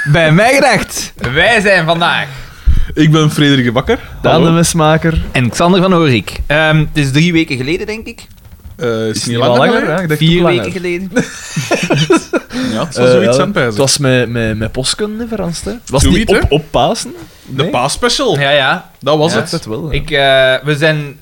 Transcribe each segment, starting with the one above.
Bij mij gedacht. Wij zijn vandaag. Ik ben Frederik de Bakker. Daan de Mesmaker. En Xander van Oorik. Het is 3 weken geleden, denk ik. Is niet wel langer, ja? Ik dacht 4 ook weken langer. geleden. Ja, het zal zoiets zijn, Het pijzen. was met Postkunde verrast, hè? Was het Zoiets, niet hè? op Pasen? De paasspecial. Ja. Dat was Ja, het. het wel. We zijn...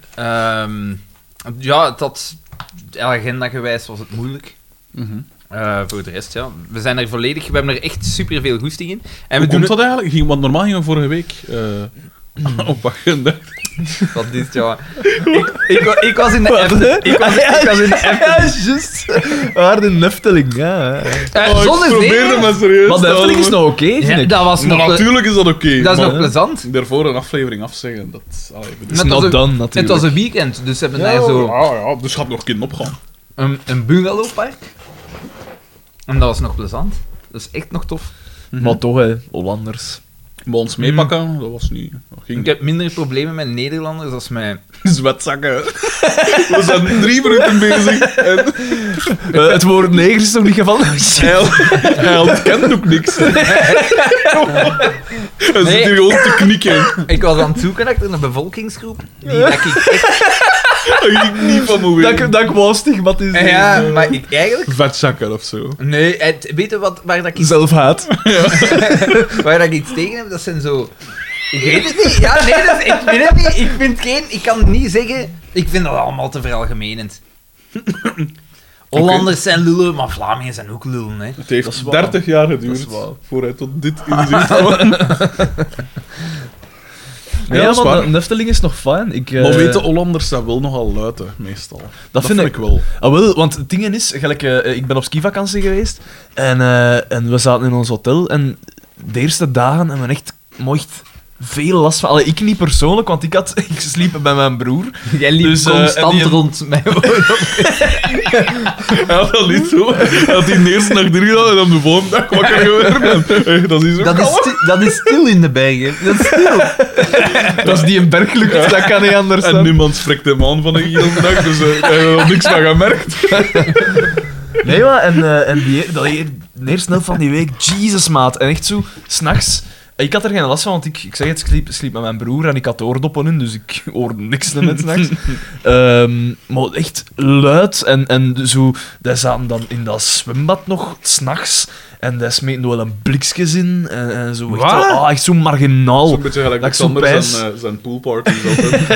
de agenda gewijs was het moeilijk. Mhm. Voor de rest, ja. We zijn er volledig... We hebben er echt superveel goesting in. En Hoe we doen komt dat eigenlijk? Want normaal gingen we vorige week op agenda. Wat is het, ja. Ik was in de app. Ik was in de app. Ja, juist. Waar de Nefteling, ja. Zonder probeerde zeven. maar serieus. Maar de te Efteling is houden. nog oké, vind Ja, ik. dat was Maar nog... natuurlijk is dat oké. Dat is maar nog plezant. daarvoor een aflevering afzeggen, dat... Allee, bedoel- Is Het was not een- done, natuurlijk. Het was een weekend, dus ze hebben daar ja, zo ja, dus gaat nog kind opgaan. een bungalowpark. En dat was nog plezant. Dat is echt nog tof. Maar toch, hè. Hollanders. Maar ons meepakken, dat was niet... Dat ging Ik heb minder problemen met Nederlanders als met... zwetzakken. We zijn 3 minuten bezig en Het woord neger is nog niet gevallen? hij ontkent ook niks. Hij zit hier gewoon te knikken. Ik was aan het zoeken achter een bevolkingsgroep die dat ik echt... Daar ging ik niet van me weten. Dat ik wou stigmatiseren. Ja, maar ik eigenlijk... Vetzakken of zo. Nee, weet je waar dat ik... Zelfhaat. Waar dat ik iets tegen heb, dat zijn zo... Ik weet het niet. Ja, nee, ik weet het niet. Ik vind geen... Ik kan niet zeggen... Ik vind dat allemaal te veralgemenend. Hollanders zijn lullen, maar Vlamingen zijn ook lullen, hè. Het Dat heeft is waar. 30 jaar Dat geduurd is waar. voor hij tot dit inzicht kwam. Ja, dat is maar waar. de Nefteling is nog fijn. Maar weten Hollanders zijn wel nogal luid, hè, meestal. Dat vind vind ik wel. Ah, wel, want het ding is, gelijk, ik ben op skivakantie geweest en we zaten in ons hotel en de eerste dagen hebben we echt mocht veel last van. Allee, ik niet persoonlijk, want ik sliep bij mijn broer. Jij liep Dus, constant en die- rond mij. Hij had dat niet zo. Hij had die de eerste nacht erin gedaan en dan de volgende dag wakker geworden. Dat is ook Dat is stil in de bergen. Dat is stil. Dat is die een berglucht, dat kan niet anders En zijn. niemand spreekt hem aan van een hele dag, dus hij heeft er niks van gemerkt. Nee, maar en de eerste helft van die week, Jesus maat. En echt zo, s'nachts... Ik had er geen last van, want ik zeg het, ik sliep met mijn broer en ik had oordoppen in, dus ik hoorde niks met s'nachts. Maar echt luid en zo... Die zaten dan in dat zwembad nog, s'nachts, en die smeten wel een blikjes in, en zo. Echt, Wat? echt zo marginaal. Zo'n beetje gelijk Dat ik zo Alexander pijs. zijn poolparties altijd.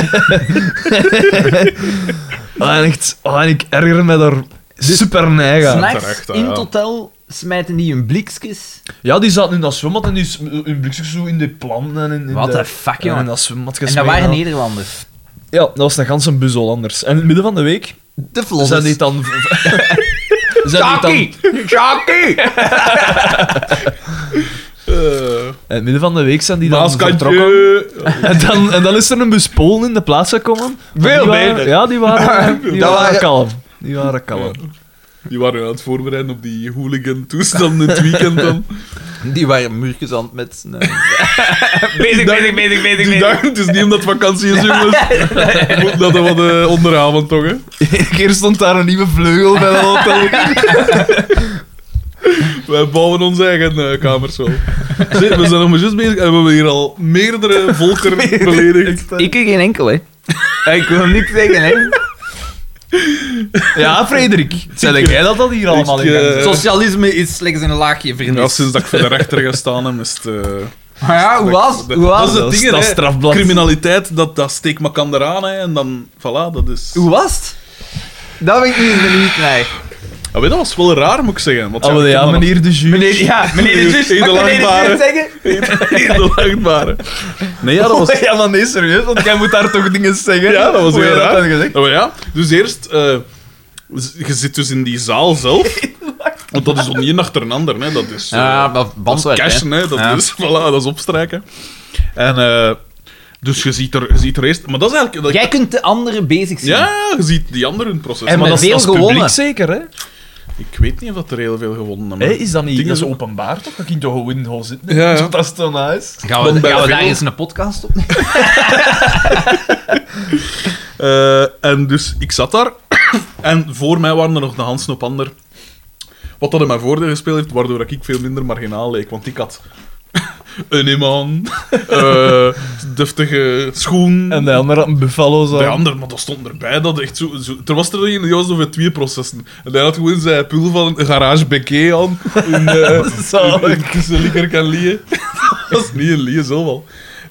En echt, en ik erger me daar super neig aan. S'nachts terecht, in ja. het hotel smijten die hun blikjes. Ja, die zaten in dat zwembad en die hun blikjes zo in de planten en in What de... the fuck, en in jongen. dat zwembad En dat gesmeten. waren Nederlanders. Ja, dat was een ganse bus Hollanders. En in het midden van de week De zijn die dan... Jackie! Jackie! In het midden van de week zijn die dan vertrokken. Maaskantje. En dan is er een bus Polen in de plaats gekomen. Veel Die waren- beter. Ja, die waren Dat waren- kalm. Die waren kalm. Die waren aan het voorbereiden op die hooligan-toestand in het weekend dan. Die waren muurtjes aan het met... bezig. Die dachten, het is niet omdat het vakantie is, jongens. Moet dat wat onderhavend toch, hè? Een keer stond daar een nieuwe vleugel bij het hotel. Wij bouwen onze eigen kamers wel. Zie, we zijn nog maar juist bezig en we hebben hier al meerdere volkeren beledigd. Ik geen enkel, hè. Ik wil niks zeggen, hè. Ja, Frederik. Zeg jij dat hier allemaal in gang zit? Socialisme is slechts een laagje, vrienden. Ja, sinds dat ik voor de rechter gestaan heb, is het... Maar ja, hoe was dat het? is het ding, dat hè. strafblad. Criminaliteit, dat steekt me kan eraan, hè. En dan, voilà, dat is... Hoe was het? Dat ben ik nu eens benieuwd naar. Ja, weet, dat was wel raar, moet ik zeggen. Want Oh, wel, ik ja, heb dat meneer de juge. Meneer de zus, Hele mag meneer de langbare. zus zeggen? Heel lachtbare. Nee, ja, dat was... Ja, maar nee, serieus, want jij moet daar toch dingen zeggen. Ja, dat was Hoe heel heb je raar. dat dan gezegd? Oh, ja. Dus eerst, je zit dus in die zaal zelf. Want dat is zo niet een achter een ander, hè. Dat is, Ja, dat is bandwerk, cashen, hè. Dat Ja. is, voilà, dat is opstrijken. En, dus je ziet er eerst... Maar dat is eigenlijk... Jij kunt de anderen bezig zien. Ja, je ziet die anderen hun proces. En Maar met dat is- veel Dat is publiek gewonnen. zeker, hè? ik weet niet of dat er heel veel gewonnen hebben. Hé, is dat niet Dingen dat is zo- openbaar, toch? Dat je toch gewoon gewoon zitten. Ja, ja. Dat is toch nice? Gaan Want we bij daar veel- eens een podcast op? En dus, ik zat daar. En voor mij waren er nog de Hansen op ander Wat dat in mijn voordeel gespeeld heeft, waardoor ik veel minder marginaal leek. Want ik had een imam, deftige schoen... En de andere had een buffalo zo. De ander, maar dat stond erbij. Dat echt zo, er was er een juist over 2 processen. En hij had gewoon zijn pul van een garage Becquet aan. Tussen Likkerk en Lieën. Dat is niet een Lieën, zo wel.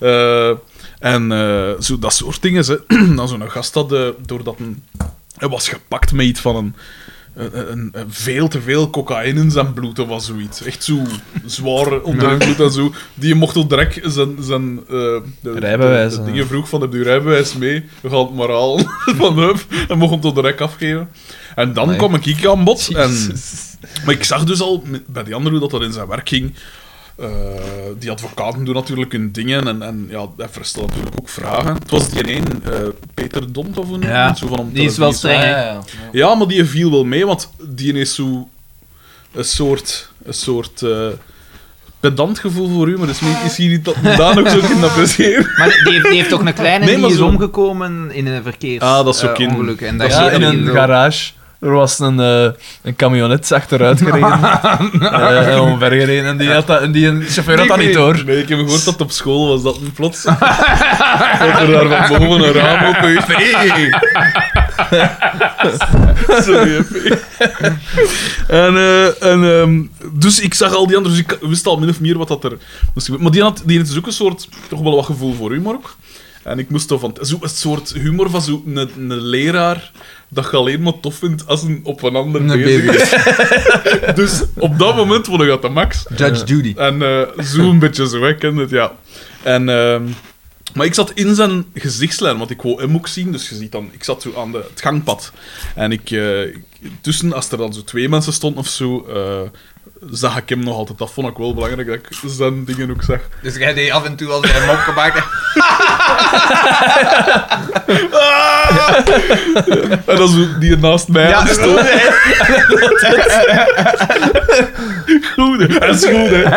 Zo dat soort dingen. Dan zo'n gast had, doordat hij was gepakt met iets van een veel te veel cocaïne in zijn bloed of zoiets. Echt zo zwaar onder invloed en zo. Die mocht al direct zijn rijbewijs. De dingen vroeg van, heb je rijbewijs mee? We gaan het maar halen van hup. En mocht hem tot direct afgeven. En dan kwam ik aan bod. Maar ik zag dus al bij die andere hoe dat in zijn werk ging. Die advocaten doen natuurlijk hun dingen en ja, hij verstelt natuurlijk ook vragen. Het was die een, Peter Dont of een zo van om die is wel streng, hè? Ja, maar die viel wel mee, want die is zo een soort pedant gevoel voor humor. Dus is hier niet dat daar nog zo in appreciëren. Maar die heeft toch een kleine Nee, die maar is zo- omgekomen in een dat is ook in- ongeluk. En dat Ja, is in een garage. Er was een camionet achteruit gereden. En omvergereden. En die chauffeur had dat niet door. Nee, ik heb gehoord dat op school was dat een plots. Dat er daar van boven een raam op is. Nee! Sorry, dus ik zag al die anderen, dus ik wist al min of meer wat dat er moest gebeuren. Maar die had dus ook een soort, toch wel wat gevoel voor humor ook. En ik moest toch van, zo een soort humor van zo'n een leraar dat je alleen maar tof vindt als een op een ander bezig is. Dus op dat moment vond ik dat de max. Judge Judy. En zo'n beetje zo, ik ken het, ja. En, maar ik zat in zijn gezichtslijn, want ik wou hem ook zien. Dus je ziet dan, ik zat zo aan het gangpad. En tussen, als er dan zo 2 mensen stonden of zo, zag ik hem nog altijd. Dat vond ik wel belangrijk, dat ik zijn dingen ook zag. Dus jij deed af en toe als hij hem opgemaakt. En dan zo die naast mij aan stond. Goed, hè. Dat is goed, hè.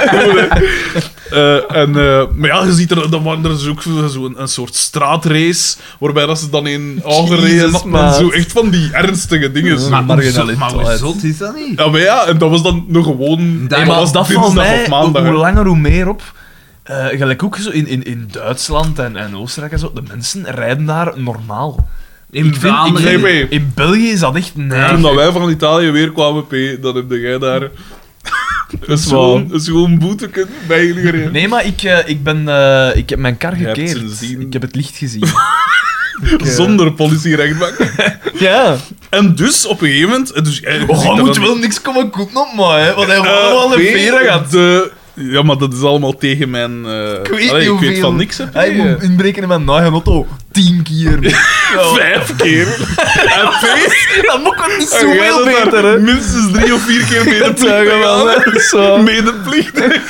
Maar ja, je ziet er is ook zo een soort straatrace, waarbij dat ze dan in aangereden hadden en zo. Echt van die ernstige dingen. Zo. Maar marginaliteit. hoe zot is dat niet? Ja, maar ja, en dat was dan nog gewoon... Nee, Nee, maar als dat valt dinsdag mij of maandag, hoe hè. langer hoe meer op. Gelijk ook zo in Duitsland en Oostenrijk en zo. De mensen rijden daar normaal. In Vlaanderen. Nee, In België is dat echt... Nee. Toen dat wij van Italië weer kwamen, P, dan heb jij daar een schoon boete bij jullie gereden. Nee, maar ik heb mijn kar Je hebt gekeerd. sindsdien- Ik heb het licht gezien. Zonder politierechtbank. Ja. En dus, op een gegeven moment... Dus, Oh, je moet wel niks komen koeten op mij, hè. Want hij heeft allemaal een veren gehad. Ja, maar dat is allemaal tegen mijn... ik weet van niks, hè. Hij moet inbreken in mijn eigen auto 10 keer. 5 keer. En P, Dat moet ook niet en zo jij veel zat daar beter, hè. minstens 3 of 4 keer medeplichtig. Medeplichtig.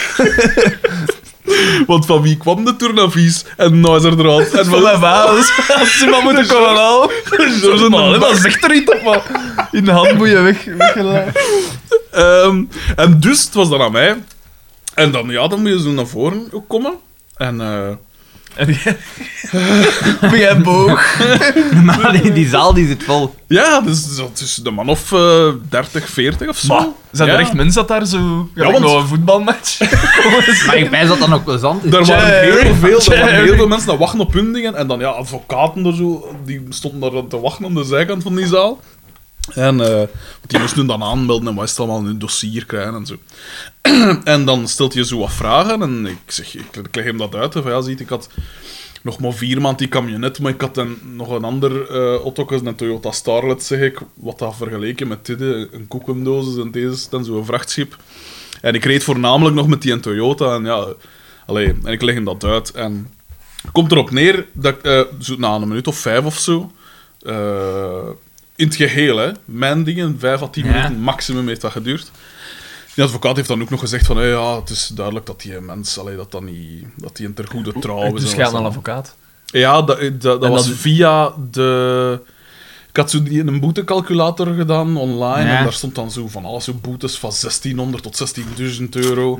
Want van wie kwam de tournavies? En nou is er eruit. En Van mijn baas. Als ze maar moeten komen halen. George en Maar de dat zegt er niet op, man. In de handboeien weggelaten. En dus, het was dan aan mij. En dan, ja, dan moet je zo naar voren ook komen. En... En ben jij boog? Maar die zaal die zit vol. ja, dus dat is de man of 30, 40 of zo. Maar, zijn er Ja. echt mensen dat daar zo... Ja, want- nog een voetbalmatch? Maar ik wijs dat dat nog plezant is. Er waren Jerry. heel veel mensen dat wachten op hun dingen. En dan, ja, advocaten er zo, die stonden daar dan te wachten aan de zijkant van die zaal. En want die moesten dan aanmelden en wat is het allemaal in hun dossier krijgen en zo. En dan stelt je zo wat vragen en ik leg hem dat uit. Van, ja, ziet, ik had nog maar 4 maanden die camionet, maar ik had dan nog een ander auto, een Toyota Starlet, zeg ik, wat dat vergeleken met dit, een koekendoos en deze is dan zo'n vrachtschip. En ik reed voornamelijk nog met die Toyota en ja, en ik leg hem dat uit en komt erop neer dat ik zo na een minuut of 5 of zo, in het geheel, hè, mijn dingen, 5 à 10 minuten maximum heeft dat geduurd. Die advocaat heeft dan ook nog gezegd van, ja, het is duidelijk dat die mens, dat die een ter goede trouw is. Dus en gaat wat naar een dan. advocaat. Ja, dat was dat- via de... Ik had zo een boetecalculator gedaan online Ja. en daar stond dan zo van alles, zo boetes van 1600 tot 16.000 euro.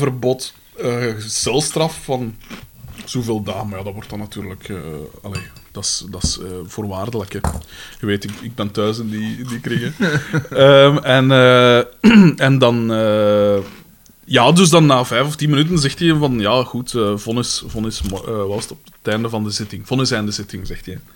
Rijverbod, celstraf van zoveel dagen. Maar ja, dat wordt dan natuurlijk... Dat is voorwaardelijk. Hè. Je weet, ik ben thuis in die kringen. En dan... ja, dus dan na 5 of 10 minuten zegt hij van... Ja, goed, vonnis was het op het einde van de zitting. Vonnis einde zitting, zegt hij.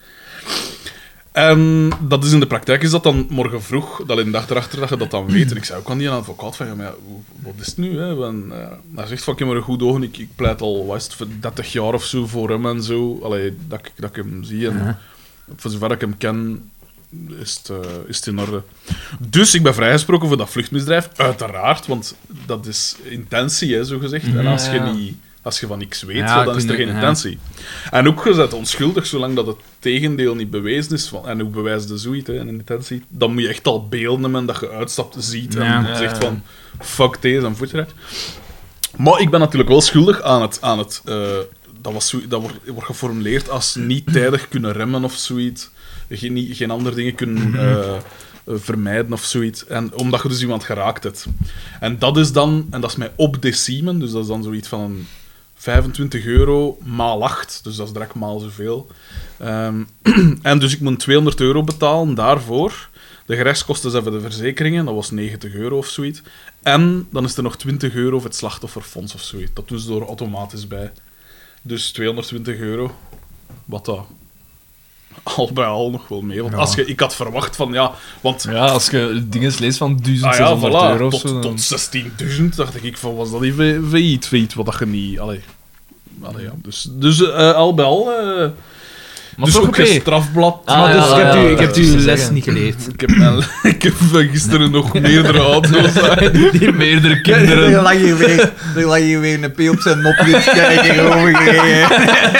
En dat is in de praktijk is dat dan morgen vroeg, dat in de dag erachter dat je dat dan weet. En ik zei ook aan die advocaat van, ja, maar ja, wat is het nu? Hè? Hij zegt van, ik heb maar een goed oog, ik pleit al, wat is het, voor 30 jaar of zo voor hem en zo. Allee, dat ik hem zie en voor zover ik hem ken, is het in orde. Dus ik ben vrijgesproken voor dat vluchtmisdrijf, uiteraard, want dat is intentie, hè, zo gezegd. En als je van niks weet, dan is er geen intentie. En ook gezet onschuldig, zolang dat het tegendeel niet bewezen is. En hoe bewijst de zoiets, een intentie? Dan moet je echt al beelden hebben dat je uitstapt, ziet en zegt van fuck deze en voet eruit. Maar ik ben natuurlijk wel schuldig aan het dat wordt geformuleerd als niet tijdig kunnen remmen of zoiets. Geen andere dingen kunnen vermijden of zoiets. En omdat je dus iemand geraakt hebt. En dat is dan, en dat is mij op decimen, dus dat is dan zoiets van €25 maal 8, dus dat is direct maal zoveel. En dus ik moet €200 betalen daarvoor. De gerechtskosten zijn voor de verzekeringen, dat was €90 of zoiets. En dan is er nog €20 voor het slachtofferfonds of zoiets. Dat doen ze er automatisch bij. Dus €220, wat dat al bij al nog wel mee. Want ik had verwacht van, ja... Want, ja, als je dingen leest van €1.600 of zo... Tot 16.000, dacht ik van, was dat niet failliet, wat dat je niet... Allee, ja. Dus al bij al... Maar dus toch ook geen strafblad. Ik heb uw les niet geleerd. Ik heb gisteren nog meerdere auto's. Die meerdere kinderen. Er lag hier weer een P op zijn nopjes kijken overgereden.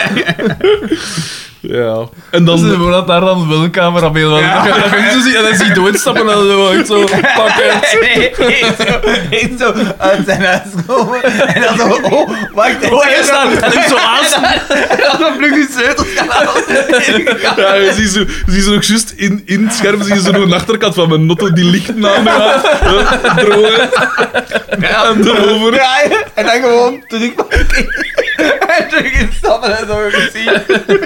Ja. En dan... Dus dat daar dan wel een camera mee. Dan ga je zo zien en dan zie je doodstappen en dan zo pakken. Nee, zo uit zijn huis komen en dan zo, oh, wacht even. Oh, hij staat en hem zo aanstaan. En dan zo vlug die sleutels gaan halen. Ja, je ziet zo nog juist in het scherm zie je zo nog een achterkant van mijn notto die lichten aan drogen. En erover. Draaien en dan gewoon terugpakken. En terug instappen en zo gezien.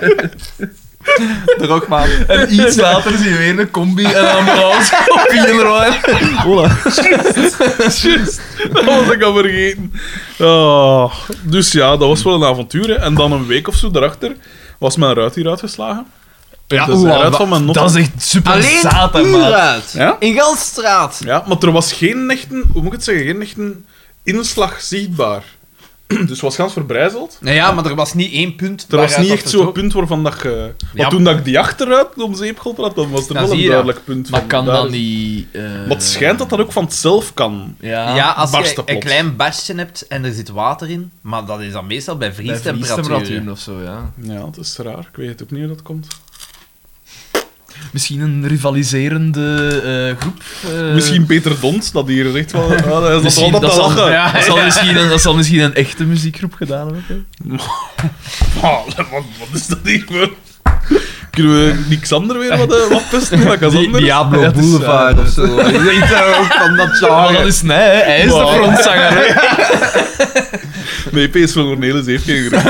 Drog, man. En iets later zie je weer een combi en een ambulance op 4 rijden. Hola. Juist. Dat was ik al vergeten. Oh. Dus ja, dat was wel een avontuur. Hè. En dan een week of zo daarachter was mijn ruit hier uitgeslagen. Ja, dus eruit van mijn notto. dat is echt super Alleen zaad, hè, uur maat. uit. Ja? In Galstraat. Ja, maar er was geen echte, hoe moet ik het zeggen, geen echte inslag zichtbaar. Dus het was gans verbrijzeld. Nou ja, maar er was niet één punt. Er was niet waaruit echt dat zo'n vertrok. punt waarvan dat je... Ja, Maar toen dat ik die achteruit om zeep geholpen had, dan was er Dan wel zie een je duidelijk punt Maar van. kan daar dat is- niet... Maar het schijnt dat dat ook van het zelf kan. Ja, als je barsten een plots. klein basje hebt en er zit water in, maar dat is dan meestal bij vriestemperatuur. of zo, ja. Ja, dat is raar. Ik weet ook niet hoe dat komt. Misschien een rivaliserende groep. Misschien Peter Dont, dat hier zegt van... Ah, dat is Misschien- altijd te lachen. ja, dat zal misschien een echte muziekgroep gedaan hebben. Wat is dat hier voor... Kunnen we niks anders weer wat testen? Wat anders? Diablo Ja, het is, Boulevard of zo. Iets ook van dat Maar genre. dat is nee, hè. Hij is de Wow. frontzanger. Hè. Nee, PS van Cornelis heeft geen groep.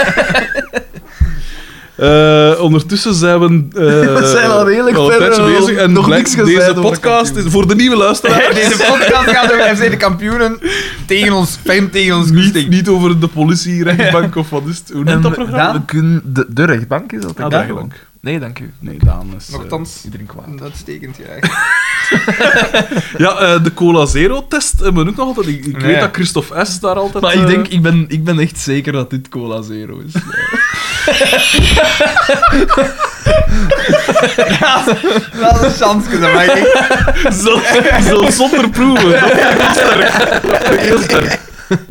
Ondertussen zijn we zijn al redelijk al een ver, tijdje bezig. En nog blijkt, niks gezegd deze over podcast de is voor de nieuwe luisteraar. Deze podcast gaat over FC de kampioenen tegen ons, ferm tegen ons niet, goesting. niet over de politie, rechtbank of wat is het? Hoe noemt dat programma? We kunnen de rechtbank is dat, Ah, denk de ik. rechtbank. Nee, dank u. Nee, Daan is... Nochtans, Iedereen kwaad. uitstekend graag. Ja, de Cola Zero-test hebben we ook nog altijd. Ik Nee. weet dat Christophe S. daar altijd... Maar ik ben echt zeker dat dit Cola Zero is. Dat is een chance, dat mag ik. Zelfs zonder proeven. Dat vind ik heel sterk. Dat vind ik heel sterk.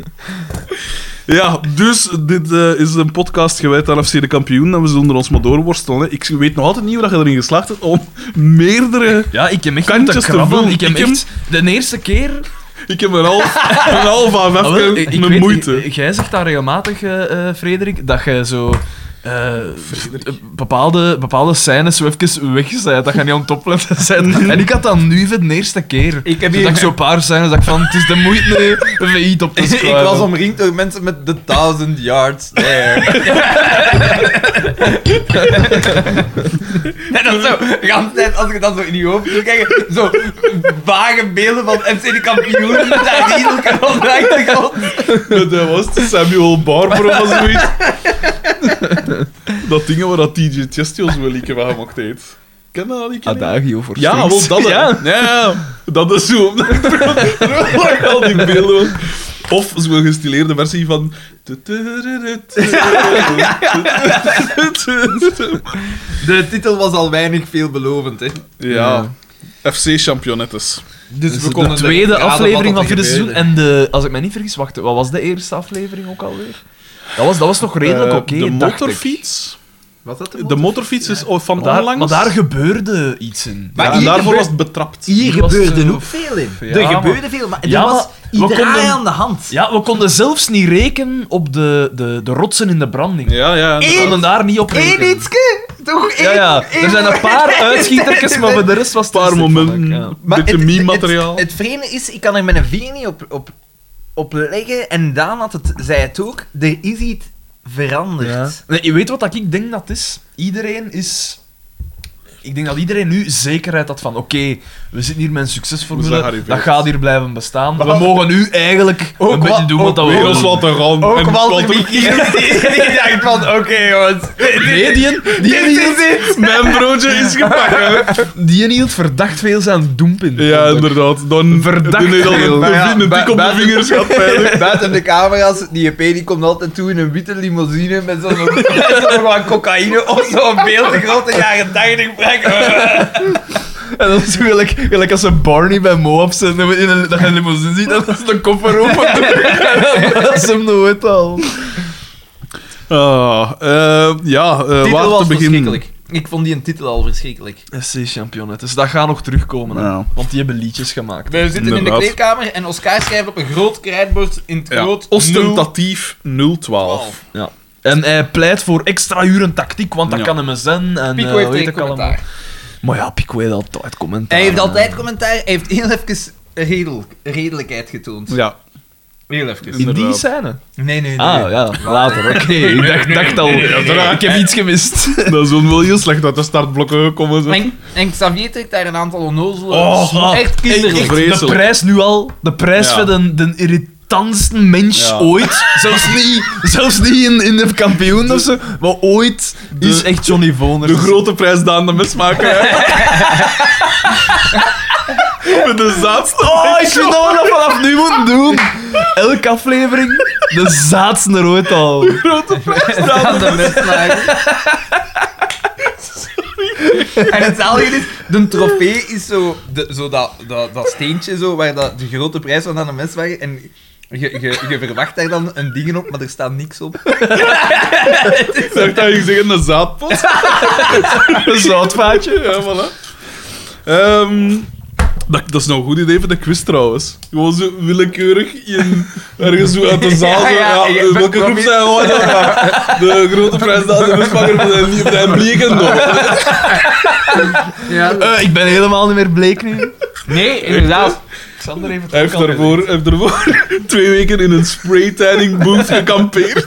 Ja, dus dit is een podcast gewijd aan FC de kampioen en we zullen er ons maar doorworstelen. Hè. Ik weet nog altijd niet hoe dat je erin geslaagd hebt om meerdere... Ja, ik heb echt Kantjes moeten te krabbelen. vullen. Ik heb echt... De eerste keer... Ik heb een half aan Ah, wel, even ik mijn weet, moeite. jij zegt dat regelmatig, Frederik, dat je zo... bepaalde scènes zo even weg zijn, dat je niet aan het opletten bent. En ik had dat nu voor de eerste keer. Ik heb Dus dat ik zo'n paar scènes dat ik van, het is de moeite even iets op te Ik schrijven. was omringd door mensen met the 1000 yards there. En dan zo, de hele tijd, als je dan zo in je hoofd wil kijken, zo vage beelden van FC de kampioenen met dat riedelke op de achtergrond. Dat was het, Samuel Barber of zoiets. Dat dingen waar dat DJ Chestios wel een keer van gemaakt heeft. Ken dat niet? Adagio voor Ja, wel dat. Ja. Ja, dat is zo. Al die beelden. Of zo'n gestileerde versie van... De titel was al weinig veelbelovend, hè. Ja. FC Championettes. Dus Dus we de konden tweede raden aflevering wat van er het vierde gebeurde. seizoen. En als ik me niet vergis, wacht, wat was de eerste aflevering ook alweer? Dat was nog redelijk oké, De dacht ik. motorfiets. Was dat De motorfiets is van Maar onlangs. daar gebeurde iets in. Maar Ja, hier en daarvoor gebeurt- was het betrapt. Hier Die was gebeurde zo- ook veel in. Ja, Er gebeurde veel, maar er Ja, was maar we iedereen konden- aan de hand. Ja, we konden zelfs niet rekenen op de rotsen in de branding. Ja. We konden daar niet op Eén rekenen. ietske? Toch één? Ja. Er zijn een paar uitschietertjes, maar voor de rest was het Een paar een stuk, vond ik, momenten. ja. Maar Beetje meme-materiaal. Het vreemde is, ik kan er met een vinger niet op leggen. En Daan zei het ook, er is iets veranderd. Ja. Nee, je weet wat ik denk dat het is? Iedereen is... Ik denk dat iedereen nu zekerheid had van oké, we zitten hier met een succesformule, We zijn gearriveerd. dat gaat hier blijven bestaan. We mogen nu eigenlijk Ook een beetje wat- doen wat dat we Wereld willen. laten gaan. Ook en Walter Michiels, die dacht van, oké jongens. Nee, Mijn broodje is gepakt. die hield verdacht veel zijn doempin. Ja, inderdaad. Dan Verdacht toen heeft al veel. een Ja, tik op de buiten- vingers gehad. pijnlijk. Buiten de camera's, die EP die komt altijd toe in een witte limousine met zo'n wat cocaïne of zo'n veel te grote jaren 80 prak. En dat is zo gelijk als een Barney bij Moab zit, dat je een limousine ziet, en dat is de koffer open. En dan is hem nooit al. Titel waar was te beginnen? verschrikkelijk. Ik vond die een titel al verschrikkelijk. SC Championet, dus dat gaat nog terugkomen, hè. Ja. Want die hebben liedjes gemaakt. We zitten in de Inderdaad. kleedkamer en Oscar schrijft op een groot krijtbord in het Ja, groot ostentatief 012. Ja. En hij pleit voor extra uren tactiek, want dat Ja. kan hem zijn. En, Pico heeft weet geen ik allemaal. commentaar. Maar ja, Pico heeft altijd commentaar. Hij heeft hè. altijd commentaar, hij heeft heel even redelijkheid getoond. Ja. Heel even. In die inderdaad. scène? Nee. Ah, ja, later, oké. Ik dacht al, ik heb iets gemist. Dat is wel heel slecht uit de startblokken gekomen. Zo. En Xavier trekt daar een aantal onnozele... Oh, echt kinderlijk. echt, Vreselijk. de prijs nu al, de prijs Ja. voor de irritantste mens Ja. ooit. Zelfs niet in de kampioen of zo, maar ooit is echt Johnny Voners. De grote prijs Daan de Mesmaker. Met de zaadste. Oh, ik vind dat we dat vanaf nu moeten doen. Elke aflevering, de zaadste er ooit al. grote prijs Aan de mesmaker. En het zalige is, de trofee is zo, dat steentje zo, waar de grote prijs van aan de mesmaker. En je verwacht daar dan een ding op, maar er staat niks op. Ik dacht dat je zeggen een zaadpot. Een zoutvaatje. Ja, voilà. Dat is nou een goed idee voor de quiz trouwens. Gewoon zo willekeurig ergens zo uit de zaal. Zo, Ja, welke groep zijn we dan? De grote prijs Daan de Mesmaker op de blieken nog. Ja. Ik ben helemaal niet meer bleek nu. Nee, inderdaad. Xander heeft Hij heeft daarvoor 2 weken in een spraytanning booth gekampeerd.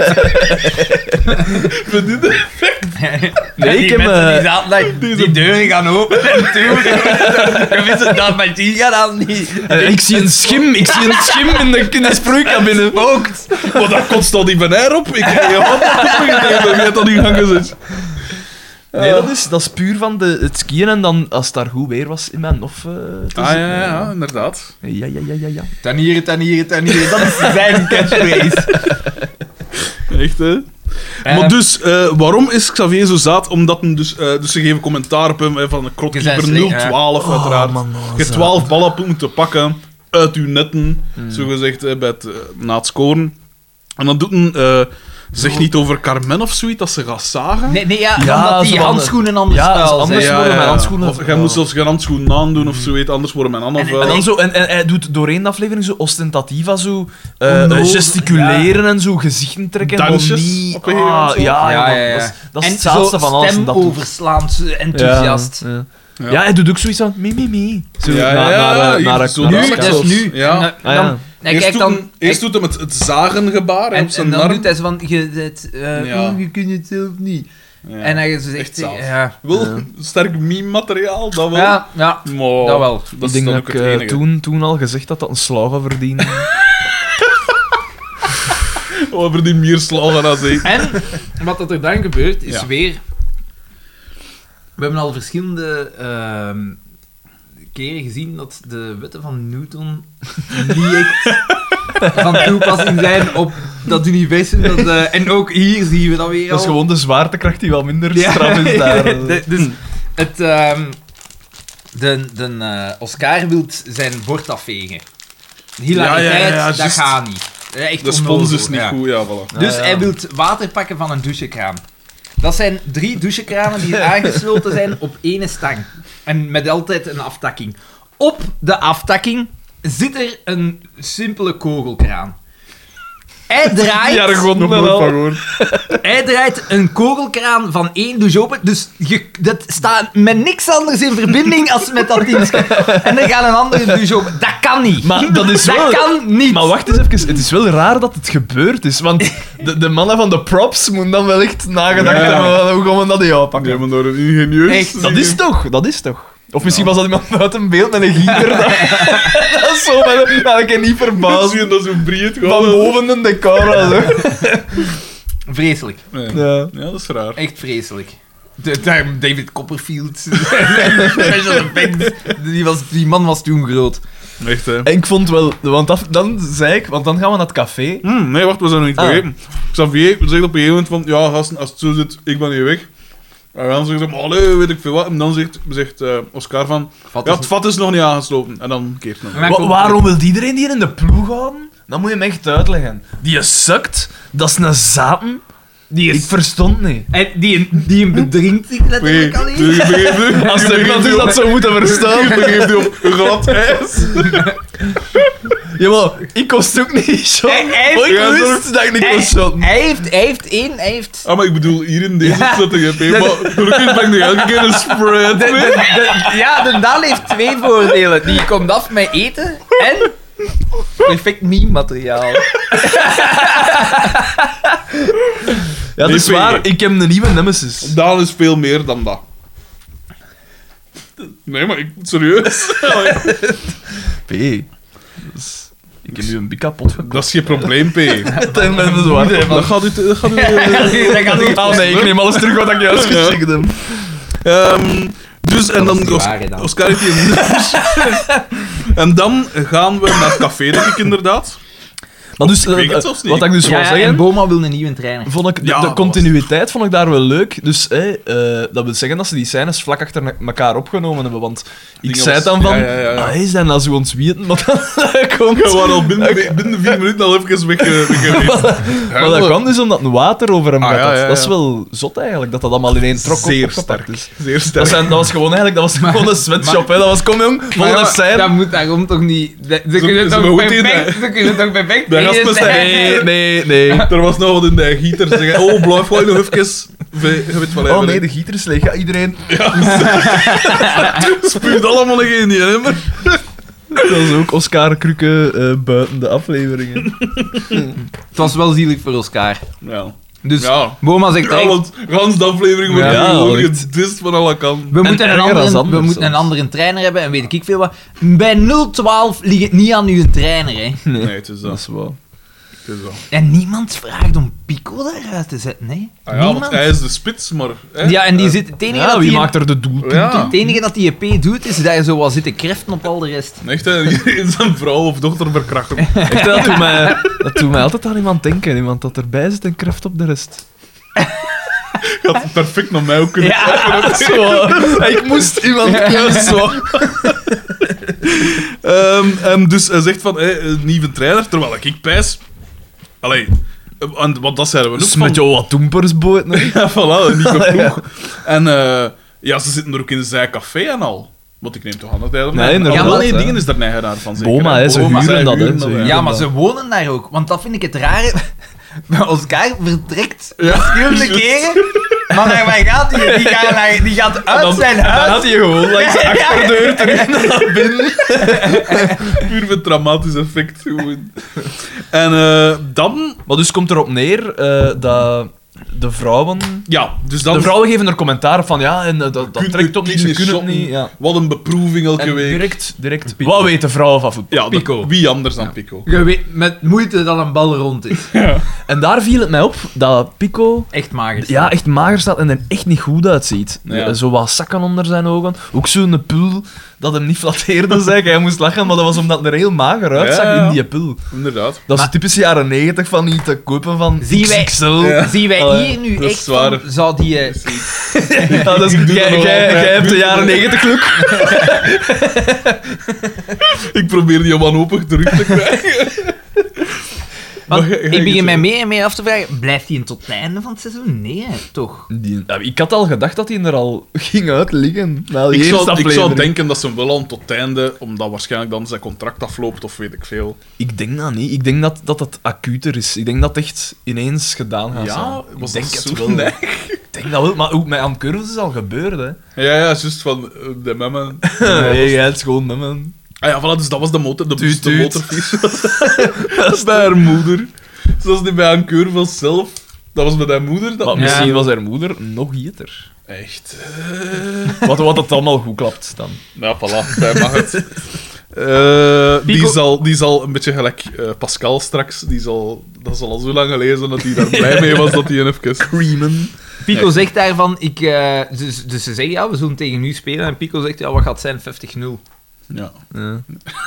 Met dit effect. Nee, ik die heb, mensen die zaten daar, die deuren gaan open en tuurlijk. Je wist het, dat magie gaat aan niet. Ik zie een schim in de sproeikabine. Spookt. Maar dat kotst al die Van Eyre op. Ik heb wie had dat in gang gezet? Nee, dat is puur van het skiën en dan, als het daar goed weer was, in mijn nof te zitten. Ja, inderdaad. Ja. Tanieren. Dat is zijn catchphrase. Echt, hè? Maar dus, waarom is Xavier zo zaad? Omdat hem dus ze geven commentaar op hem hè, van de krotkeeper Je bent 012 uiteraard. man, Je hebt 12 ballen moeten pakken uit uw netten, zogezegd, bij na het scoren. En dan doet een Zeg niet over Carmen of zoiets, dat ze gaat zagen? Nee, ja, Ja, omdat zo die van de- handschoenen anders Ja, vuil anders zijn. worden mijn handschoenen... Of jij moet zelfs geen handschoenen aandoen of zoiets, anders worden mijn handen En- vuil. En dan zo, en hij doet doorheen de aflevering zo ostentatief zo Onnozel, gesticuleren en zo gezichten trekken. Dansjes maar niet- op een gegeven moment zo. ja, Ja, man, ja, ja. dat is En het zaadste zo van alles. stem dat doet. overslaan, zo enthousiast. Ja. Ja. Ja, hij doet ook zoiets van mi. Zo Ja, naar hier, de zo naar de Nu, dadelijk dat is zelfs. nu. Ja. En, ja. dan, hij Eerst, kijkt dan... eerst doet hem het zagengebaar en, op zijn en dan arm. doet hij zo van, Ja. je kunt het zelf niet. Ja. En hij zegt, Echt zaad. ja, Wel, sterk meme-materiaal, dat wel. ja, Maar dat wel. Dat ik is denk dan dat ook ik het enige. toen al gezegd had dat een slager verdiende. We hebben die meer slagen dan ze. En wat dat er dan gebeurt, is Ja. weer... We hebben al verschillende keren gezien dat de wetten van Newton niet echt van toepassing zijn op dat universum. En ook hier zien we dat weer al. Dat is gewoon de zwaartekracht die wat minder straf is daar. Dus het... Oscar wil zijn bord afvegen. Hilariteit, ja, dat juist. gaat niet. Echt De spons onnozel, is niet ja. goed, ja, voilà. Dus ja. hij wil water pakken van een douchekraan. Dat zijn 3 douchekranen die aangesloten zijn op 1 stang. En met altijd een aftakking. Op de aftakking zit er een simpele kogelkraan. Hij draait, hij draait een kogelkraan van 1 douche open. Dus dat staat met niks anders in verbinding als met dat ding. En er gaat een andere douche open. Dat kan niet. Maar dat is wel... Dat kan niet. Maar wacht eens even, het is wel raar dat het gebeurd is, want de mannen van de props moeten dan wel echt nagedacht Ja. hebben van, hoe gaan we dat niet Die aanpakken. hebben daar een ingenieus. Echt, Dat is toch? Of misschien was dat iemand buiten beeld met een gieter. Dat is zo, maar dat ik je niet verbaasd. Zie je dat zo'n breed Van gaat? boven de decor. Zo. Vreselijk. Nee. Ja. Ja, dat is raar. Echt vreselijk. David Copperfield. Special effects. Die man was toen groot. Echt, hè. En ik vond wel, dan zei ik, want dan gaan we naar het café. Nee, wacht, we zijn nog niet Ah. vergeten. Xavier zegt op een gegeven moment van, ja, gasten, als het zo zit, ik ben hier weg. En dan zegt hij, maar allee, weet ik veel wat. En dan zegt Oscar van, ja, het vat is nog niet aangesloten. En dan keert hij nog. Maar komt- Waarom wil iedereen die in de ploeg houden? Dan moet je hem echt uitleggen. Die sukt, dat is een zaten. Ik verstond niet. En die hem bedringt zich letterlijk alleen. Als er iemand is dat zou moeten verstaan. Je begeeft je op glad ijs. Ja, maar ik kost ook niet shot. Hij Oh, ik heeft- wist dat ik niet kon shotten. Hij heeft... Ah, maar ik bedoel, hier in deze Ja. setting heb je. Maar gelukkig ben ik elke keer een spread mee. Ja, de Daan heeft 2 voordelen. Die komt af met eten en... Perfect meme-materiaal. Ja, dat is Nee, waar. Ik heb een nieuwe nemesis. Daan is veel meer dan dat. Nee, maar serieus. P. Ik heb nu een bik kapot gekocht. Dat is geen probleem, P. En met de zwarte. Dat gaat u... Dat gaat niet. Oh nee, ik neem alles terug wat ik juist gezegd heb. Dus, en Dat is dan... niet waar, hè, dan. Oscar heeft hier een... En dan gaan we naar het café, denk ik, inderdaad. Maar dus, weet het zelfs niet. wat ik dus wil Ja, en zeggen... Boma wil een nieuwe trainer. Vond ik, Ja, de dat continuïteit vond ik daar wel leuk. Dus dat wil zeggen dat ze die scènes vlak achter elkaar opgenomen hebben. Want ik Dingen zei was- dan van... ja. Ah, is dat nou zo ontwieten? Maar dan komt... We waren al binnen 4 minuten al even weg geweest. Maar dat kwam dus omdat een water over hem Ah, gaat. ja, ja, Dat is ja. wel zot eigenlijk, dat dat allemaal in één trok Zeer opgepakt sterk. is. Zeer sterk. Dat was gewoon eigenlijk een sweatshop. Hè. Dat was, kom jong, volgende dat scène. moet daarom toch niet... Ze ze kunnen moeten toch perfect... Daar gaat het Nee. Er was nog wat in de gieter. Ze zeggen, oh, blijf gewoon nog even... Je weet wel Oh even. nee, de gieter is leeg. Ja, iedereen... Spuugt allemaal nog in die emmer. Dat was ook Oscar Krukke buiten de afleveringen. Het was wel zielig voor Oscar. Ja. Dus Ja. Boma zegt Ja, echt... want gans de aflevering wordt Ja, gewoon echt. gedist van alle kanten. We moeten, erger als we anders moeten een zelfs. andere trainer hebben en weet ik veel wat. Bij 0-12 ligt het niet aan uw trainer, hè. Nee, het is Dat dat. is wel... Het is dat. En niemand vraagt om Pico daaruit te zetten, hè. Ah, ja, want Niemand. hij is de spits, maar... Hè? Ja, en die zit... Het enige, Ja, dat wie die, maakt er de doelpunten? Ja. het enige dat die EP doet, is dat je zo wat zit te kreften op al de rest. Echt, hè? Iedereen zijn vrouw of dochter verkrachten. Echt, dat doet mij altijd aan iemand denken. Iemand dat erbij zit en kreft op de rest. Je had het perfect naar mij ook kunnen Ja. Zo, ik moest iemand juist zo... En dus hij zegt van, een nieuwe trainer, terwijl ik pijs... Allee, Want dat zeiden we ook Dus met jou wat toempersboot. Nee? Ja, voilà, niet geploeg. En ja, ze zitten er ook in een zijcafé en al. Want ik neem toch aan dat hij... Nee, inderdaad, Ja, wel, nee, hè. dingen is daar eigenaar van, zeker. Boma, hè? hè, ze Boma, huren dat, hè. huren Ze ja. huren Ja, maar dat. ze wonen daar ook. Want dat vind ik het rare. Oscar vertrekt Ja, verschillende juist. keren. Maar waar gaat hij? Die gaat uit zijn Dan huis. had hij gewoon langs de achterdeur terug naar binnen. Puur met dramatisch effect. Gewoon. En dan... Maar dus komt erop neer dat de vrouwen... Ja, dus dan... De vrouwen geven er commentaar op van ja, en dat Kunt trekt op de niet, ze kines kunnen het shotten. niet. Ja. Wat een beproeving elke En week. direct wat weten vrouwen van voetbal? Ja, Pico. wie anders dan Pico? Je weet met moeite dat een bal rond is. En daar viel het mij op dat Pico Echt mager. ja, echt mager staat en er echt niet goed uitziet. Ja. Zo wat zakken onder zijn ogen. Ook zo'n pul dat hem niet flatteerde, zeg. Hij moest lachen, maar dat was omdat hij er heel mager uitzag Ja, ja. in die pul. Inderdaad. Dat is Maar- typisch jaren 90 van niet te kopen van Zien wij- XXL. Ja. Zien wij Allee, hier nu dat is echt zwaar. van... Zou die... Ja, dat is, Ik doe dat nog jij altijd. hebt de jaren 90 look. Ik probeer die wanhopig terug te krijgen. Want Maar ga- ga ik je begin het mij meer en meer af te vragen, blijft hij tot het einde van het seizoen? Nee, hè, toch? Ik had al gedacht dat hij er al ging uitliggen. Na de Ik eerste zou aflevering. denken dat ze hem wel aan tot het einde, omdat waarschijnlijk dan zijn contract afloopt of weet ik veel. Ik denk dat niet. Ik denk dat het acuter is. Ik denk dat het echt ineens gedaan gaat zijn. Ja, Ik was denk dat het zo? wel. Nee. Ik denk dat wel. Maar ook met Anne Curves is al gebeurd, hè. Ja, juist van de memmen. Nee, jij hebt gewoon met me. Ah ja, voilà, dus dat was de motor, de Tuut, de tuut. motorfiets. Dat is bij haar moeder. Zoals die bij haar Curvels zelf. Dat was bij haar moeder. Dat... Maar misschien was haar moeder nog gieter. Echt. Wat het allemaal goed klapt dan. Ja, voilà, bij mag het. Die zal een beetje gelijk Pascal straks, dat zal al zo lang gelezen dat hij daar blij mee was dat hij een even... Creamen. Pico zegt daarvan, dus ze zeggen, ja, we zullen tegen u spelen. En Pico zegt, ja, wat gaat het zijn? 50-0. Ja. Ja.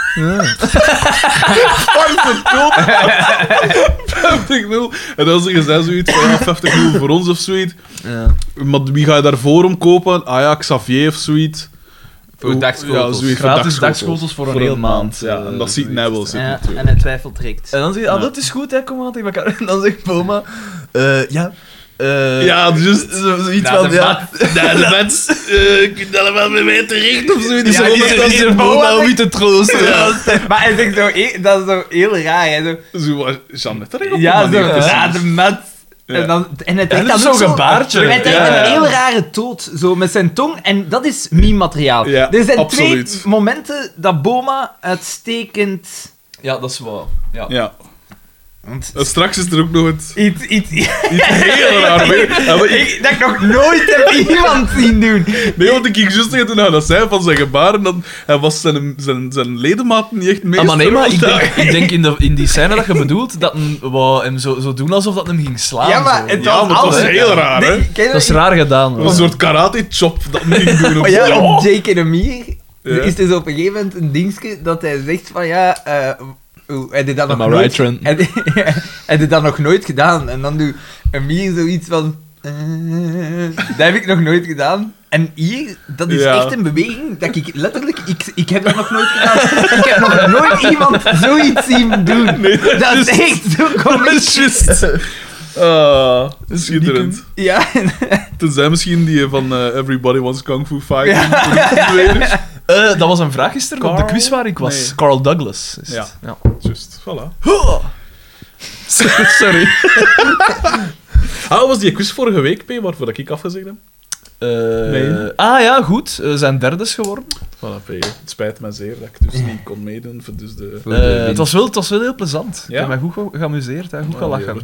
50-0. En dan zeggen zij zoiets van, ja, 50-0 voor ons of zoiets. Ja. Maar wie ga je daarvoor omkopen? Ah ja, Xavier of zoiets. Voor dagschotels. zoiets voor Gratis dagschotels voor een hele maand. Ja, en dat ziet hij wel zitten Ja, natuurlijk. en hij twijfelt direct. En dan zeg je, dat is goed, hè, kom maar tegen elkaar. En dan zegt Boma, ja... Ja, juist. Zoiets Nou, van, de ja... Ja, de mens, je kunt allemaal met mij terecht of zoiets. Ja, die is Boma om je te troosten. Maar hij zegt zo, dat is zo heel raar. Hè, zo, Zo was Jeannette er op ja, die zo, manier precies. ja, de mat. Ja. En hij trekt dat dan is ook zo'n gebaartje. Hij trekt Ja, ja. een heel rare toot, zo met zijn tong. En dat is meme-materiaal. Ja, er zijn absoluut. 2 momenten dat Boma uitstekend... Ja, dat is wel... Ja. Ja. Want En straks is er ook nog het... iets Heel raar weer. Ja, maar ik- dat ik nog nooit heb iemand zien doen. Nee, want ik ging juist zeggen toen hij dat zei van zijn gebaren, dat hij was zijn ledematen niet echt meester. Ah, maar nee, maar want ik denk in die scène dat je bedoelt, dat hem zo doen alsof dat hem ging slaan. Ja, maar zo. het Ja, was maar het was alles. heel raar, hè. Nee, ken je Dat is raar gedaan. een soort karate-chop dat hij ging doen. Maar Of ja, zo. op Jake en Amir Ja. is dus op een gegeven moment een dingetje dat hij zegt van ja, hij deed dat nog Am I nooit. right, Trent? Hij deed dat nog nooit gedaan. En dan doet Amir zoiets van... dat heb ik nog nooit gedaan. En hier, dat is Ja. echt een beweging dat ik letterlijk... Ik heb dat nog nooit gedaan. Ik heb nog nooit iemand zoiets zien doen. Dat is echt zo Dat comisch. is juist. Ah, schitterend. Ja, Tenzij misschien die van Everybody Wants Kung Fu Fighting. Dat was een vraag gisteren op de Carl? quiz waar ik was. Nee. Carl Douglas. Is Ja. het. Ja. Juist, voilà. Sorry. Was die quiz vorige week, P, waarvoor dat ik afgezegd heb? Nee. Ah ja, goed. Zijn derde is geworden. Voilà, P. Het spijt me zeer dat ik dus niet kon meedoen. Voor dus de... Het was wel heel plezant. Ja? Ik heb me goed geamuseerd. Hè. Goed gelachen.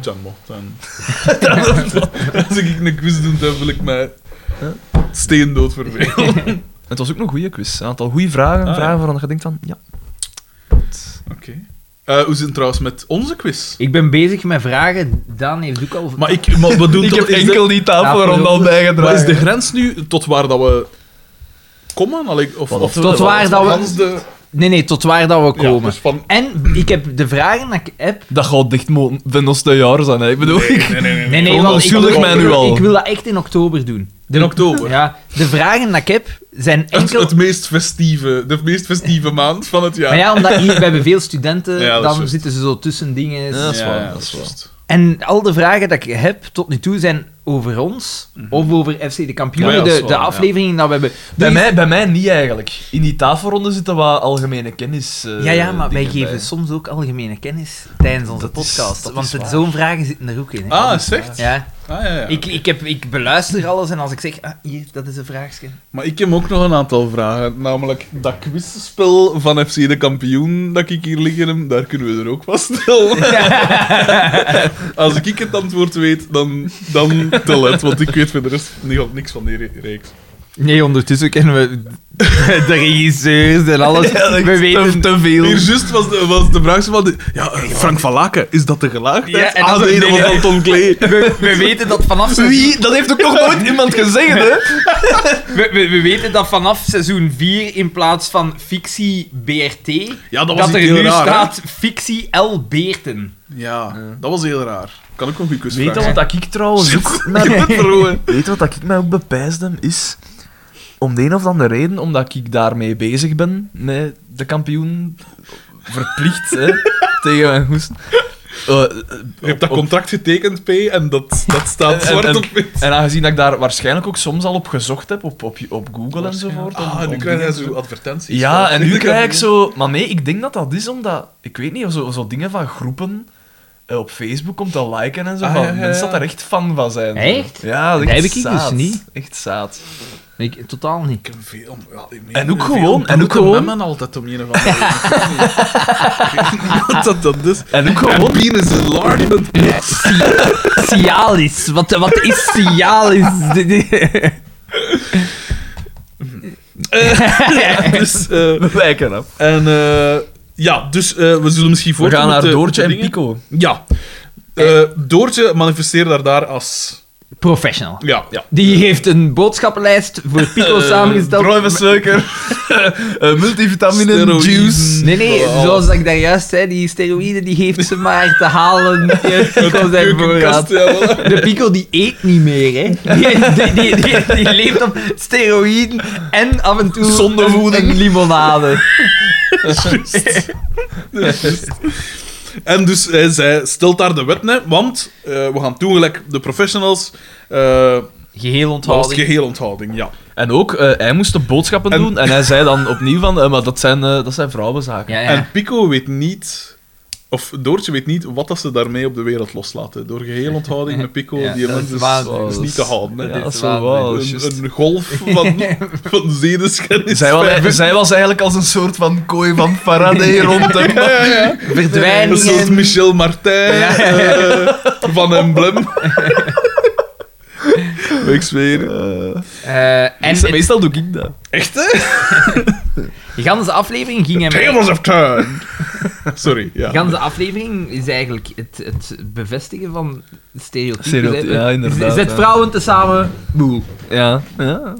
Als ik een quiz doe, dan wil ik mij steendood vervelen. Het was ook een goede quiz. Een aantal goede vragen. Ah, vragen ja. waarvan je denkt van, ja. Oké. Hoe zit het trouwens met onze quiz? ik ben bezig met vragen. Daan heeft ook al... Maar wat doen Ik heb is enkel die tafelronde al tafelronde. bijgedragen. Wat is de grens nu tot waar dat we komen? Allee, of Tot waar dat we- Hans de... Nee, tot waar dat we Ja, komen. dus van... En ik heb de vragen dat ik heb... Dat gaat dicht van ons te jaar zijn. Hè. Ik bedoel, Nee, want want onschuldig mij nu al. Ik wil dat echt in oktober doen. In oktober? Ja, de vragen dat ik heb zijn enkel... de meest festieve maand van het jaar. Maar ja, omdat hier, we hebben veel studenten, Ja, dat is dan juist. zitten ze zo tussen dingen. Ja, dat is waar, ja, dat is waar. juist. En al de vragen dat ik heb tot nu toe zijn over ons, of over FC de Kampioenen, Ja, dat is de waar, afleveringen dat we hebben. Bij mij niet eigenlijk. In die tafelronde zit er wat algemene kennis. Ja, maar wij dingen geven bij. soms ook algemene kennis tijdens onze Dat is- podcast. dat Want is waar. zo'n vragen zitten er ook in. Hè. Ah, is echt? Ja. Ah, ja. Ik beluister alles en als ik zeg, hier, dat is een vraagje. Maar ik heb ook nog een aantal vragen. Namelijk, dat quizspel van FC de Kampioen dat ik hier liggen heb, daar kunnen we er ook van stellen. Als ik het antwoord weet, dan tel het, want ik weet voor de rest niks van die reeks. Nee, ondertussen kennen we de regisseurs en alles. We weten te veel. Hier juist was de vraag van... Frank van Laken, is dat de gelaagdheid? Ja, en dat- nee, dat nee, was nee. Anton Klee. we weten dat vanaf Wie? Dat heeft ook nog nooit iemand gezegd, hè? we weten dat vanaf seizoen 4 in plaats van fictie BRT, Ja, dat was er iets heel nu raar, hè? staat fictie L. Beerten. Ja, dat was heel raar. Kan ik nog een quiz Weet je vragen? wat ik trouwens ook... Ik heb het verloren. Weet je wat ik mij ook bepijsd heb, is... Om de een of andere reden, omdat ik daarmee bezig ben, met de kampioen verplicht, hè, tegen mijn goesten. Je hebt dat contract getekend, P, en dat staat zwart op wit. En aangezien dat ik daar waarschijnlijk ook soms al op gezocht heb, op Google enzovoort. Nu krijg je zo advertenties. Ja, en nu krijg ik zo... Maar nee, ik denk dat dat is omdat... Ik weet niet, zo dingen van groepen op Facebook om te liken en zo. Ah, van ja. mensen dat er echt fan van zijn. zo. Echt? Ja, dat Dat is heb ik dus zaad. niet. Echt zaad. Totaal niet. Ik heb veel... En ook gewoon- memmen altijd om een of andere reden. Ik weet niet wat dat is. En ook gewoon... Penis enlargement. Cialis. Wat is Cialis? Dus, We wijken af. en ja, dus we zullen misschien We voortgaan gaan naar met de Doortje en dingen. Pico. Ja. Doortje manifesteert daar als... Professional. Ja. Die heeft een boodschappenlijst voor Pico samengesteld. Druivensuiker, multivitamine, Steroïden. juice. Nee, Oh. zoals ik daar juist zei, die steroïden die heeft ze maar te halen. Pico zijn Keukenkast, voorraad. ja, voilà. De Pico die eet niet meer, hè. Die leeft op steroïden en af en toe Zondevoeding. een limonade. En dus zij stelt daar de wet, hè, want we gaan toen gelijk de professionals... Geheel dat was onthouding. geheel onthouding, ja. En ook, hij moest de boodschappen En- doen en hij zei dan opnieuw van, maar dat zijn vrouwenzaken. Ja, ja. En Pico weet niet... Of Doortje weet niet wat dat ze daarmee op de wereld loslaten. Door geheel onthouding met Pico, Ja, die dat mens is is, waanzin. is niet te houden. Hè. Ja, dit dat is is wel waanzin. waar, dat is juist. Een golf van zedenschennis. Zij was eigenlijk als een soort van kooi van Faraday rond hem. Een soort Verdwijningen. Michel Martin van Emblem. Ik zweer. En Meestal doe ik dat. Echt, hè? de ganse aflevering ging hem... Tables of Turn. Sorry, ja. De ganse aflevering is eigenlijk het bevestigen van stereotypen. hè. Ja, inderdaad. Zet ja. vrouwen tezamen, boel. Ja, ja.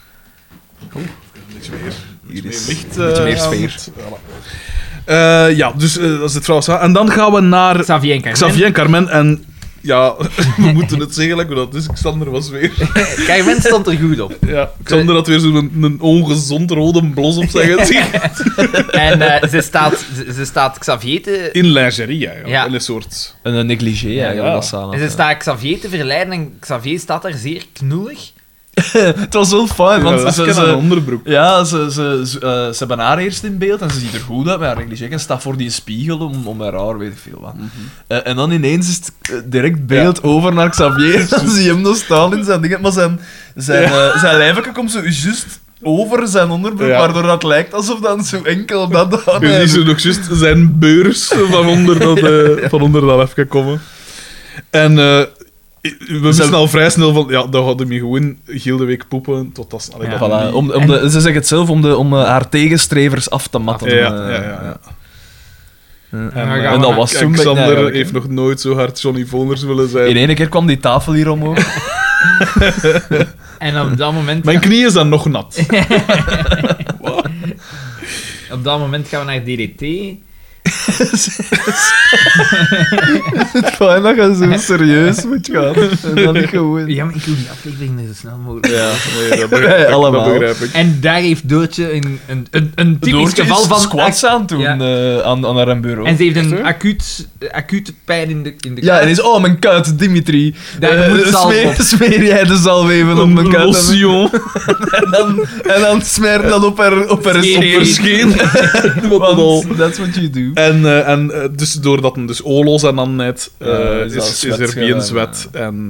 Iets meer. Hier is licht. beetje meer aan sfeer. het- voilà. Ja, dus dat is het vrouw. En dan gaan we naar Xavier en Carmen. Xavier en Carmen. En ja, we moeten het zeggen, like, dat is. Xander was weer... Carmen stond er goed op. Ja, Xander had weer zo'n ongezond rode blos op zijn gezicht. En ze staat Xavier te... In lingerie, eigenlijk. Ja. In een soort... Een negligé eigenlijk, Ja. dat samen. En ze staat Xavier te verleiden en Xavier staat daar zeer knullig. Het was wel fijn, want Want een ze, onderbroek. ja, ze hebben haar eerst in beeld en ze ziet er goed uit met haar negligé en staat voor die spiegel om haar haar, weet ik veel wat. En dan ineens is het direct beeld over naar Xavier. Dan zie je hem nog staan in zijn dingen, maar zijn lijfje komt zo juist over zijn onderbroek, Ja. waardoor dat lijkt alsof dan zo enkel dat aan Je hem- ziet zo nog juist zijn beurs van onder dat even komen. En we wisten al vrij snel van... Ja, dat hadden we gewoon heel de week poepen tot dat... Allee, Ja. dat Voilà, niet- ze zegt het zelf, om haar tegenstrevers af te matten. Ja. En dat was zo'n beetje Xander eigenlijk, heeft hè. nog nooit zo hard Johnny Voners willen zijn. In één keer kwam die tafel hier omhoog. En op dat moment... Mijn knie is dan nog nat. Op dat moment gaan we naar DDT. Fijn dat je zo serieus moet gaan. En dan niet gewoon... Ja, maar ik wil die aflevering zo snel mogelijk. Ja, nee, dat allemaal. dat begrijp ik. En daar heeft Doortje een typisch Doortje geval is van... squats aan toen Ja. aan haar bureau. En ze heeft Echt, een hè? acute pijn in de Ja, en is mijn kuit, Dimitri. Daar moet zalf op. Smeer jij de zalf even op mijn kuit. Lotion. En dan smeer dat op haar Scheen. Wat dan al. Want that's what you do. En dus doordat hem dus oorloos en dan net is dat is zwet er geen gedaan, zwet.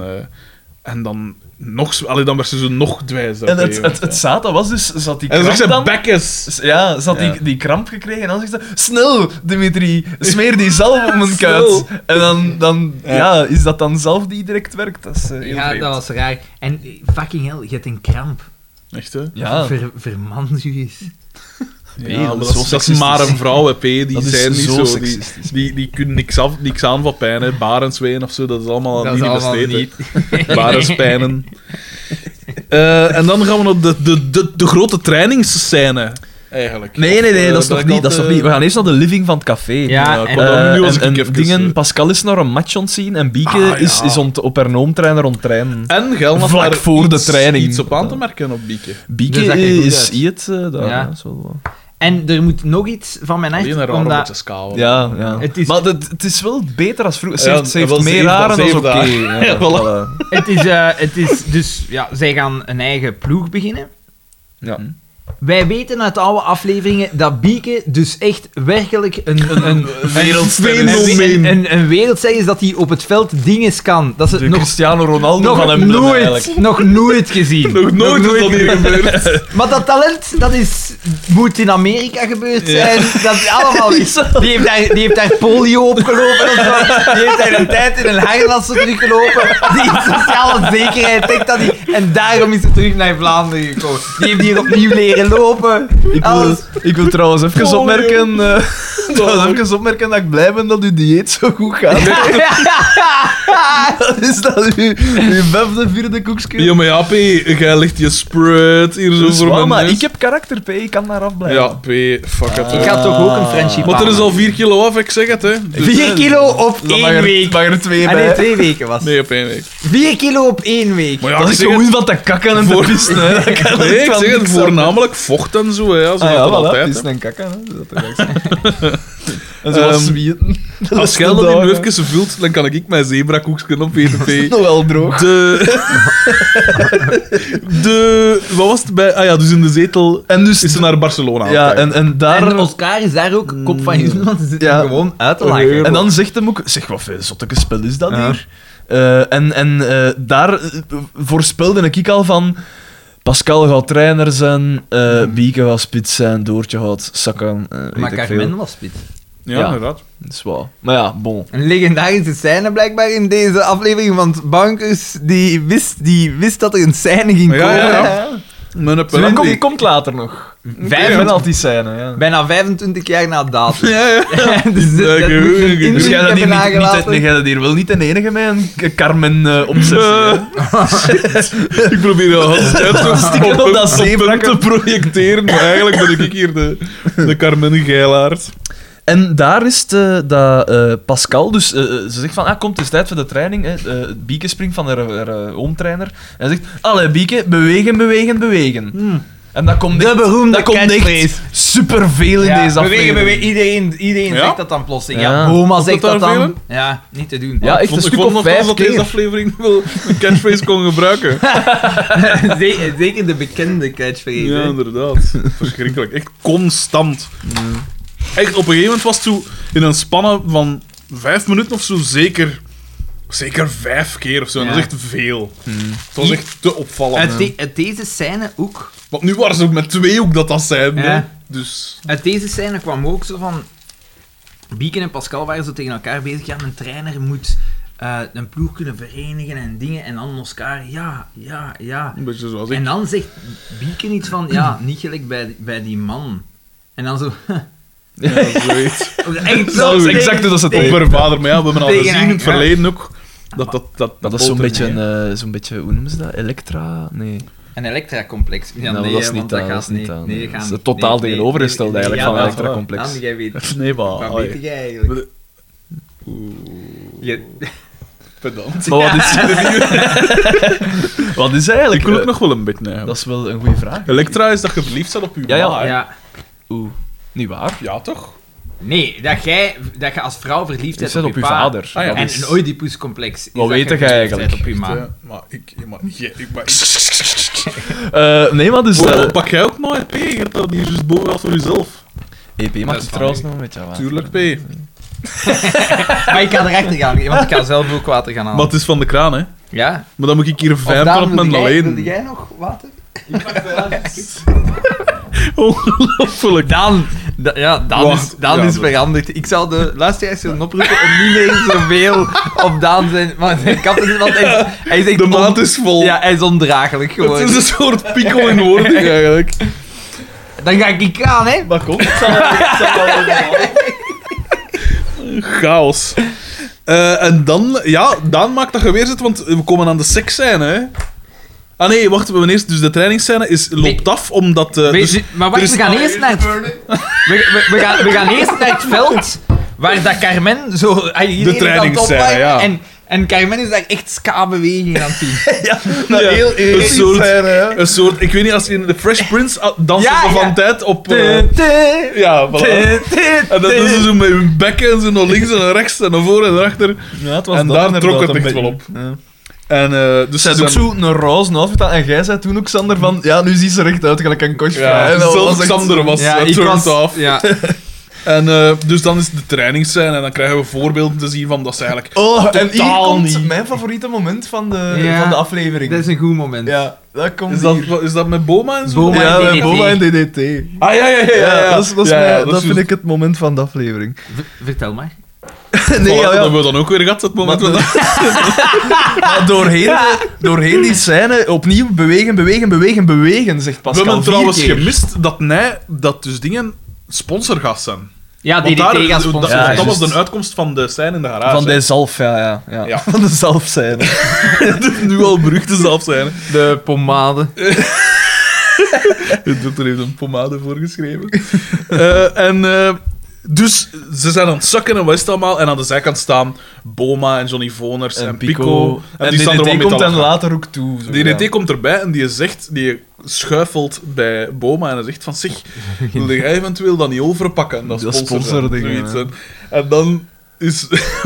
En dan nog... Allee, dan werd ze zo nog dwijs. En het zate was dus, zat die En dan kramp zegt ze dan... bekkes. Ja, ze had Ja. die kramp gekregen en dan zegt ze... Snel, Dimitri, smeer die zalf op mijn Snel. kuit. En dan Ja. is dat dan zelf die direct werkt? Dat is heel Ja, vreemd. dat was raar. En fucking hell, je hebt een kramp. Echt, hè? Ja, Vermand u eens. Nee, Ja, dat maar is dat zo is maar een seksistisch. vrouw, hè, P. Die Dat is zijn niet zo zo... seksistisch. Die kunnen niks aan van pijn, hè. Barensween of zo, dat is allemaal Dat niet is allemaal besteed. niet. Barenspijnen. En dan gaan we naar de grote trainingsscène, eigenlijk. Nee, dat is nog ik niet. Dat is nog niet. We gaan eerst naar de living van het café. Ja, ik wou dat nu was ik en even... dingen, Pascal is naar een match ontzien en Bieke Ah, ja. is op haar noomtrainer onttrainen. En Gelma Vlak daar voor de iets- training. Iets op aan te merken op Bieke. Bieke Dus dat kijkt goed is uit. Iet daar. Ja. Dat is wel wat. En er moet nog iets van mijn Alleen een hart, raar omdat... beetje skaal. Ja, ja. Het is- Maar het is wel beter als vroeger. Ze Ja, heeft, ze heeft wel, ze meer heeft dat- haren ze dan heeft oké. dat. Ja, voilà. Het is dus... Ja, zij gaan een eigen ploeg beginnen. Ja. Wij weten uit oude afleveringen dat Bieke dus echt werkelijk een wereldster is, dat hij op het veld dingen kan. Dat ze De nog Cristiano Ronaldo van hem eigenlijk. nog nooit gezien. Nog nooit is dat hier gebeurd. Maar dat talent, moet in Amerika gebeurd zijn. Dat is allemaal iets. Die heeft daar polio opgelopen of zo. Die heeft daar een tijd in een harnas teruggelopen. Die sociale zekerheid denkt dat hij... En daarom is ze terug naar Vlaanderen gekomen. Die heeft hier opnieuw leren lopen. Ik wil trouwens even Polio. opmerken... dat ik blij ben dat uw dieet zo goed gaat. Is dat uw vijfde, vierde koekje? Ja, maar ja, P, jij ligt je spread hier zo Dat is voor waar, mijn maar neus. ik heb karakter, P. Ik kan daar afblijven. Ja, P, fuck it. Ik had toch ook een friendship Want er is aan. al 4 kilo af, ik zeg het, hè. Dus- 4 kilo op Dan mag 1 er- week. mag er 2 Ah, bij. nee, 2 weken was het. Nee, op 1 week. 4 kilo op 1 week. Maar ja, Dat ik is zeg het- gewoon van te kakken en te Voor- pissen. Hè. Dat kan Nee, echt ik van zeg het, niks voornamelijk vocht en zo, hè. Zo Ah, ja, dat voilà, altijd, pissen hè. en kakken. Hè. Dat is echt- en zo wat Ehm, zwieten. Als jij dat in nu even vult, dan kan ik mijn zebrakoekje op eten, P. Nog wel droog. Wat was het bij... Ah ja, dus in de zetel En dus... is ze naar Barcelona aan Ja, het kijken. en daar... En Oscar is daar ook kop van Jusman, want ze zitten Ja. hem gewoon uit te lachen. En dan zegt hem ook... Zeg, wat voor zotteke spel is dat Ja. hier? Daar voorspelde ik al van... Pascal gaat trainer zijn, Bieke gaat spits zijn, Doortje gaat zakken, weet Maar ik Carmen veel. was spit. Ja, Ja. inderdaad. Dat is waar. Maar ja, bon. Een legendarische scène blijkbaar in deze aflevering, want Bankers die wist dat er een scène ging Ja, komen. ja, ja. Mijn Dat penalty. komt later nog. Vijf- Penalty scène, ja. Bijna 25 jaar na datum. Ja, ja. Dus Ja, dat ik- moet een ik- Dus indruk jij bent hier, hebben niet, nagelaten. jij bent hier wel niet de enige met een Carmen-obsessie. Ik probeer al Stikken op dat zebra te projecteren, maar eigenlijk ben ik hier de Carmen Geilaard. En daar is dat Pascal, dus ze zegt van, komt, het is tijd voor de training. Bieke springt van haar home-trainer. En hij zegt, allee Bieke, bewegen. En dat komt De echt, beroemde dat komt catchphrase. echt superveel in Ja, deze aflevering. bewegen. Iedereen Ja? zegt dat dan plotseling. Ja. Ja, Boma Vond zegt het dat daar dan. veel? Ja, niet te doen. Ja, echt een Ik stuk vond of nog 5 dat deze keer. aflevering wel een catchphrase kon gebruiken. Zeker de bekende catchphrase. Ja, hè. inderdaad. Verschrikkelijk. Echt constant. Echt, op een gegeven moment was het zo in een spanne van 5 minuten of zo zeker 5 keer of zo. En Ja. dat is echt veel. Het was echt te opvallend. Uit deze scène ook. Want nu waren ze ook met 2 ook dat zijn. Ja. hè. Dus... Uit deze scène kwam ook zo van... Bieken en Pascal waren zo tegen elkaar bezig. Ja, een trainer moet een ploeg kunnen verenigen en dingen. En dan Oscar, ja. Een beetje zoals ik. En dan zegt Bieken iets van... Ja, niet gelijk bij die man. En dan zo... Ja, zoiets. Echt Dat is zo exact hoe dat ze het Op tegen- haar vader. Maar ja, we hebben al Tegen gezien in het haar, ja. verleden ook Dat is zo'n beetje, hoe noemen ze dat? Elektra? Nee. Een Elektra-complex. Ja, Nou, nee, dat is want niet dat aan, gaat dat is niet nee. aan. Nee, Dat is het totaal tegenovergestelde eigenlijk van ja, Elektra-complex. Dan, jij weet. Nee, maar... Wat allee. weet jij eigenlijk? Pedant. Maar wat is eigenlijk? Ik wil ook nog wel een beetje nemen. Dat is wel een goede vraag. Elektra is dat je verliefd bent op je Ja. ma, hè? Ja. Oeh, niet waar. Ja, toch? Nee, dat je als vrouw verliefd Je bent zit op op je je pa. vader. Ah, ja. Dat En is- een Oedipus-complex. is Wat dat weet je jij verliefd eigenlijk? bent op je ma. Nee, maar dus... Pak jij ook maar EP? Je hebt dat hier juist boven voor jezelf. EP Dat mag is je van trouwens u. nog een beetje aan. Tuurlijk, P. Maar ik ga erachter gaan, want ik ga zelf ook water gaan halen. Maar het is van de kraan, hè. Ja. Maar dan moet ik hier Of vijf Daan, van op mijn wilde alleen. jij nog water? Ongelooflijk. Daan, Daan Wacht, ja, is dat- veranderd. Ik zal de luisteraars willen oproepen om niet meer zoveel op Daan zijn... Maar zijn kappen, want hij is echt De maat is vol. Ja, hij is ondraaglijk Het geworden. is een soort pikkel in wording, eigenlijk. Dan ga ik gaan, hè. Maar kom, ik zal wel Chaos. En dan, ja, Daan maakt dat je weer zit, want we komen aan de seksscène, hè. Ah nee, wacht, we hebben eerst... Dus de trainingsscène loopt af, omdat... Maar wacht, er is- we gaan eerst naar het... We gaan eerst naar het veld, waar dat Carmen zo... De trainingsscène, ja. En Carmen is daar echt ska-bewegingen aan het doen. Ja, heel een soort, scène, hè. een soort... Ik weet niet, als je in The Fresh Prince dansen Ja, ze van ja. tijd op... ja, voilà. En dat doen ze zo met hun bekken en zo naar links en naar rechts en naar voren en naar achter. Ja, het was En dat daar inderdaad trok het een echt beetje. wel op. Ja. En, dus Zij ze had ook zijn- zo een roze outfit aan en jij zei toen ook, Sander, van ja, nu ziet ze er echt uit gelijk een kostje. Ja, En dat zelfs was echt Xander zo- was Ja, ik turned was... off. Ja. En dus dan is de trainingsscène en dan krijgen we voorbeelden te zien van dat ze eigenlijk... Oh, en hier Totaal komt niet. mijn favoriete moment van de, Ja, van de aflevering. Dat is een goed moment. Ja, dat komt Is hier. dat met Boma en zo? Boma Ja, en met DDT. Boma en DDT. Ah, ja. Ja, dat, is Ja, mij- ja, dat is vind juist. ik het moment van de aflevering. Vertel maar. Nee, Voilà, ja, dat ja. hebben we dan ook weer gehad, het moment. Maar- van Maar doorheen die scène opnieuw bewegen, zegt we Pascal. hebben trouwens 4 keer. gemist dat dus dingen sponsorgast zijn. Ja, Want DDT daar, gaat dat, sponsoren. Ja, dat was juist. de uitkomst van de scène in de garage. Van de zalf, ja. Ja. Van de zalfscène. de nu al beruchte zelfscène. De pomade. De dokter heeft een pomade voorgeschreven. Dus ze zijn aan het zakken en wat is het allemaal? En aan de zijkant staan Boma en Johnny Voners en Pico. En die staan er wel DDT mee te komt dan lachen. later ook toe. Zo, DDT ja. komt erbij en die schuifelt bij Boma en hij zegt van zeg, wil jij eventueel dat niet overpakken? Dat Dat sponsordingen. sponsordingen, En dan is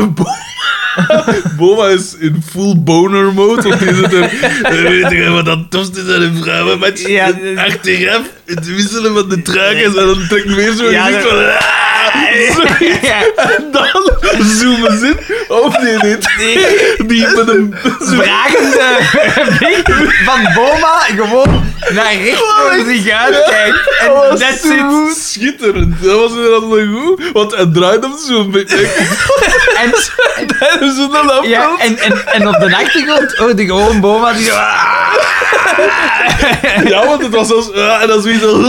Boma is in full boner mode, want die zit er... Weet je wat dat tofste is aan een vrouwenmatch? Ja, Achteraf, het wisselen van de truikens en dan trekt weer zo'n Ja, gezicht van... Ja. En dan zoomen ze in op die met een... Vragende blik van Boma gewoon naar rechts voor zich uitkijkt. En that's it. Schitterend. Dat was inderdaad wel goed, want hij draait hem zo'n beetje. En, Zo dan afkomt. ja, en op de achtergrond hoorde je gewoon Boma die zo... Ja, want het was zelfs... en dan zoiets zo...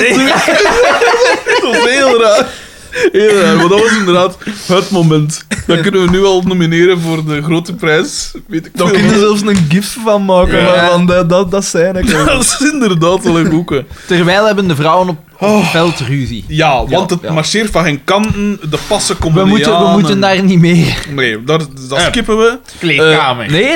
Dat was heel raar. Heel raar, maar dat was inderdaad het moment. Dat kunnen we nu al nomineren voor de grote prijs. Weet ik Daar veel. kun je zelfs een gif van maken, Ja. van dat scène. Dat is inderdaad wel een goeke. Terwijl hebben de vrouwen op het veld ruzie. Ja, want het ja. marcheert van geen kanten, de passen komen We niet aan. moeten en- daar niet mee. Nee, dat skippen we. Kleedkamer. Nee.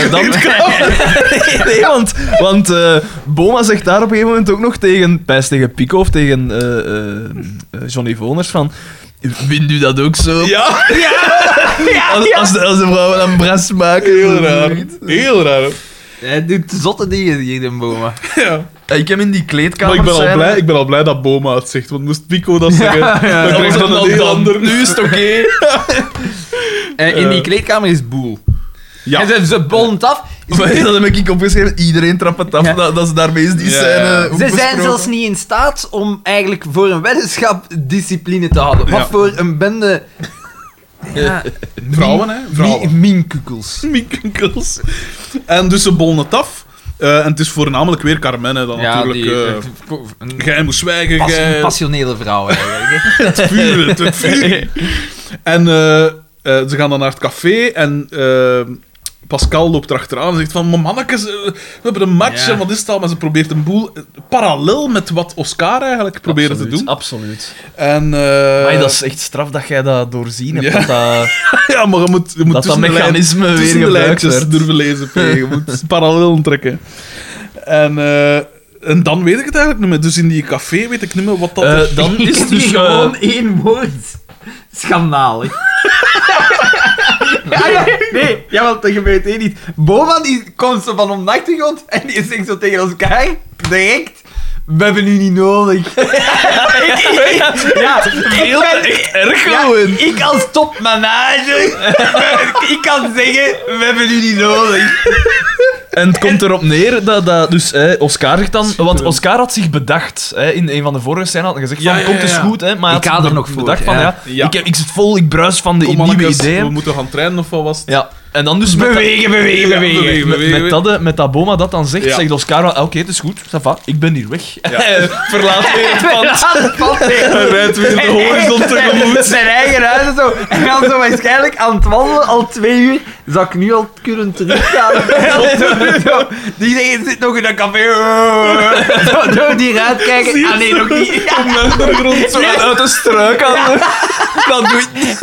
Nee, want Boma zegt daar op een gegeven moment ook nog tegen Pico of tegen Johnny Voners van... Vindt u dat ook zo? Ja, Als de vrouwen dan bras maken. heel of raar. zoiets. Heel raar. Hij doet zotte dingen hier, de Boma. Ja. Ik heb in die Maar kleedkamer ik ben al blij dat Boma het zegt, want moest Pico dat zeggen, dan dat krijg je was dan een heel ander... Nu is het oké. In die kleedkamer is Boel. Ja. En ze bollend af. Dat heb ik opgeschreven. Iedereen trapt het af. Ja. Dat ze daarmee is die Ja, scène ja. Ze zijn besproken. zelfs niet in staat om eigenlijk voor een weddenschap discipline te houden. Ja. Wat voor een bende... Ja, Vrouwen, hè? Vrouwen. Minkukels. Minkels. En dus ze bollen het af. En het is voornamelijk weer Carmen, hè, dan natuurlijk. Jij moest zwijgen, Een jij... passionele vrouw eigenlijk. Hè. Het vuur. En ze gaan dan naar het café en Pascal loopt erachteraan en zegt van, maar mannetjes, we hebben een match, Ja. en wat is dat? Maar ze probeert een boel parallel met wat Oscar eigenlijk probeerde te doen. Absoluut. En, Maar dat is echt straf dat jij dat doorzien hebt. Ja. Dat dat... ja, maar je moet Dat tussen de mechanisme lijn- weer tussen de gebruikt lijntjes werd. durven lezen, P. Je moet parallel trekken. En dan weet ik het eigenlijk niet meer. Dus in die café weet ik niet meer wat dat Dan is het dus... gewoon één woord. Schandalig. Nee, want dat gebeurt één niet. Boma die komt zo van om de achtergrond en die zegt zo tegen elkaar, direct, we hebben u niet nodig. Ja, Heel echt erg gewoon. ik als topmanager, ik kan zeggen, we hebben u niet nodig. En het komt erop neer dat dus Oscar zegt dan... Want Oscar had zich bedacht. In een van de vorige scènes had hij gezegd van, Ja, ja, komt eens ja. goed. Maar hij Ik had ga zich er nog voor, bedacht van, ja. Ja. ik zit vol, ik bruis van de Kom, nieuwe mannetjes, ideeën. we moeten gaan trainen of wat was het? Ja. En dan dus met dat dan zegt, Ja. zegt Oscar wel, oké, het is goed, ça va, ik ben hier weg. Verlaat weer het pand. Hij rijdt weer de horizon tegemoet. Zijn eigen huis en zo. En dan zo waarschijnlijk aan het wandelen, al 2 uur. Zou ik nu al kunnen teruggaan? Zo, die zeggen, zit nog in dat café. Zo door die ruit kijken. Ah nee, nog niet. Ja. Om naar de grond Zo uit de struik aan. Dat doe ik niet.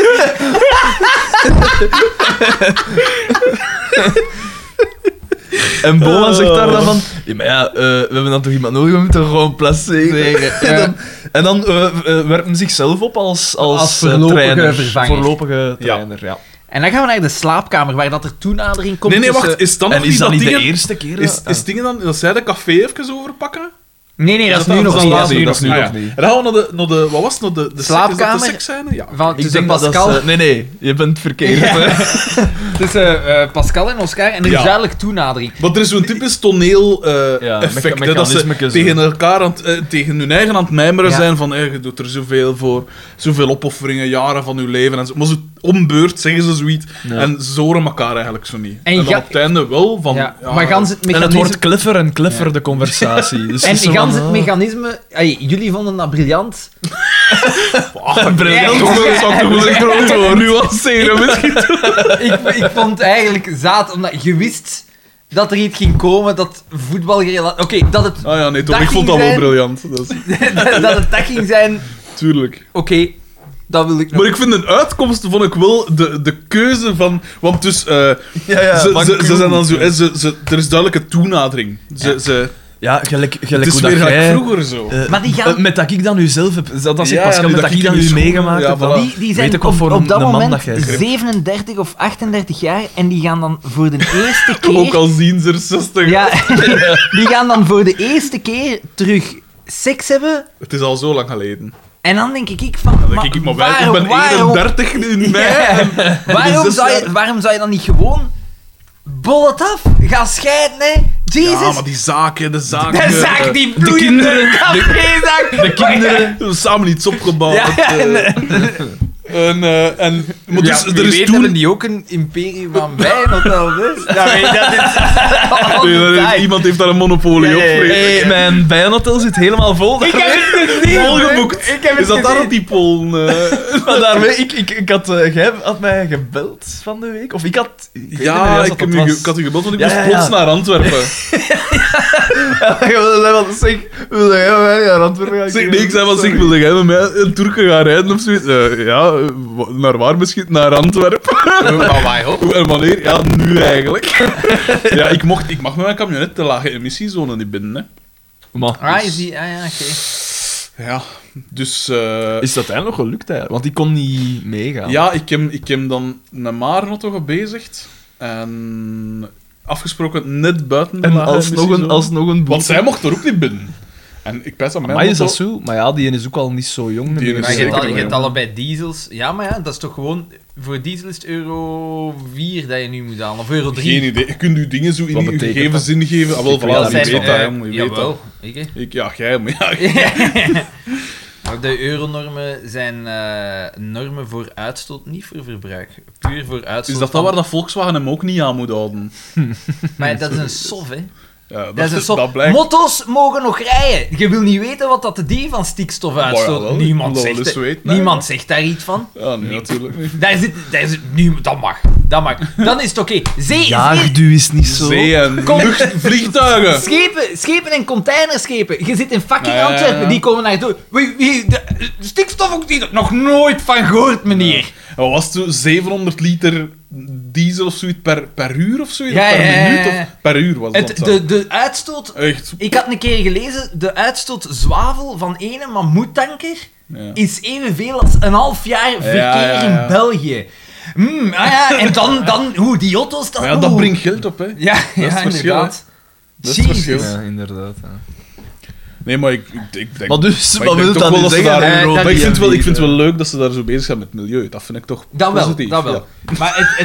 En Boma zegt daar dan van... Ja, maar ja, we hebben dan toch iemand nodig, we moeten gewoon placeren. En dan werpt hem zichzelf op als voorlopige trainer. vervanger. Voorlopige trainer, ja. En dan gaan we naar de slaapkamer, waar dat er toenadering komt. Nee, tussen- wacht, is dan En nog is niet dat dat niet de dingen... eerste keer? Is dingen dan, dat zij de café even overpakken? Nee, dat is nu dat nog is niet. dan Dat is nu later. nog nu Ah, nog ja. niet. En dan gaan we naar de wat was het? Naar de Slaapkamer? Is dat de seksscène? Ja. Van Ik tussen denk dat dat Pascal, is... nee, je bent verkeerd. Hè. tussen Pascal en Oscar. En er is Ja. duidelijk toenadering. Want er is zo'n typisch toneel Ja, effect, hè, dat ze mechanismekes, tegen elkaar, tegen hun eigen aan het mijmeren Ja. zijn van je doet er zoveel voor, zoveel opofferingen, jaren van je leven. En zo. Maar zo ombeurt zeggen ze zoiets Ja. en ze horen elkaar eigenlijk zo niet. En En dan ga- op het einde wel van... Ja. ja, Maar gans het En het mechanisme... wordt kleffer en kleffer, de conversatie. Dus En het is zo gans van, het mechanisme... Ay, jullie vonden dat briljant. briljant. Ja, toch wel, zou ik toch wel een groot woord nuanceren misschien. ik vond het eigenlijk zaad, omdat je wist dat er iets ging komen dat voetbal gerelateerd... Oké, dat het Ah ja, nee, toch, Dat ik vond ging dat wel zijn- briljant. Dat is, dat het dat ging zijn... tuurlijk. Oké, dat wil ik nog. Maar ik vind een uitkomst, vond ik wel de keuze van... Want dus... Ja, ze zijn dan zo... hè, er is duidelijke toenadering. Ze, Ja, gelijk het hoe is dat weer gelijk jij... vroeger zo. Maar die gaan... Met dat ik dan nu zelf heb... Dat is Ja, Pascal, nu met dat dat ik ik dan in nu die meegemaakt schoenen- heb. ja, dan voilà. Die zijn weet ik wat voor op dat een man moment dat jij bent. 37 of 38 jaar en die gaan dan voor de eerste Ook keer... al zien ze er 60. Ja, die gaan dan voor de eerste keer terug seks hebben Het is al zo lang geleden. en dan denk ik van... Dan denk ik, maar ik ben 31 nu in mei. En Waarom zou je dan niet gewoon... Bol het af, ga scheiden, hè. Jezus. Ja, maar die zaken, de zaken... De zaak die de bloeiende kinderen, cafézaak. de kinderen... We hebben samen iets opgebouwd. Ja, Maar dus, ja, er is toen... die ook een imperium aan wijnhotel, dus. Ja, weet je, dat is... Nee, iemand heeft daar een monopolie op. Hey, mijn bijenhotel zit helemaal vol. Ik heb het gezien. Volgeboekt. Ik heb het Is dat daar gezien. op die Polen? Maar daarmee, ik had... jij had mij gebeld van de week. Of ik had... Ja, ik had u gebeld, want ik Ja, moest ja, plots ja. naar Antwerpen. Wil jij naar Antwerpen gaan? Zeg, nee, ik zei van, zeg, wilde jij met mij een toerke gaan rijden of zoiets? Ja, naar waar misschien? Naar Antwerpen. En wanneer? Ja, nu eigenlijk. Ja, ik mag met mijn camionet de lage emissiezone niet binnen, hè. Maar, Ah, je ziet... Ah ja, oké. Ja, dus... is dat uiteindelijk nog gelukt, eigenlijk? Want ik kon niet meegaan. Ja, ik heb dan een Maarnotto gebezigd. En afgesproken net buiten de En lage emissiezone. alsnog een boete. Want zij mocht er ook niet binnen. En ik pijs aan mijn Maar is dat auto- zo? Maar ja, die is ook al niet zo jong. Die is Maar je zeker hebt, wel, je hebt ja. allebei diesels. Ja, maar ja, dat is toch gewoon... Voor diesel is het euro 4 dat je nu moet halen. Of euro 3. Geen idee. Je kunt je dingen zo in Wat je betekent gegevens dat? ingeven. Ah, wel, Ik weet voilà, dat je niet. weet dat, jongen. Je weet dat. Jawel. Ik, hè. Ja, jij, maar ja. Maar de euronormen zijn normen voor uitstoot, niet voor verbruik. Puur voor uitstoot. Is dat van- waar dat Volkswagen hem ook niet aan moet houden? Maar dat is een sof, hè. Ja, Dat is een sof. dat blijkt. Motto's mogen nog rijden. Je wil niet weten wat dat die van stikstof Maar uitstoot. jawel, Niemand, ik wil wel zegt, eens weten, niemand zegt daar iets van. Ja, nee, natuurlijk niet. Daar zit nu, dat mag. dat mag. Dan is het oké. Zee, Jaagduw is niet zo. Zee en vliegtuigen. schepen en containerschepen. Je zit in fucking Ja. Antwerpen, die komen naar door. De stikstofoxide, nog nooit van gehoord, meneer. Wat was het zo? 700 liter diesel of zoiets per uur of zoiets? Ja, per ja, ja, minuut? ja. Of per uur was het. De uitstoot... Echt. Ik had een keer gelezen, de uitstoot zwavel van ene mammoetanker Ja. is evenveel als een half jaar verkeer ja. in België. En dan die auto's... Maar ja, dat brengt geld op, hè. Ja, het verschil, inderdaad. Dat is het Jezus. verschil. Ja, inderdaad. Ja. Nee, maar ik denk... Maar dus, maar wat ik wil denk toch dat wel nu dat ze zeggen? daar- dat maar ik die vind het hebben wel leuk dat ze daar zo bezig zijn met het milieu. Dat vind ik toch Dat wel, positief. dat wel. Ja. Maar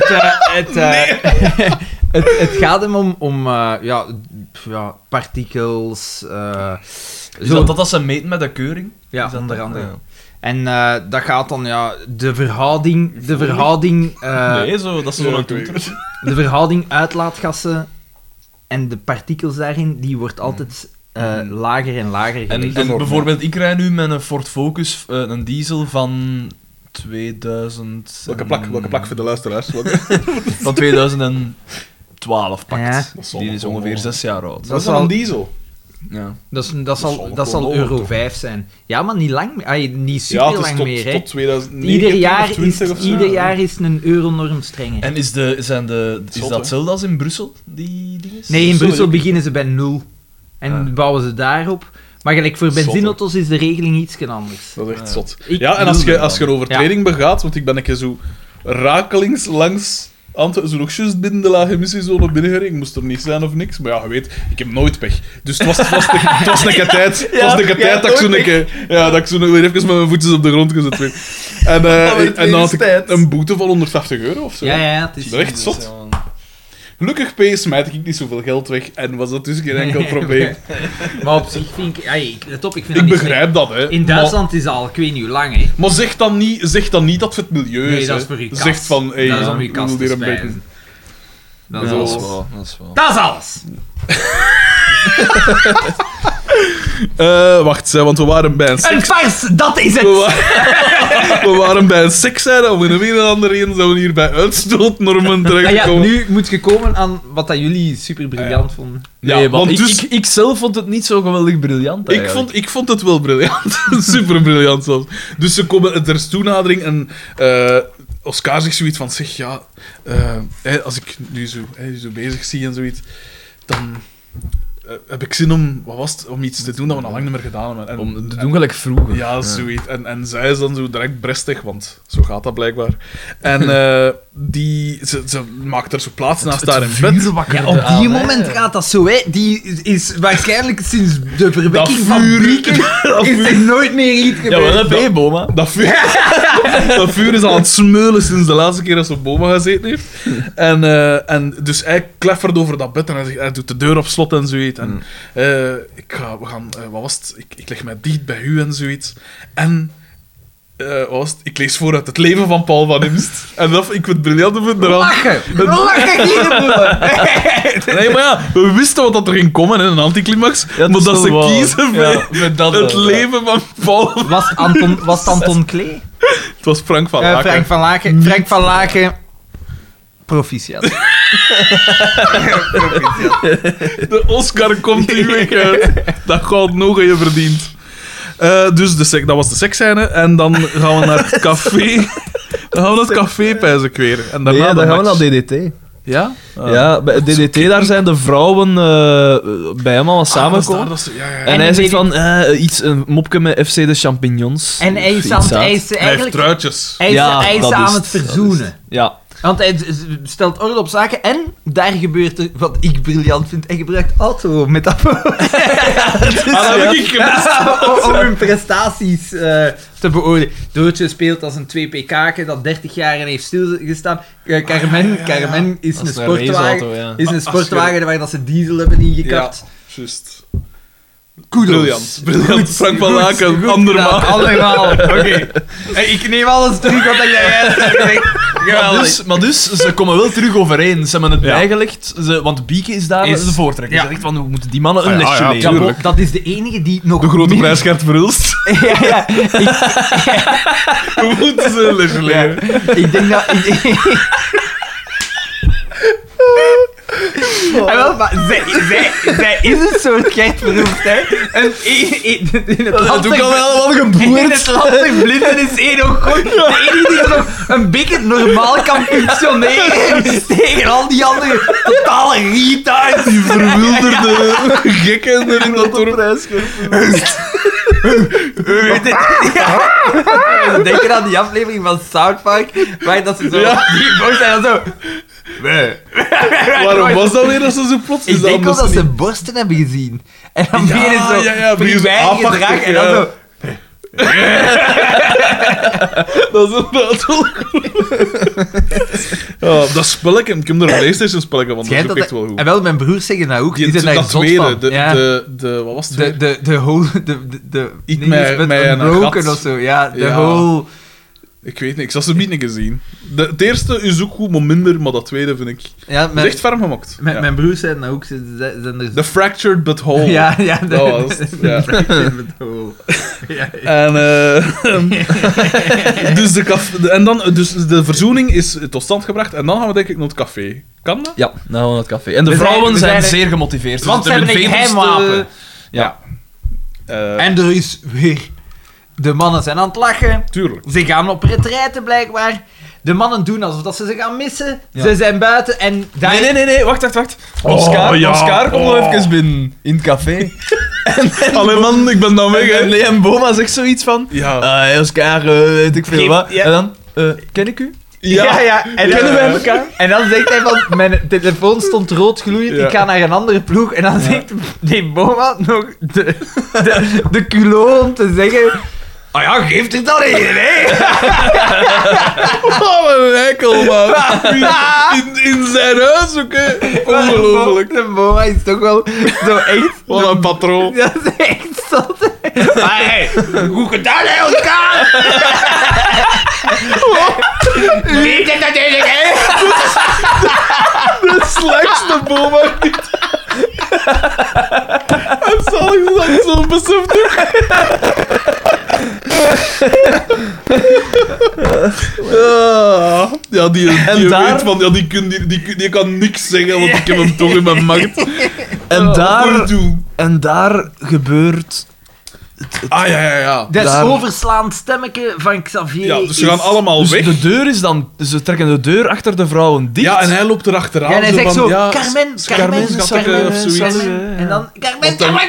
het gaat hem om partikels... Is zo. dat ze meten met de keuring? Ja, Is dat onder dat? andere. Ja. En dat gaat dan, de verhouding... Nee, zo, dat is zo'n toeter. De verhouding uitlaatgassen en de partikels daarin, die wordt altijd lager en lager gelegd. En bijvoorbeeld, ik rij nu met een Ford Focus, een diesel van 2000... Welke plak voor de luisteraars? Van 2012 pakt. Ja. Die is ongeveer 6 jaar oud. Dat is zal- wel een diesel. Ja. Dat zal euro 5 zijn. Ja, maar niet lang meer. Niet Ja, super het is lang meer, hè. tot 2019 Ieder of jaar 20 of zo. is een euronorm strenger. En is Zot, dat hè? hetzelfde als in Brussel, die dingen? Nee, in Sorry. Brussel beginnen ze bij 0. En bouwen ze daarop. Maar gelijk voor Zot, hè? benzineauto's is de regeling iets anders. Dat is echt Ja. zot. Ik Ja, en als wilde je een dan. overtreding begaat, want ik ben een keer zo rakelings langs Antwerpen, zo nog juist binnen de lage emissiezone binnengereden. Ik moest er niet zijn of niks, maar ja, je weet, ik heb nooit pech. Dus het was een keer tijd, dat ik zo een keer, dat ik zo weer even met mijn voetjes op de grond gezet werd. En dan had ik een boete van €150 of zo. Ja, het is... Dat is echt zot. Gelukkig smijt ik niet zoveel geld weg en was dat dus geen enkel probleem. Maar op zich vind ik... let op, ik vind Ik dat niet begrijp dat, hè. slecht. In Duitsland is al, ik weet niet hoe lang, hè. Maar zeg dan niet dat het het milieu Nee, is. dat hè. is voor je kast. Zeg van, hey, Dat is om je ik kast wil te hier een spijzen. beetje... Dat is Ja, alles. dat is Dat is wel. Dat is alles. Wacht, want we waren bij een Een seks... fars, dat is het! We waren bij een sekszijde, of in een of andere reden zijn we hier bij uitstootnormen Ah ja, terechtgekomen. nu moet je komen aan wat dat jullie super briljant vonden. Nee, Ja, want want dus- ik zelf vond het niet zo geweldig briljant eigenlijk. Ik vond het wel briljant. Super briljant zelfs. Dus er is toenadering en Oscar zegt zoiets van, zeg ja, als ik nu zo bezig zie en zoiets, dan heb ik zin om, om iets te doen dat we al lang niet meer gedaan hebben. En, Om te doen gelijk vroeger. ja, zoiets. En zij is dan zo direct brestig, want zo gaat dat blijkbaar. En ze maakt er zo plaats naast haar in bed. Ja, op die moment gaat dat zo, hè. Die is waarschijnlijk sinds de verwekking Dat van vuur. Brieken is er nooit meer iets Ja, wel gebeurd. een Boma. Dat vuur is aan het smeulen sinds de laatste keer dat ze op Boma gezeten heeft. En dus hij kleffert over dat bed en hij doet de deur op slot en zoiets. En wat was het? Ik leg mij dicht bij u en zoiets. En wat was het? Ik lees voor uit Het leven van Paul van Imst. En dat, ik vind het briljant om eraan. Lachen! Lachen hier, Nee, maar ja, we wisten wat dat er ging komen, hè, een anticlimax. Maar dat ze kiezen voor het leven van Paul. Was het Anton Klee? Het was Frank van Laken. Frank van Laken. Frank van Laken. Proficiat. De Oscar komt uw weg uit. Dat gaat nog je verdient. Dus dat was de seksscène. En dan gaan we naar het café. Dan gaan we naar het café, pijs ik weer. En daarna Nee, de dan gaan we match. naar DDT. Ja? Ja, bij DDT daar zijn de vrouwen bij hem al samengekomen. Ja. En En hij een zegt van, een mopje met FC de Champignons. En hij is, Iets hij uit. is Hij heeft eigenlijk... truitjes. Hij is, Ja, hij is dat aan is het het, dat verzoenen. Ja. Want hij stelt orde op zaken en daar gebeurt er, wat ik briljant vind, hij gebruikt auto-metafoor. Dat heb ik gemist. om hun prestaties te beoordelen. Doortje speelt als een 2PK'ke dat 30 jaar heeft stilgestaan. Carmen is Dat een is een sportwagen, raceauto, ja. is een sportwagen waar dat ze diesel hebben ingekapt. Juist. Kudos. Briljant. Frank van Goed, Laken, goed andermaal. gedaan, allemaal. Oké. Hey, ik neem alles terug wat jij juist hebt gezegd. Maar dus, ze komen wel terug overeen. Ze hebben het Ja. bijgelegd, want Bieke is daar Is- de voortrekker. ja. Ze zegt van, we moeten die mannen een Ah, ja, lesje ja, leren. Ja, tuurlijk. dat is de enige die nog... De grote min- prijs Gert Verhulst. ja. We moeten ze een lesje leren. Ik denk dat... Wel, maar zij is een soort Gert Verhulst, hè. En in het land doe ik al wel wat in geboerd. het land der blinden is één ook gewoon de enige die nog een beetje normaal kan functioneren tegen al die andere totale retards. Die verwilderde gekken erin dat dorp. We denken aan die aflevering van South Park, waar dat ze zo... Ja. Die boos zijn en zo... Waarom was dat weer dat ze zo plots? Ik denk omdat ze borsten hebben gezien. En dan Ja, beginnen ze zo... ja, beginnen ze primair afachtig, gedrag en dan ja. zo... Dat is inderdaad wel goed. Ja, dat spelletje, ik heb er een PlayStation spelletje van, dat is Schijnt ook dat echt wel goed. En wel, mijn broers zeggen dat ook. Die zijn daar dat zot tweede, van. Ja. wat was het weer? De whole... Iets niet met een unbroken gat. of zo. Ja, de Ja. whole... Ik weet niet, ik zal ze niet gezien. Het eerste is ook goed, maar minder, maar dat tweede vind ik... Ja, Het is echt ferm gemaakt. Ja. mijn broers zijn dat ook. Ze zijn er... The Fractured But Whole. Ja, ja. Dat was het, ja. The whole. Ja, ja. En, dus de verzoening is tot stand gebracht en dan gaan we denk ik naar het café. Kan dat? Ja, nou naar het café. En de We vrouwen zijn- zijn we zijn- zeer gemotiveerd. Want ze zitten hebben in een het geheim 40ste wapen. Ja. En er is weer... De mannen zijn aan het lachen. Tuurlijk. Ze gaan op retraite, blijkbaar. De mannen doen alsof dat ze gaan missen. Ja. Ze zijn buiten en... Daar... Nee, wacht. Oh, Oscar, ja. Oscar komt Oh. nog even binnen. In het café. Allee man, ik ben dan weg, hè. En nee, en Boma zegt zoiets van... Ja. Hey Oscar, weet ik veel Geef- wat. ja. En dan... ken ik u? Ja. En Kennen dan, wij elkaar? En dan zegt hij van, mijn telefoon stond rood gloeiend, Ja. ik ga naar een andere ploeg. En dan zegt die Boma nog de culot om te zeggen... Ah ja, geeft het dan een, hè? Wat een eikel, man. In zijn huis ook, hè. Ongelooflijk. De Boma is toch wel zo echt... Wat een patroon. Dat is echt zot. Hey, goed gedaan, hè, elkaar! Weet je dat eigenlijk, hè? De slechtste Boma niet. En zal ik dat zo beseft ook. Ja, die daar- weet van, ja, die kan niks zeggen, want ik heb hem toch in mijn macht. En Wat daar... moet ik doen? En daar gebeurt... Ah, ja. Dat Daar- overslaand stemmetje van Xavier Ja, dus ze is- gaan allemaal Dus weg. de deur is dan... Ze trekken de deur achter de vrouwen dicht. Ja, en hij loopt erachteraan. Ja, en hij zegt van, zo, ja, Carmen, schatje, of zoiets. En dan, Carmen, Want dan-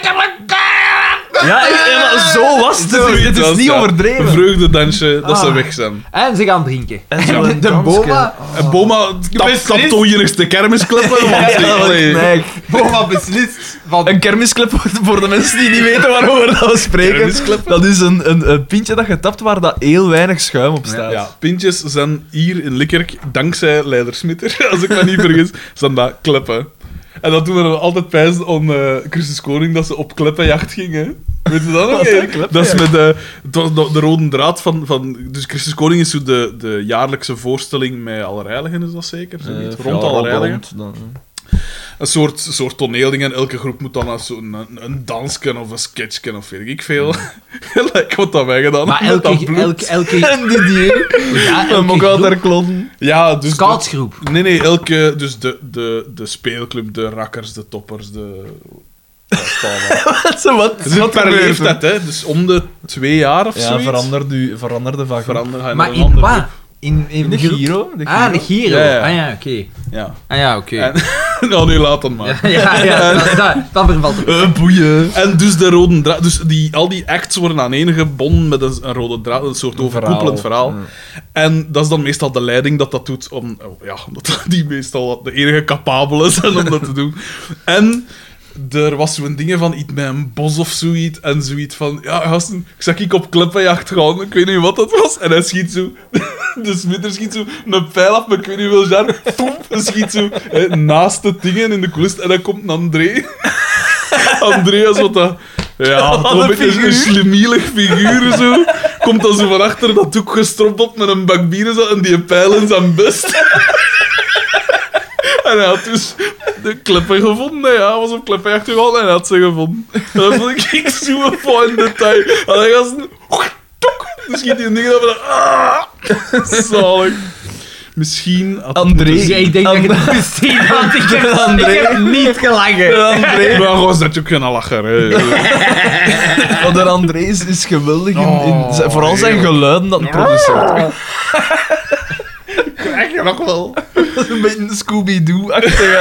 Ja, maar zo was het. Het is niet Ja, overdreven. Een vreugdedansje, dat ze Ah. weg zijn. En ze gaan drinken. En zo de een dansje. Boma, En Boma tapt toch je eens de kermiskleppen, want allee, Nee, Boma beslist van... een kermisklep, voor de mensen die niet weten waarover dat we spreken, Kermisklep. dat is een pintje dat je tapt waar dat heel weinig schuim op staat. Ja, pintjes zijn hier in Likkerk, dankzij Leider Smitter, als ik me niet vergis, zijn dat kleppen. En dat doen we dan altijd pijzen om Christus Koning, dat ze op kleppenjacht gingen. Weet je dat nog? Wat zijn kleppen? Dat is met de rode draad van... Dus Christus Koning is zo de jaarlijkse voorstelling met Allerheiligen, is dat zeker? Zoiets, rond Allerheiligen. Een soort toneelding en elke groep moet dan een dansken of een sketchken of weet ik veel. Gelijk wat dat wij gedaan Maar hebben met dat bloed. elke... En Didier. Ja, En ook elke daar klonten. Ja, dus... scoutsgroep. Nee, elke... Dus de speelclub, de rakkers, de toppers, de... Ja, staan wel. Het is Wat per gebeurt er? leeftijd, hè. Dus om de 2 jaar of Ja, zoiets. veranderde vaak. Ga je Maar naar een in andere wat? groep. In de Giro. Ah, de Giro. Ja, ja. Ah ja, oké. Ja. Ah ja, oké. En- Nou, nee, laat dan maar. Ja, dat vervalt het. Boeien. En dus de rode draad... Dus al die acts worden aaneengebonden met een rode draad, een soort overkoepelend verhaal. En dat is dan meestal de leiding dat doet, omdat die meestal de enige capabelen zijn om dat te doen. En er was zo'n ding van iets met een bos of zoiets, en zoiets van, ja, gasten, ik zag ik op kleppenjacht gaan, ik weet niet wat dat was, en hij schiet zo, de Smitter schiet zo een pijl af, maar ik weet niet wel, jaar, en schiet zo naast de dingen in de coulissen, en dan komt een André. Andreas, wat dat... Ja, Wat een een beetje een figuur. slimielig figuur, zo. Komt dan zo van achter dat doek gestropt op met een bak bieren zo, en die pijl in zijn best. En hij had dus de kleppen gevonden. Ja, hij was op kleppenjacht gegaan en hij had ze gevonden. En dat vond ik zo een fijn detail. En dan gaat ze... Dan schiet hij een ding op en dan... Zalig. misschien... had het André. moeten Ja, ik denk dat je het moest zien, want ik heb niet gelachen. André. Maar gewoon dat je kunnen lachen. Hè. Want de André is geweldig Oh, vooral zijn heerlijk. geluiden dat hij produceert. Krijg je nog wel. Dat is een beetje een Scooby-Doo-achtig.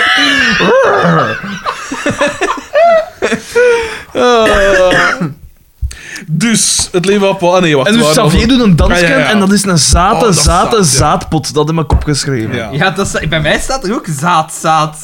Dus, het leven op... Ah, nee, wacht. En dus waar Xavier nog- doet een dansje Ja, ja, ja. en dat is een Oh, dat is zaad, ja. zaadpot. Dat heb ik opgeschreven. Ja. Ja, bij mij staat er ook zaad.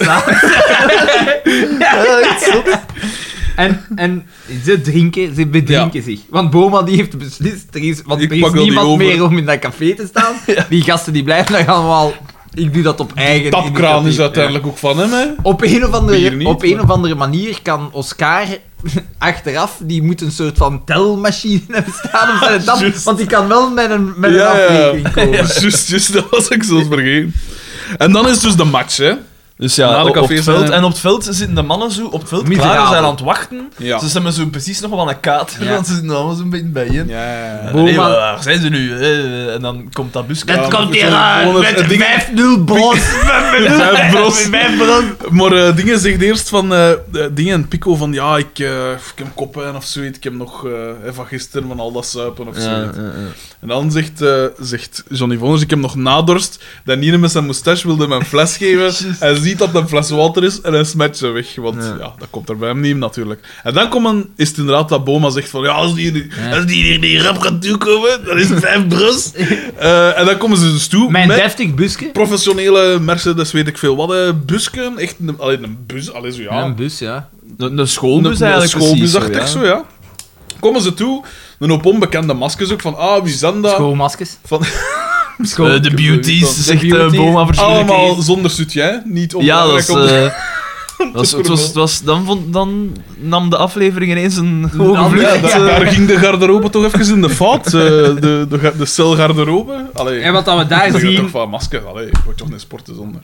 En ze drinken, ze bedrinken zich. Want Boma die heeft beslist, er is Ik er is pak wel die niemand over. meer om in dat café te staan. Die gasten die blijven daar allemaal... Ik doe dat op eigen Tapkraan is initiatief. uiteindelijk ook van hem, hè. Op een of Bier andere, niet, op een maar- of andere manier kan Oscar achteraf, die moet een soort van telmachine hebben staan op zijn tand, Juist. want die kan wel met een Ja, ja. afrekening komen. Juist, dat was ik zelfs vergeten. En dan is dus de match, hè. Dus Na ja, de op cafés het veld. zijn- En op het veld zitten de mannen zo op het veld Miserabel. klaar, ze zijn aan het wachten. Ja. Ze hebben zo precies nog wel een kater, Ja. want ze zitten allemaal zo'n beetje bijeen. Ja, ja, ja. En Boma- nee, waar zijn ze nu? En dan komt dat busje. Ja, Dat komt hier zo- aan gewoon met het ding- 5-0 bros. Vijf bros. 5 bros. Maar dingen zegt eerst van... dingen en Pico van... Ja, ik heb koppijn of zoiets. Ik heb nog van gisteren van al dat suipen of zoiets. En dan zegt Johnny Voners... Ik heb nog nadorst. Daniele met zijn moustache wilde me een fles geven. Hij ziet dat het een fles water is en hij smet ze weg. Want Ja. ja, dat komt er bij hem niet in, natuurlijk. En dan is het inderdaad dat Boma zegt van... Ja, als die hier die rap gaat toekomen, dan is het 5 brus. En dan komen ze dus toe Mijn met deftig busje. professionele Mercedes, weet ik veel wat, busken. Echt een bus. Allee, zo ja. Een bus, ja. Een schoolbus Een eigenlijk. schoolbusachtig precies, zo, ja. Komen ze toe, een hoop onbekende maskers ook, van wie zijn dat? Schoolmaskers. Van, De beauties, zegt beauties. Boma verschillende allemaal keer. zonder soutien, niet Ja, dat onbelangrijk is... om te- Dan nam de aflevering ineens een hoge Ja, vlucht. Daar ging de garderobe toch even in de fout. De celgarderobe. Allee, En wat dat we daar je zien... toch van maskers. Allee, ik word toch niet sporten zonder.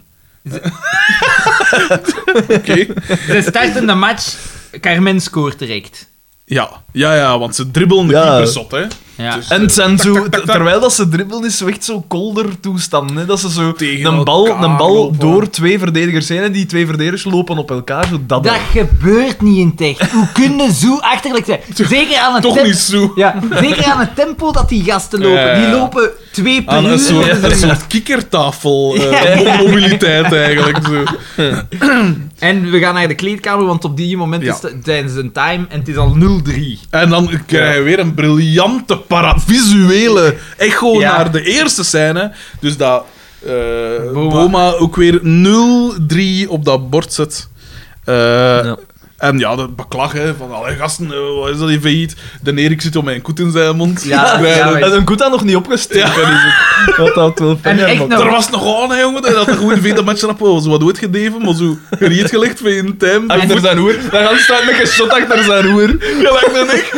Oké. Ze starten de match. Carmen scoort direct. Ja, want ze dribbelen de Ja. keeper zot, hè. Ja. Dus, En het zijn zo, terwijl dat ze dribbelen, is zo echt zo kolder toestand. Hè? Dat ze zo Tegen een elkaar bal lopen. door 2 verdedigers heen en die 2 verdedigers lopen op elkaar. Zo dat. Dat gebeurt niet in het echt. Hoe kun je zo achterlijk zijn? Zeker aan het toch tempo. niet zo. Ja, zeker aan het tempo dat die gasten lopen. Ja, ja. Die lopen 2 per Aan uur. een soort kikkertafel mobiliteit eigenlijk. Zo. En we gaan naar de kleedkamer, want op die moment Ja. is het tijdens een time en het is al 0-3. En dan krijg je weer een briljante visuele echo Ja. naar de eerste scène. Dus dat Boma. Boma ook weer 0-3 op dat bord zet. Ja. En ja, dat beklag, hè, van allee, gasten, wat is dat hier failliet? De Erik zit om mijn koet in zijn mond. Ja, ja, En een goed aan nog niet opgestoken is het. Wat dat wel fijn En echt is. nog- Er was nog aan, hè, jongen. Hij had er gewoon veel matchen op zo wat uitgedeven, maar zo gereed gelegd voor in time. Achter zijn hoer. Dan gaan ze staan met een shot achter zijn hoer. Gelijk een ik.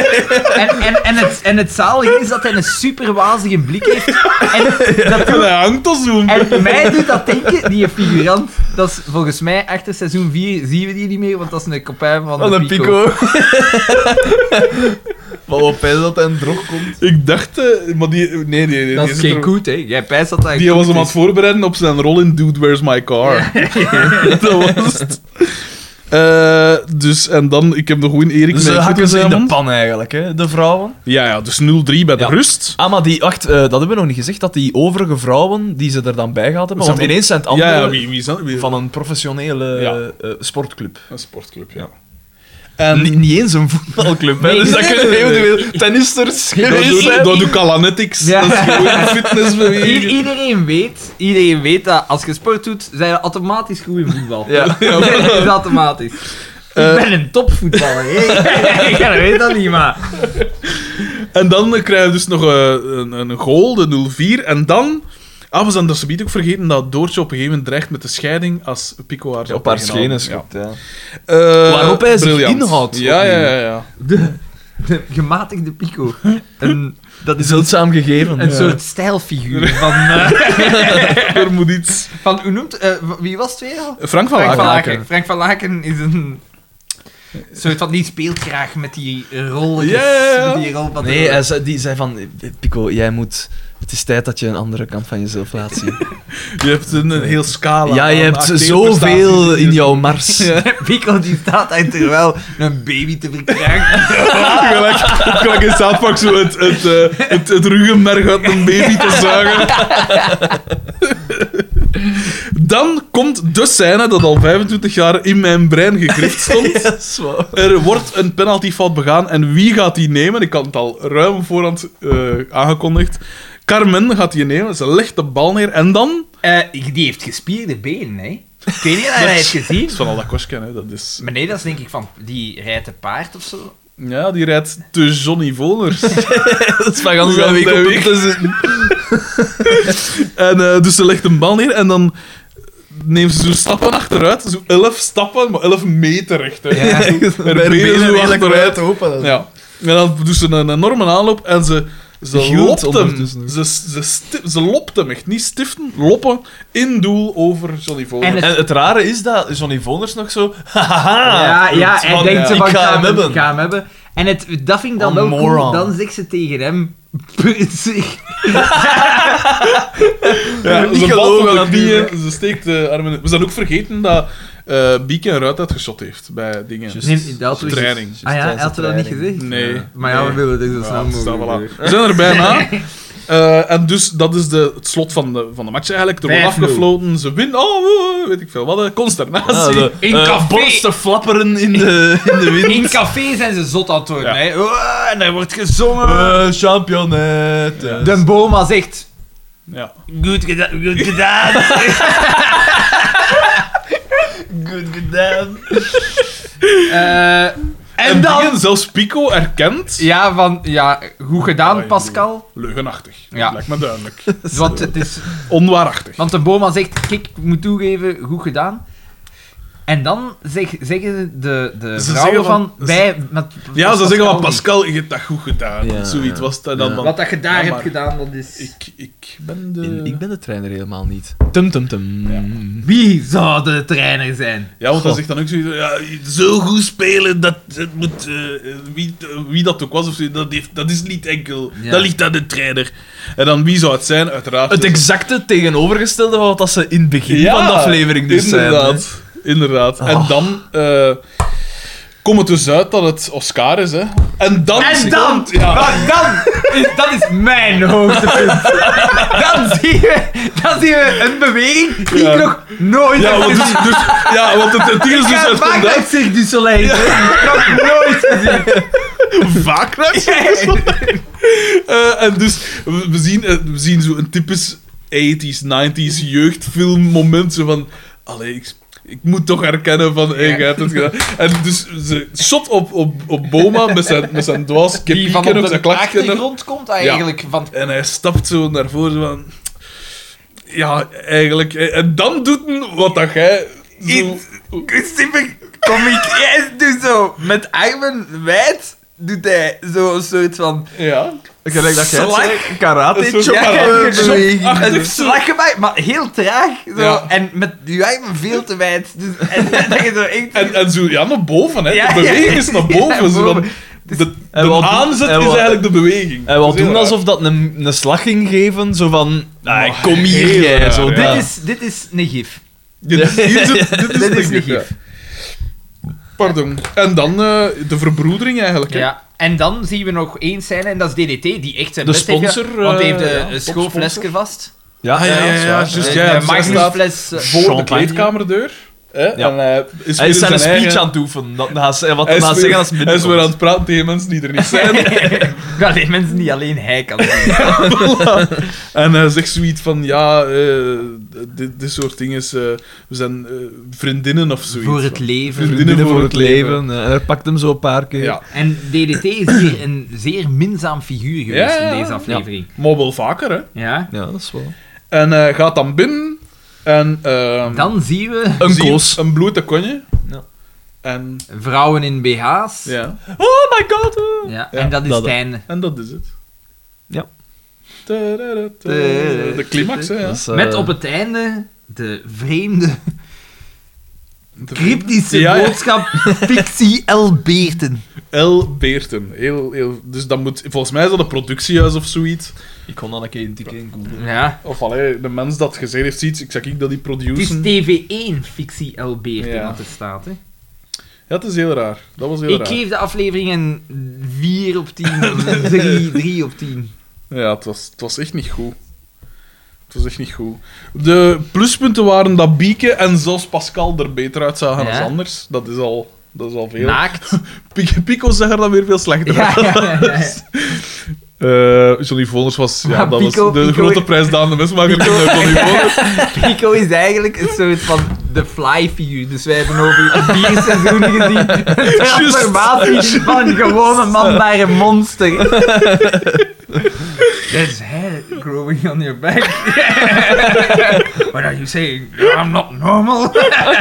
En het zalige is dat hij een super wazige blik heeft. En, dat En hij hangt al zo. en mij doet dat denken, die figurant, dat is volgens mij achter seizoen 4 zien we die niet meer, want dat is een kopijn van Van de een Pico. pico. Maar opeens dat hij een drog komt. Ik dacht, maar nee. Dat die is zit geen er- goed, hè. Jij pijst dat dat Die goed was hem aan is. het voorbereiden op zijn rol in Dude, Where's My Car? Dat was het. Dus, en dan, ik heb nog gewoon Erik Dus met ze een hakken goed ze in de mond. pan eigenlijk, hè, de vrouwen. Ja, dus 0-3 bij de Ja. rust. Ah, maar die, wacht, dat hebben we nog niet gezegd, dat die overige vrouwen die ze er dan bij gehad hebben, Zijn want van- ineens zijn het andere Ja, wie is dat? van een professionele Ja. sportclub. Een sportclub, ja. En Niet eens een voetbalclub, hè. Nee, Dus dat nee, kunnen nee, nee. eventueel tennisters dat geweest zijn. doe Calanetics. Ja. Dat is gewoon fitnessbeweging. Iedereen weet dat als je sport doet, zijn je automatisch goed in voetbal. Ja. Dat is automatisch. Ik ben een topvoetballer, hè. Ik weet dat niet, maar... En dan krijg je dus nog een goal, de 0-4. En dan... we zijn dat ook vergeten dat Doortje op een gegeven moment dreigt met de scheiding als Pico haar zou Op haar tegenhouden. schenen schopt, ja. Waarop hij zich inhoudt, Ja, opnieuw. ja. De gematigde Pico. Dat is Zeldzaam gegeven. een Ja. soort stijlfiguur van... Er moet iets... van hoe noemt... wie was het weer al? Frank van Frank van Laken. Laken. Frank van Laken is een... Een soort van, die speelt graag met die rolletjes. Ja. Met die rolbatterij. Nee, die zei van... Pico, jij moet... Het is tijd dat je een andere kant van jezelf laat zien. Je hebt een heel scala. Ja, je aan hebt acteerprestaties zoveel in je- jouw mars. Pico die staat daar terwijl een baby te verkrijgen. Gelijk in South Park zo het ruggenmerg uit een baby te zuigen. Dan komt de scène dat al 25 jaar in mijn brein gegrift stond. Dat is waar. Er wordt een penaltyfout begaan en wie gaat die nemen? Ik had het al ruim op voorhand aangekondigd. Carmen gaat die nemen, ze legt de bal neer en dan... Die heeft gespierde benen, hè. Ik weet niet of hij het gezien. Dat is van al dat kostje, hè. Dat is... Maar nee, dat is denk ik van... Die rijdt te paard of zo. Ja, die rijdt te Johnny Voners. Dat is van ganz Ja, een week op dat hem week. te zitten. En dus ze legt een bal neer en dan neemt ze zo stappen achteruit. Zo 11 stappen, maar 11 meter echt. Hè. Ja. Zo, Met haar benen zo redelijk achteruit. wijd open. Ja. En dan doet ze een enorme aanloop en ze Gilt lopt hem. ondertussen. Ze lopt hem echt. Niet stiften, loppen in doel over Johnny Voners. En En het rare is dat Johnny Voners nog zo... Hahaha. Ja, hij Van, denkt ze ik van, ga hem hebben. ik ga hem hebben. En dat vind ik dan Oh, wel cool. moron. Dan zegt ze tegen hem... Putzig. Ja, niet ze valt geloven op de natuurlijk. knieën, ze steekt de armen in. We zijn ook vergeten dat Bieke een ruit uitgeschot heeft bij dingen. Juist. Nee, dat had we- Training. Ah ja, hij had dat niet gezegd? Nee. Maar ja, we willen het zo Ja, snel het staat mogelijk. voilà. We zijn er bijna. En dus, dat is het slot van de match eigenlijk. Er wordt 5-0. afgefloten, ze winnen. weet ik veel. Wat een consternatie. In café. Borsten flapperen in de wind. In café zijn ze zot aan het worden, hè. En er wordt gezongen. Championnet. Ja. De Boma zegt... Ja. Goed gedaan, goed gedaan. Goed gedaan. En dan... dingen, zelfs Pico erkent. Ja, van... Ja, goed gedaan, Ja, Pascal. Leugenachtig. Ja. Lijkt me duidelijk. Want het is... Onwaarachtig. Want de Boma zegt, kijk, ik moet toegeven, goed gedaan. En dan zeggen de Ze vrouwen zeggen van... van- Wij, met, Ja, ze zeggen van niet. Pascal, je hebt dat goed gedaan. Ja. Zoiets was het. En dan Ja. van, Wat dat je daar ja, hebt maar gedaan, dat is... Ik ben de... Ik ben de trainer helemaal niet. Tum tum tum. Wie zou de trainer zijn? Ja, want hij Goh. zegt dan ook zoiets, ja, zo goed spelen, dat het moet... wie dat ook was, of zo, dat is niet enkel. Ja. Dat ligt aan de trainer. En dan, wie zou het zijn? Uiteraard. Het exacte tegenovergestelde van wat dat ze in het begin Ja, van de aflevering dus zijn. inderdaad. Inderdaad. En Oh. dan komt het dus uit dat het Oscar is, hè. En dan... En dan! komt- Ja. Dat is mijn hoogtepunt. Dan zien we een beweging die Ja. ik nog nooit Ja, heb want, gezien. ja, want het ding is dus... Het komt uit... Cirque du Soleil. Nog nooit gezien. Vaak en dus, we zien zo een typisch 80s, 90s jeugdfilmmoment, zo van... Allee, ik moet toch herkennen van, hey, jij hebt het gedaan. En dus, ze shot op Boma met zijn dwaas Die van kepieken op op zijn de klakje. achtergrond komt eigenlijk. Van, En hij stapt zo naar voren, zo van... Ja, eigenlijk... En dan doet hij wat dat jij... Zo, super komiek. Hij doet zo met armen wijd. Doet hij zo een soort van... ja. Gelijk dat jij het Slag. zei, karate. Een soort Ja, karate-beweging. een slag gemaakt, maar heel traag. Zo, Ja. En met je armen veel te wijd. Dus, en dat je zo echt... En zo, ja, naar boven, hè. Ja, De beweging ja, is naar ja, boven. Zo, boven. van, de Hij wou doen- aanzet hij is wou- eigenlijk de beweging. Hij wil Dat is heel doen raar. alsof dat een slag ging geven, zo van... Maar Ah, kom hier, heel jij. raar, Zo, ja. dat. Dit is een gif. Dit is Dit is de een gif, ja. gif. Pardon. En dan de verbroedering eigenlijk. Hè. Ja. En dan zien we nog één scène, en dat is DDT, die echt zijn De best heeft sponsor, gedaan, want hij heeft ja, een topsponsor. schoolflesje vast. Ja, Ah, ja, dat is waar. juist. Een ja, een hij staat Magnumfles. voor de Champagne. kleedkamerdeur. Hè? Ja. En hij is Hij weer is zijn in speech eigen- aan het oefenen. Wat hij Hij is zeggen als weer- hij is weer aan het praten tegen mensen die er niet zijn. Ja, die mensen die alleen hij kan zien. En hij zegt zoiets van, ja, dit soort dingen, we zijn vriendinnen of zoiets. Voor het van. leven. Vriendinnen voor het leven. En hij pakt hem zo een paar keer. Ja, En DDT is hier een zeer minzaam figuur geweest Ja, ja, in deze ja. aflevering. maar wel vaker, hè. Ja. Ja, dat is wel. En hij gaat dan binnen en... Dan zien we Een zien koos. Een blote konje. Ja. En... vrouwen in BH's. Ja. Oh my god! Ja, Ja, en dat is dat- het einde. En dat is het. Ja. De climax, hè, ja. Dat is, Met op het einde de vreemde Cryptische Ja, ja. boodschap, fictie L. Beerten. L. Beerten. Heel... Dus dat moet... Volgens mij is dat een productiehuis of zoiets. Ik kon dan een keer intikken in Google. Ja. Of de mens dat gezegd heeft, ziet, ik zeg ik dat die Het is produceren. TV1 fictie L. Beerten Ja. dat er staat. Hè. Ja, het is heel raar. Dat was heel Ik raar. geef de aflevering een 4 op 10, 3 op 10. Ja, het was echt niet goed. Het was echt niet goed. De pluspunten waren dat Bieke en zelfs Pascal er beter uitzagen Ja. dan anders. Dat is al veel. Naakt. Pico zag er dan weer veel slechter Ja, uit. ja, ja, ja. Johnny Voners was... Ja, Maar dat Pico- was de Pico- grote prijs Daan de Mesmaker van Johnny Voners. Pico is eigenlijk een soort van The Fly-figuur. Dus wij hebben over 4 seizoenen gezien een transformatie van een gewone man naar een monster. There's hair growing on your back. What are you saying? I'm not normal.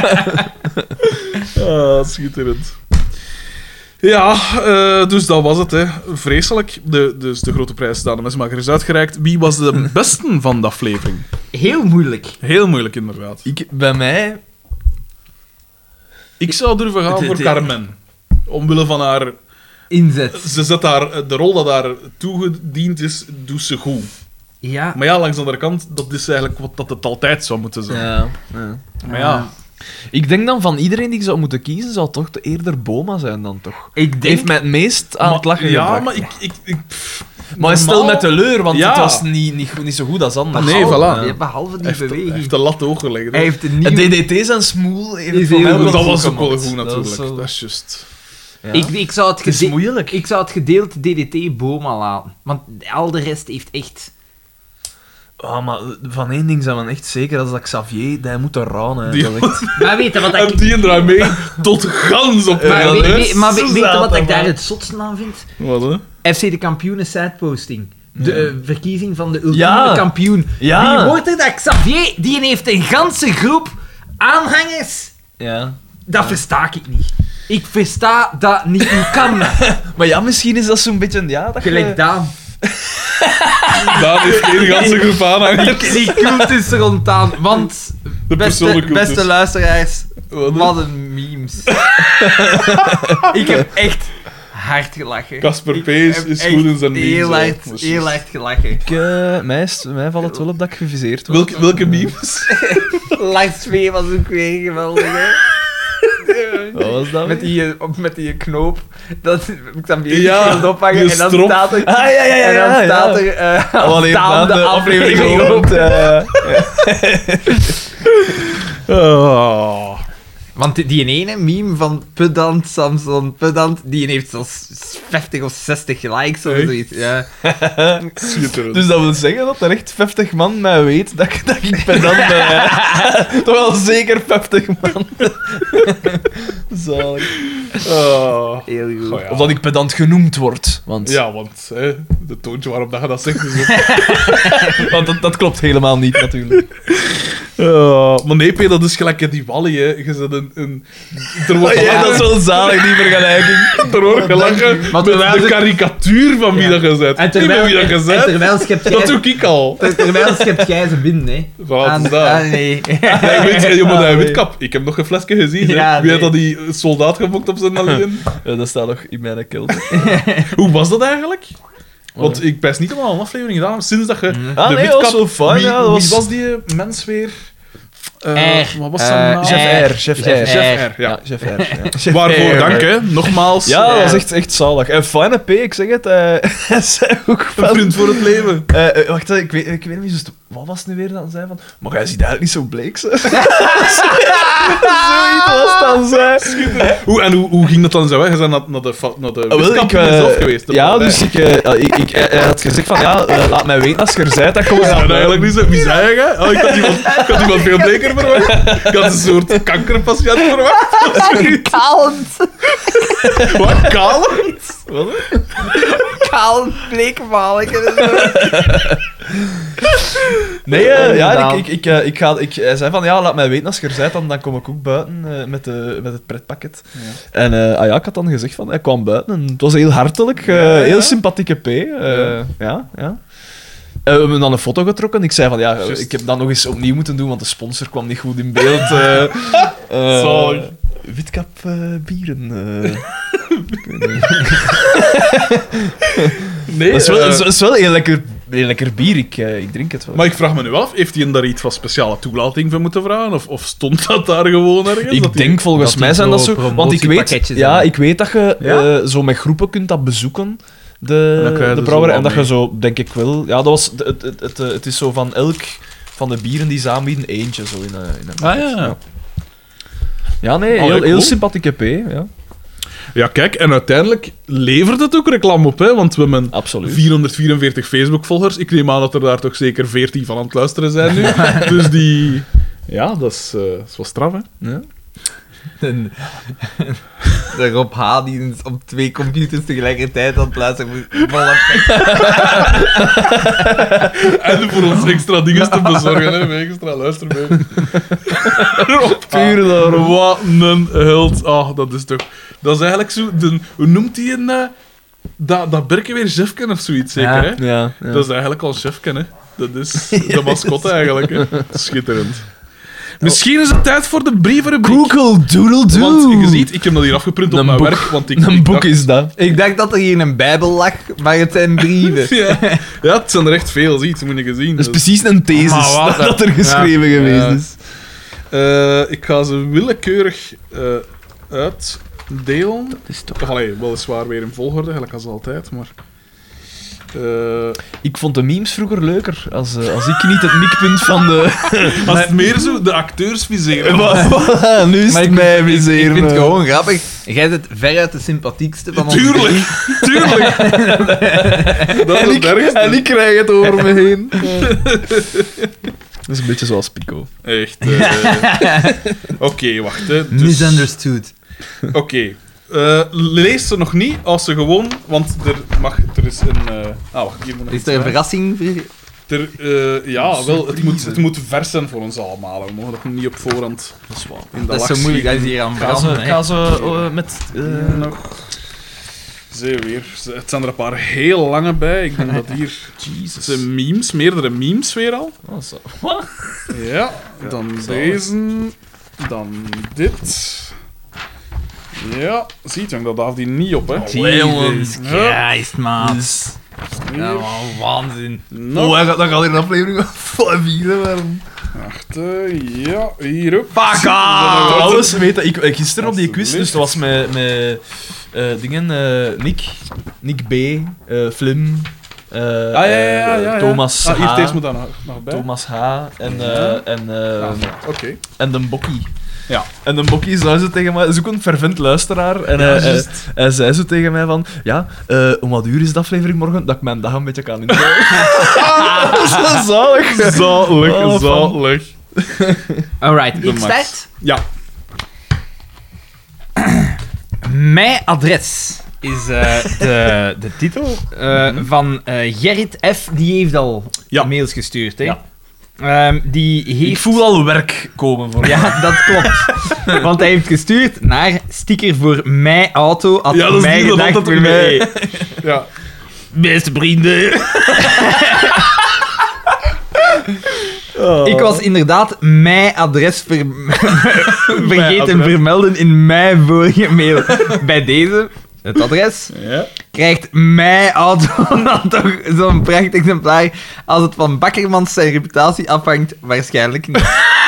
Schitterend. Ja, dus dat was het. Hè. Vreselijk. Dus de grote prijs Daan de Mesmaker is uitgereikt. Wie was de beste van de aflevering? Heel moeilijk. Heel moeilijk, inderdaad. Bij mij... Ik zou durven gaan voor Carmen. Omwille van haar... Inzet. Ze zet haar... De rol dat haar toegediend is, doet ze goed. Ja. Maar ja, langs de andere kant, dat is eigenlijk wat dat het altijd zou moeten zijn. Ja. Maar ja, Ik denk dan van iedereen die ik zou moeten kiezen, zou toch eerder Boma zijn dan toch. Ik denk... Heeft mij het meest aan het lachen ja, gebracht. maar Maar stel normaal- met teleur, want Ja. het was niet zo goed als anders. Nee, voilà. Ja, behalve die hij beweging. heeft de lat hoog gelegd. hè. Hij heeft een En nieuw... DDT's en Smoel heeft Is voor heel mij goed. wel Dat was ook gemaakt. wel goed, Dat natuurlijk. is zo- Dat is juist. Ja. Ik zou het Het is gede- moeilijk. Ik zou het gedeelte DDT Boma laten. Want al de rest heeft echt... Ah, maar van één ding zijn we echt zeker, dat is dat Xavier, die moet er raan, hè. Die- Dat echt... Maar weet je wat En ik... die draait mee tot gans op Maar de weet je wat zaten, ik daar man. het zotste aan vind? Wat, hè? FC de kampioenen sideposting. De verkiezing van de ultieme Ja. kampioen. Ja. Wie wordt er dat? Xavier, die heeft een ganse groep aanhangers. Ja. Dat versta ik niet. Ik versta dat niet. Hoe kan dat? Maar ja, misschien is dat zo'n beetje... Ja, dat Gelijk Daan. Daan heeft geen ganse groep aanhangers. Die cultus rond Daan. Want, De persoonlijke cultus. beste luisteraars, Wat, hè? wat een memes. Ik heb echt hard gelachen. Casper Ik P. is heb goed echt in zijn memes, heel hè. hard, Dat is heel juist. hard gelachen. Mij valt het wel op dat ik geviseerd word. Welke memes? Lars V was ook weer geweldig, hè. Wat was dat? Met die knoop. Dat Xavier Ja, wil ophangen die en dan strop. staat er... Ah, ja, ja, ja. En dan ja, staat ja. er... Wanneer Daan Daan de aflevering opent, Oh. Want die ene meme van Pedant, Samson, Pedant, die heeft zelfs 50 of 60 likes of Echt? zoiets. Ja. Schitterend. Dus dat wil zeggen dat er echt 50 man mij weet dat ik pedant ben. Hè. Toch wel zeker 50 man. Zalig. Oh. Heel goed. Goh, ja. Of dat ik pedant genoemd word. Want, Ja, want hè, de toontje waarop dat je dat zegt is ook... want dat klopt helemaal niet, natuurlijk. Maar nee, P, dat is gelijk die Wally, hè. Je zet een... Er wordt Oh, ja, gelachen. dat is wel zalig, die vergelijking. Er wordt gelachen Maar met terwijl de ze- karikatuur van wie Ja. dat je zet. En Niet terwijl, met wie dat je en zet. terwijl schept Dat jij... doe ik al. Terwijl schept jij ze binnen, hè. Wat is dat? nee. Ja, ik weet, je moet Ah, een nee. witkap. Ik heb nog een flesje gezien. hè. Ja, Wie nee. had dat die soldaat gefokt op zijn alleen? Ja, dat staat nog in mijn kilt. Hoe was dat eigenlijk? Want ik pijs niet allemaal een aflevering gedaan sinds dat je Ah, de nee, witkap... dat was zo fijn, wie, ja, dat wie was- was die mens weer? R. Wat was zijn naam? Chef R, Chef R. Chef R, ja. Ja, Chef R. Ja. Chef Waarvoor R. dank, hè. Nogmaals. Ja, dat was echt zalig. En fijne P, ik zeg het. Hij zei ook Een van... vriend voor het leven. Wacht, ik weet niet juist... Wat was het nu weer dat hij zei van... Maar jij ziet eigenlijk niet zo bleek, ze. Zoiets was dan zei. Hoe ging dat dan zo? Hè? Je bent naar de Wel, witkap ik, zelf geweest. er ja, bij. dus hij had gezegd van... Ja, laat mij weten als je er bent, dat kom je Ja, dan en eigenlijk niet zo. Wie zei je? Oh, ik had iemand veel bleker verwacht. Ik had een soort kankerpatiënt verwacht. Of zoiets. Kalend. Wat? Kalend? Wat? Kalend bleekmalig. Nee, Inderdaad. hij zei van, ja, laat mij weten als je er bent, dan kom ik ook buiten met het pretpakket. En ik had dan gezegd van, hij kwam buiten en het was heel hartelijk, heel sympathieke P. Ja. We hebben dan een foto getrokken. Ik zei van, ja, Just. ik heb dat nog eens opnieuw moeten doen, want de sponsor kwam niet goed in beeld. Zalig. Witkap bieren. Nee, Dat is wel heel lekker bier. Ik drink het wel. maar ik vraag me nu af, heeft hij daar iets van speciale toelating voor moeten vragen? Of stond dat daar gewoon ergens? Ik dat denk volgens dat mij die zijn dat zo zo... Want ik weet, promotiepakketjes ja, hebben. ik weet dat je Ja? zo met groepen kunt dat bezoeken, En dan krijg je de er brouwerij. zo En dat wat je zo, denk ik wel... Ja, dat was... Het is zo van elk van de bieren die ze aanbieden, eentje zo in een pakket. ja. Ja, nee, Allee, heel cool. sympathieke P, ja. Ja, kijk, en uiteindelijk levert het ook reclame op, hè? Want we hebben Absoluut. 444 Facebook-volgers. Ik neem aan dat er daar toch zeker 14 van aan het luisteren zijn nu. Dus die... Ja, dat is wel straf, hè? Ja. En de Rob H. die op 2 computers tegelijkertijd aan het luisteren moet. En voor ons extra dingen te bezorgen, hè? Met extra luisterbeelden. Puur daarom. Wat een held. Ah, dat is toch... Dat is eigenlijk zo... Hoe noemt hij een... Dat Berkenweer chefken of zoiets, zeker, Ja. hè? Ja. Dat is eigenlijk al chefken, hè? Dat is de mascotte eigenlijk, hè? Schitterend. Misschien is het tijd voor de brievenrubriek. Google Doodle Want je ziet, ik heb dat hier afgeprint op Een mijn boek. werk, want ik Een boek dacht- is dat. Ik dacht dat er hier een bijbel lag, maar het zijn brieven. Ja, het zijn er echt veel, zie je, dat moet je gezien. Dat is precies een thesis Maar wat, dat er geschreven Ja. geweest Ja. is. Ik ga ze willekeurig uitdelen. is toch... Of allee, weliswaar weer in volgorde, eigenlijk als altijd, maar... Ik vond de memes vroeger leuker, als ik niet het mikpunt van de... als het meer zo de acteurs viseren. Nu is Maar het ik mij Ik miseren. vind het gewoon grappig. Jij bent veruit de sympathiekste van ons drie. Tuurlijk, tuurlijk. Dat is het ergste. En ik krijg het over me heen. Dat is een beetje zoals Pico. Echt. Oké, wacht. Hè. Dus- Misunderstood. Oké. Lees ze nog niet als ze gewoon... Want er is een... wacht, hier moet nog Is iets er een bij. verrassing? Ja, wel, het moet vers zijn voor ons allemaal. We mogen dat niet op voorhand Dat is waar. in de Dat is lach zo moeilijk, dat schieten. is hier aan Ga veranderen. ze, ga ze met... Ja, nog. Zie weer. Het zijn er een paar heel lange bij. Ik denk dat hier... Het zijn memes, meerdere memes weer al. Oh, zo. Wat? Ja, dan deze. Dan dit. Ja, ziet je, dat haalt hij niet op, hè. Jesus Ja. Christ, man. Dus... Hier. Ja, man, waanzin. Nog. dat gaat hier een aflevering van 4 worden. Wacht, ja, hier ook. Fuck off! Trouwens, weet je, ik gisteren op die quiz, Alsjeblieft. dus dat was met dingen, Nick B, Flim, Thomas Ah, hier, H, deze moet daar nog bij. Thomas H en, Ja. en Oké. en de Bokkie. Ja. En de Bokkie zei zo tegen mij, zoek een fervent luisteraar. En hij zei zo tegen mij van, ja, om wat uur is de aflevering morgen? Dat ik mijn dag een beetje kan indelen. Dat is zo zalig. Zalig, Oh, zalig. Alright, De ik Max. start. Ja. Mijn adres is de titel van Gerrit F. Die heeft al Ja. mails gestuurd. Hè? Ja. Die heeft... Ik voel al werk komen voor Ja, dat klopt. Want hij heeft gestuurd naar sticker voor mijn auto. Had Ja, dat is mij niet dat gedacht altijd voor mij. mee. Ja. Beste vrienden. Ik was inderdaad mijn adres vergeten adres. vermelden in mijn vorige mail. Bij deze, het adres, Ja. krijgt mijn auto dan toch zo'n prachtig exemplaar. Als het van Bakkermans zijn reputatie afhangt, waarschijnlijk niet.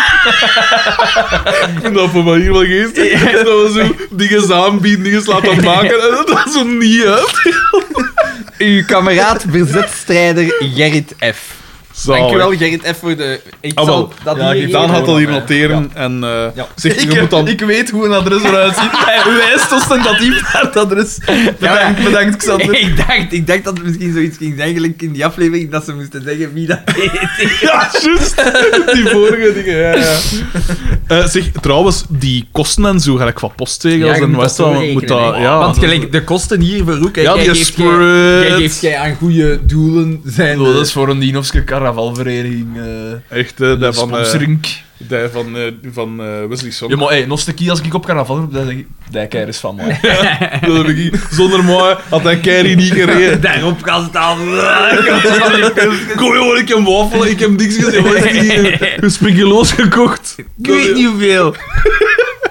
Ik vind dat voor mij hier wel geestig. Dat we zo dingen aanbieden, dingen laten maken en dat dat zo niet uit. Uw kameraad verzetstrijder Gerrit F. Dankjewel Gerrit F voor de... Ik Ah, wel. zal dat Ja, hier Daan even- had al hier noteren en zegt, je moet dan... Ik weet hoe een adres eruit ziet. Hij wijst ostentatief naar het adres. Bedankt, Xander. Ik dacht dat het misschien zoiets ging zijn, eigenlijk in die aflevering, dat ze moesten zeggen wie dat deed. Ja, juist. Die vorige dingen, ja. Zeg, trouwens, die kosten en zo, gelijk van postzegels en wat moet dat... Ja, Want gelijk, de kosten hier voor Roek, ja, die jij spread. geeft jij aan goede doelen zijn. Dat is voor een Dienhofske caravalvereniging. Echt, die Sponsoring. van Wesley Song. Ja, maar hey, nog een keer als ik op carnaval roep, dan zeg ik, die keer is van mij. Dat heb ik hier- zonder mij had hij Kerry niet gereden. Daarop gaan staan. Kom jongen, ik heb wafelen, ik heb niks gezien. Wat is die speculoos gekocht? Ik weet niet hoeveel.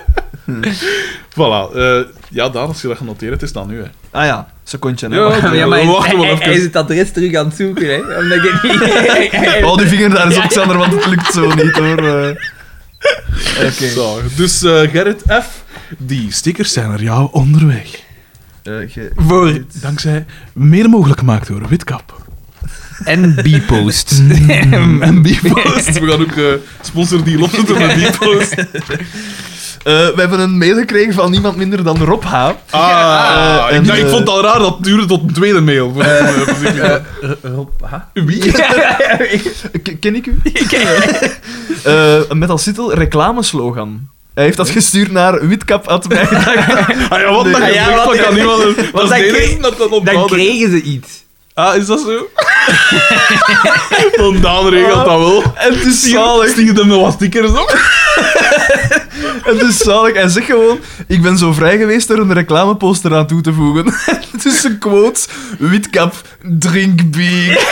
Voilà. Ja, Daan, als je dat genoteerd hebt, is dat nu, hè. Ah ja, secondje. Hè. Ja, Ja, maar wacht wel hij even. is het adres terug aan het zoeken, hè. Omdat ik niet... Oh, die vinger daar is op, Xander, want het lukt zo niet, hoor. Oké. Zo, dus Gerrit F., die stickers zijn naar jou onderweg. Voor Dankzij mede mogelijk gemaakt door Witkap. en B-post. En B-Post. We gaan ook sponsor die opzetten met B-Post. We hebben een mail gekregen van niemand minder dan Rob H. Ik vond het al raar dat het duurde tot een tweede mail. Wie? Ken ik u? Met als titel reclameslogan. Hij heeft dat gestuurd naar witkap@mijgedacht. Ah ja, wat dat Ah, ja, gezegd, wat- dat kan niemand... Dat is dan de kreeg- enige dat Dan onthouden. kregen ze iets. Ah, is dat zo? Dan Daan regelt dat wel. En het is zalig. Stuur hem nog wat stickers op. Het is zalig. Hij zegt gewoon, ik ben zo vrij geweest er een reclameposter aan toe te voegen. Tussen quotes, Witkap, drink bier.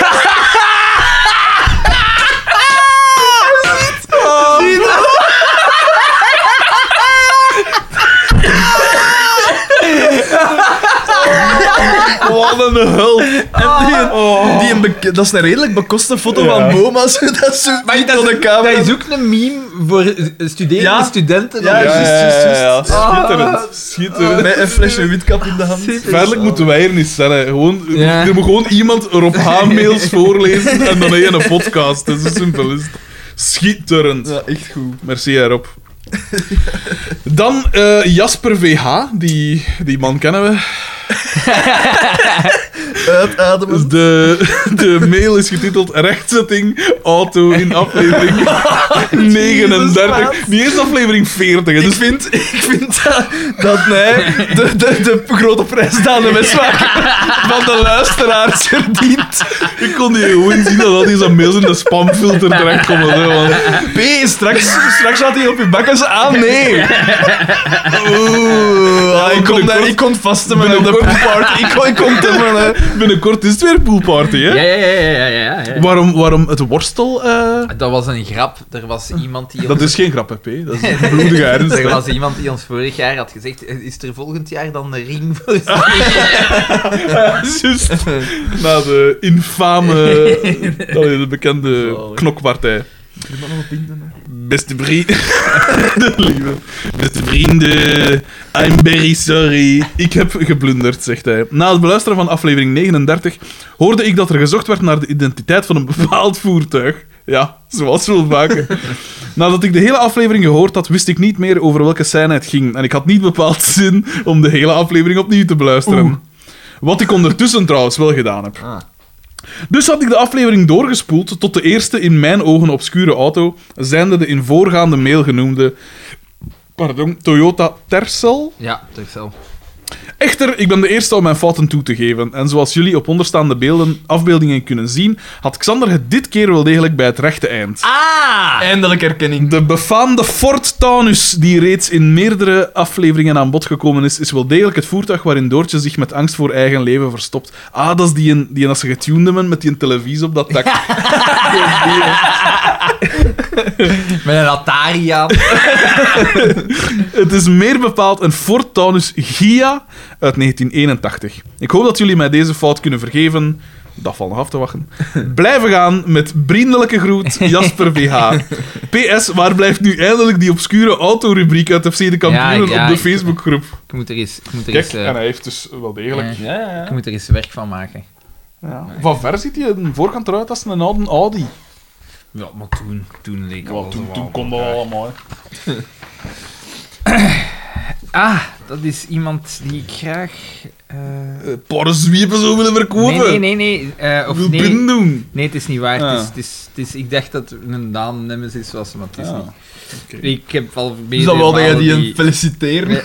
Wat een hul. Dat is een redelijk bekoste foto Ja. van Boma. Zo, dat is zo niet op de camera. Dat is ook een meme voor studerende Ja. studenten. Ja, juist. Schitterend. Schitterend. Met een flesje Witkap in de hand. Feitelijk moeten wij er niet zijn. Hè. Gewoon, Ja. Er moet gewoon iemand Rob H-mails voorlezen en dan heb je een podcast. Dat is zo simpel. Is het. Schitterend. Ja, echt goed. Merci, hè, Rob. Dan Jasper VH. Die man kennen we. Uitademen. De mail is getiteld Rechtzetting Auto in aflevering 39. Niet eens aflevering 40. Hè. Dus Ik vind dat mij de grote prijs aan de mesmaker van de luisteraars verdient. ik kon die gewoon zien dat al die zijn mails in de spamfilter terechtkomen. Hè, want... P, straks gaat hij op je bakken. Nee. Oeh, ik kon vaststemmen op de poolparty. Ik kon temmen, hè. Binnenkort is het weer poolparty, hè? Ja. Waarom het worstel... Dat was een grap. Er was iemand die... Dat is geen grap, hè, P. Dat is bloedige ernst. Er hè. was iemand die ons vorig jaar had gezegd: is er volgend jaar dan de ring voor Juist. Na de infame... de bekende knokpartij. Beste vrienden... Beste vrienden... I'm very sorry. Ik heb geblunderd, zegt hij. Na het beluisteren van aflevering 39 hoorde ik dat er gezocht werd naar de identiteit van een bepaald voertuig. Ja, zoals wel vaker. Nadat ik de hele aflevering gehoord had, wist ik niet meer over welke scène het ging. En ik had niet bepaald zin om de hele aflevering opnieuw te beluisteren. Wat ik ondertussen trouwens wel gedaan heb. Dus had ik de aflevering doorgespoeld tot de eerste in mijn ogen obscure auto, zijnde de in voorgaande mail genoemde Toyota Tercel. Ja, toch zo. Echter, ik ben de eerste om mijn fouten toe te geven. En zoals jullie op onderstaande afbeeldingen kunnen zien, had Xander het dit keer wel degelijk bij het rechte eind. Eindelijk herkenning. De befaamde Ford Taunus, die reeds in meerdere afleveringen aan bod gekomen is wel degelijk het voertuig waarin Doortje zich met angst voor eigen leven verstopt. Ah, dat is die als ze getuned hebben met die televisie op dat dak. Met een Atari aan. Het is meer bepaald een Ford Taunus Ghia uit 1981. Ik hoop dat jullie mij deze fout kunnen vergeven. Dat valt nog af te wachten. Blijven gaan met vriendelijke groet, Jasper VH. PS, waar blijft nu eindelijk die obscure autorubriek uit FC de Kampioenen Ja, op de ik- Facebookgroep? Ik moet er eens... Kijk, en hij heeft dus wel degelijk... Ik moet er eens werk van maken. Ja. Van ver ziet hij een voorkant eruit als een oude Audi. Ja, maar toen leek Ja, alles toen wel kon dat allemaal. Hè. Ah, dat is iemand die ik graag... Paar zwiepen zo willen verkopen. Nee. Of Wil nee. binnen doen. Nee, het is niet waar. Ah. Het is, ik dacht dat het een Daan Nemesis was, maar het is Ah, niet. oké. Ik heb al Dus meerdere dan wilde je malen die feliciteren.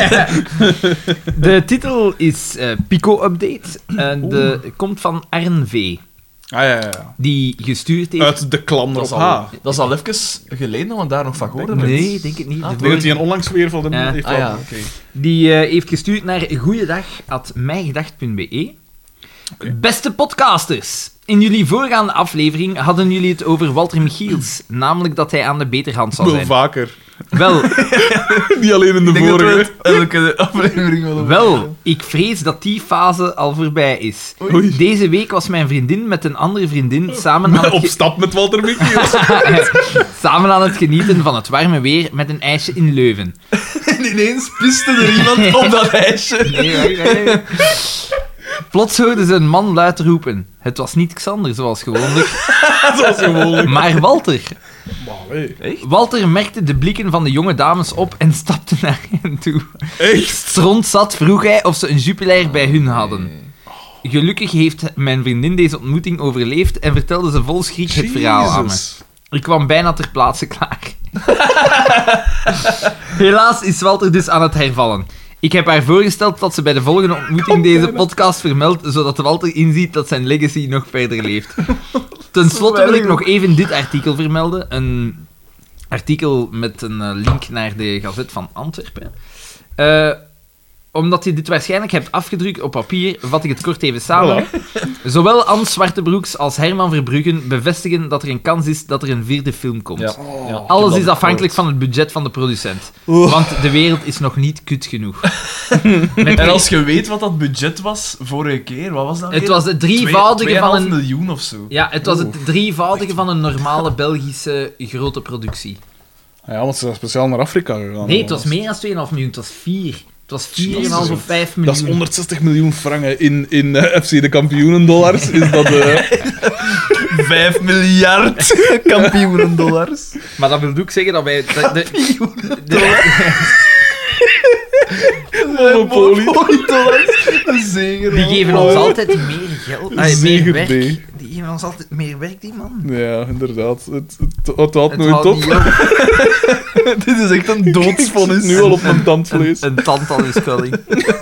De titel is Pico Update. Komt van Arn V. Ah, ja. Die gestuurd heeft... Uit de klan Dat op is, H. dat is al even geleden dat we daar nog van hoorden. Nee, ik denk het niet. Ah, De Ik denk dat hij een vorige- onlangs weer van de... Ja. heeft Ah ja, al- oké. Die heeft gestuurd naar goeiedag@mijgedacht.be. Beste podcasters. In jullie voorgaande aflevering hadden jullie het over Walter Michiels. Namelijk dat hij aan de beterhand zal Wel zijn. vaker. Wel, Niet alleen in de Ik denk dat we vorige. het elke aflevering wel wel, ik vrees dat die fase al voorbij is. Oei. Deze week was mijn vriendin met een andere vriendin samen aan, Op het stap met Walter Michiels. samen aan het genieten van het warme weer met een ijsje in Leuven. En ineens piste er iemand op dat ijsje. Nee. Plots hoorden ze een man luid roepen. Het was niet Xander, zoals gewoonlijk, Zoals gewoonlijk. maar Walter. Maar, hey. Walter merkte de blikken van de jonge dames op en stapte naar hen toe. Echt? Strontzat vroeg hij of ze een Jupiler bij hun hadden. Gelukkig heeft mijn vriendin deze ontmoeting overleefd en vertelde ze vol schrik het verhaal aan me. Jezus. Ik kwam bijna ter plaatse klaar. Helaas is Walter dus aan het hervallen. Ik heb haar voorgesteld dat ze bij de volgende ontmoeting deze podcast vermeldt, zodat Walter inziet dat zijn legacy nog verder leeft. Ten slotte wil ik nog even dit artikel vermelden. Een artikel met een link naar de Gazet van Antwerpen. Omdat je dit waarschijnlijk hebt afgedrukt op papier, vat ik het kort even samen. Zowel Anne Zwartebroeks als Herman Verbruggen bevestigen dat er een kans is dat er een 4e film komt. Ja. Alles is afhankelijk van het budget van de producent. Want de wereld is nog niet kut genoeg. En als je weet wat dat budget was vorige keer, wat was dat? Het was het drievoudige van 2,5 een... miljoen of zo. Ja, het was het drievoudige van een normale Belgische grote productie. Ja, want ze zijn speciaal naar Afrika gegaan. Nee, het was meer dan 2,5 miljoen. Het was 4. Het was 4,5 of 5 miljoen. Dat is 160 miljoen frangen in FC de kampioenen dollars. Is dat 5 miljard kampioenen dollars. Maar dat wil ook zeggen dat wij... Monopoly? Zeker. Die geven ons altijd meer geld. Meer Zeker werk. B. Die geven ons altijd meer werk, die man. Ja, inderdaad. Het houdt Het nooit houdt op. niet op. Dit is echt een doodsvonnis. Nu al op mijn tandvlees. Een tandtandinschulling.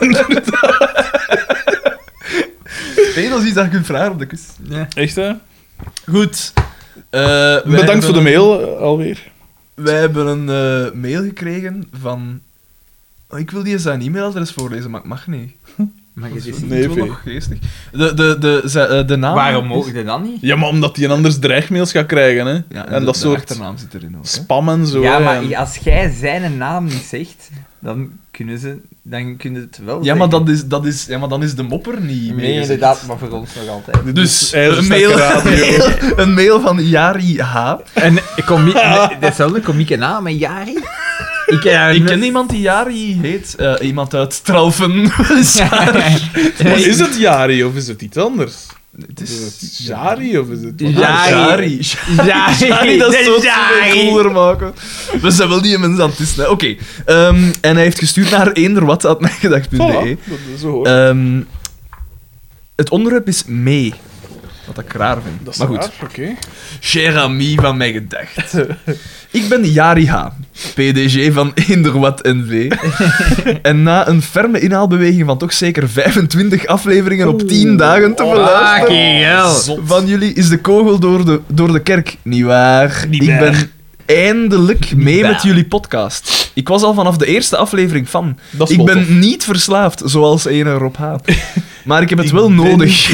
Nee, dat is iets dat je kunt vragen op de quiz. Ja. Echt, hè? Goed. Bedankt voor de mail alweer. Wij hebben een mail gekregen van... Oh, ik wil die zijn e-mailadres voorlezen, maar ik mag niet. Maar je Dat zit is niet... Nee, wel Vee. nog geestig. De naam... Waarom mogen die dan niet? Ja, maar omdat hij anders dreigmails gaat krijgen, hè? Ja, en dat de soort achternaam zit erin ook. Hè. spam en zo. Ja, hè. maar als jij zijn naam niet zegt, dan kunnen ze het wel Ja, maar, zeggen. ja, maar dan is de mopper niet Nee, meegezegd. inderdaad, maar voor ons nog altijd. Dit Dus is eigenlijk een mail, radio. een mail van Jari H. En datzelfde komieke naam, hè, Jari? Ik ken iemand die Jari heet. Iemand uit Tralfen. Maar is het Jari of is het iets anders? Het Is is... het Jari of is het... Jari. Jari, dat zou het veel cooler maken. We zijn wel die mensen aan het testen, hè. Oké. En hij heeft gestuurd naar eenderwat@mijgedacht.be. Voilà, dat is zo hoor. Het onderwerp is mee. Wat ik raar vind. Dat is maar goed. raar, oké. Cher ami van mij gedacht. Ik ben Jari H., PDG van Eenderwat NV. En na een ferme inhaalbeweging van toch zeker 25 afleveringen op 10 dagen te beluisteren, van jullie is de kogel door de kerk. Niet waar. Niet Ik waar. ben eindelijk mee waar. met jullie podcast. Ik was al vanaf de eerste aflevering fan. Dat is Ik wel ben tof. niet verslaafd, zoals ene Rob H. Maar ik heb het wel nodig.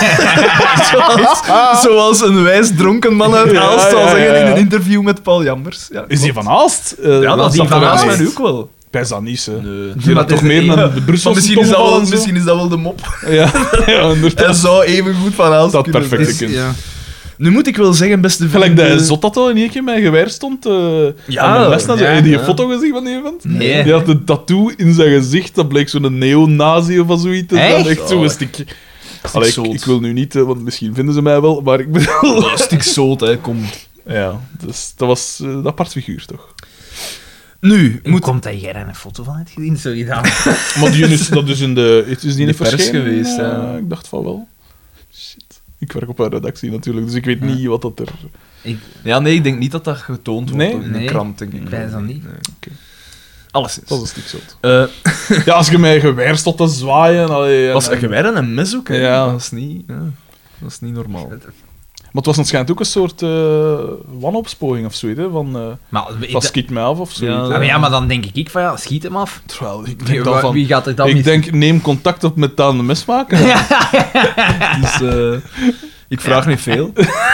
zoals een wijs dronken man uit Ja, Aalst zal ja, zeggen ja. in een interview met Paul Jambers. Ja, Is die klopt. van Aalst? Ja, dat die is van van Aalst Aalst. mij ook wel. Bij Zanis, hè. Nee. Die Maar had toch het is meer een- dan de Brusselse Misschien is dat wel de mop. Ja, ja, inderdaad. Hij zou even goed van Aalst Dat kunnen perfect zijn. kunnen. Ja. Nu moet ik wel zeggen, beste Gelijk vrienden... de zot dat al in één keer met geweer stond. Ja, aan de les. ja, Heb je die ja. foto gezien van die vent? Nee. Die had een tattoo in zijn gezicht. Dat bleek zo'n neonazi of zoiets. Dat Echt? is echt zo'n stukje. Allee, zoot. ik wil nu niet, want misschien vinden ze mij wel, maar ik bedoel... Oh, stik zoot, hè, kom. Ja, dus dat was een apart figuur, toch? Nu, Hoe komt dat jij daar een foto van hebt gezien? Sorry, dan. Maar die is, dat is in de... Het is die In niet de pers verschenen? geweest, ja. Ik dacht van wel. Shit. Ik werk op een redactie natuurlijk, dus ik weet niet wat dat er... Ja, nee, ik denk niet dat dat getoond wordt Nee? in de Nee, krant, denk ik. ik wijs dan niet. Nee. Oké. Alleszins. Dat is een stuk zout. Eh, Ja, als je mij geweer stond te zwaaien... Allee, was een geweer en een mes ook, hè. Ja. Dat is niet normaal. het was waarschijnlijk ook een soort wanopsporing of zoiets, hè, van schiet mij af of zoiets. Maar dan denk ik van ja, schiet hem af. Terwijl ik denk dan van... Wie gaat er dan Ik denk, neem contact op met Daan de Mesmaker. Dus ik vraag niet veel.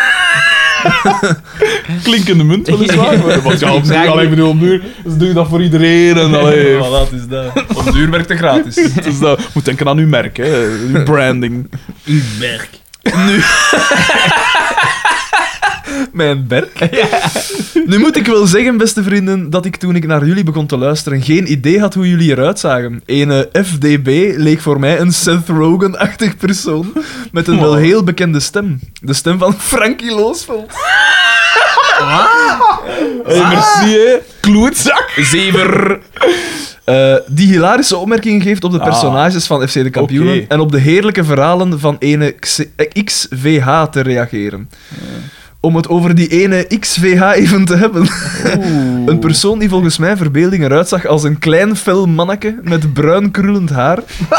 Klinkende munt, weliswaar. Want ja, op Exact. ik bedoel, op duur dus doe je dat voor iedereen. En allee, Voilà, het is dat. Op duur werkt het gratis. dus dat, moet denken aan uw merk, hè. Uw branding. Uw werk. Mijn berk. Nu moet ik wel zeggen, beste vrienden, dat ik toen ik naar jullie begon te luisteren geen idee had hoe jullie eruit zagen. Ene FDB leek voor mij een Seth Rogen-achtig persoon met een wel heel bekende stem. De stem van Frankie Loosveld. Hey, merci, hè. Kloetzak. Zever. Die hilarische opmerkingen geeft op de personages van FC de Kampioenen Oké. en op de heerlijke verhalen van ene XVH te reageren. Om het over die ene XVH even te hebben. Een persoon die volgens mijn verbeelding eruit zag als een klein fel manneke met bruin krullend haar.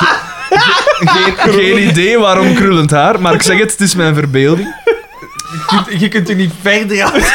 Geen idee waarom krullend haar, maar ik zeg het is mijn verbeelding. Je kunt er niet verder aan.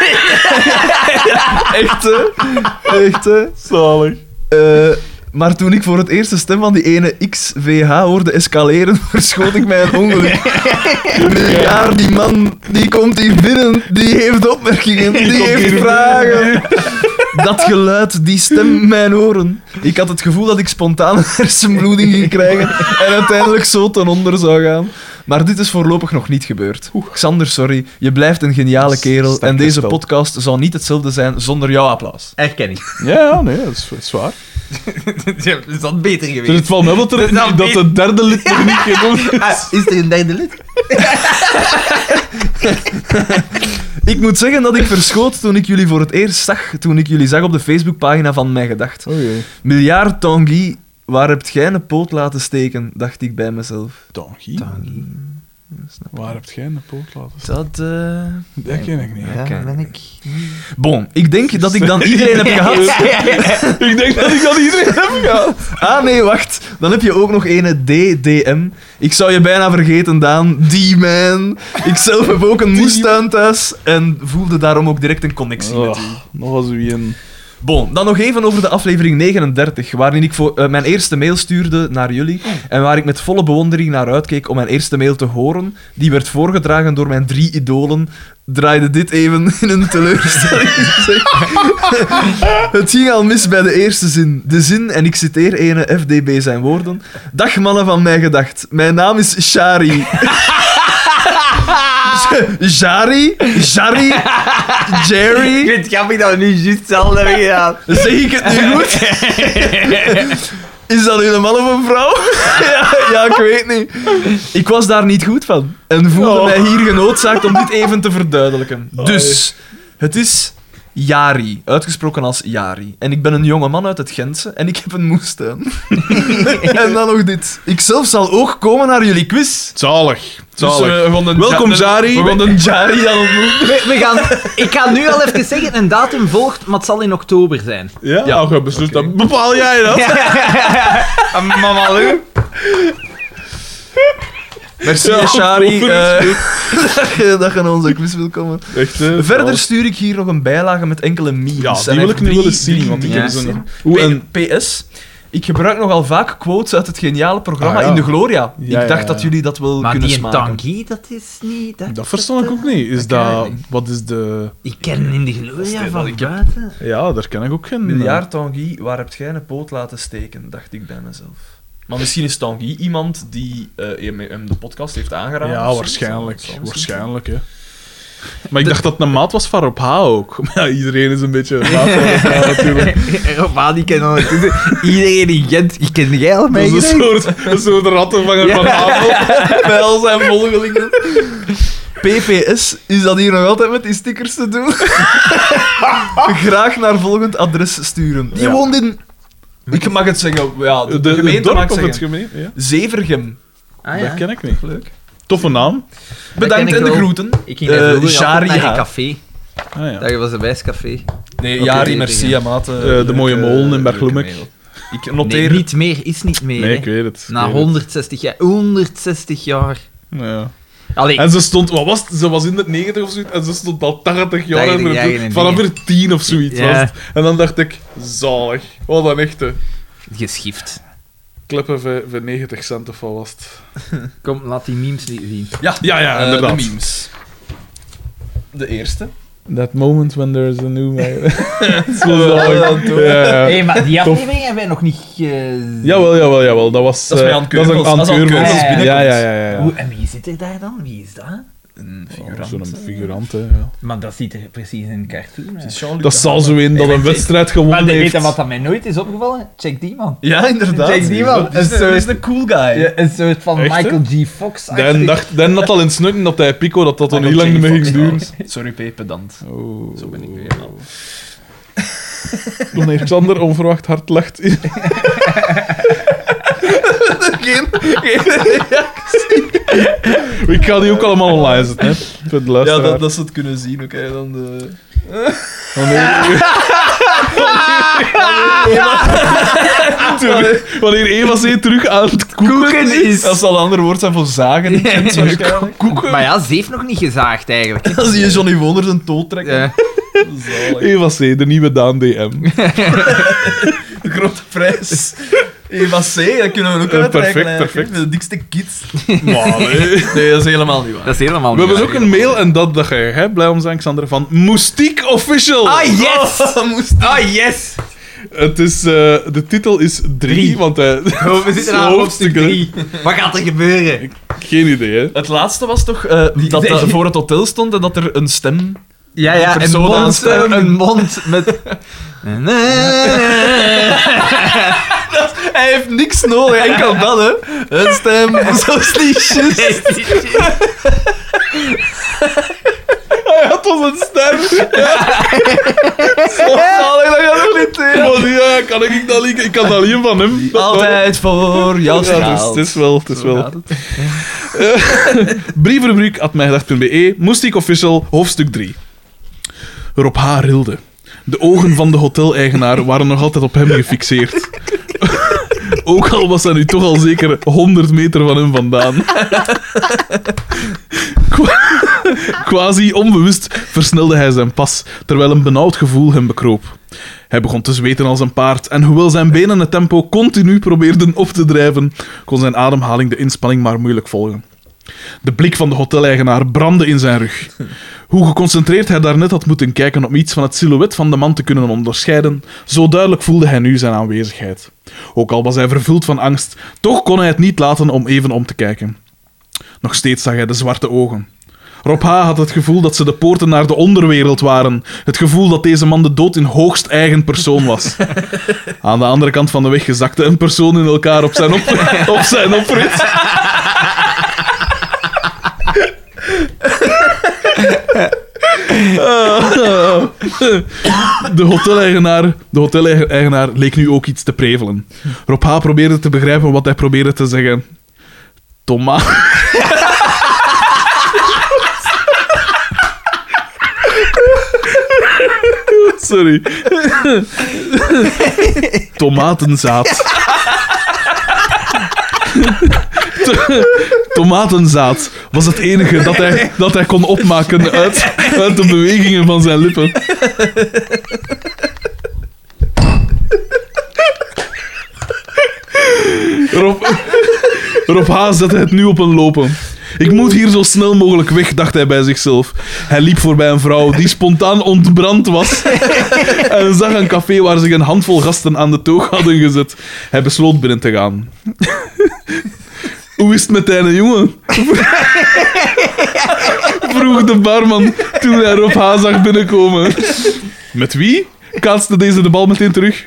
Echt, hè? Zalig. Maar toen ik voor het eerst de stem van die ene XVH hoorde escaleren, verschoot ik mij een ongeluk. Ja, die man, die komt hier binnen, die heeft opmerkingen, die heeft vragen. Dat geluid, die stem, mijn oren. Ik had het gevoel dat ik spontaan een hersenbloeding ging krijgen en uiteindelijk zo ten onder zou gaan. Maar dit is voorlopig nog niet gebeurd. Xander, sorry, je blijft een geniale kerel en deze spel. podcast zou niet hetzelfde zijn zonder jouw applaus. Erken ik. Ja, nee, dat is waar. Is dat beter Dus geweest? het valt me op dat de derde lid nog niet genoemd is. Is er een derde lid? Ik moet zeggen dat ik verschoot toen ik jullie voor het eerst zag, toen ik jullie zag op de Facebookpagina van Mijn Gedacht. Oh jee. Miljard Tanguy, waar hebt jij een poot laten steken, dacht ik bij mezelf. Tanguy? Waar heb jij een poot laten staan? Dat, Dat ken ik niet. Ja, ben ik. Bon, ik denk dat ik dan iedereen heb gehad. Ik denk dat ik dat iedereen heb gehad. Ah nee, wacht. Dan heb je ook nog ene DDM. Ik zou je bijna vergeten, Daan. D-man. Ik zelf heb ook een moestuin thuis en voelde daarom ook direct een connectie met u. Nog als u een... Bon, dan nog even over de aflevering 39, waarin ik mijn eerste mail stuurde naar jullie en waar ik met volle bewondering naar uitkeek om mijn eerste mail te horen. Die werd voorgedragen door mijn 3 idolen. Draaide dit even in een teleurstelling. Het ging al mis bij de eerste zin. De zin, en ik citeer ene FDB zijn woorden. Dag mannen van Mijn Gedacht, mijn naam is Shari. Jari? Jerry? Ik vind het grappig dat we nu juist hetzelfde hebben gedaan. Zeg ik het nu goed? Is dat nu een man of een vrouw? ja, ik weet niet. Ik was daar niet goed van. En voelde mij hier genoodzaakt om dit even te verduidelijken. Dus, het is Jari. Uitgesproken als Jari. En ik ben een jonge man uit het Gentse en ik heb een moestuin. En dan nog dit. Ik zelf zal ook komen naar jullie quiz. Zalig. Dus, Welkom, Jari. We gaan een Jari dan ontmoeten. Ik ga nu al even zeggen, een datum volgt, maar het zal in oktober zijn. Ja? Ja. Als je beslist, dan bepaal jij dat. Mama Lou. Merci, Ja, Shari, oktober dat je naar onze quiz wil komen. Echt, hè? Verder stuur ik hier nog een bijlage met enkele memes. Ja, En die wil ik nu drie- wel eens zien, want ik drie heb ze memes. nog... Oeh, en... PS, ik gebruik nogal vaak quotes uit het geniale programma Ah, ja. In de Gloria. Ja, Ik dacht ja. dat jullie dat wel Maar kunnen die smaken. Tanguy, dat is niet... Dat verstond ik ook niet. Is ken ik dat... niet. Wat is de... Ik ken in de Gloria dat van ik heb- buiten. Ja, daar ken ik ook geen... Miljard Tanguy, waar hebt jij een poot laten steken? Dacht ik bij mezelf. Maar misschien is Tanguy iemand die hem de podcast heeft aangeraden. Ja, of zo. waarschijnlijk. Zou misschien Waarschijnlijk, hè. Maar ik dacht dat het een maat was van Rob H. ook. Maar ja, iedereen is een beetje een maat van Rob H. natuurlijk. Rob die kennen ondertussen. Iedereen in Gent. Ik ken jij al Dat mee. is een soort rattenvanger van Havel. bij al zijn volgelingen. PPS, is dat hier nog altijd met die stickers te doen? Graag naar volgend adres sturen. Die Ja. woont in... Ik mag het zeggen, ja, de De gemeente mag dorp ik of het zeggen. gemeente? Ja. Zevergem. Ah, Dat ken ik niet. Leuk. Toffe naam. Bedankt ken ik en de wel. groeten. Ik ging net vroeger Shari, altijd naar ja. een café. Ah, ja. Dat was een wijscafé. Nee, Oké, Jari, zeker, merci, ja. maat. De Mooie Molen in Bergloemek. Ik noteer... Nee, niet meer is niet meer. Nee, hè. ik weet het. Na Ik weet 160 jaar. 160 jaar. het. Ja. Allee, En ze stond, wat was het? Ze was in de 90 of zoiets en ze stond al 80 jaar 80 in jaar de in een vanaf ding. er 10 of zoiets Ja. was het. En dan dacht ik, zalig. Wat een echte. geschift. Kleppen voor 90 cent of wat was het? Kom, laat die memes niet zien. Ja, inderdaad. De memes. De eerste. That moment when there's a new man. Zo Ja, zalig. toch. Ja. Hé, maar die Tof. aflevering hebben wij nog niet gezien. Jawel. Dat was... Dat is bij Jan dat is Keurmels. een Als Jan Keurmels. Keurmels binnenkomt. Ja. Hoe- en wie zit er daar dan? Wie is dat? Een Oh, figurant. Zo'n figurant, hè. Ja. Maar dat ziet er precies in een cartoon uit. Het is Jean-Luc Dat de zal Hamer. zo in dat een wedstrijd Maar gewonnen weet heeft. je wat dat mij nooit is opgevallen? Check die man. Ja, inderdaad. Check die man. Dat is een cool guy. Ja, een soort van Echt, hè? Michael G. Fox. Dan had al in snutten dat hij Pico dat nog Michael niet lang J. meer ging Fox duren. trouwens. Sorry, P. pedant. Oh. Zo ben ik nu helemaal. Wanneer Xander onverwacht hard lacht. Ik ga die ook allemaal online zetten, hè. Voor de Ja, luisteraar. dat ze het kunnen zien, oké. Dan de... Wanneer Eva C. terug aan het koeken is. Dat zal een ander woord zijn voor zagen. Ik vind het waarschijnlijk. Koeken. Maar ja, ze heeft nog niet gezaagd eigenlijk. Dan zie je Johnny Wonder zijn toot trekken. Ja. Zalig. Eva C., de nieuwe Daan DM. De grote prijs. Eva C, dat kunnen we ook uitreiken. Perfect, eigenlijk. perfect. De dikste kids. Maar nee. Nee, dat is helemaal niet waar. Dat is helemaal We niet hebben ook waar. een mail, en dat ga je blij om zijn, Xander, van Moestiek Official. Ah, yes! Oh, Yes! Het is, de titel is 3, want hij... Oh, we zitten aan hoofdstuk 3. Wat gaat er gebeuren? Geen idee, hè. Het laatste was toch dat voor het hotel stond en dat er een stem... Ja, ja, een persoon mond, aanstemmen. een mond met... Hij heeft niks nodig, enkel dat, hè. Een stem, zo sliesjes. Het was een stem. Zalig, dat gaat nog niet tegen. Maar ja, kan ik dat niet? Ik kan dat niet van hem. Altijd voor jou Ja, straalt. het is wel. Het is Zo wel. gaat het. Brievenrubriek @mijgedacht.be, Moestiek Official, hoofdstuk 3. Rob H. rilde. De ogen van de hoteleigenaar waren nog altijd op hem gefixeerd. Ook al was hij nu toch al zeker 100 meter van hem vandaan. Quasi onbewust versnelde hij zijn pas, terwijl een benauwd gevoel hem bekroop. Hij begon te zweten als een paard en hoewel zijn benen het tempo continu probeerden op te drijven, kon zijn ademhaling de inspanning maar moeilijk volgen. De blik van de hoteleigenaar brandde in zijn rug. Hoe geconcentreerd hij daarnet had moeten kijken om iets van het silhouet van de man te kunnen onderscheiden, zo duidelijk voelde hij nu zijn aanwezigheid. Ook al was hij vervuld van angst, toch kon hij het niet laten om even om te kijken. Nog steeds zag hij de zwarte ogen. Rob H. had het gevoel dat ze de poorten naar de onderwereld waren. Het gevoel dat deze man de dood in hoogst eigen persoon was. Aan de andere kant van de weg zakte een persoon in elkaar op zijn oprit. De hoteleigenaar leek nu ook iets te prevelen. Rob H. probeerde te begrijpen wat hij probeerde te zeggen. Thomas... Sorry. Tomatenzaad. Tomatenzaad was het enige dat hij kon opmaken uit de bewegingen van zijn lippen. Rob H. zette het nu op een lopen. Ik moet hier zo snel mogelijk weg, dacht hij bij zichzelf. Hij liep voorbij een vrouw die spontaan ontbrand was en zag een café waar zich een handvol gasten aan de toog hadden gezet. Hij besloot binnen te gaan. Hoe is het met deine jongen? Vroeg de barman toen hij Rob H. zag binnenkomen. Met wie? Kaatste deze de bal meteen terug.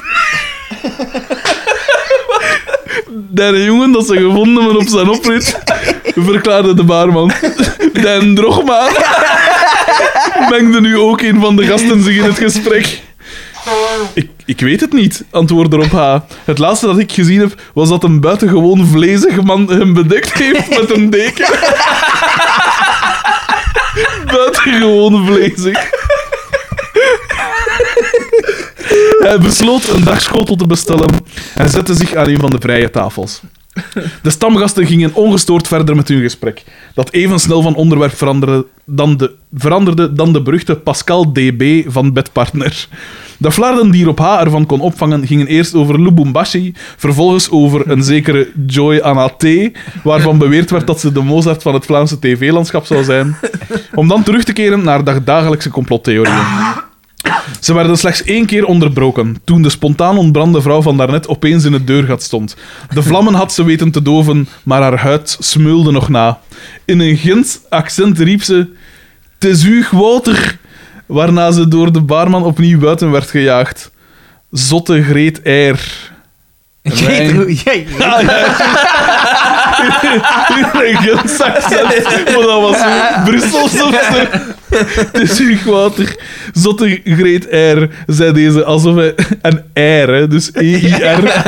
Deine jongen dat ze gevonden hebben op zijn oprit, verklaarde de baarman. Den Drogma mengde nu ook een van de gasten zich in het gesprek. Ik weet het niet, antwoordde Rob H. Het laatste dat ik gezien heb, was dat een buitengewoon vlezig man hem bedekt heeft met een deken. Buitengewoon vlezig. Hij besloot een dagschotel te bestellen en zette zich aan een van de vrije tafels. De stamgasten gingen ongestoord verder met hun gesprek, dat even snel van onderwerp veranderde dan de beruchte Pascal DB van Bedpartner. De flarden die Rob H. ervan kon opvangen gingen eerst over Lubumbashi, vervolgens over een zekere Joy Anna T., waarvan beweerd werd dat ze de Mozart van het Vlaamse tv-landschap zou zijn, om dan terug te keren naar de dagelijkse complottheorieën. Ze werden slechts 1 keer onderbroken, toen de spontaan ontbrande vrouw van daarnet opeens in het deurgat stond. De vlammen had ze weten te doven, maar haar huid smeulde nog na. In een Gents accent riep ze... "Te zuig water!" Waarna ze door de baarman opnieuw buiten werd gejaagd. Zotte Greet Eyre. Een Gents accent, maar dat was zo Brussels of zo. Te zuig water. Zotte Greet Eyre, zei deze alsof hij... En Eyre, hè, dus E-I-R.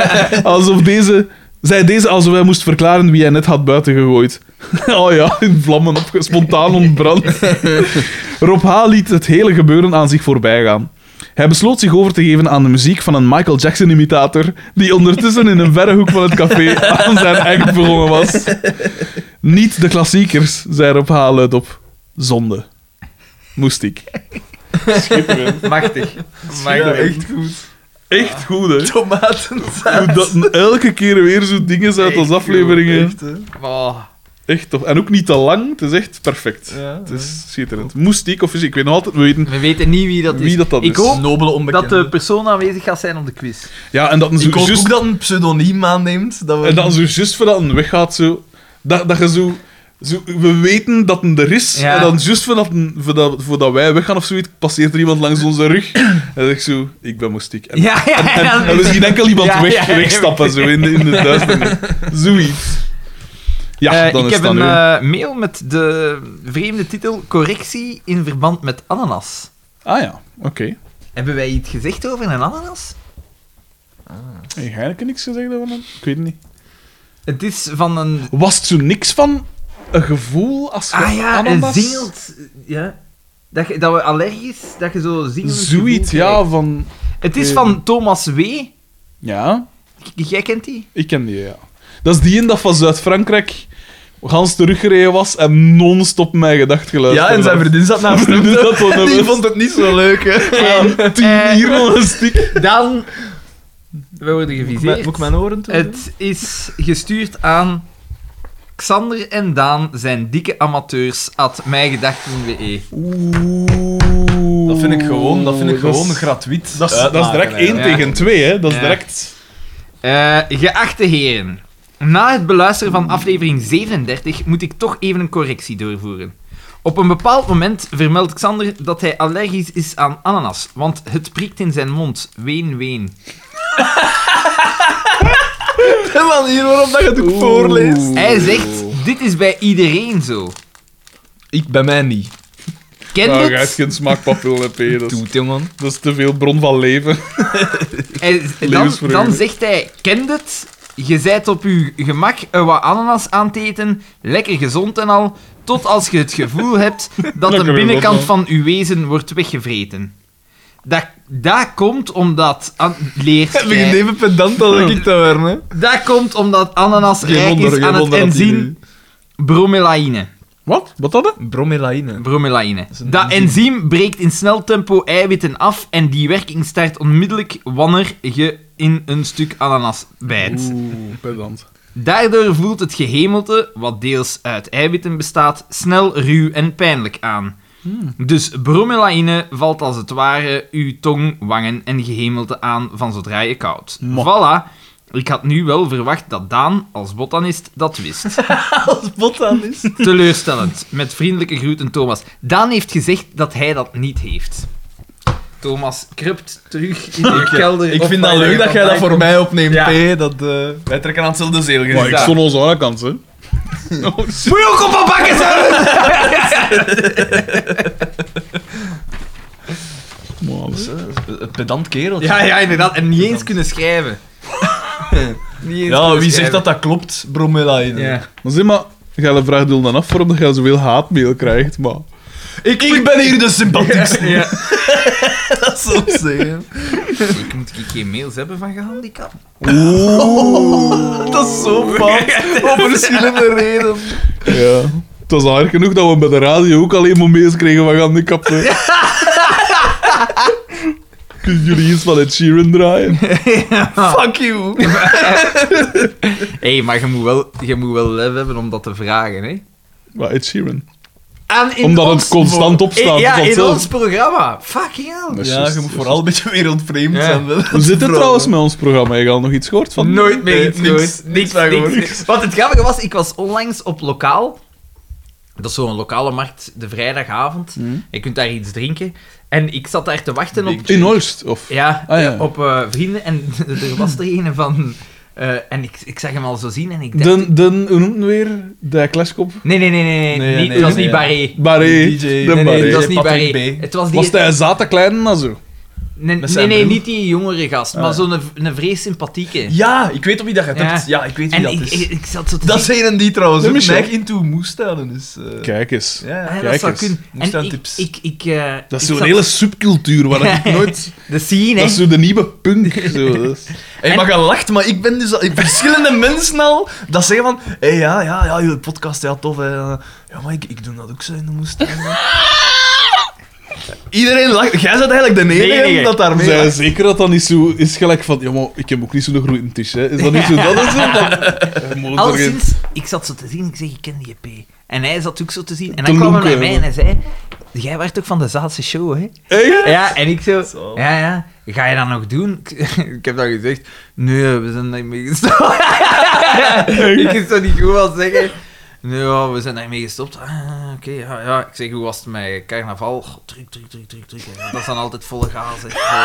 Zei deze alsof hij moest verklaren wie hij net had buiten gegooid. Oh ja, in vlammen spontaan ontbrand. Rob H. liet het hele gebeuren aan zich voorbij gaan. Hij besloot zich over te geven aan de muziek van een Michael Jackson-imitator die ondertussen in een verre hoek van het café aan zijn act begonnen was. Niet de klassiekers, zei Rob H. luidop. Zonde. Moest ik. Schitterend. Machtig. Ja, echt goed. Echt goed, hè? Tomatensaus. Hoe dat elke keer weer zo dingen uit als afleveringen. Echt, hè. Oh. Echt tof. En ook niet te lang, het is echt perfect. Ja, Het is schitterend. Moest ik, of is ik weet nog altijd, we weten We weten niet wie dat is. wie dat Ik is. hoop Nobele dat onbekende. de persoon aanwezig gaat zijn op de quiz. Ja, en dat een zo Ik hoop juist... ook dat een pseudoniem aanneemt. Dat we... En dan zo juist voordat een weggaat, zo... Dat je zo... We weten dat een er is, Ja. en dan juist voordat wij weggaan of zoiets, passeert er iemand langs onze rug. En dan zeg ik zo, ik ben Moestiek. En, en we zien enkel iemand wegstappen, zo in de duisternis. Zoiets. Ja, dan ik is heb het een aan u. mail met de vreemde titel Correctie in verband met ananas. Ah ja, oké. Hebben wij iets gezegd over een ananas? Heb je eigenlijk niks gezegd over hem? Ik weet het niet. Het is van een... Was het zo niks van een gevoel als je Ah ja, ananas... een zingeld... Ja. Dat we allergisch... Dat je zo zingeld Zoiets, gevoel ja, krijgt. van... Het is van Thomas W. Ja, Jij kent die? ik ken die, ja. Dat is die in dat van Zuid-Frankrijk gans teruggereden was en non-stop mijn gedacht geluisterd Ja, en zijn had. vriendin zat naast hem. Dat was een Die best. vond het niet zo leuk, hè. Ja, 10 uur nog een stuk. Dan... We worden geviseerd. Moet ik mijn oren toe? Het is gestuurd aan Xander en Daan zijn dikke amateurs @mijgedachten.be. Oeh. Dat vind ik gewoon is- gratuit. Dat is direct 1 Ja. tegen 2, hè. Dat is Ja. direct... Geachte heren, na het beluisteren van aflevering 37 moet ik toch even een correctie doorvoeren. Op een bepaald moment vermeldt Xander dat hij allergisch is aan ananas, want het prikt in zijn mond. Ween, ween. De manier waarop dat je het ook voorleest. Hij zegt, dit is bij iedereen zo. Ik bij mij niet. Kent Nou, jij hebt het? geen smaakpapillen, hè, P. Dat is, Doet, jongen. dat is te veel bron van leven. Dan Levensvreugde. zegt hij, kent het? Je zijt op je gemak wat ananas aan het eten, lekker gezond en al, tot als je het gevoel hebt dat de Lekker binnenkant gezond, van uw wezen wordt weggevreten. Dat komt omdat... Ik begin even pedant als ik dat werd, hè. Dat komt omdat ananas rijk is aan het enzym bromelaïne. Wat? Wat dat? Bromelaïne. is een Dat enzym breekt in snel tempo eiwitten af en die werking start onmiddellijk wanneer je in een stuk ananas bijt. Oeh, pedant. Daardoor voelt het gehemelte, wat deels uit eiwitten bestaat, snel ruw en pijnlijk aan. Dus bromelaïne valt als het ware uw tong, wangen en gehemelte aan van zodra je koudt. Voilà. Ik had nu wel verwacht dat Daan, als botanist, dat wist. Als botanist. Teleurstellend. Met vriendelijke groeten, Thomas. Daan heeft gezegd dat hij dat niet heeft. Thomas kruipt terug in de kelder. Ik op vind dat waar leuk hij dat jij dat vandaan voor mij opneemt, Ja. P. Dat, wij trekken aan hetzelfde zeel. Maar gezien. ik stond ons aan de kant, hè. Oh, shit. Moet je ook op een bakken zijn? Maar, Dat is, een pedant kereltje. Ja, inderdaad. En niet eens kunnen schrijven. Niet eens Ja, kunnen wie zegt schrijven. dat klopt? Bromelaïne. Ja. maar zeg maar, ga de vraag dan af waarom dat jij zoveel haatmail krijgt, maar... Ik ben hier de sympathiekste. Ja. Dat zou ik zeggen. Ik moet geen mails hebben van gehandicapten. Dat is zo fout. Om verschillende redenen. Ja. Het was al erg genoeg dat we bij de radio ook alleen maar mails kregen van gehandicapten. Kunnen jullie iets van Ed Sheeran draaien? Fuck you. Hé, maar je moet wel lef hebben om dat te vragen, hè? Maar Ed Sheeran. En Omdat het constant opstaat. Ja, in vanzelf. ons programma. Fucking hell. Dat is Ja, juist, je moet dat is vooral een beetje wereldvreemd Ja. zijn. wel. Hoe zit het trouwens met ons programma? Heb je al nog iets gehoord van? Nooit meer iets niks, gehoord. niks van gehoord. Niks. Wat het grappige was, ik was onlangs op lokaal. Dat is zo'n lokale markt, de vrijdagavond. Je kunt daar iets drinken. En ik zat daar te wachten op... In Oost? Of? Ja, Ah, ja. op vrienden. En er was er een van... en ik zag hem al zo zien en ik dacht... Hoe noemt het weer? De klaskop? Nee. Nee, Het was nee, niet ja. Barré. Barré. DJ. De Nee, Barré. Het was niet Patrick Barré. B. Het was die... Was hij een zate kleine na zo? Nee, niet die jongere gast, maar Ah. zo'n een vrees sympathieke. Ja, ik weet op wie dat gaat. Ja. Ja, ik weet wie En dat ik is. zat zo te Dat zien. is een die trouwens De ook Michel. neig into moestuinen is. Kijk eens. Ja, Ah, ja. dat Kijk zou eens. kunnen. En Moestuintips. Dat is ik zo'n zat- hele subcultuur waar ik nooit... De scene, Dat hè. is zo de nieuwe punk. Zo. Dat is- Hey, maar je lacht, maar ik ben dus al... Verschillende mensen al dat zeggen van... Hé, ja, je podcast, ja, tof, hè. Ja, maar ik doe dat ook zo in de moestuin. Iedereen lacht. Jij bent eigenlijk de enige Nee. dat daarmee Zij lacht. zeker dat dat niet zo is gelijk van... Ja, maar ik heb ook niet zo'n groententisch, hè. Is dat niet zo? Dat is zo? Dat... moet er geen- Alleszins, ik zat zo te zien, ik zeg, ik ken die P. En hij zat ook zo te zien. En Te dan kwam hij lonken, naar mij en hij zei... Jij werd ook van de Zaatse show, hè? Echt? Ja, en ik zo... Zo. Ja. Ga je dat nog doen? Ik heb dan gezegd... Nee, we zijn daarmee gestopt. Ik is zo niet goed wat zeggen. Nee, ja, we zijn daarmee gestopt. Ah, oké, ja. Ik zeg, hoe was het met carnaval? Oh, druk. Dat is dan altijd volle gaas,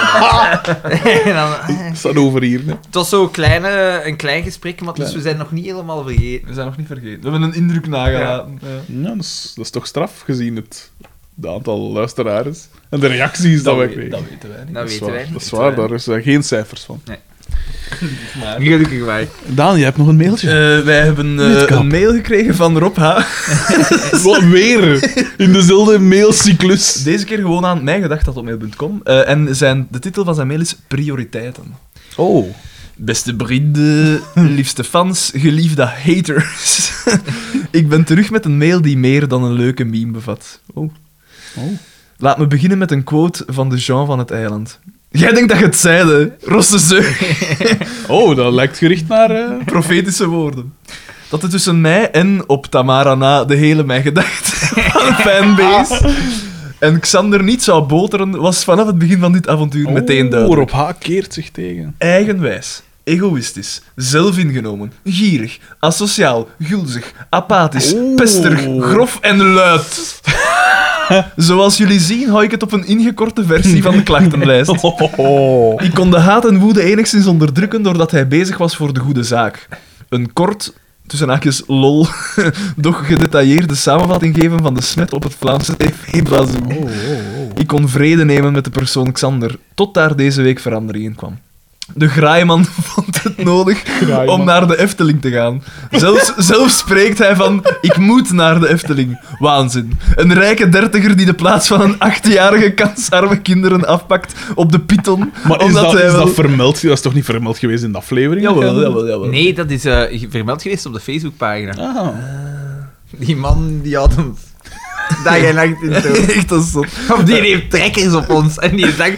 hè. En dan, Dat staat over hier, hè. het was zo een klein gesprek, maar dus we zijn nog niet helemaal vergeten. We zijn nog niet vergeten. We hebben een indruk nagelaten. Ja. Ja, dat is toch straf, gezien het aantal luisteraars. En de reacties dat wij kregen. Dat weten wij niet. Dat weten wij Dat niet. is waar, daar is geen cijfers van. Maar... Gelukkig maar. Daan, jij hebt nog een mailtje. wij hebben Witkap. een mail gekregen van Rob H. Wat weer? In dezelfde mailcyclus. Deze keer gewoon aan mijngedacht@mail.com. En de titel van zijn mail is Prioriteiten. Oh. Beste vrienden, liefste fans, geliefde haters. Ik ben terug met een mail die meer dan een leuke meme bevat. Oh. Laat me beginnen met een quote van de Jean van het eiland. Jij denkt dat je het zeide, rosse zeug. Oh, dat lijkt gericht naar... Profetische woorden. Dat het tussen mij en op Tamara na de hele mijn gedacht van een fanbase en Xander niet zou boteren, was vanaf het begin van dit avontuur meteen duidelijk. Rob H. keert zich tegen. Eigenwijs, egoïstisch, zelfingenomen, gierig, asociaal, gulzig, apathisch, pesterig, grof en luid. Zoals jullie zien hou ik het op een ingekorte versie van de klachtenlijst. Ik kon de haat en woede enigszins onderdrukken doordat hij bezig was voor de goede zaak. Een kort, tussen haakjes lol, doch gedetailleerde samenvatting geven van de smet op het Vlaamse tv-blazoen. Ik kon vrede nemen met de persoon Xander, tot daar deze week verandering in kwam. De graaiman vond het nodig om naar de Efteling te gaan. Zelfs spreekt hij van, ik moet naar de Efteling. Waanzin. Een rijke dertiger die de plaats van een 8-jarige kansarme kinderen afpakt op de Python. Maar is omdat hij wel... dat vermeld? Dat is toch niet vermeld geweest in de aflevering? Jawel. Nee, dat is vermeld geweest op de Facebookpagina. Ah. Die man die had ons dag en nacht in toon. Echt, dat is zot. Of die heeft trekkers op ons. En die zegt...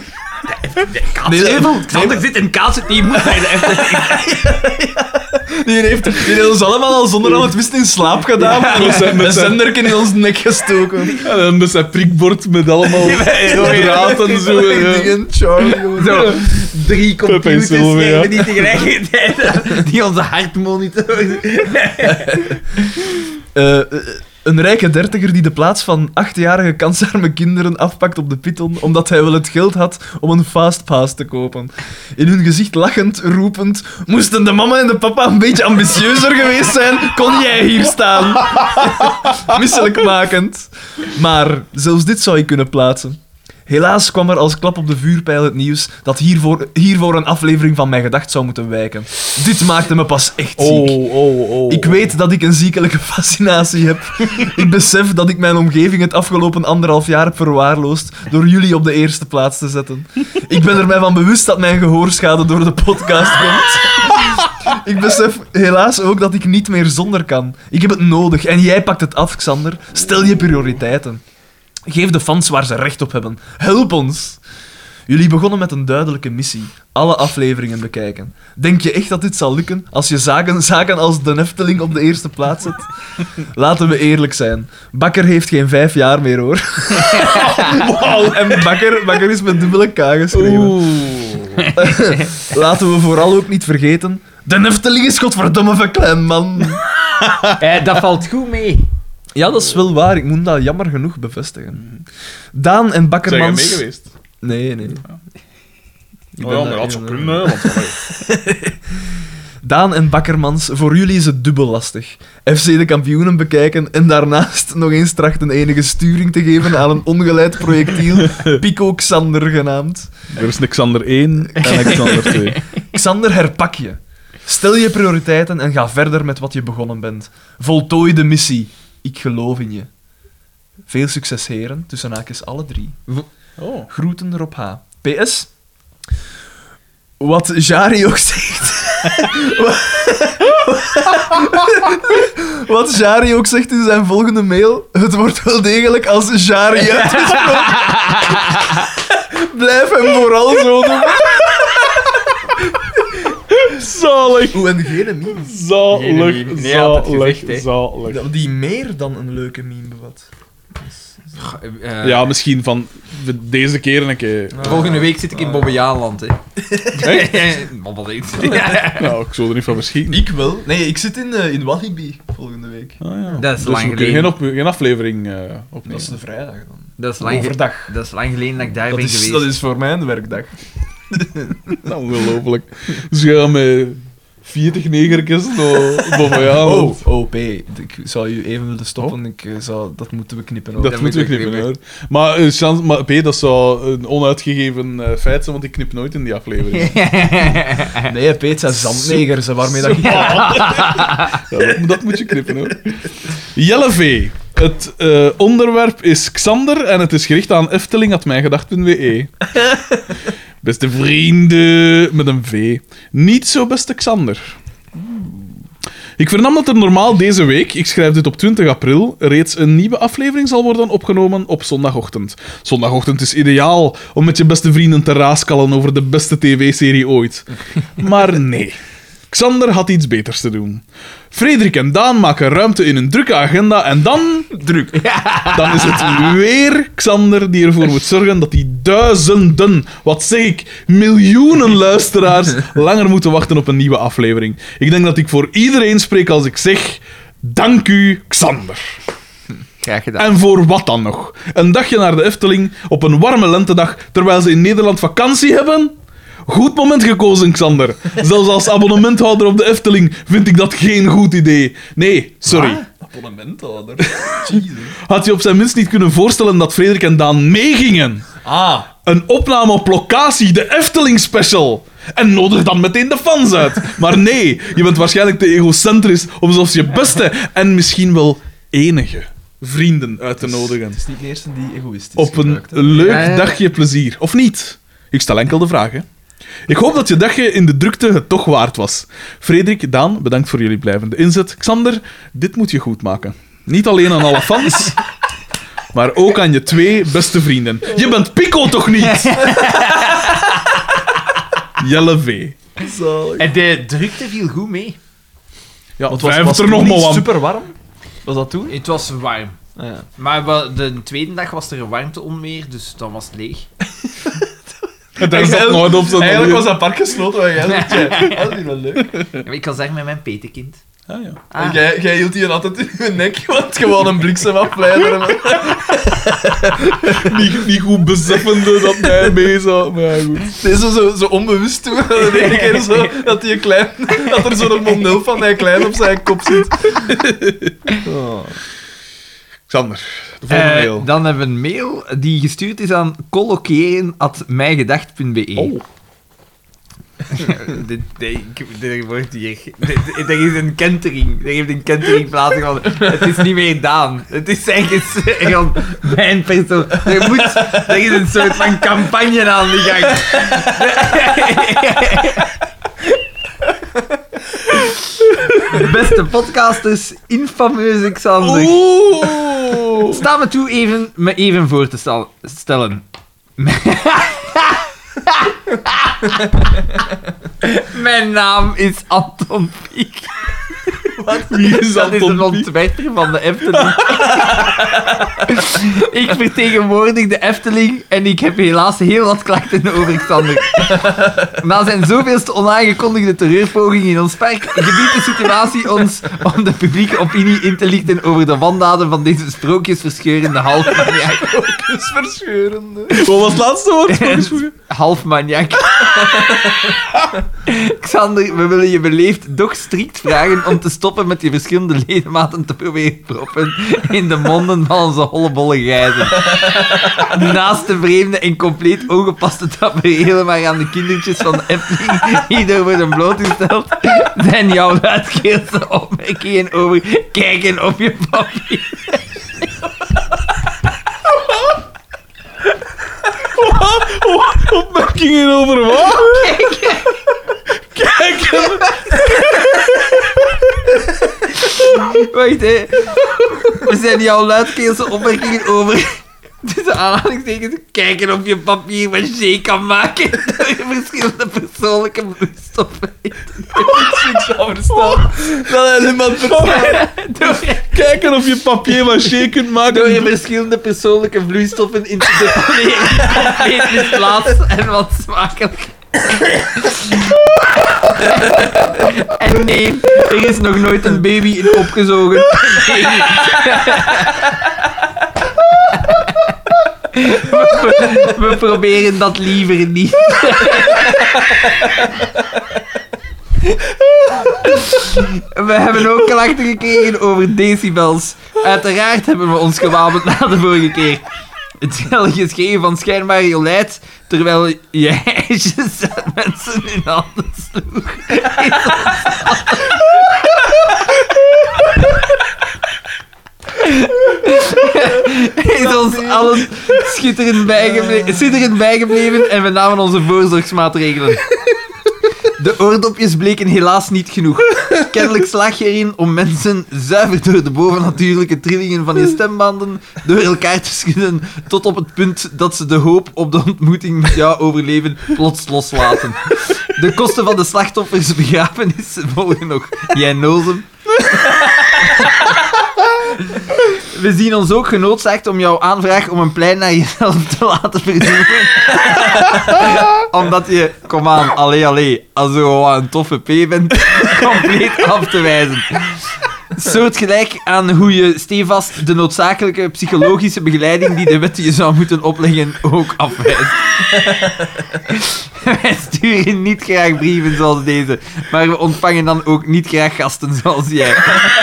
Xander zit in Kaatsheuvel, die moet bij de Efteling. Die heeft ons allemaal al zonder al het wist in slaap gedaan. Ja. En een zenderken in ons nek gestoken. En dan met zijn prikbord met allemaal draad en zo. Dingen, Charlie. Zo, 3 computers Silver, ja. die tegelijkertijd die onze hart monitoren. Een rijke dertiger die de plaats van 8-jarige kansarme kinderen afpakt op de Python omdat hij wel het geld had om een fastpass te kopen. In hun gezicht lachend, roepend, moesten de mama en de papa een beetje ambitieuzer geweest zijn, kon jij hier staan. Misselijkmakend. Maar zelfs dit zou ik kunnen plaatsen. Helaas kwam er als klap op de vuurpijl het nieuws dat hiervoor een aflevering van Mijn Gedacht zou moeten wijken. Dit maakte me pas echt ziek. Ik weet dat ik een ziekelijke fascinatie heb. Ik besef dat ik mijn omgeving het afgelopen 1,5 jaar heb verwaarloosd door jullie op de eerste plaats te zetten. Ik ben er mij van bewust dat mijn gehoorschade door de podcast komt. Ik besef helaas ook dat ik niet meer zonder kan. Ik heb het nodig en jij pakt het af, Xander. Stel je prioriteiten. Geef de fans waar ze recht op hebben. Help ons. Jullie begonnen met een duidelijke missie. Alle afleveringen bekijken. Denk je echt dat dit zal lukken als je zaken als de Efteling op de eerste plaats zet? Laten we eerlijk zijn. Bakker heeft geen 5 jaar meer, hoor. Wow. En Bakker is met dubbele K geschreven. Laten we vooral ook niet vergeten... De Efteling is godverdomme van klein, man. Dat valt goed mee. Ja, dat is wel waar. Ik moet dat jammer genoeg bevestigen. Daan en Bakkermans... Zijn je mee geweest? Nee. Oh ja, maar dat zou kunnen, want... Daan en Bakkermans, voor jullie is het dubbel lastig. FC de kampioenen bekijken en daarnaast nog eens trachten enige sturing te geven aan een ongeleid projectiel, Pico Xander genaamd. Er is een Xander 1 en een Xander 2. Xander, herpak je. Stel je prioriteiten en ga verder met wat je begonnen bent. Voltooi de missie. Ik geloof in je. Veel succes, heren, tussen haakjes alle 3. Oh. Groeten Rob H. PS. Wat Jari ook zegt... Wat Jari ook zegt in zijn volgende mail... Het wordt wel degelijk als Jari uitgesproken. Blijf hem vooral zo doen. Zalig. Oeh, en geen meme. Zalig. Nee, had het gezegd, hè. Zalig. Die meer dan een leuke meme bevat. Ja, misschien van deze keer een keer. Volgende week zit ik in Bobbejaanland, hè. Babbeleid. Nou, ik zou er niet van verschieten. Ik wel. Nee, ik zit in Walibi volgende week. Ah, ja. Dat is dus lang we kunnen geleden. geen aflevering opnemen. Dat is de vrijdag dan. Dat is lang Overdag. Dat is lang geleden dat ik daar Dat ben is, geweest. dat is voor mij een werkdag. Ongelooflijk. Dus je gaat met 40 negertjes naar Bobbejaanland. Oh, P. Ik zou je even willen stoppen. Dat moeten we knippen. Ook. Dat moeten we knippen, hoor. Maar, maar P, dat zou een onuitgegeven feit zijn, want ik knip nooit in die aflevering. Nee, P, het zijn zandnegers, waarmee dat ik... Ja, dat moet je knippen, hoor. Jelle V. Het onderwerp is Xander en het is gericht aan efteling@mijngedacht.be. Beste vrienden, met een V. Niet zo beste Xander. Ik vernam dat er normaal deze week, ik schrijf dit op 20 april, reeds een nieuwe aflevering zal worden opgenomen op zondagochtend. Zondagochtend is ideaal om met je beste vrienden te raaskallen over de beste tv-serie ooit. Maar nee. Xander had iets beters te doen. Frederik en Daan maken ruimte in een drukke agenda en dan... Druk. Dan is het weer Xander die ervoor moet zorgen dat die duizenden, wat zeg ik, miljoenen luisteraars langer moeten wachten op een nieuwe aflevering. Ik denk dat ik voor iedereen spreek als ik zeg... Dank u, Xander. Graag gedaan. En voor wat dan nog? Een dagje naar de Efteling op een warme lentedag, terwijl ze in Nederland vakantie hebben... Goed moment gekozen, Xander. Zelfs als abonnementhouder op de Efteling vind ik dat geen goed idee. Nee, sorry. Abonnementhouder? Jesus. Had je op zijn minst niet kunnen voorstellen dat Frederik en Daan meegingen? Een opname op locatie, de Efteling special. En nodig dan meteen de fans uit. Maar nee, je bent waarschijnlijk te egocentrisch om zelfs je beste en misschien wel enige vrienden uit te nodigen. Het is niet de eerste die egoïstisch Op een gebruikt, hè. leuk dagje plezier. Of niet? Ik stel enkel de vraag, hè. Ik hoop dat je dagje in de drukte het toch waard was. Frederik, Daan, bedankt voor jullie blijvende inzet. Xander, dit moet je goed maken. Niet alleen aan alle fans, maar ook aan je 2 beste vrienden. Je bent Pico toch niet? Jelle V. Zalig. En de drukte viel goed mee. Ja, Want vijf was er nog maar aan. super warm? Was dat toen? Het was warm. Ah, ja. Maar de tweede dag was er een warmteonweer, dus dan was het leeg. En daar zat nooit op zijn... Eigenlijk was dat park gesloten, maar jij dat is niet wel leuk. Ja, maar ik kan zeggen met mijn petekind. Ah, ja. Ah. En jij hield die altijd in je nek, want gewoon een bliksemafleider. Niet goed beseffende dat hij mee zat, maar ja, goed. Het is zo onbewust toen. De ene keer zo, dat er zo'n model van hij klein op zijn kop zit. Oh. Xander, Volgende mail. Dan hebben we een mail die gestuurd is aan colloqueren@mijgedacht.be. Oh. Er wordt hier... Er is een kentering. Er heeft een kentering plaatsgevonden. Het is niet meer Daan. Het is eigenlijk gewoon mijn persoon. Er is een soort van campagne aan de gang. Beste podcasters, infameuze Xander. Oeh. Sta me toe me even voor te stellen. Mijn naam is Anton Pieck. Wie is Dat is Anton een Pieck? ontwerper van de Efteling. Ik vertegenwoordig de Efteling en ik heb helaas heel wat klachten over Xander. Na zijn zoveelste onaangekondigde terreurpoging in ons park gebiedt de situatie ons om de publieke opinie in te lichten over de wandaden van deze sprookjesverscheurende halfmaniak. Verscheurende. Wat was het laatste woord? Halfmaniak. Xander, we willen je beleefd doch strikt vragen om te stoppen met je verschillende ledematen te proberen proppen in de monden van onze hollebolle gijzen. Naast de vreemde en compleet ongepaste tafereelen waaraan de kindertjes van de Efteling hierdoor worden blootgesteld, zijn jouw luidkeelse opmerkingen over kijken op je papier. Opmerkingen over wat? Kijken. Wacht, hè. We zijn jouw luidkeelse opmerkingen over... tussen aanhalingstekens kijken of je papier maché kan maken door je verschillende persoonlijke vloeistoffen in Ik zou verstaan. Dat iemand verstaan. Kijken of je papier-maché kunt maken. door je verschillende persoonlijke vloeistoffen in te deponeren. Compleet misplaatst en wat smakelijk. En nee, er is nog nooit een baby in opgezogen. Nee. We proberen dat liever niet. We hebben ook klachten gekregen over decibels. Uiteraard hebben we ons gewapend na de vorige keer. Het geldige schreeuwen van schijnbaar jolijt, terwijl je ijsjes uit mensen in handen sloeg. Is ons allen schitterend bijgebleven en we namen onze voorzorgsmaatregelen. De oordopjes bleken helaas niet genoeg. Kennelijk slaag je erin om mensen zuiver door de bovennatuurlijke trillingen van je stembanden door elkaar te schudden tot op het punt dat ze de hoop op de ontmoeting met jou overleven plots loslaten. De kosten van de slachtoffers begrafenis volgen nog. Jij nozem. We zien ons ook genoodzaakt om jouw aanvraag om een plein naar jezelf te laten verzoeken. Omdat je, kom aan, allee, als je wel een toffe P bent, compleet af te wijzen. Soortgelijk aan hoe je stevast de noodzakelijke psychologische begeleiding die de wet je zou moeten opleggen ook afwijst. Wij sturen niet graag brieven zoals deze, maar we ontvangen dan ook niet graag gasten zoals jij.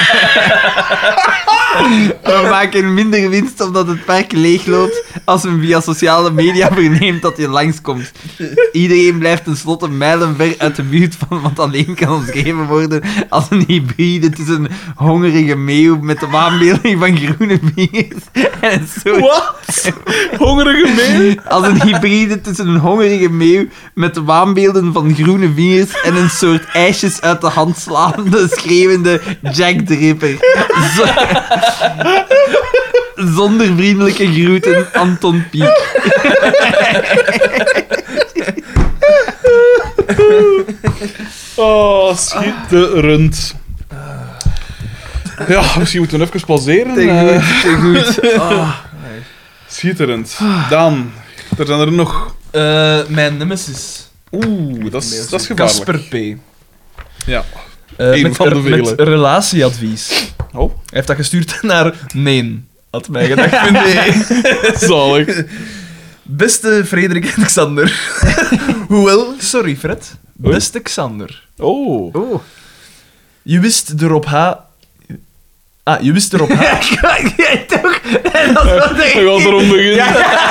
We maken minder winst omdat het park leegloopt als men via sociale media verneemt dat je langskomt. Iedereen blijft tenslotte mijlenver uit de buurt van wat alleen kan omschreven worden als een hybride tussen een hongerige meeuw met de waanbeelding van groene vingers en een soort... Wat? Hongerige meeuw? Als een hybride tussen een hongerige meeuw met de waanbeelden van groene vingers en een soort ijsjes uit de hand slaande, schreeuwende Jack the Ripper. Zonder vriendelijke groeten, Anton Pieck. Oh, schitterend. Ja, misschien moeten we even pauzeren. Te goed. Oh. Schitterend. Dan, er zijn er nog. Mijn nemesis. Oeh, dat is gevaarlijk. Casper P. Ja. Eén van de vele. Met relatieadvies. Oh, Hij heeft dat gestuurd naar nee. Had mij gedacht. Nee. zalig. Beste Frederik en Xander. Hoewel, sorry Fred. Beste Xander. Oh. Oh. Je wist erop Ah, je wist erop Jij toch? En dat was Ik ga erom beginnen.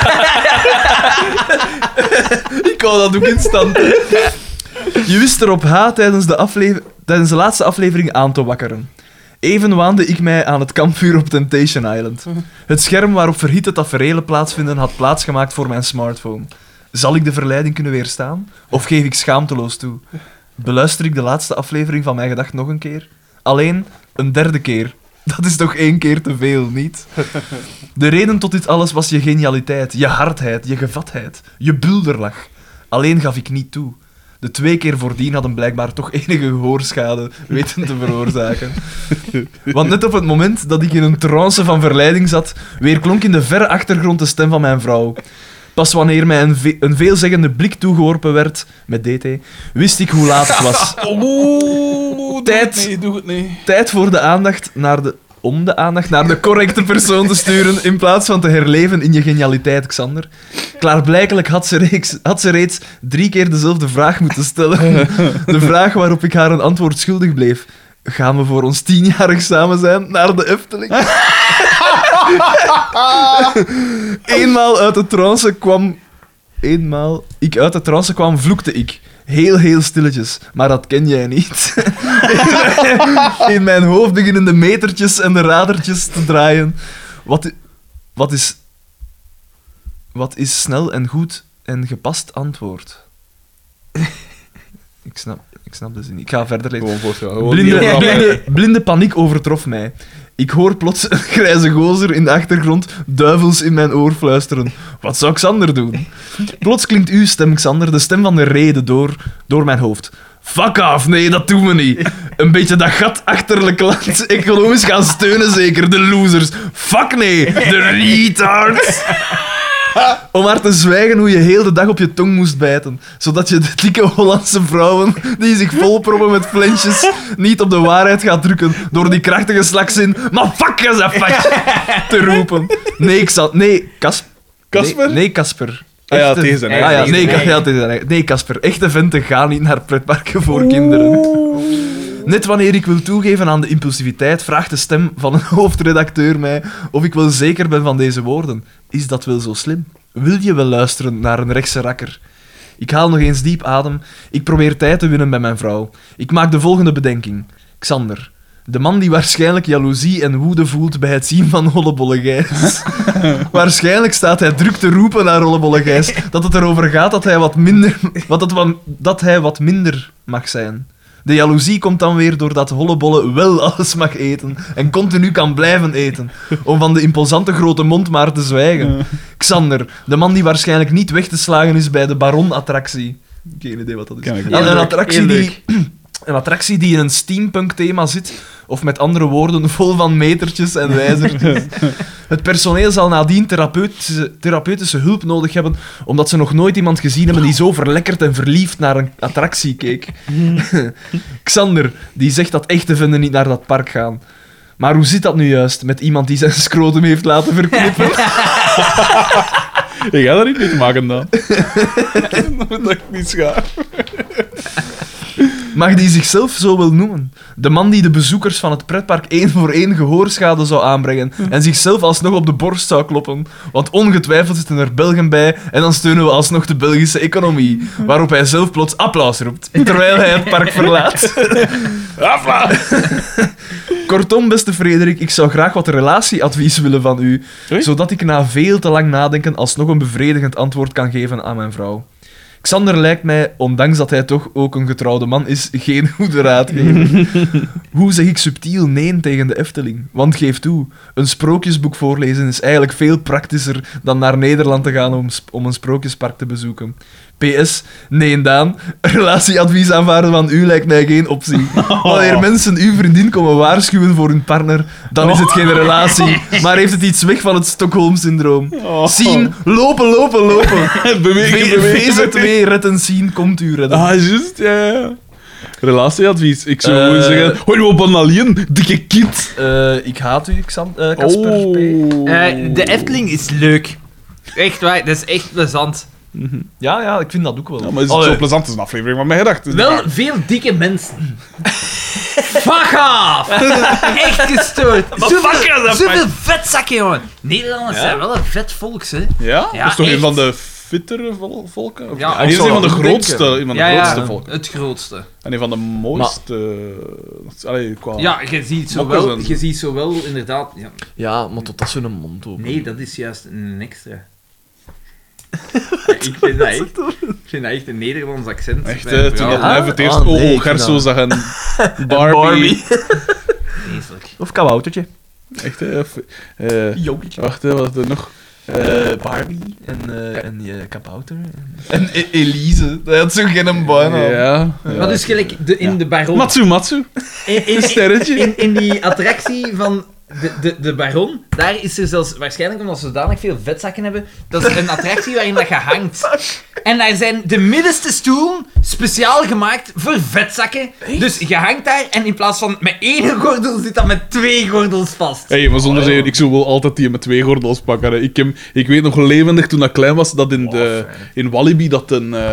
Ik wou dat ook instant. Je wist erop tijdens de laatste aflevering aan te wakkeren. Even waande ik mij aan het kampvuur op Temptation Island. Het scherm waarop verhitte taferelen plaatsvinden had plaatsgemaakt voor mijn smartphone. Zal ik de verleiding kunnen weerstaan? Of geef ik schaamteloos toe? Beluister ik de laatste aflevering van Mijn Gedacht nog een keer? Alleen een derde keer. Dat is toch 1 keer te veel, niet? De reden tot dit alles was je genialiteit, je hardheid, je gevatheid, je bulderlach. Alleen gaf ik niet toe. De 2 keer voordien hadden blijkbaar toch enige gehoorschade weten te veroorzaken. Want net op het moment dat ik in een trance van verleiding zat, weerklonk in de verre achtergrond de stem van mijn vrouw. Pas wanneer mij een veelzeggende blik toegeworpen werd, met DT, wist ik hoe laat het was. Doe het niet. Tijd voor de aandacht om de aandacht naar de correcte persoon te sturen in plaats van te herleven in je genialiteit, Xander. Klaarblijkelijk had ze reeds 3 keer dezelfde vraag moeten stellen. De vraag waarop ik haar een antwoord schuldig bleef. Gaan we voor ons 10-jarig samen zijn naar de Efteling? Eenmaal ik uit de trance kwam, vloekte ik. Heel stilletjes, maar dat ken jij niet. In mijn hoofd beginnen de metertjes en de radertjes te draaien. Wat is snel en goed en gepast antwoord? Ik snap de zin niet. Ik ga verder lezen. Gewoon voortgaan. Blinde paniek overtrof mij. Ik hoor plots een grijze gozer in de achtergrond duivels in mijn oor fluisteren. Wat zou Xander doen? Plots klinkt uw stem, Xander, de stem van de rede door mijn hoofd. Fuck off, nee, dat doen we niet. Een beetje dat gat achterlijk land economisch gaan steunen, zeker, de losers. Fuck nee, de retards. Om maar te zwijgen hoe je heel de dag op je tong moest bijten, zodat je de dikke Hollandse vrouwen die zich volproppen met flensjes niet op de waarheid gaat drukken door die krachtige slagzin maar fuck is dat fuck te roepen. Casper? Nee, Casper. Ah ja, tegen zijn eigen. Nee, Casper. Echte venten gaan niet naar pretparken voor kinderen. Net wanneer ik wil toegeven aan de impulsiviteit, vraagt de stem van een hoofdredacteur mij of ik wel zeker ben van deze woorden. Is dat wel zo slim? Wil je wel luisteren naar een rechtse rakker? Ik haal nog eens diep adem. Ik probeer tijd te winnen bij mijn vrouw. Ik maak de volgende bedenking. Xander. De man die waarschijnlijk jaloezie en woede voelt bij het zien van Hollebolle Gijs. Waarschijnlijk staat hij druk te roepen naar Hollebolle Gijs dat het erover gaat dat hij wat minder mag zijn. De jaloezie komt dan weer doordat Hollebolle wel alles mag eten en continu kan blijven eten, om van de imposante grote mond maar te zwijgen. Xander, de man die waarschijnlijk niet weg te slagen is bij de Baron-attractie. Geen idee wat dat is. Een attractie die in een steampunk-thema zit, of met andere woorden, vol van metertjes en wijzertjes. Het personeel zal nadien therapeutische hulp nodig hebben, omdat ze nog nooit iemand gezien hebben die zo verlekkerd en verliefd naar een attractie keek. Xander, die zegt dat echte venden niet naar dat park gaan. Maar hoe zit dat nu juist met iemand die zijn scrotum heeft laten verknippen? Ik ga daar niet mee te maken dan. Dat is niet schaar. Mag die zichzelf zo wel noemen? De man die de bezoekers van het pretpark 1 voor 1 gehoorschade zou aanbrengen en zichzelf alsnog op de borst zou kloppen. Want ongetwijfeld zitten er Belgen bij en dan steunen we alsnog de Belgische economie. Waarop hij zelf plots applaus roept, terwijl hij het park verlaat. Kortom, beste Frederik, ik zou graag wat relatieadvies willen van u, zodat ik na veel te lang nadenken alsnog een bevredigend antwoord kan geven aan mijn vrouw. Xander lijkt mij, ondanks dat hij toch ook een getrouwde man is, geen goede raadgever. Hoe zeg ik subtiel nee tegen de Efteling? Want geef toe, een sprookjesboek voorlezen is eigenlijk veel praktischer dan naar Nederland te gaan om een sprookjespark te bezoeken. PS, nee Daan, relatieadvies aanvaarden van u lijkt mij geen optie. Wanneer mensen uw vriendin komen waarschuwen voor hun partner, dan is het geen relatie, maar heeft het iets weg van het Stockholm-syndroom. Zien, lopen. Bewegen. VZW, redden, zien, komt u redden. Ah, juist, ja. Relatieadvies. Ik zou gewoon zeggen, hoi op een alien, dikke kind. Ik haat u, Casper P. De Efteling is leuk. Echt waar, dat is echt plezant. Ja, ik vind dat ook wel. Ja, maar is het zo plezant als een aflevering van Mijn Gedacht? Wel veel dikke mensen. Fuck off! Echt gestoord. Zoveel vetzakken, jongen. Nederlanders zijn wel een vet volk, hè. Ja? Ja, Dat is toch echt. een van de fittere volken? Of- Ja, hij ik is zou een van de dat ook grootste, denken. een van de grootste volken. Het grootste. En een van de mooiste... Allee, qua... Ja, Mokken je ziet zowel inderdaad... Ja, Ja, maar tot dat zo'n mond open. nee, dat is juist een extra. Ja, ik vind dat echt een Nederlands accent. Echt, bij een toen vrouw. dat hij voor het eerst Ah, nee, Oh ik Gerso vind zag een Barbie. Vreselijk. Of kaboutertje. Echt, hè? Of, Jokietje. wacht, hè, wat had er nog? Barbie en kabouter. En Elise. Dat had zo geen baan. Ja. Maar dus gelijk in de Baron... Matsu. in, Sterretje. in die attractie van de Baron, daar is er zelfs, waarschijnlijk omdat ze zodanig veel vetzakken hebben, dat is een attractie waarin dat je hangt. En daar zijn de middenste stoelen speciaal gemaakt voor vetzakken. Dus je hangt daar en in plaats van met 1 gordel zit dat met 2 gordels vast. Hé, maar zonder zeggen, ik zou wel altijd die met 2 gordels pakken. Hè. Ik weet nog levendig toen ik klein was, dat in Walibi dat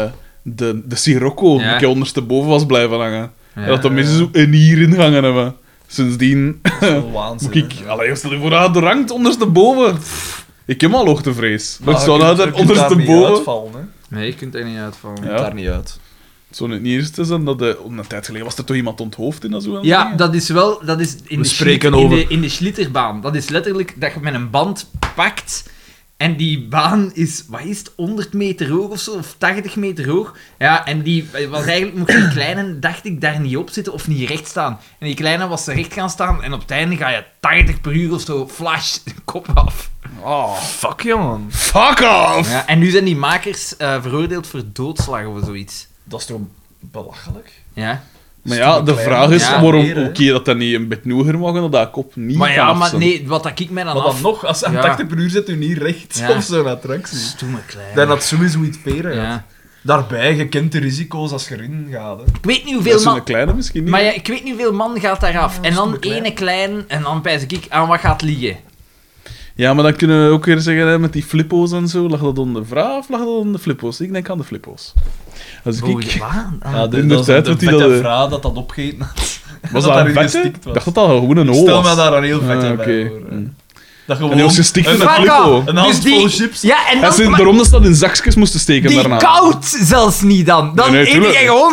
de Sirocco Ja. een keer ondersteboven was blijven hangen. Ja. En dat de mensen zo een hierin hangen hebben. Sindsdien Waanzin. moet ik... Allee, stel je voor dat je er hangt ondersteboven. Ik heb al hoogtevrees. Maar ik zou nou daar ondersteboven... Nee, je kunt er niet uitvallen. Ja. Daar niet uit. Het zou niet eerst zijn dat een tijd geleden was er toch iemand onthoofd in dat zo. Ja, dat is wel... Dat is in We de spreken schlit- over- in de Schlitterbaan. Dat is letterlijk dat je met een band pakt en die baan is, wat is het, 100 meter hoog of zo, of 80 meter hoog. Ja, en die was eigenlijk, mocht die kleine, dacht ik, daar niet op zitten of niet recht staan. En die kleine was recht gaan staan en op het einde ga je 80 per uur of zo, flash, kop af. Oh, Fuck, jongen. fuck off! Ja, en nu zijn die makers veroordeeld voor doodslag of zoiets. Dat is toch belachelijk? Ja. Maar ja, de vraag is Ja, waarom meer, hè. oké, dat niet een beetje hoger mag en dat kop niet Maar ja, kan maar afzetten. nee, wat dat ik mij dan Maar af... dan nog, als aan Ja. 80 per uur zit u niet recht Ja. op zo'n attractie. Stoeme klein. Dan had sowieso iets peren. Ja. Daarbij, je kent de risico's als je erin gaat. Hè. Ik weet niet Dat hoeveel is man... een kleine misschien niet. Maar ja, ik weet niet hoeveel man gaat daaraf. En dan stomme klein. ene klein, en dan pijs ik aan wat gaat liggen. Ja, maar dan kunnen we ook weer zeggen, hè, met die flippo's en zo, lag dat onder de vrouw of lag dat onder de flippo's? Ik denk aan de flippo's. Als Wow, ik... wat? Ja, in de dat tijd is dat de die dat, vette vrouw dat opgegeten had. Was dat dat een daarin vette? gestikt Ik was. dacht dat dat gewoon een O Stel was. me daar een heel vetje Ah, bij oké. voor. hè. Mm. Dat En gewoon die was gestikt in een Fuck flippo. off! een Dus handvol die- chips. Ja, en En dan... maar daarom dat ze dat in zakjes moesten steken die daarna. koud zelfs niet dan. Dan Nee, eet tuurlijk. je gewoon...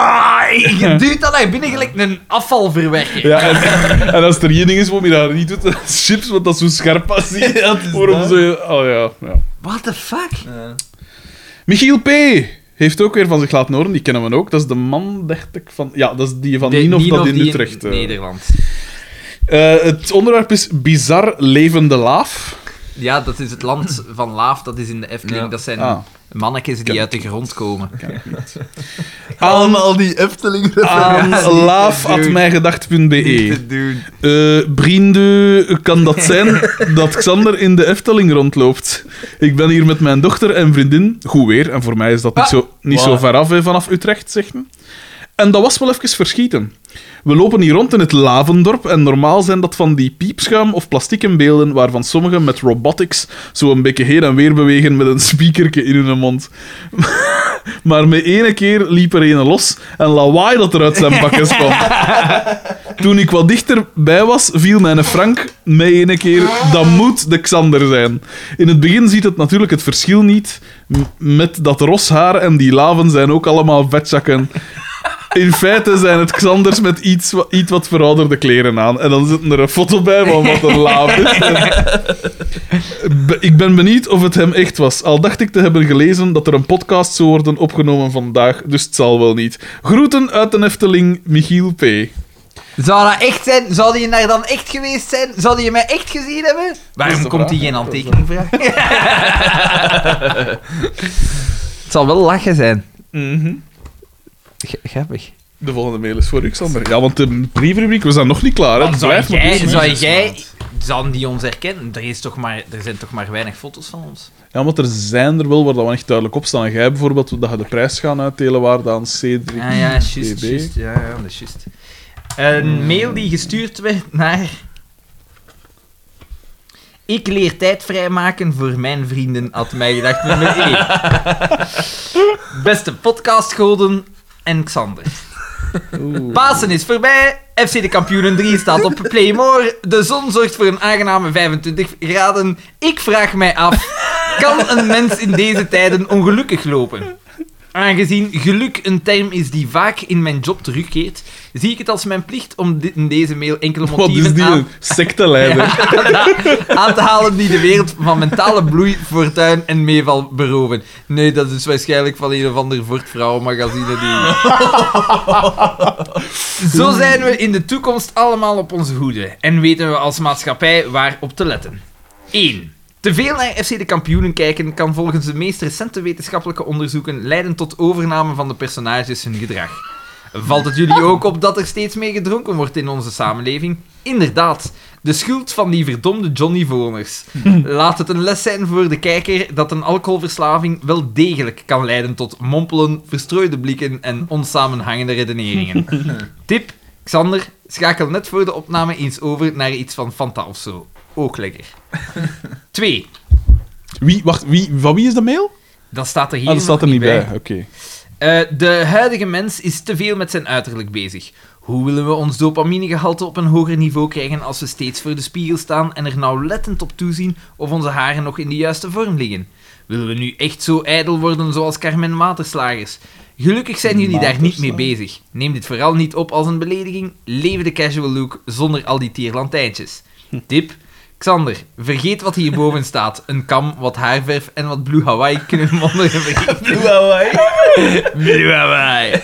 Je duwt dat naar binnen gelijk een afvalverwerker. Ja, en als er één ding is waarom je dat niet doet, dat is chips, want dat is zo scherp als die. Ja, het is Waarom dat. zo... Oh ja, ja. What the fuck? Ja. Michiel P. heeft ook weer van zich laten horen, die kennen we ook. Dat is de man, dacht ik, van... Ja, dat is die van Ninov dat in Utrecht. Nederland. Het onderwerp is bizar levende laaf. Ja, dat is het land van Laaf, dat is in de Efteling. Ja. Dat zijn Ah. mannetjes die Ken- uit de grond komen. Allemaal die Efteling Aan Ja, laaf@mijgedacht.be. te doen. Vrienden, kan dat zijn dat Xander in de Efteling rondloopt? Ik ben hier met mijn dochter en vriendin. Goed weer, en voor mij is dat niet zo Waar? ver af hè, vanaf Utrecht, zeg me. En dat was wel even verschieten. We lopen hier rond in het Lavendorp en normaal zijn dat van die piepschuim of plastieken beelden waarvan sommigen met robotics zo een beetje heen en weer bewegen met een speakerke in hun mond. Maar met ene keer liep er een los en lawaai dat er uit zijn bakjes kwam. Toen ik wat dichterbij was, viel mijn Frank mij ene keer, dat moet de Xander zijn. In het begin ziet het natuurlijk het verschil niet met dat ros haar en die laven zijn ook allemaal vetzakken. In feite zijn het Xanders met iets wat verouderde kleren aan. En dan zit er een foto bij van wat een laaf is. Ik ben benieuwd of het hem echt was. Al dacht ik te hebben gelezen dat er een podcast zou worden opgenomen vandaag, dus het zal wel niet. Groeten uit de Efteling, Michiel P. Zou dat echt zijn? Zou die daar dan echt geweest zijn? Zou die mij echt gezien hebben? Waarom de komt hij vraag, geen hè? handtekening vragen? Het zal wel lachen zijn. Grappig. De volgende mail is voor u, Xander. Ja, want de brievenrubriek, we zijn nog niet klaar. Hè. Dan Blijf maar bezig. Zouden die ons herkennen? Er zijn toch maar weinig foto's van ons? Ja, want er zijn er wel waar dat we echt duidelijk op staan. En jij bijvoorbeeld, dat je de prijs gaan uitdelen waar dan C3 Ja, juist. DB. Ja, dat is juist. Een mail die gestuurd werd naar... Ik leer tijd vrijmaken voor mijn vrienden, had mij gedacht met mijn Beste podcastgoden en Xander. Pasen is voorbij. FC de Kampioenen 3 staat op Playmore. De zon zorgt voor een aangename 25 graden. Ik vraag mij af, kan een mens in deze tijden ongelukkig lopen? Aangezien geluk een term is die vaak in mijn job terugkeert, zie ik het als mijn plicht om in deze mail enkele Wat is motieven die een secteleider? aan te halen die de wereld van mentale bloei, fortuin en meeval beroven. Nee, dat is waarschijnlijk van een of ander Vrouwenmagazine die... Zo zijn we in de toekomst allemaal op onze hoede en weten we als maatschappij waar op te letten. 1. Te veel naar FC de Kampioenen kijken kan volgens de meest recente wetenschappelijke onderzoeken leiden tot overname van de personages hun gedrag. Valt het jullie ook op dat er steeds meer gedronken wordt in onze samenleving? Inderdaad, de schuld van die verdomde Johnny Voners. Laat het een les zijn voor de kijker dat een alcoholverslaving wel degelijk kan leiden tot mompelen, verstrooide blikken en onsamenhangende redeneringen. Tip, Xander, schakel net voor de opname eens over naar iets van Fanta of zo. Ook lekker. 2. Van wie is de mail? Dat staat er hier Dat staat er nog niet bij. Oké. De huidige mens is te veel met zijn uiterlijk bezig. Hoe willen we ons dopaminegehalte op een hoger niveau krijgen als we steeds voor de spiegel staan en er nauwlettend op toezien of onze haren nog in de juiste vorm liggen? Willen we nu echt zo ijdel worden zoals Carmen Materslagers? Gelukkig zijn jullie daar niet mee bezig. Neem dit vooral niet op als een belediging. Leven de casual look zonder al die tierlantijntjes. Tip... Xander, vergeet wat hierboven staat. Een kam, wat haarverf en wat Blue Hawaii kunnen mondigen vergeten. Blue Hawaii. Blue Hawaii.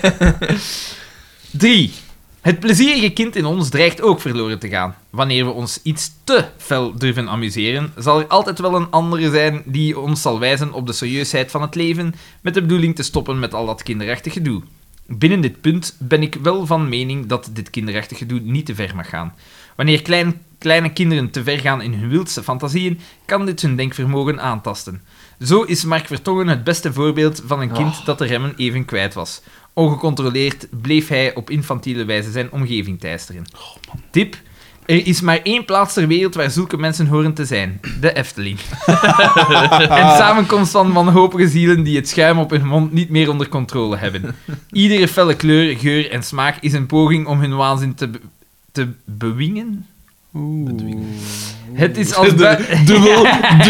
3. Het plezierige kind in ons dreigt ook verloren te gaan. Wanneer we ons iets te fel durven amuseren, zal er altijd wel een andere zijn die ons zal wijzen op de serieusheid van het leven, met de bedoeling te stoppen met al dat kinderachtig gedoe. Binnen dit punt ben ik wel van mening dat dit kinderachtig gedoe niet te ver mag gaan. Wanneer kleine kinderen te ver gaan in hun wildste fantasieën, kan dit hun denkvermogen aantasten. Zo is Mark Vertongen het beste voorbeeld van een kind dat de remmen even kwijt was. Ongecontroleerd bleef hij op infantiele wijze zijn omgeving teisteren. Tip: er is maar één plaats ter wereld waar zulke mensen horen te zijn. De Efteling. Een samenkomst van wanhopige zielen die het schuim op hun mond niet meer onder controle hebben. Iedere felle kleur, geur en smaak is een poging om hun waanzin te bewingen. Het is als Dubbel.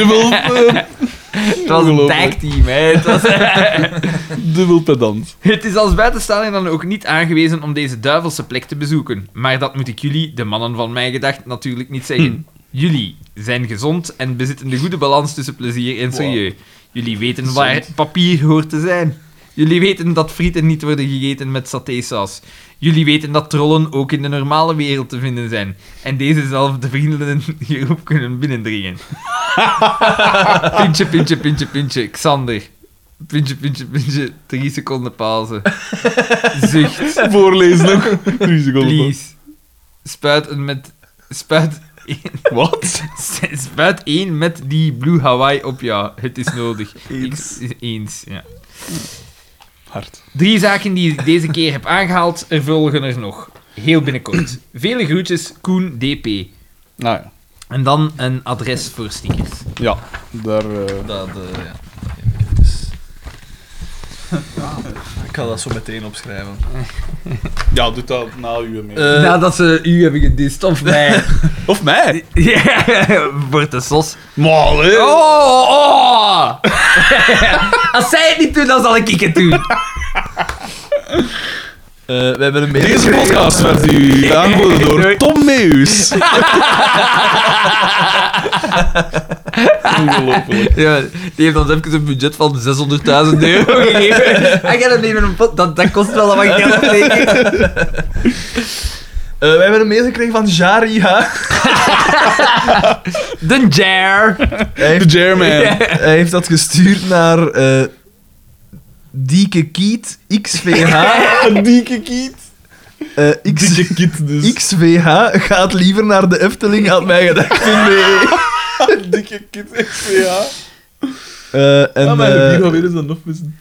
Het was een tagteam, hè. Het was... Dubbel pedant. Het is als buitenstaander dan ook niet aangewezen om deze duivelse plek te bezoeken. Maar dat moet ik jullie, de mannen van mijn gedacht, natuurlijk niet zeggen. Jullie zijn gezond en bezitten de goede balans tussen plezier en serieus. Jullie weten waar papier hoort te zijn. Jullie weten dat frieten niet worden gegeten met satésaus. Jullie weten dat trollen ook in de normale wereld te vinden zijn. En dezezelfde vrienden hierop kunnen binnendringen. Pintje, pintje, pintje, pintje. Xander. Pintje, pintje, pintje. 3 seconden pauze. Zucht. Voorlees nog. 3 seconden. Please. Spuit... Wat? Spuit 1 met die Blue Hawaii op jou. Het is nodig. Eens, ja. Hard. 3 zaken die ik deze keer heb aangehaald, er volgen er nog. Heel binnenkort. Vele groetjes, Koen DP. Nou ja. En dan een adres voor stickers. Ja, daar... Ik ga dat zo meteen opschrijven. Ja, doe dat na uw mee. Nadat ze u hebben gedist, of mij. Of mij? Ja, wordt de sos. Maar, hè. Oh! Als zij het niet doen, dan zal ik het doen. We hebben een beetje... Deze podcast werd u aangeboden door Tom Meus. Ongelooflijk. Ja, die heeft ons even een budget van €600.000 gegeven. En jij nemen een pot, dat kost wel wat geld, denk ik. We hebben een mail gekregen van Jaria. De Jar. De Jerman. Hij heeft dat gestuurd naar Dieke Kiet XVH. Dieke Kiet. Dieke Kiet dus. XVH gaat liever naar de Efteling, had mij gedacht. Dikke Kiet XVH. En maar de bier weer eens dan nog missen.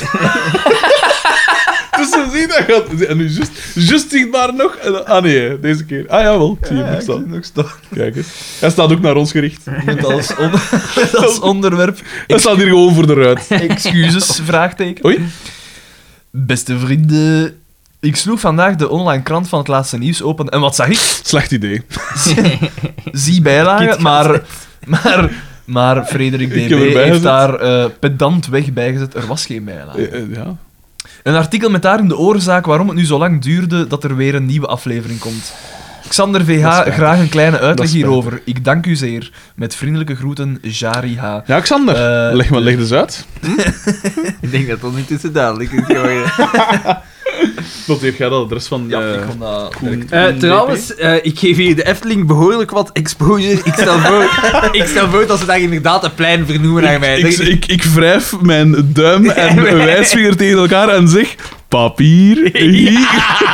Dus ze zien dat gaat... En nu juist zichtbaar nog... nee, deze keer. Ah, jawel. Ik zie hem nog staan. Kijk eens. Hij staat ook naar ons gericht. Met als onderwerp... Hij staat hier gewoon voor de ruit. Excuses, vraagteken. Oei. Beste vrienden, Ik sloeg vandaag de online krant van het laatste nieuws open en wat zag ik? Slecht idee. Zie bijlagen, maar Frederik Ik DB heb erbij heeft gezet. daar pedant weg bijgezet. Er was geen bijlage. Ja. Een artikel met daarin de oorzaak waarom het nu zo lang duurde dat er weer een nieuwe aflevering komt. Xander Dat VH, is spijtig. graag een kleine Dat uitleg is hierover. Ik dank u zeer. Met vriendelijke groeten, Jari H. Ja, Xander, leg eens uit. Ik denk dat dat niet tussen duidelijk is geworden. Noteer jij dat adres van... Ja, ik kon dat... Koen Trouwens, ik geef hier de Efteling behoorlijk wat exposure. Ik stel voor dat ze daar inderdaad een plein vernoemen naar mij. Ik wrijf mijn duim en mijn wijsvinger tegen elkaar en zeg... Papier, hier.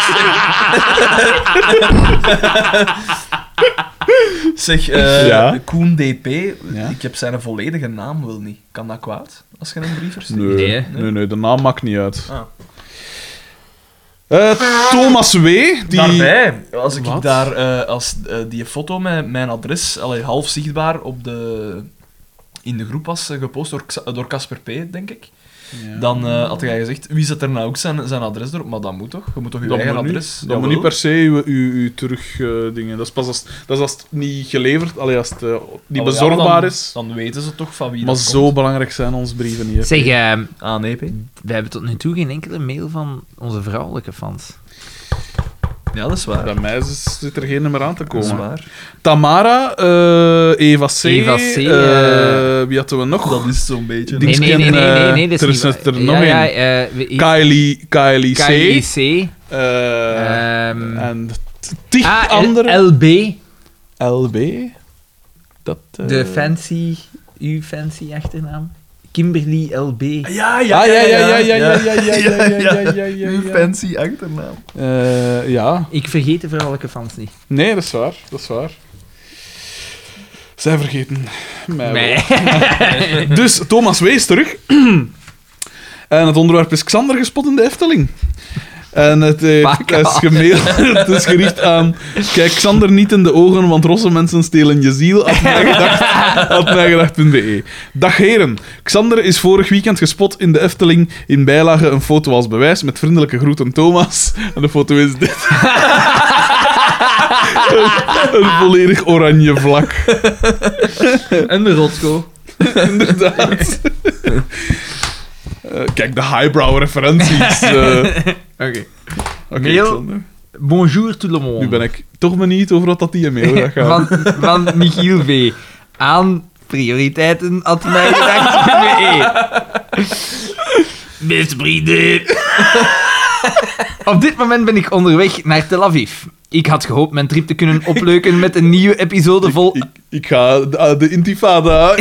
Zeg, Ja? Koen DP, Ja? ik heb zijn volledige naam wel niet. Kan dat kwaad, als je een brief verstuurt? Nee, Nee. nee, de naam maakt niet uit. Ah. Thomas W. Die... Daarbij, als ik Wat? daar die foto met mijn adres, half zichtbaar in de groep was gepost door Casper P, denk ik, Ja. dan had jij gezegd, wie zet er nou ook zijn adres erop? Maar dat moet toch? Je moet toch je Dat eigen moet adres... niet, dat moet niet per se uw terug dingen. Dat is pas als het niet geleverd, allee, als het niet bezorgbaar is. Dan weten ze toch van wie Maar dat zo komt. belangrijk zijn onze brieven niet. Zeg, Ah, nee, P? we hebben tot nu toe geen enkele mail van onze vrouwelijke fans. Ja, dat is waar. Bij mij zit er geen nummer aan te Dat is komen. waar. Tamara, Eva C. Eva C, wie hadden we nog? Dat is zo'n beetje... Die- Nee, dat er is is niet er waar. nog één. Kylie C. KIC. En tig andere. LB. LB? Dat... De uw fancy achternaam. Kimberly LB. Ja, ja. Uw fancy achternaam. Ja. Ik vergeet de vrouwelijke fans niet. Nee, dat is waar. Dat is waar. Zij vergeten mij wel. Nee. Dus Thomas W. is terug. En het onderwerp is Xander gespot in de Efteling. En het is gericht aan... Kijk Xander niet in de ogen, want rosse mensen stelen je ziel. @mijgedacht.be. Dag heren. Xander is vorig weekend gespot in de Efteling. In bijlage een foto als bewijs met vriendelijke groeten Thomas. En de foto is dit. een volledig oranje vlak. En de Rotko. Inderdaad. Kijk, de highbrow referenties. Oké. Oké, Mail. Xander. Bonjour tout le monde. Nu ben ik toch benieuwd over wat dat die mail gaat gaan. van Michiel V. Aan prioriteiten@mijgedacht.be. Beste vrienden. Op dit moment ben ik onderweg naar Tel Aviv. Ik had gehoopt mijn trip te kunnen opleuken met een nieuwe episode vol... Ik ga de intifada...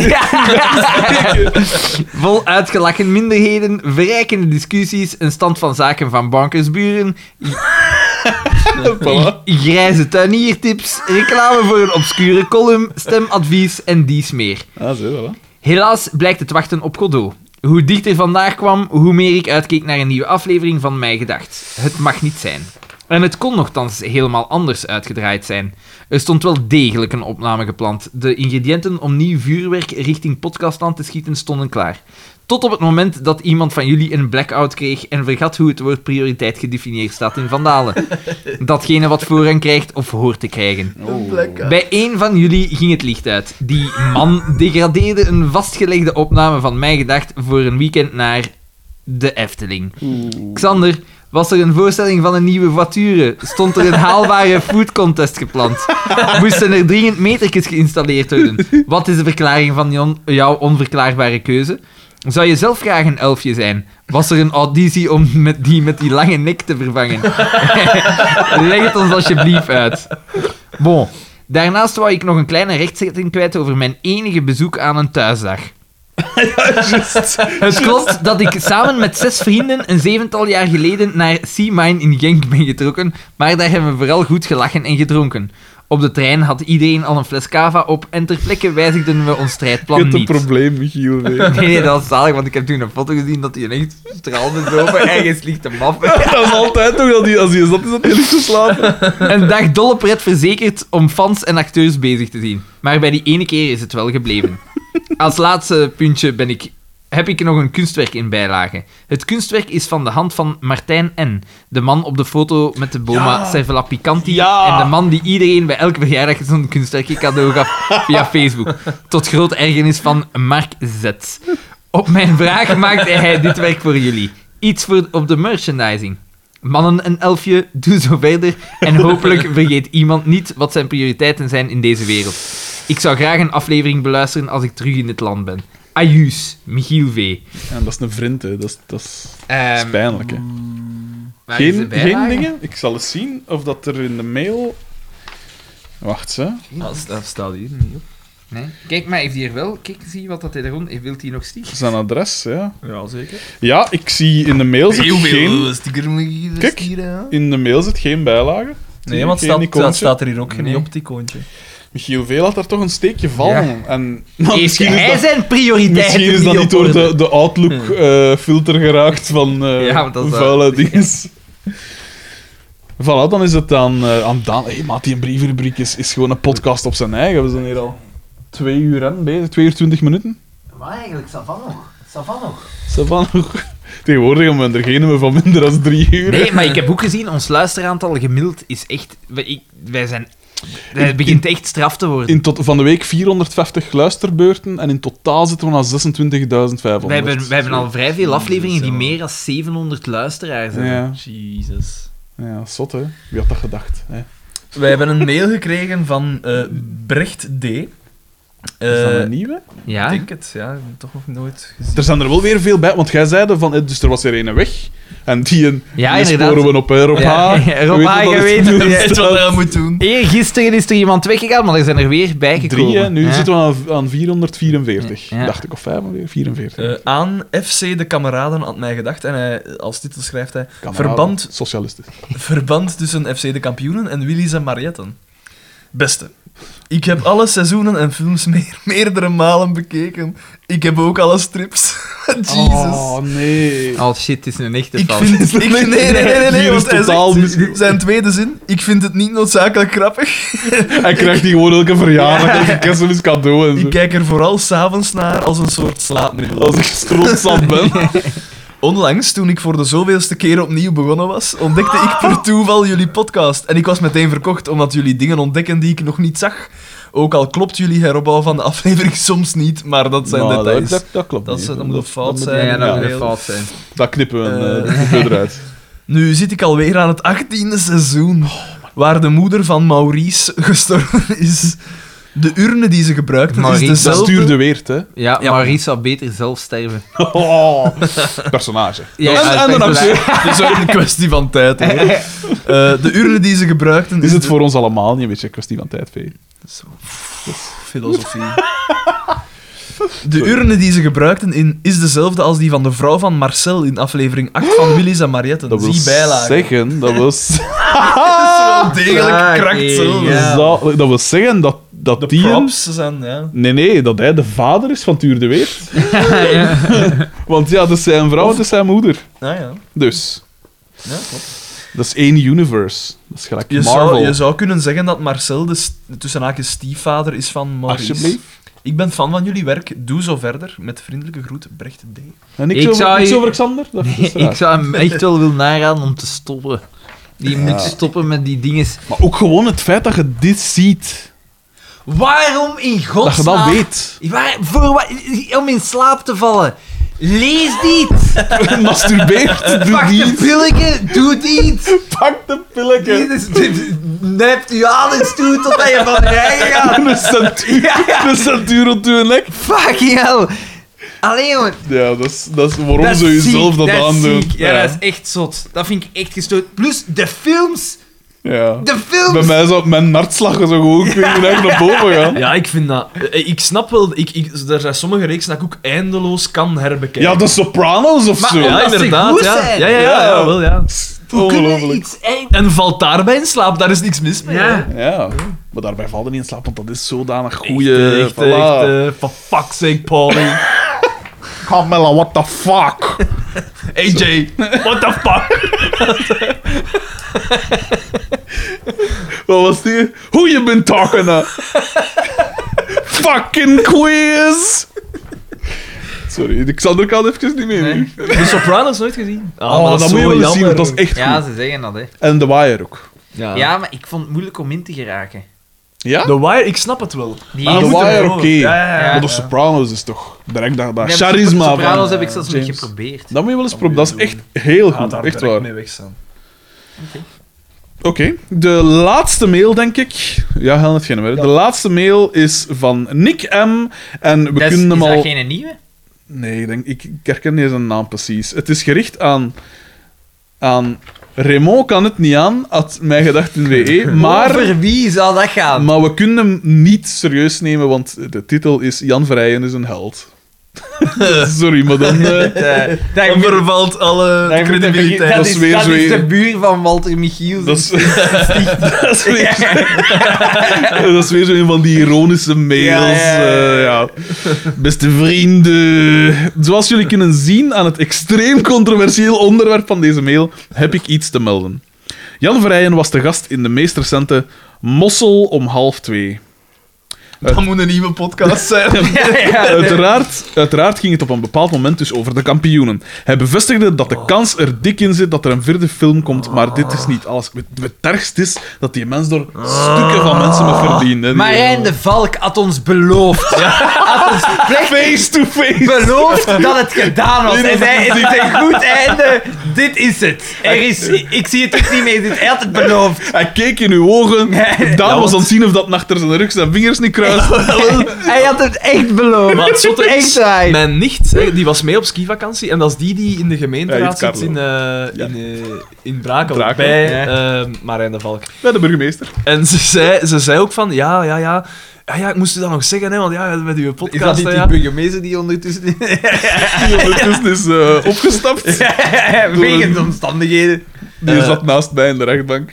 Vol uitgelachen minderheden, verrijkende discussies, een stand van zaken van bankersburen, Voilà. grijze tuiniertips, reclame voor een obscure column, stemadvies en dies meer. Ah, zo, voilà. Helaas blijkt het wachten op Godot. Hoe dichter vandaag kwam, hoe meer ik uitkeek naar een nieuwe aflevering van Mij Gedacht. Het mag niet zijn. En het kon nochtans helemaal anders uitgedraaid zijn. Er stond wel degelijk een opname gepland. De ingrediënten om nieuw vuurwerk richting podcastland te schieten stonden klaar. Tot op het moment dat iemand van jullie een blackout kreeg en vergat hoe het woord prioriteit gedefinieerd staat in Vandalen. Datgene wat voorrang krijgt of hoort te krijgen. Bij één van jullie ging het licht uit. Die man degradeerde een vastgelegde opname van Mij Gedacht voor een weekend naar de Efteling. Xander, was er een voorstelling van een nieuwe voiture? Stond er een haalbare food contest gepland? Moesten er dringend metertjes geïnstalleerd worden? Wat is de verklaring van jouw onverklaarbare keuze? Zou je zelf graag een elfje zijn? Was er een auditie om met die lange nek te vervangen? Leg het ons alsjeblieft uit. Bon. Daarnaast wou ik nog een kleine rechtzetting kwijt over mijn enige bezoek aan een thuisdag. Het klopt dat ik samen met 6 vrienden een 7-tal jaar geleden naar Sea Mine in Genk ben getrokken, maar daar hebben we vooral goed gelachen en gedronken. Op de trein had iedereen al een fles cava op en ter plekke wijzigden we ons Je strijdplan hebt een niet. probleem, Michiel. Nee, dat was zalig, want ik heb toen een foto gezien dat hij echt straalde zopen en ergens ligt te mappen. Dat is altijd toch, als hij zat is, dat hij ligt te slapen. Een dag dolle pret verzekerd om fans en acteurs bezig te zien. Maar bij die ene keer is het wel gebleven. Als laatste puntje ben ik heb ik nog een kunstwerk in bijlage. Het kunstwerk is van de hand van Martijn N., de man op de foto met de Boma Cervella Picanti Ja. en de man die iedereen bij elke verjaardag zo'n kunstwerkje cadeau gaf via Facebook. Tot groot ergernis van Mark Z. Op mijn vraag maakte hij dit werk voor jullie. Iets voor op de merchandising. Mannen en elfje, doe zo verder en hopelijk vergeet iemand niet wat zijn prioriteiten zijn in deze wereld. Ik zou graag een aflevering beluisteren als ik terug in het land ben. Ajuus, Michiel V. Ja, dat is een vriend, hè. Dat is Ehm, pijnlijk, hè. waar is de Geen bijlage? dingen? Ik zal eens zien of dat er in de mail... Wacht, hè. Dat staat hier niet op. Nee. Kijk, maar heeft hij er wel... Kijk, zie wat dat hij eronder... Wilt hij nog stieken? Zijn adres, ja. Ja, zeker. Ja, ik zie in de mail zit geen... sticker moet je Kijk. in de mail zit geen bijlage. Nee, want Geen dat icoontje. staat er hier ook Nee. niet op, het icoontje. Michiel V had daar toch een steekje vallen. Ja. En, Heeft misschien hij is dat, zijn prioriteiten misschien is dat niet op door orde? de Outlook-filter geraakt van Ja, want dat is vuile dingen. Voilà, dan is het aan Daan. Hé, maat, die brievenrubriek is gewoon een podcast op zijn eigen. We zijn hier al 2 uur aan bezig, 2 uur 20 minuten. Maar eigenlijk, Savan nog. Ça va nog? Tegenwoordig hebben we er geen van minder dan 3 uur. Nee, maar ik heb ook gezien, ons luisteraantal gemiddeld is echt... Wij zijn... Het begint echt straf te worden. Van de week 450 luisterbeurten en in totaal zitten we aan 26.500. Wij hebben al vrij veel afleveringen die meer dan 700 luisteraars hebben. Ja, Jesus. ja, zot hè. Wie had dat gedacht? Hè? Wij hebben een mail gekregen van Brecht D. Is dat een nieuwe? Ja? Ik denk het, ja. Ik heb het toch nog nooit gezien. Er zijn er wel weer veel bij, want jij zei van, dus er was er een weg en die Ja, die inderdaad. sporen we op R op H. Ja, Rob H, je weet het. Je weet wat hij moet doen. Eergisteren is er iemand weggegaan, maar er zijn er weer bijgekomen. 3, hè. Nu Ja. zitten we aan 444. Ja. Dacht ik, of 45, 44. Aan FC de Kameraden had mij gedacht, en als titel schrijft hij... Kameraden, socialistisch. Verband tussen FC de Kampioenen en Willys en Marietten. Beste. Ik heb alle seizoenen en films meerdere malen bekeken. Ik heb ook alle strips. Jesus. Oh, nee. Oh shit, het is een echte Ik fout. vind het... Nee, Hier is want hij totaal zegt, zijn tweede zin, ik vind het niet noodzakelijk grappig. Hij krijgt die gewoon elke verjaardag, elke kerstmis cadeau en zo. Ik kijk er vooral s'avonds naar als een soort slaapmiddel. Als ik strootzat ben. Onlangs, toen ik voor de zoveelste keer opnieuw begonnen was, ontdekte ik per toeval jullie podcast. En ik was meteen verkocht, omdat jullie dingen ontdekken die ik nog niet zag. Ook al klopt jullie heropbouw van de aflevering soms niet, maar dat zijn Nou, details. dat klopt Dat niet. is- dat moet een fout moet- zijn. Ja, dat moet Ja. een fout zijn. Dat knippen we eruit. Nu zit ik alweer aan het 18e seizoen, waar de moeder van Maurice gestorven is. De urne die ze gebruikten Maurice, is Dat dezelfde... stuurde Weert, hè. Ja, Ja. Maurice zou beter zelf sterven. Oh, personage. Ja, en een personage. acteur. Het is ook een kwestie van tijd. Hè. De urne die ze gebruikten Is het de- voor ons allemaal niet een beetje een kwestie van tijd, Vee? Filosofie. De urne die ze gebruikten is dezelfde als die van de vrouw van Marcel in aflevering 8 van Willys en Marietten. Dat wil Zie bijlage. zeggen, dat was... Dat is wel degelijk Fuck, krakt zo. ja. Dat wil zeggen dat De die... props zijn, ja. Nee, dat hij de vader is van Tuur de Weert. Ja. Want ja, dat is zijn vrouw, het is zijn moeder. Ah, ja. Dus, Ja, klopt. dat is één universe. Dat is gelijk Je Marvel. zou kunnen zeggen dat Marcel de tussen haakjes stiefvader is van Maurice. Alsjeblieft. Ik ben fan van jullie werk. Doe zo verder. Met vriendelijke groet, Brecht D. En niks Ik over, zou niks je- over Xander? Dat is raar. Ik zou hem echt wel willen naraden om te stoppen. Die moet stoppen met die dingen. Maar ook gewoon het feit dat je dit ziet. Waarom in Dat je godsnaam? dat weet. Voor wat? Om in slaap te vallen. Lees dit! Masturbeert, doe Pak de die. pilletje, doe dit! Pak de pilletje. Nijpt u aan en stoot totdat je van de rij gaat. De centuur op uw nek. Fucking hell! Allee, jongen. Ja, dat is waarom Dat is ze ziek, jezelf dat is aandoen. ziek. Ja, dat is echt zot. Dat vind ik echt gestoord. Plus, de films. Ja. De films. Bij mij zou mijn hartslag zo gewoon eigenlijk naar boven gaan. Ja, ik vind dat... Ik snap wel... Er zijn sommige reeksen dat ik ook eindeloos kan herbekijken. Ja, de Sopranos of Maar zo. omdat Ja, ze inderdaad. goed Ja. zijn. Ja, wel, ja. Hoe kunnen Ongelooflijk. iets eind... En valt daarbij in slaap, daar is niks mis mee. Ja. hè. Ja, maar daarbij valt er niet in slaap, want dat is zodanig goeie... Echt, voilà. for fuck's sake, Paulie. Carmella, what the fuck? AJ, what the fuck? Wat was die? Who you been talking to? Fucking quiz! Sorry, Xander kan even niet meer. Nee. De Sopranos nooit gezien? Oh, dat moet je wel eens zien, want dat is echt Ja, goed. ze zeggen dat, hè. En The Wire ook. Ja, maar ik vond het moeilijk om in te geraken. Ja? The Wire, ik snap het wel. Die Ah, The eerste- Wire, oké. Ja. Maar de Sopranos is toch direct dat Nee, charisma van Sopranos heb ik zelfs niet James. geprobeerd. Dat moet je wel eens proberen. Dat is echt heel Gaat goed. daar Echt direct waar. mee wegstaan. Oké, de laatste mail, denk ik. Ja, heel net geen nummer. De laatste mail is van Nick M. En we Is kunnen hem dat al... geen nieuwe? Nee, ik herken niet zijn naam precies. Het is gericht aan Raymond kan het niet aan, at mijngedachten.be, maar... Over wie zou dat gaan? Maar we kunnen hem niet serieus nemen, want de titel is Jan Verheyen is een held. Sorry, maar dan... Dan vervalt alle credibiliteit. Dat is weer dat zo is een- de buur van Walter Michiels. Dat is, dat is weer zo een van die ironische mails. Ja. Beste vrienden, zoals jullie kunnen zien aan het extreem controversieel onderwerp van deze mail, heb ik iets te melden. Jan Verheyen was de gast in de meest recente Mossel om 1:30. Dat moet een nieuwe podcast zijn. Uiteraard ging het op een bepaald moment dus over de kampioenen. Hij bevestigde dat de kans er dik in zit dat er een vierde film komt, maar dit is niet alles. Het ergste is dat die mens door stukken van mensen me verdient. Hè. Marijn de Valk had ons beloofd. Had ons Face to face. beloofd dat het gedaan was. Hij zei, het is een goed einde. Dit is het. Ik zie het ook niet meer. Hij had het beloofd. Hij keek in uw ogen. Daan was aan het zien of dat achter zijn rug zijn vingers niet kruist. Hij had het echt beloofd. Maar het zotte Echt is, waar. mijn nicht, hè, die was mee op skivakantie en dat is die in de gemeenteraad Ja, iets zit in Brakel, Brakel, bij Marijn de Valk. Bij de burgemeester. En ze zei ook van, ja, ik moest u dat nog zeggen, hè, want ja, met uw Is dat podcast... niet hè, die ja. burgemeester die ondertussen... Die ondertussen is opgestapt. Wegens omstandigheden. Die zat naast mij in de rechtbank.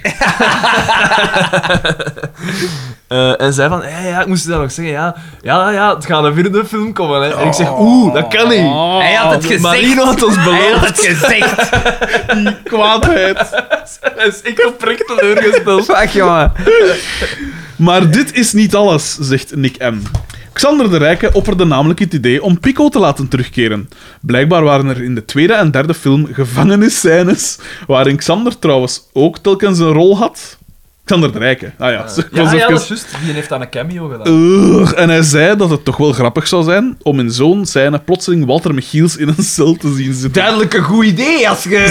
En zei van, ja, ik moest u dat nog zeggen, ja, het gaat een vierde film komen. Hè. En ik zeg, dat kan niet. Hij had het gezegd. Marino had ons Hij beloofd. had het gezegd. Kwaadheid. Hij is echt oprecht teleurgesteld. Fuck, jongen. Maar dit is niet alles, zegt Nick M. Xander de Rijke opperde namelijk het idee om Pico te laten terugkeren. Blijkbaar waren er in de tweede en derde film gevangenisscènes, waarin Xander trouwens ook telkens een rol had. Xander de Rijke. Ah ja, ik was Ja, even- dat is juist. Die heeft aan een cameo gedaan. En hij zei dat het toch wel grappig zou zijn om in zo'n scène plotseling Walter Michiels in een cel te zien zitten. Duidelijk een goed idee als je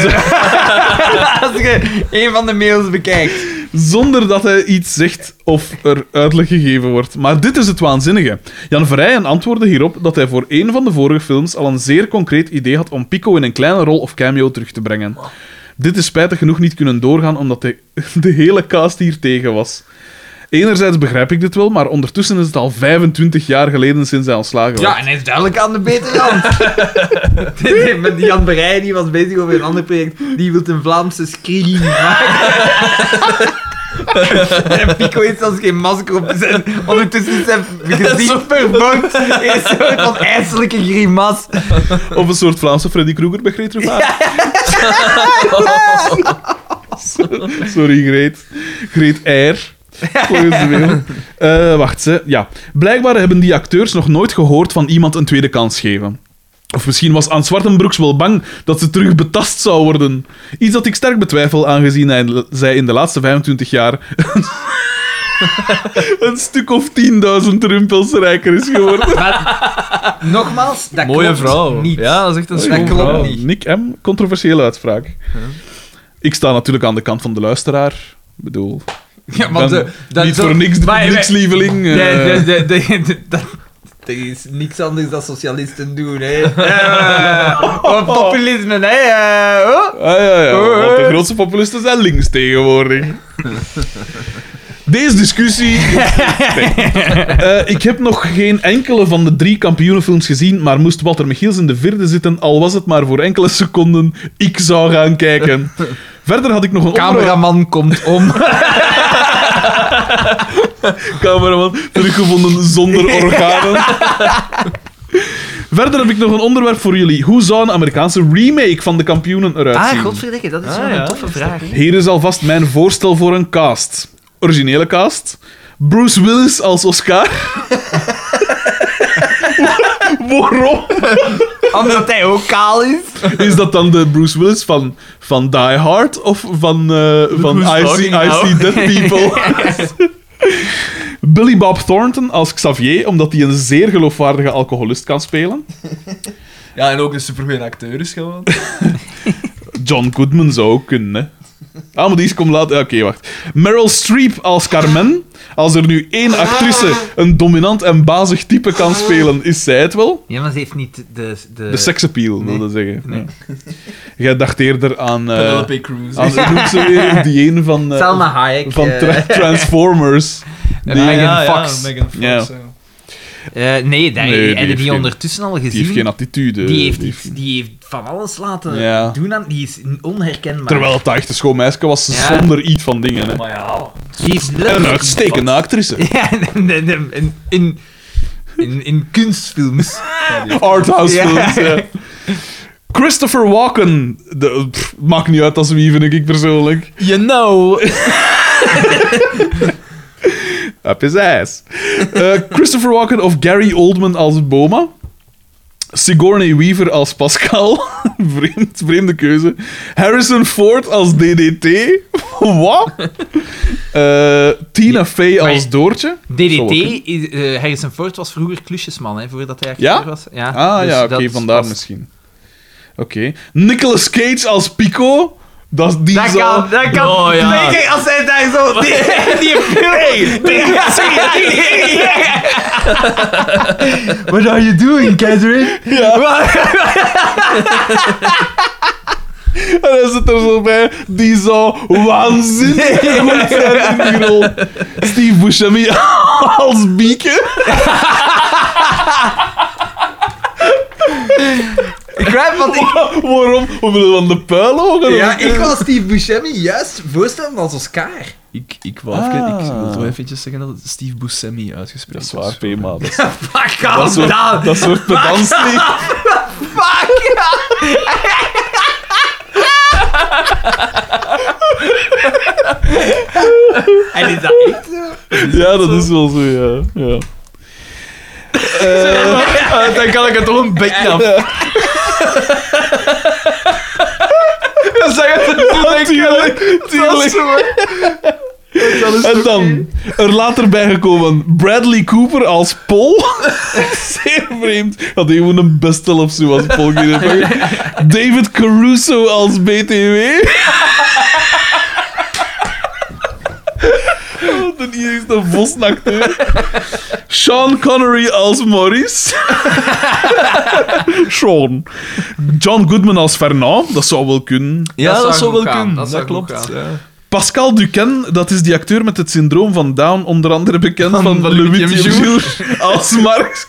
een van de mails bekijkt. Zonder dat hij iets zegt of er uitleg gegeven wordt. Maar dit is het waanzinnige. Jan Verheyen antwoordde hierop dat hij voor een van de vorige films al een zeer concreet idee had om Pico in een kleine rol of cameo terug te brengen. Dit is spijtig genoeg niet kunnen doorgaan omdat de hele cast hier tegen was. Enerzijds begrijp ik dit wel, maar ondertussen is het al 25 jaar geleden sinds hij ontslagen werd. Ja, en hij is duidelijk aan de betere hand. Met die Jan Berij, die was bezig over een ander project. Die wil een Vlaamse Scream maken. En Pico heeft zelfs geen masker op. En ondertussen is zijn gezicht vervormd in een soort van ijselijke grimas. Of een soort Vlaamse Freddy Krueger bij Greet Ruvaar. Sorry, Greet Air. Volgens de wereld. Wacht, ze. Ja. Blijkbaar hebben die acteurs nog nooit gehoord van iemand een tweede kans geven. Of misschien was Anne Zwartenbroeks wel bang dat ze terug betast zou worden. Iets dat ik sterk betwijfel, aangezien zij in de laatste 25 jaar een stuk of 10.000 rumpels rijker is geworden. Maar, nogmaals, dat Mooie klopt vrouw. niet. Ja, dat is echt een Dat schoon klopt vrouw. niet. Nick M., controversiële uitspraak. Ik sta natuurlijk aan de kant van de luisteraar. Ik bedoel, Ja, want, ben niet voor niks de maar- publiekslieveling. Er is niks anders dan socialisten doen, hè. Populisme, hè. Ja. Want de grootste populisten zijn links tegenwoordig. Deze discussie... Nee. Ik heb nog geen enkele van de 3 kampioenenfilms gezien, maar moest Walter Michiels in de vierde zitten, al was het maar voor enkele seconden, ik zou gaan kijken. Verder had ik nog een Cameraman komt om. cameraman teruggevonden zonder organen. Verder heb ik nog een onderwerp voor jullie. Hoe zou een Amerikaanse remake van de kampioenen eruit zien? godverdikke, dat is wel een toffe vraag. Hier is alvast mijn voorstel voor een cast. Originele cast. Bruce Willis als Oscar. Waarom? Omdat hij ook kaal is. Is dat dan de Bruce Willis van Die Hard of van I See Dead People? Billy Bob Thornton als Xavier, omdat hij een zeer geloofwaardige alcoholist kan spelen. Ja, en ook een supergoeie acteur is gewoon. John Goodman zou ook kunnen, hè. Ah, maar die komt later. Oké, wacht. Meryl Streep als Carmen. Als er nu één actrice een dominant en bazig type kan spelen, is zij het wel. Ja, maar ze heeft niet de... De seksappeal, Nee. wilde zeggen. Nee. Ja. Jij dacht eerder aan... Penelope Cruz. Aan noem ze weer die een van... Salma Hayek. van Transformers. Die, Megan Fox. Megan Fox, Ja. Nee, heb die je heeft die geen- ondertussen al die heeft gezien? geen attitude. Die heeft van alles laten Ja. doen. Die is onherkenbaar. Terwijl het echt een schoon meisje was, Ja. zonder iets van dingen. Hè. Maar ja... Die is Een letterlijk... uitstekende actrice. Ja, in kunstfilms. Arthouse Ja. films, ja. Christopher Walken. Maakt niet uit als wie, vind ik persoonlijk. You know... Up his ass. Christopher Walken of Gary Oldman als Boma. Sigourney Weaver als Pascal. Vreemde keuze. Harrison Ford als DDT. Wat? Tina Fey maar- als Doortje. Zou wel DDT, Harrison Ford was vroeger klusjesman, hè, voordat hij acteur Ja? was. Ja, Ah dus ja, dat oké, vandaar was- misschien. Oké. Nicolas Cage als Pico. Die Dat zou... kan. Oh, ja. Zeker als hij daar zo... Die What are you doing, Catherine? En hij zit er zo bij. Die zou waanzinnig goed zijn in die rol. Steve Buscemi als Bieke. Ik weet wat ik... Waarom? Omwille van de puilogen? Ja, ik wou Steve Buscemi juist voorstellen als Oscar. Ik wil toch eventjes zeggen dat het Steve Buscemi uitgesproken Dat is waar, P-ma. Dat is, Fuck dat is off, dat soort pedantie. Fuck En is dat echt zo? Ja, dat is wel zo, ja. Ja. Dan kan ik het toch een beetje af. Ja, zeg het Ja, tuurlijk. En dan, er later bijgekomen, Bradley Cooper als Paul. Zeer vreemd. Had hij gewoon een bestel of zo als Paul kunnen pakken. David Caruso als BTW. Oh, de eerste vosnacteur. Sean Connery als Maurice. Sean. John Goodman als Fernand. Dat zou wel kunnen. Ja, dat zou wel goed gaan, kunnen. dat zou Dat goed klopt. gaan. Ja. Pascal Duquesne, dat is die acteur met het syndroom van Down, onder andere bekend van van Le Le Huitième Huitième Jour als Marx.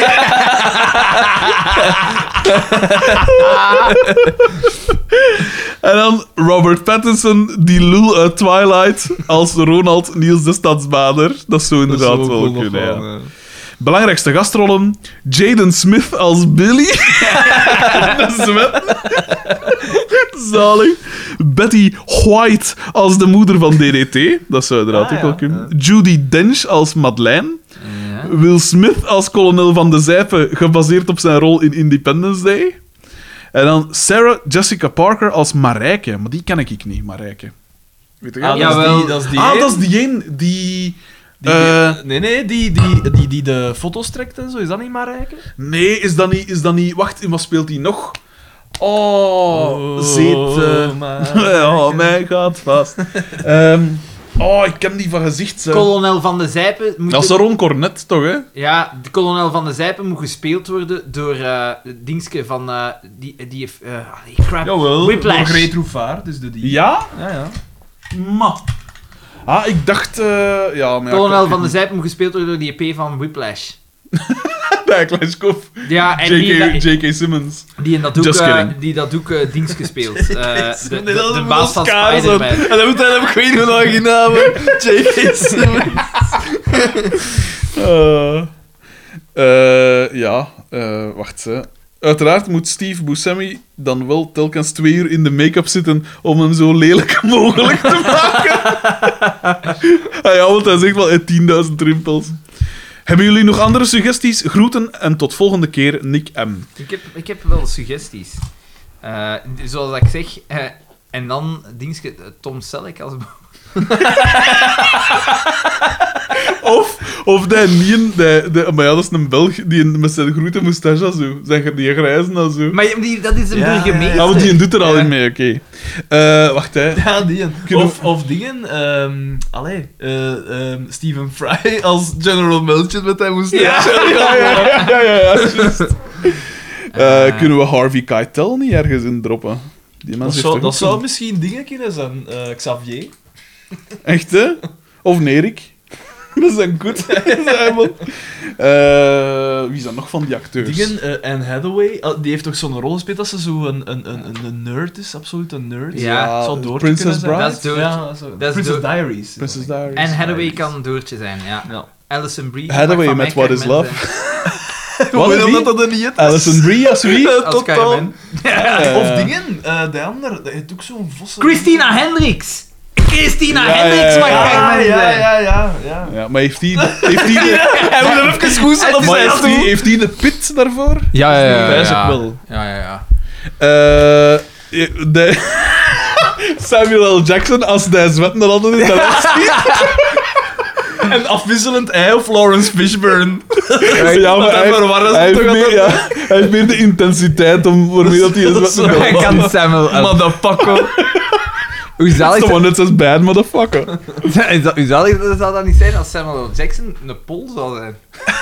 En dan Robert Pattinson, die lul uit Twilight, als Ronald Niels de Stadsbader. Dat zou inderdaad Dat is wel ook nog kunnen, ja. wel, Belangrijkste gastrollen, Jaden Smith als Billy. De zwet. Zalig. Betty White als de moeder van DDT. Dat zou inderdaad ook wel kunnen. Judi Dench als Madeleine. Ja. Will Smith als kolonel van de Zijpe, gebaseerd op zijn rol in Independence Day. En dan Sarah Jessica Parker als Marijke. Maar die ken ik niet, Marijke. Weet je Ah, wel? dat is die Ah, een. dat is die een die... Die de foto's trekt en zo. Is dat niet Marijke? Nee, is dat niet... Wacht, wat speelt hij nog? Oh, zeet... oh, mij gaat vast. Ik ken die van gezicht. Kolonel van de Zijpen moet... Dat is Ron Cornet, toch, hè? Ja, de kolonel van de Zijpen moet gespeeld worden door Dingske van... die heeft... crap. Jawel, Whiplash. door Greet Roefaar, dus de die. Ja? Ja, ja. Ma. Ah, ik dacht... ja, maar... Kolonel van de Zijpen moet gespeeld worden door die EP van Whiplash. Bijkleiskop. Ja, en J.K. Simmons. die Just kidding. dat ook Dingske speelt. De is baas van Oscar, zo. Spider-Man. En dan moet hij hem gewoon nog een naam. J.K. Simmons. Wacht, hè. Uiteraard moet Steve Buscemi dan wel telkens 2 uur in de make-up zitten om hem zo lelijk mogelijk te maken. Ja, want hij zegt wel 10.000 rimpels. Hebben jullie nog andere suggesties? Groeten en tot volgende keer, Nick M. Ik heb wel suggesties. Zoals ik zeg, en dan dingetje, Tom Selleck als... Of die niet, maar ja, dat is een Belg die met zijn grote moustache zo, die grijzen en zo. Maar dat is een burgemeester. Ah, want die doet er al in mee, oké. Wacht, hè. Ja, die. Kunnen Of dingen... Stephen Fry als General Milchin met hij moest... Ja, juist. Kunnen we Harvey Keitel niet ergens in droppen? Die mens heeft toch Dat ook zou misschien dingen kunnen zijn. Xavier. echt, hè? Of Nerik. Dat is een goed. Wie is dat nog van die acteurs? Dingen, Anne Hathaway, die heeft toch zo'n rol gespeeld dat ze zo een nerd is, absoluut een nerd. Ja, Zou door Princess kunnen zijn. Bride? Dat is door. Ja, zo. Dat is Princess door- Diaries. Princess Diaries. En Hathaway kan Doortje zijn, ja. Ja. Alison Brie. Hathaway mag van met mij What is Carmen Love. zijn. Wat is die? dat er niet is. Alison Brie als wie? Als Totaal. Carmen. Of dingen, de andere, dat heeft ook zo'n vossen... Christina Hendricks! Christina Ja, Hendricks ja, mag ja. Carmen zijn. Ja. Ja, maar heeft die Hij moet er even goed zijn op maar zijn stoel. heeft die de pit daarvoor? Ja, Hij is ook wel. Ja. Samuel L. Jackson, als hij zwetten dan altijd in de les ziet. En afwisselend hij of Lawrence Fishburne. Ja, maar Dat verwarren ze hij heeft toch meer, altijd. ja, hij heeft meer de intensiteit waarmee dat hij is Dat is zwetten Hij kan. kan Samuel... Motherfucker. Hoe Dat zalig is toch wel net als bad motherfucker. hoe zalig zou dat niet zijn als Samuel L. Jackson een pol zou zijn?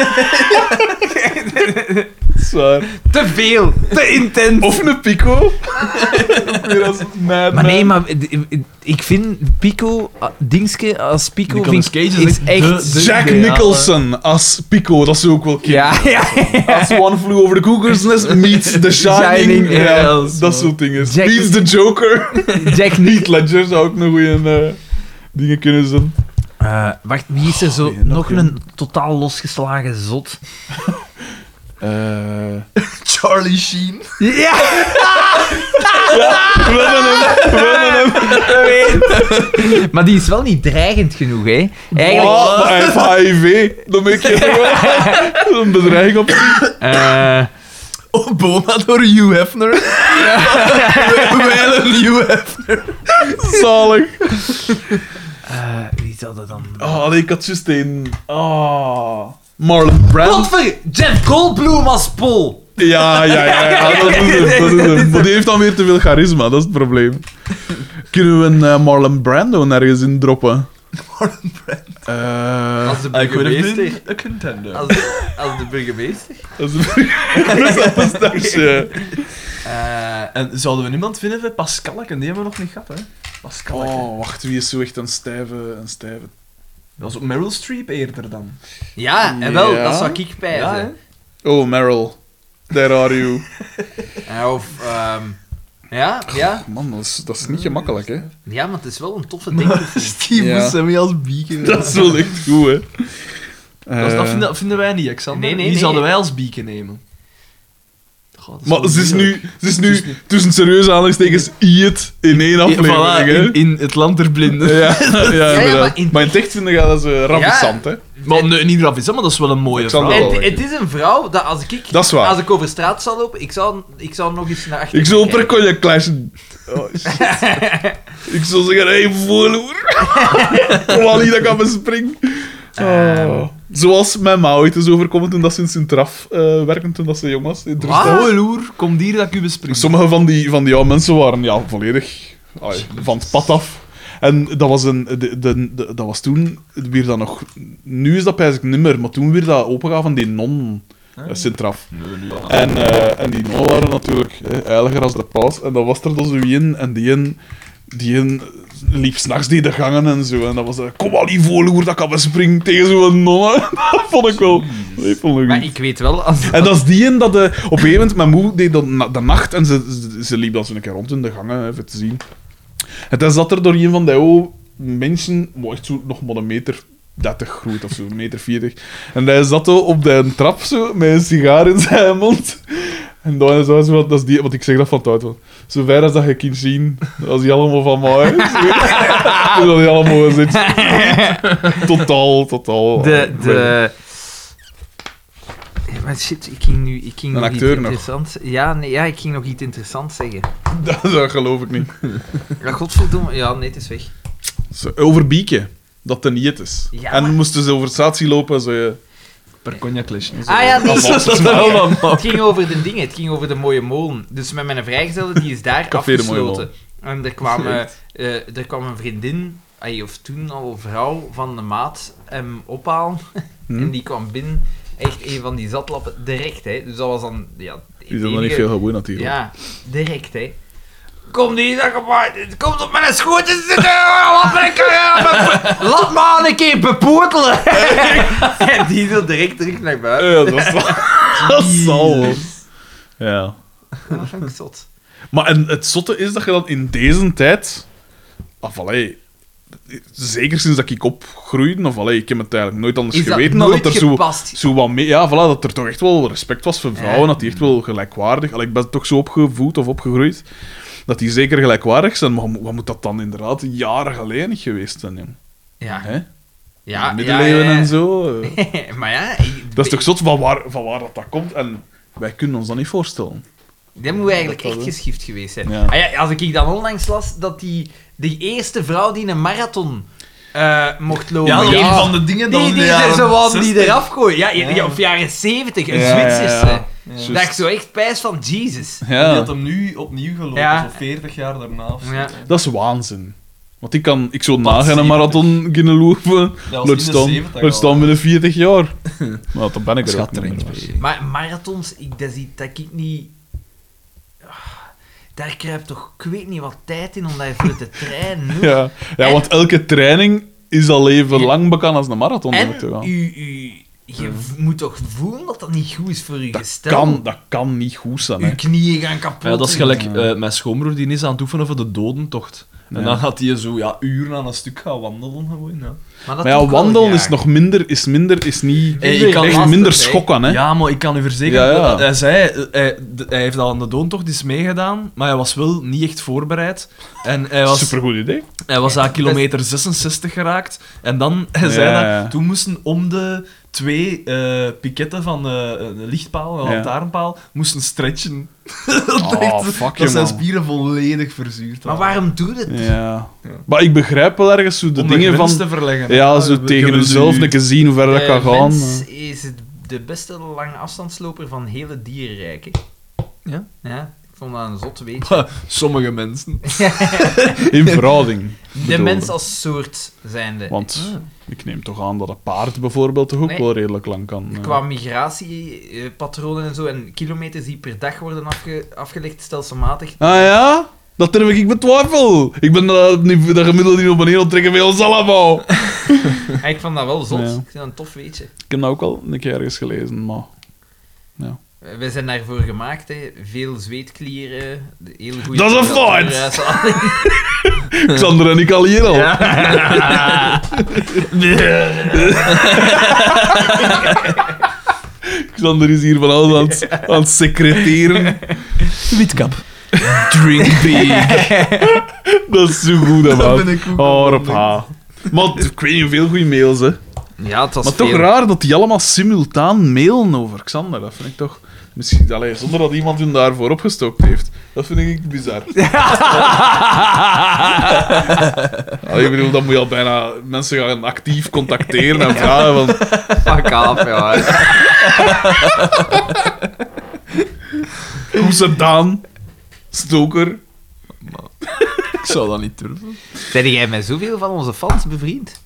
Zwaar. Te veel, te intens. Of een Pico. Weer als mad Maar nee, man. maar ik vind Pico, Dingske als Pico, Nicolas vind ik, Cage is echt... Jack ideale- Nicholson als Pico, dat is ook wel kicken. Ja. Als One Flew Over the Cuckoo's Nest meets The Shining. Shining, ja, ja, dat is dat wel- soort dingen. Jack- Meets The Joker. Jack Heath Ledger zou ook een goede dingen kunnen zijn. wacht, wie is er zo Goeie, nog nog een. een totaal losgeslagen zot? Charlie Sheen. Ja! Maar die is wel niet dreigend genoeg, hè? Eigenlijk... Oh, maar hij heeft HIV. Dan ben ik je toch een bedreiging op zien. Obama door Hugh Hefner. Wel een Hugh Hefner. Zalig. wie zou dat dan... Oh, nee, ik had juist een... Oh. Marlon Brando. Godver! Jeff Goldblum als Paul! Ja, dat is hem. Maar die heeft dan weer te veel charisma, dat is het probleem. Kunnen we een Marlon Brando ergens in droppen? Marlon Brando. Als de I could have burgemeester. been a contender. Als de burgemeester. Dat is een stasje. En zouden we iemand vinden van Pascalken? Die hebben we nog niet gehad, hè? Pascalken. Oh, wacht, wie is zo echt een stijve... Dat was ook Meryl Streep eerder dan. Ja, en wel, Ja. dat zou ik pijzen. Ja, hè? Oh, Meryl. There are you. Of, ja, Man, dat is niet gemakkelijk, hè. ja, maar het is wel een toffe ding. Steve Ja. Buscemi als beacon. Dat is wel echt goed, hè. Dat vinden wij niet, Xander. Nee, Die zouden wij als beacon nemen. Goh, dat is Maar wel ze is moeilijk. nu tussen serieuze aanhalingstekens it in één aflevering, Voilà, hè. in het land der blinden. Ja, inderdaad. maar in- Maar in het echt vind ik dat ravissant, hè. Maar nee, niet raf is, maar dat is wel een mooie Alexander vrouw. wel. Het is een vrouw dat als ik... Dat is waar. Als ik over straat zou lopen, ik zou nog eens naar achteren Ik zal kijken. per konje clashen. Oh, shit. Ik zal zeggen, hey, voeloer. Kom al niet dat ik aan me spring. Oh. Zoals mijn ma ooit is overkomen toen dat ze in Sint-Raf werkte, toen dat ze jong was. In Drustad. Wat? Oh, loer, kom hier dat ik u bespring. Sommige van die oude mensen waren volledig van het pad af. En dat was, dat was toen weer dat nog... Nu is dat eigenlijk niet meer, maar toen weer dat opengaan van die non Sint-Raf. En die nonnen waren natuurlijk heiliger als de paus. En dan was er dan zo een, en die liep s'nachts die de gangen en zo. En dat was kom al die voorloer dat ik aan me spring tegen zo'n nonne. Dat vond ik wel... Dat vond ik Maar goed. ik weet wel, als... En dat is die een dat op een gegeven moment... Mijn moe deed dat de nacht en ze liep dan zo een keer rond in de gangen, even te zien. En dan zat er door een van die mensen, echt zo nog maar 1,30 meter groot of zo, 1,40 meter. En hij zat zo op de trap zo, met een sigaar in zijn mond. En dan is dat zo, dat is die, want ik zeg dat van het uit. Zo ver als dat je kunt zien, als die allemaal van mij is. Dat die allemaal zit. Totaal. Maar shit, ik ging nog acteur iets nog? interessants... Ja, nee, ik ging nog iets interessants zeggen. Dat geloof ik niet. Ja, godverdomme. Ja, nee, het is weg. Over Bieke, dat het niet is. Ja, en maar- moesten ze over statie lopen, zo je... Per cognacles. Ah ja, nee, Avans. het ging over de dingen. Het ging over de mooie molen. Dus met mijn vrijgezelle, die is daar Café de Mooie afgesloten. En er kwam een vriendin, of toen al vrouw van de maat, hem ophalen. En die kwam binnen. Echt een van die zatlappen, direct, hè. Dus dat was dan... Ja, Die zijn nog niet veel gewoon natuurlijk. Ja, direct, hè. Kom die dag op komt op mijn schootjes zitten. Laat me aan een keer bepoetelen. En die wil direct terug naar buiten. Ja, dat zal wel. Ja. Dat vind ik zot. Maar en het zotte is dat je dan in deze tijd... zeker sinds dat ik opgroeide, ik heb het eigenlijk nooit anders Is dat geweten, nooit dat er gepast? zo wat mee... Ja, dat er toch echt wel respect was voor vrouwen, Ja. dat die echt wel gelijkwaardig... ik ben toch zo opgevoed of opgegroeid, dat die zeker gelijkwaardig zijn, maar wat moet dat dan inderdaad jaren geleden niet geweest zijn, jong? Ja. Hè? Ja, Middeleeuwen en zo. Maar ja... Dat is toch zot van waar dat komt, en wij kunnen ons dat niet voorstellen. Dat moet eigenlijk Dat echt wel. geschift geweest zijn. Ja. Ah ja, als ik dan onlangs las dat die eerste vrouw die een marathon mocht lopen... Ja, dat is Ja. een van de dingen dat Die, in de die jaren zo wou die 60. eraf gooien. Ja, Ja. of jaren 70, een Ja, Zwitserse. ja. Ja. Dat ik zo echt pijs van Jesus. Die Ja, had hem nu opnieuw gelopen, Ja. zo 40 jaar daarna of zo. Ja. dat is waanzin. Want ik zou Pas nagaan een 70. marathon kunnen lopen. Dat was Laat in de staan, 70 laat al. staan binnen 40 jaar. Maar dan ben ik er Schat ook niet erin, meer. twee. Maar marathons, dat is iets dat ik niet... Daar kruipt toch, ik weet niet wat tijd in om daar voor te trainen. nu. Ja, want elke training is al even Ja. lang bekend als een marathon. En moet te gaan. je moet toch voelen dat dat niet goed is voor je gestel? Dat kan niet goed zijn. Hè. Je knieën gaan kapot. Ja, dat is gelijk Ja. mijn schoonbroer, die is aan het oefenen voor de dodentocht. En Ja. dan gaat hij zo uren aan een stuk gaan wandelen gewoon. Ja. Maar Maar ja, wandelen is nog minder, is niet Hey, ik kan echt lastig, minder hè. schokken, hè. Ja, maar ik kan u verzekeren, Ja, ja. dat hij zei, hij heeft al aan de dodentocht eens meegedaan, maar hij was wel niet echt voorbereid. En Supergoed idee. hij was aan kilometer 66 geraakt. En dan, hij zei Ja, dat, ja. toen moesten om de 2 piketten van de lichtpaal, een Ja. lantaarnpaal, moesten stretchen. Oh, fuck dat je, zijn man. spieren volledig verzuurd Maar waren. waarom doe je het? Ja. Maar ik begrijp wel ergens zo de Om dingen grens van... te verleggen. Ja, zo je tegen wil jezelf u- een keer zien hoe ver dat kan gaan. Mens is de beste lange afstandsloper van hele dierenrijk. Hè? Ja? Ja, ik vond dat een zot weetje. Sommige mensen. In verhouding. De mens als soort zijnde. Want ik neem toch aan dat een paard bijvoorbeeld toch ook Nee. wel redelijk lang kan. Qua migratiepatronen en zo, en kilometers die per dag worden afgelegd stelselmatig. Ah ja? Dat durf ik betwijfel. Ik ben niet, dat gemiddelde niet op een heel trekken bij ons allemaal. Ja, ik vond dat wel zot. Ja. Ik vind dat een tof weetje. Ik heb dat ook al een keer ergens gelezen, maar... Ja. We zijn daarvoor gemaakt, hè. Veel zweetklieren, heel goede... Dat is een feit! temperatuuruitstraling. Xander en ik al hier al. Xander is hier van alles aan het secreteren. Witkap. Drink big. Dat is zo goed, hè, man. ben ik ook Oh, wel op ha. Maar ik weet niet hoeveel goede mails, hè. Ja, het was Maar toch veel. raar dat die allemaal simultaan mailen over Xander. Dat vind ik toch... Misschien allee, zonder dat iemand hun daarvoor opgestookt heeft. Dat vind ik bizar. Allee, ik bedoel, dan moet je al bijna mensen gaan actief contacteren en vragen van... Fuck off, ja. Hoe is het dan? Stoker? Ik zou dat niet durven. Ben jij met zoveel van onze fans bevriend?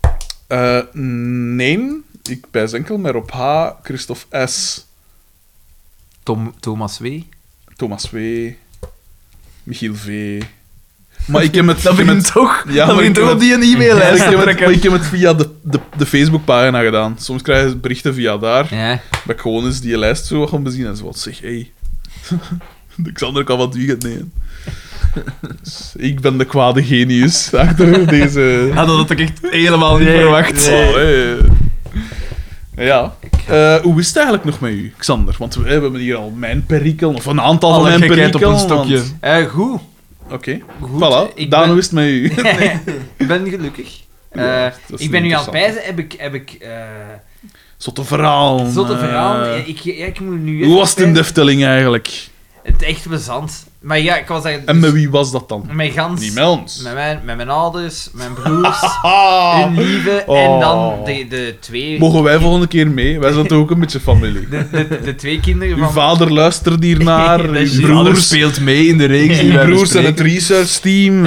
Nee. Ik bijs enkel met Rob H., Christophe S., Thomas W. Thomas W., Michiel V. Maar ik heb het... Dat ik heb begint het- toch, Ja, dat maar begint ik toch heb op die ik e-maillijst heb te het, trekken. maar ik heb het via de Facebookpagina gedaan. Soms krijg je berichten via daar. Ja. Dat ik gewoon eens die lijst zo gaan bezien en zo wat zeg, hey. De Xander kan wat weekend nemen. Dus ik ben de kwade genius achter deze... Ja, dat had ik echt helemaal niet verwacht. Oh, hey. Ja. Hoe is het eigenlijk nog met u, Xander? Want we hebben hier al mijn perikel, of een aantal van Alle mijn gekheid op perikel. een stokje. Goed. Oké. Goed. Voilà. Ik Daan, ben- hoe is het met u? Ik ben gelukkig. Ja, dat is Ik ben nu aan het interessant. pijzen, heb ik Zotte verhaal. Zotte verhaal. Ik moet nu... Hoe was het in de Efteling eigenlijk? Het echt plezant. Maar ja, ik was daar... En met wie was dat dan? Met gans... Niet met ons. Met mijn ouders, mijn broers, hun lieve, en dan de twee... Mogen wij volgende keer mee? Wij zijn toch ook een beetje familie. De twee kinderen Uw van... vader luistert hiernaar, Dat is uw juist. broers, speelt mee in de reeks die uw wij broers en het bespreken. researchteam.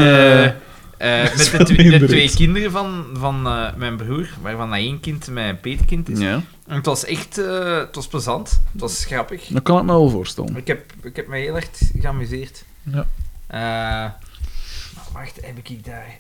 Met Spel de in de twee reeks. kinderen van mijn broer, waarvan dat één kind mijn peetkind is. Ja, En het was echt... het was plezant. Het was grappig. dat kan ik me wel voorstellen. Ik heb me heel erg geamuseerd. Ja. Maar wacht, heb ik daar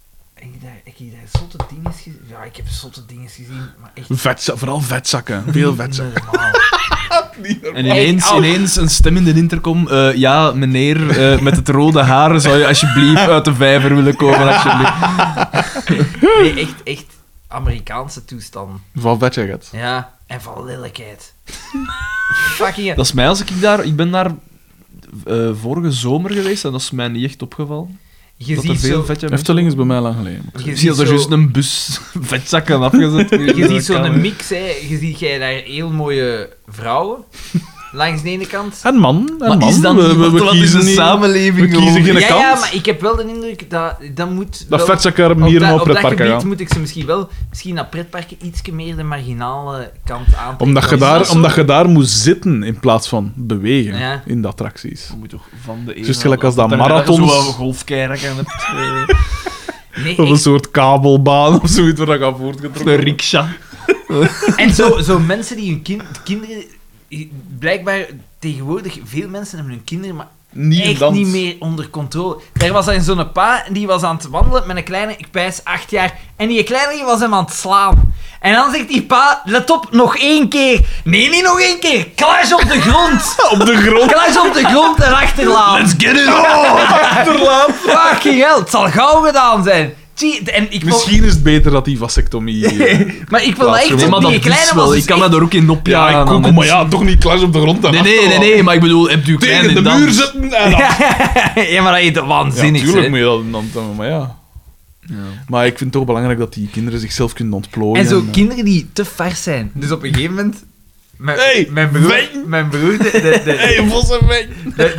zotte dingen gezien? Ja, ik heb zotte dingen gezien, maar echt... Vooral vetzakken. Veel vetzakken. Normaal. En ineens, Au. ineens een stem in de intercom. Ja, meneer met het rode haar, zou je alsjeblieft uit de vijver willen komen, alsjeblieft. Nee, echt Amerikaanse toestanden. Van vetzakken. Ja, en van lelijkheid. Fucking... Dat is mij als ik ben daar vorige zomer geweest en dat is mij niet echt opgevallen. Je Dat er ziet veel zo... vetje Efteling is bij mij lang geleden. Je Je ziet ziet er zo... juist een bus vetzakken afgezet. Je ziet zo'n mix, hè. Je ziet jij daar heel mooie vrouwen langs de ene kant. En man. Maar is dat niet wat is een niet- samenleving? we kiezen gewoon? geen Ja, kant. ja, maar ik heb wel de indruk dat moet... Dat wel- vetzakken hier naar op dat pretparken gebied gaan. moet ik ze misschien naar pretparken iets meer de marginale kant aantrekken. Omdat je daar moet zitten in plaats van bewegen Ja. in de attracties. Je moet toch van de ene... Juist gelijk als dat dan marathons- zo een golfkerk aan hebt. Nee, Of een echt. soort kabelbaan of zoiets waar dat gaat voortgetrokken. Een riksja. En zo mensen die hun kinderen... Blijkbaar tegenwoordig, veel mensen hebben hun kinderen maar Niet in echt dans. niet meer onder controle. Daar was er zo'n pa, en die was aan het wandelen met een kleine, ik pijs 8 jaar, en die kleine die was hem aan het slaan. En dan zegt die pa, let op, nog 1 keer. Nee, niet nog 1 keer. Clash op de grond. Op de grond. Clash op de grond en achterlaat. Let's get it on! Achterlaat. Fucking hell, het zal gauw gedaan zijn. Zie, en ik vond... Misschien is het beter dat die vasectomie... Maar ik wil Ja, echt... nee, maar dat die kleine is was wel. dus Ik kan echt- daar ook in op. Ja, ik ook, maar ja, toch niet clash op de grond en Nee, maar ik bedoel, heb je klein Tegen in de dans? muur zitten en dan... Ja, maar dat is Ja, waanzinnig, natuurlijk hè. moet je dat in dan, maar ja. Maar ik vind het toch belangrijk dat die kinderen zichzelf kunnen ontplooien. En zo kinderen die te vers zijn. Dus op een gegeven moment... Hey, mijn broer, Wijn. mijn broer, de Hey, vos en wijn.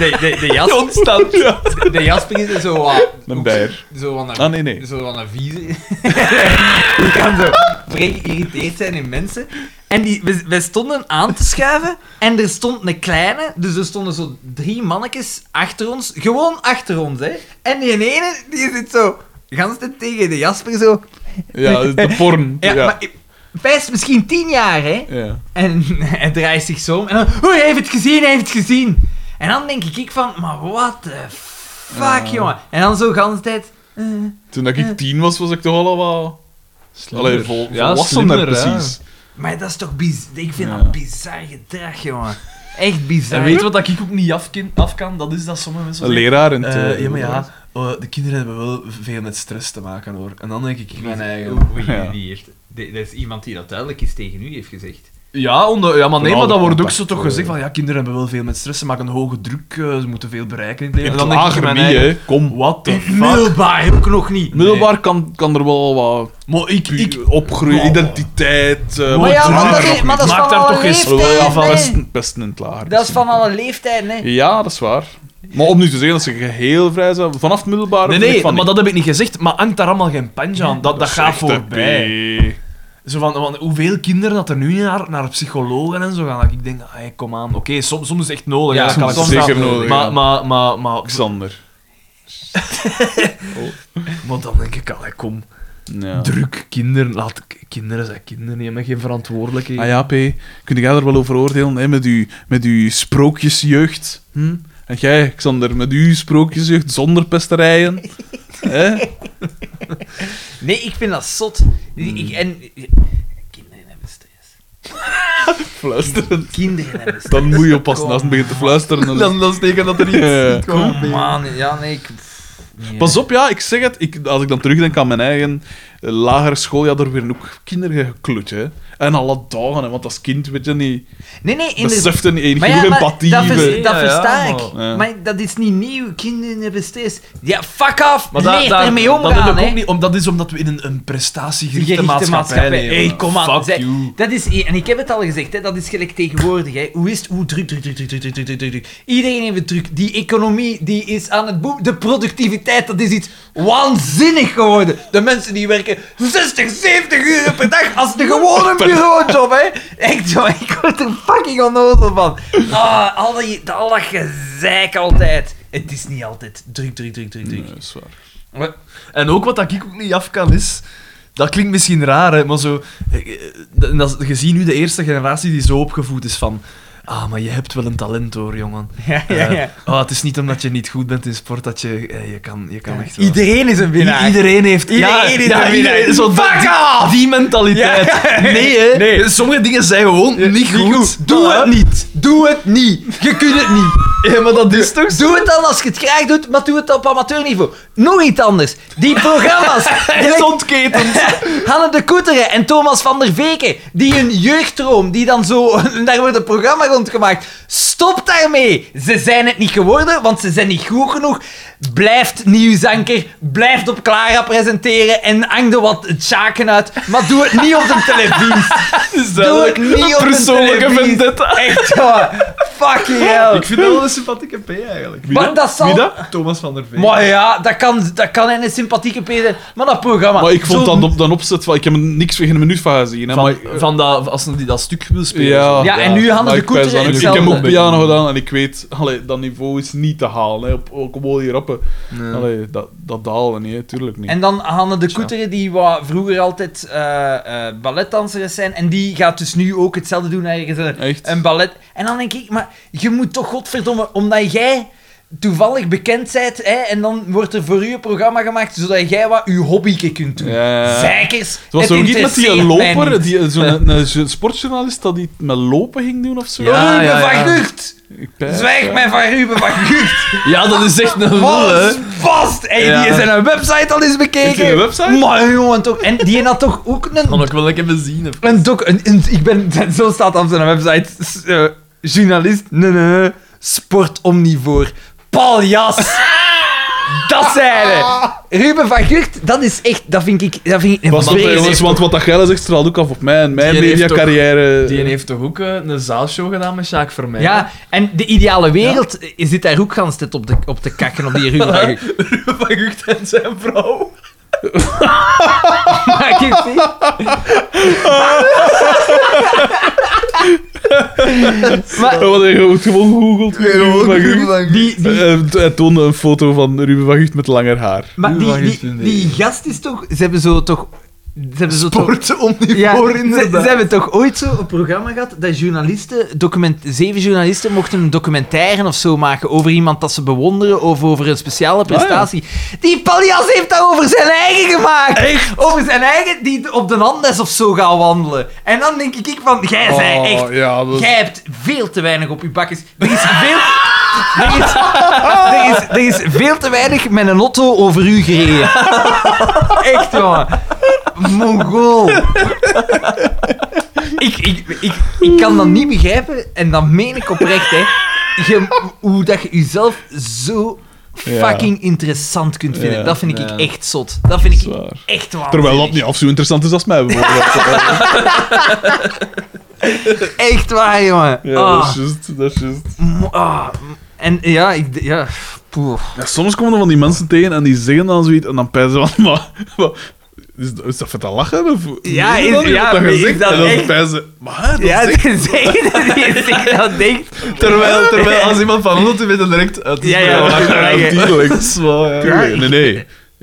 de Jasper is er zo wat... Een bijer. Zo wat een... Ah, nee. Zo wat een vieze. Die kan zo vrij geïrriteerd zijn in mensen. En wij stonden aan te schuiven en er stond een kleine, dus er stonden zo 3 mannetjes achter ons, gewoon achter ons, hè. En die ene, die zit zo, gans tijd tegen de Jasper zo. Ja, de porn. Ja, Ja. maar hij is misschien 10 jaar, hè. Ja. En hij draait zich zo om en dan, hij heeft het gezien. En dan denk ik van, maar what the fuck, jongen. En dan zo gans tijd... Toen dat ik 10 was ik toch al wat... Allee, volwassener, slimmer, precies. Maar dat is toch ik vind Ja. dat bizar gedrag, jongen. Echt bizar. En weet je wat ik ook niet af kan? Dat is dat sommige mensen Een zeggen, leraar in het... ja, maar ja, de kinderen hebben wel veel met stress te maken, hoor. En dan denk ik mijn eigen... Ja. Dat is iemand die dat duidelijk eens tegen u heeft gezegd. Ja, maar nee, maar dat ouder wordt ook contact, zo toch gezegd van, ja, kinderen hebben wel veel met stress, ze maken een hoge druk, ze moeten veel bereiken in het leven. In En het dan denk ik lager mijn niet, eigen, hè. Kom. what the fuck? Middelbaar ook nog niet. Middelbaar kan er wel wat Maar ik opgroeien, identiteit... Maar ja, druk. maar dat is Maak van daar alle toch eens leeftijden, wel van, hè. Pesten in het lager. Dat is van alle leeftijden, hè. Ja, dat is waar. Maar om nu te zeggen dat ze geheel vrij zijn, vanaf het middelbaar... Nee, vind ik nee, van maar niet. dat heb ik niet gezegd, maar hangt daar allemaal geen panje aan. Dat is gaat echt, hè, voorbij. P. Zo van hoeveel kinderen dat er nu naar psychologen en zo gaan, dat ik denk, hey, kom aan. Oké, soms is het echt nodig. Ja, Ja, dat kan ik soms wel zeker snappen. nodig, Maar Xander. maar dan denk ik, allee, kom. Ja. Druk, kinderen, kinderen zijn kinderen, die hebben geen verantwoordelijkheid. Ah ja, P. Kun jij daar wel over oordelen, hè, met uw sprookjesjeugd? Hm? En jij, Xander, met uw sprookjesjeugd zonder pesterijen? Hè? Nee, ik vind dat zot. En... Kinderen hebben stress. Fluisteren. Kinderen hebben stress. Dan moet je oppassen als het begint te fluisteren. Dan steken dat er iets Ja. Kom, man. Ja, nee, ik... Nee. Pas op, ja, ik zeg het. Als ik dan terugdenk aan mijn eigen lagere school, ja, daar werden ook kinderen geklut, hè. En alle dagen, hè, want als kind weet je niet... Nee, Besefte niet Maar genoeg ja, maar empathie. dat we- versta ik. Ja. Maar dat is niet nieuw. Kinderen hebben steeds... Ja, fuck off! Maar Leer ermee dat heb omgaan, ik ook hè. niet, dat is omdat we in een prestatiegerichte Gerichte maatschappij leven. Hey, kom aan. Fuck you. Dat is, en ik heb het al gezegd, hè, dat is gelijk tegenwoordig. Hè. Hoe is het? Hoe druk. Iedereen heeft het druk. Die economie die is aan het boom. De productiviteit, dat is iets waanzinnig geworden. De mensen die werken 60, 70 uur per dag als de gewone bureaujob. Hè. Echt zo, ik word er fucking onnozel van. Al dat gezeik altijd. Het is niet altijd druk. Nee, dat is waar. Maar- En ook wat ik ook niet af kan is... Dat klinkt misschien raar, hè, maar zo... Je ziet nu de eerste generatie die zo opgevoed is van... Ah, maar je hebt wel een talent hoor, jongen. Ja. Het is niet omdat je niet goed bent in sport dat je... je kan echt wel... Iedereen is een winnaar. Iedereen heeft... Iedereen is een winnaar. Zo Fuck off! die mentaliteit. Ja. Nee, hè. Nee. Sommige dingen zijn gewoon niet goed. Doe het niet. Doe het niet. Je kunt het niet. Ja, maar dat is toch zo? Doe het dan als je het graag doet, maar doe het op amateurniveau. Nog iets anders. Die programma's. Hij is ontketend. Hanne de Koeteren en Thomas van der Veken, die hun jeugddroom, die dan zo... Daar wordt een programma rondgemaakt. Stop daarmee. Ze zijn het niet geworden, want ze zijn niet goed genoeg. Blijft nieuwsanker, blijft op Clara presenteren en hang er wat chaken uit, maar doe het niet op de televisie. Doe het niet op de persoonlijke televisie. vendetta. Echt waar. Fucking hell. Ik vind dat wel een sympathieke P eigenlijk. Maar dat zal... Wie dat? Thomas van der Veen. Maar ja, dat kan een sympathieke P zijn, maar dat programma... Maar ik vond zo- dan opzet van... Ik heb er niks voor geen minuut van gezien. Hè, maar, Van dat, als hij dat stuk wil spelen. ja, Ja, en nu Hanne maar de ik Koeteren pijs dan ook- Ik hetzelfde. heb ook piano gedaan en ik weet... Allee, dat niveau is niet te halen. Hè, ook op hier rappen. Nee. Allee, dat dalen niet, hè, tuurlijk niet. En dan Hanne de Koeteren, die wou vroeger altijd balletdanseres zijn, en die gaat dus nu ook hetzelfde doen ergens Echt? een ballet. En dan denk ik, maar je moet toch godverdomme, omdat jij toevallig bekend bent, hè, en dan wordt er voor u een programma gemaakt, zodat jij wat je hobbyke kunt doen. Ja. Zeikers, Het was het ook iets met die interesseert mij loper, niet. zo'n sportjournalist dat die met lopen ging doen of zo. Ja, Ruben ja, ja. van Gucht! Ik pijs, Zwijg ja. mij van Ruben van Gucht! Ja, dat is echt een lul, hè. Vast! Hey, Ja. die is een website al eens bekeken. Heeft hij een website? Maar jongen, toch. En die had toch ook Kan ik wel lekker bezien. ik ben, zo staat op zijn website, journalist, sportomnivoor, paljas. Dat zei hij. Ruben van Gucht, dat is echt, dat vind ik een Was dat, vreselijk. jongens, want wat dat jij zegt straalt ook af op mijn Die heeft mediacarrière. Die heeft toch ook een zaalshow gedaan met Sjaak Vermeij? Ja, en de ideale wereld zit daar ook gans tijd op te kakken, op die Ruben van Gucht. Ruben van Gucht en zijn vrouw. Maar ik zie- Maar Wat heb je gewoon gegoogeld? Ruben van Gucht. Hij toonde een foto van Ruben van Gucht met langer haar. Maar Ruben van Gucht die gast is toch... Ze hebben zo toch... Ze hebben zo toch... Sportomnivoor, ze inderdaad. hebben toch ooit zo een programma gehad dat journalisten, 7 journalisten mochten een documentaire of zo maken over iemand dat ze bewonderen of over een speciale prestatie. Die Paljas heeft dat over zijn eigen gemaakt. Echt? Over zijn eigen, die op de Andes of zo gaat wandelen. En dan denk ik van, jij zei echt... Ja, dat is- Jij hebt veel te weinig op je bakjes. Er is veel te weinig met een auto over u gereden. Echt, jongen. Mongool. Ik kan dat niet begrijpen, en dat meen ik oprecht, hè. Hoe dat je jezelf zo fucking interessant kunt vinden. Ja. Dat vind ik Ja. echt zot. Dat vind ik Dat is waar. echt waanzinnig. Terwijl dat niet af zo interessant is als mij, bijvoorbeeld. Echt waar, jongen. Ja, dat is juist. Dat is juist. En ja, poeh. Ja, soms komen er van die mensen tegen en die zeggen dan zoiets en dan pijzen ze van, maar is dat voor te lachen? Of, Ja, meen je dat is- niet, ja, wat dat is gezegd? dat En dan echt? pijzen ze, maar dat Ja, is echt... die zeggen dat denkt. Terwijl als iemand van 100 weet dan direct... Het is Ja, wel ja, lachen. ja, ja. Natuurlijk. Dat is wel, ja. Nee.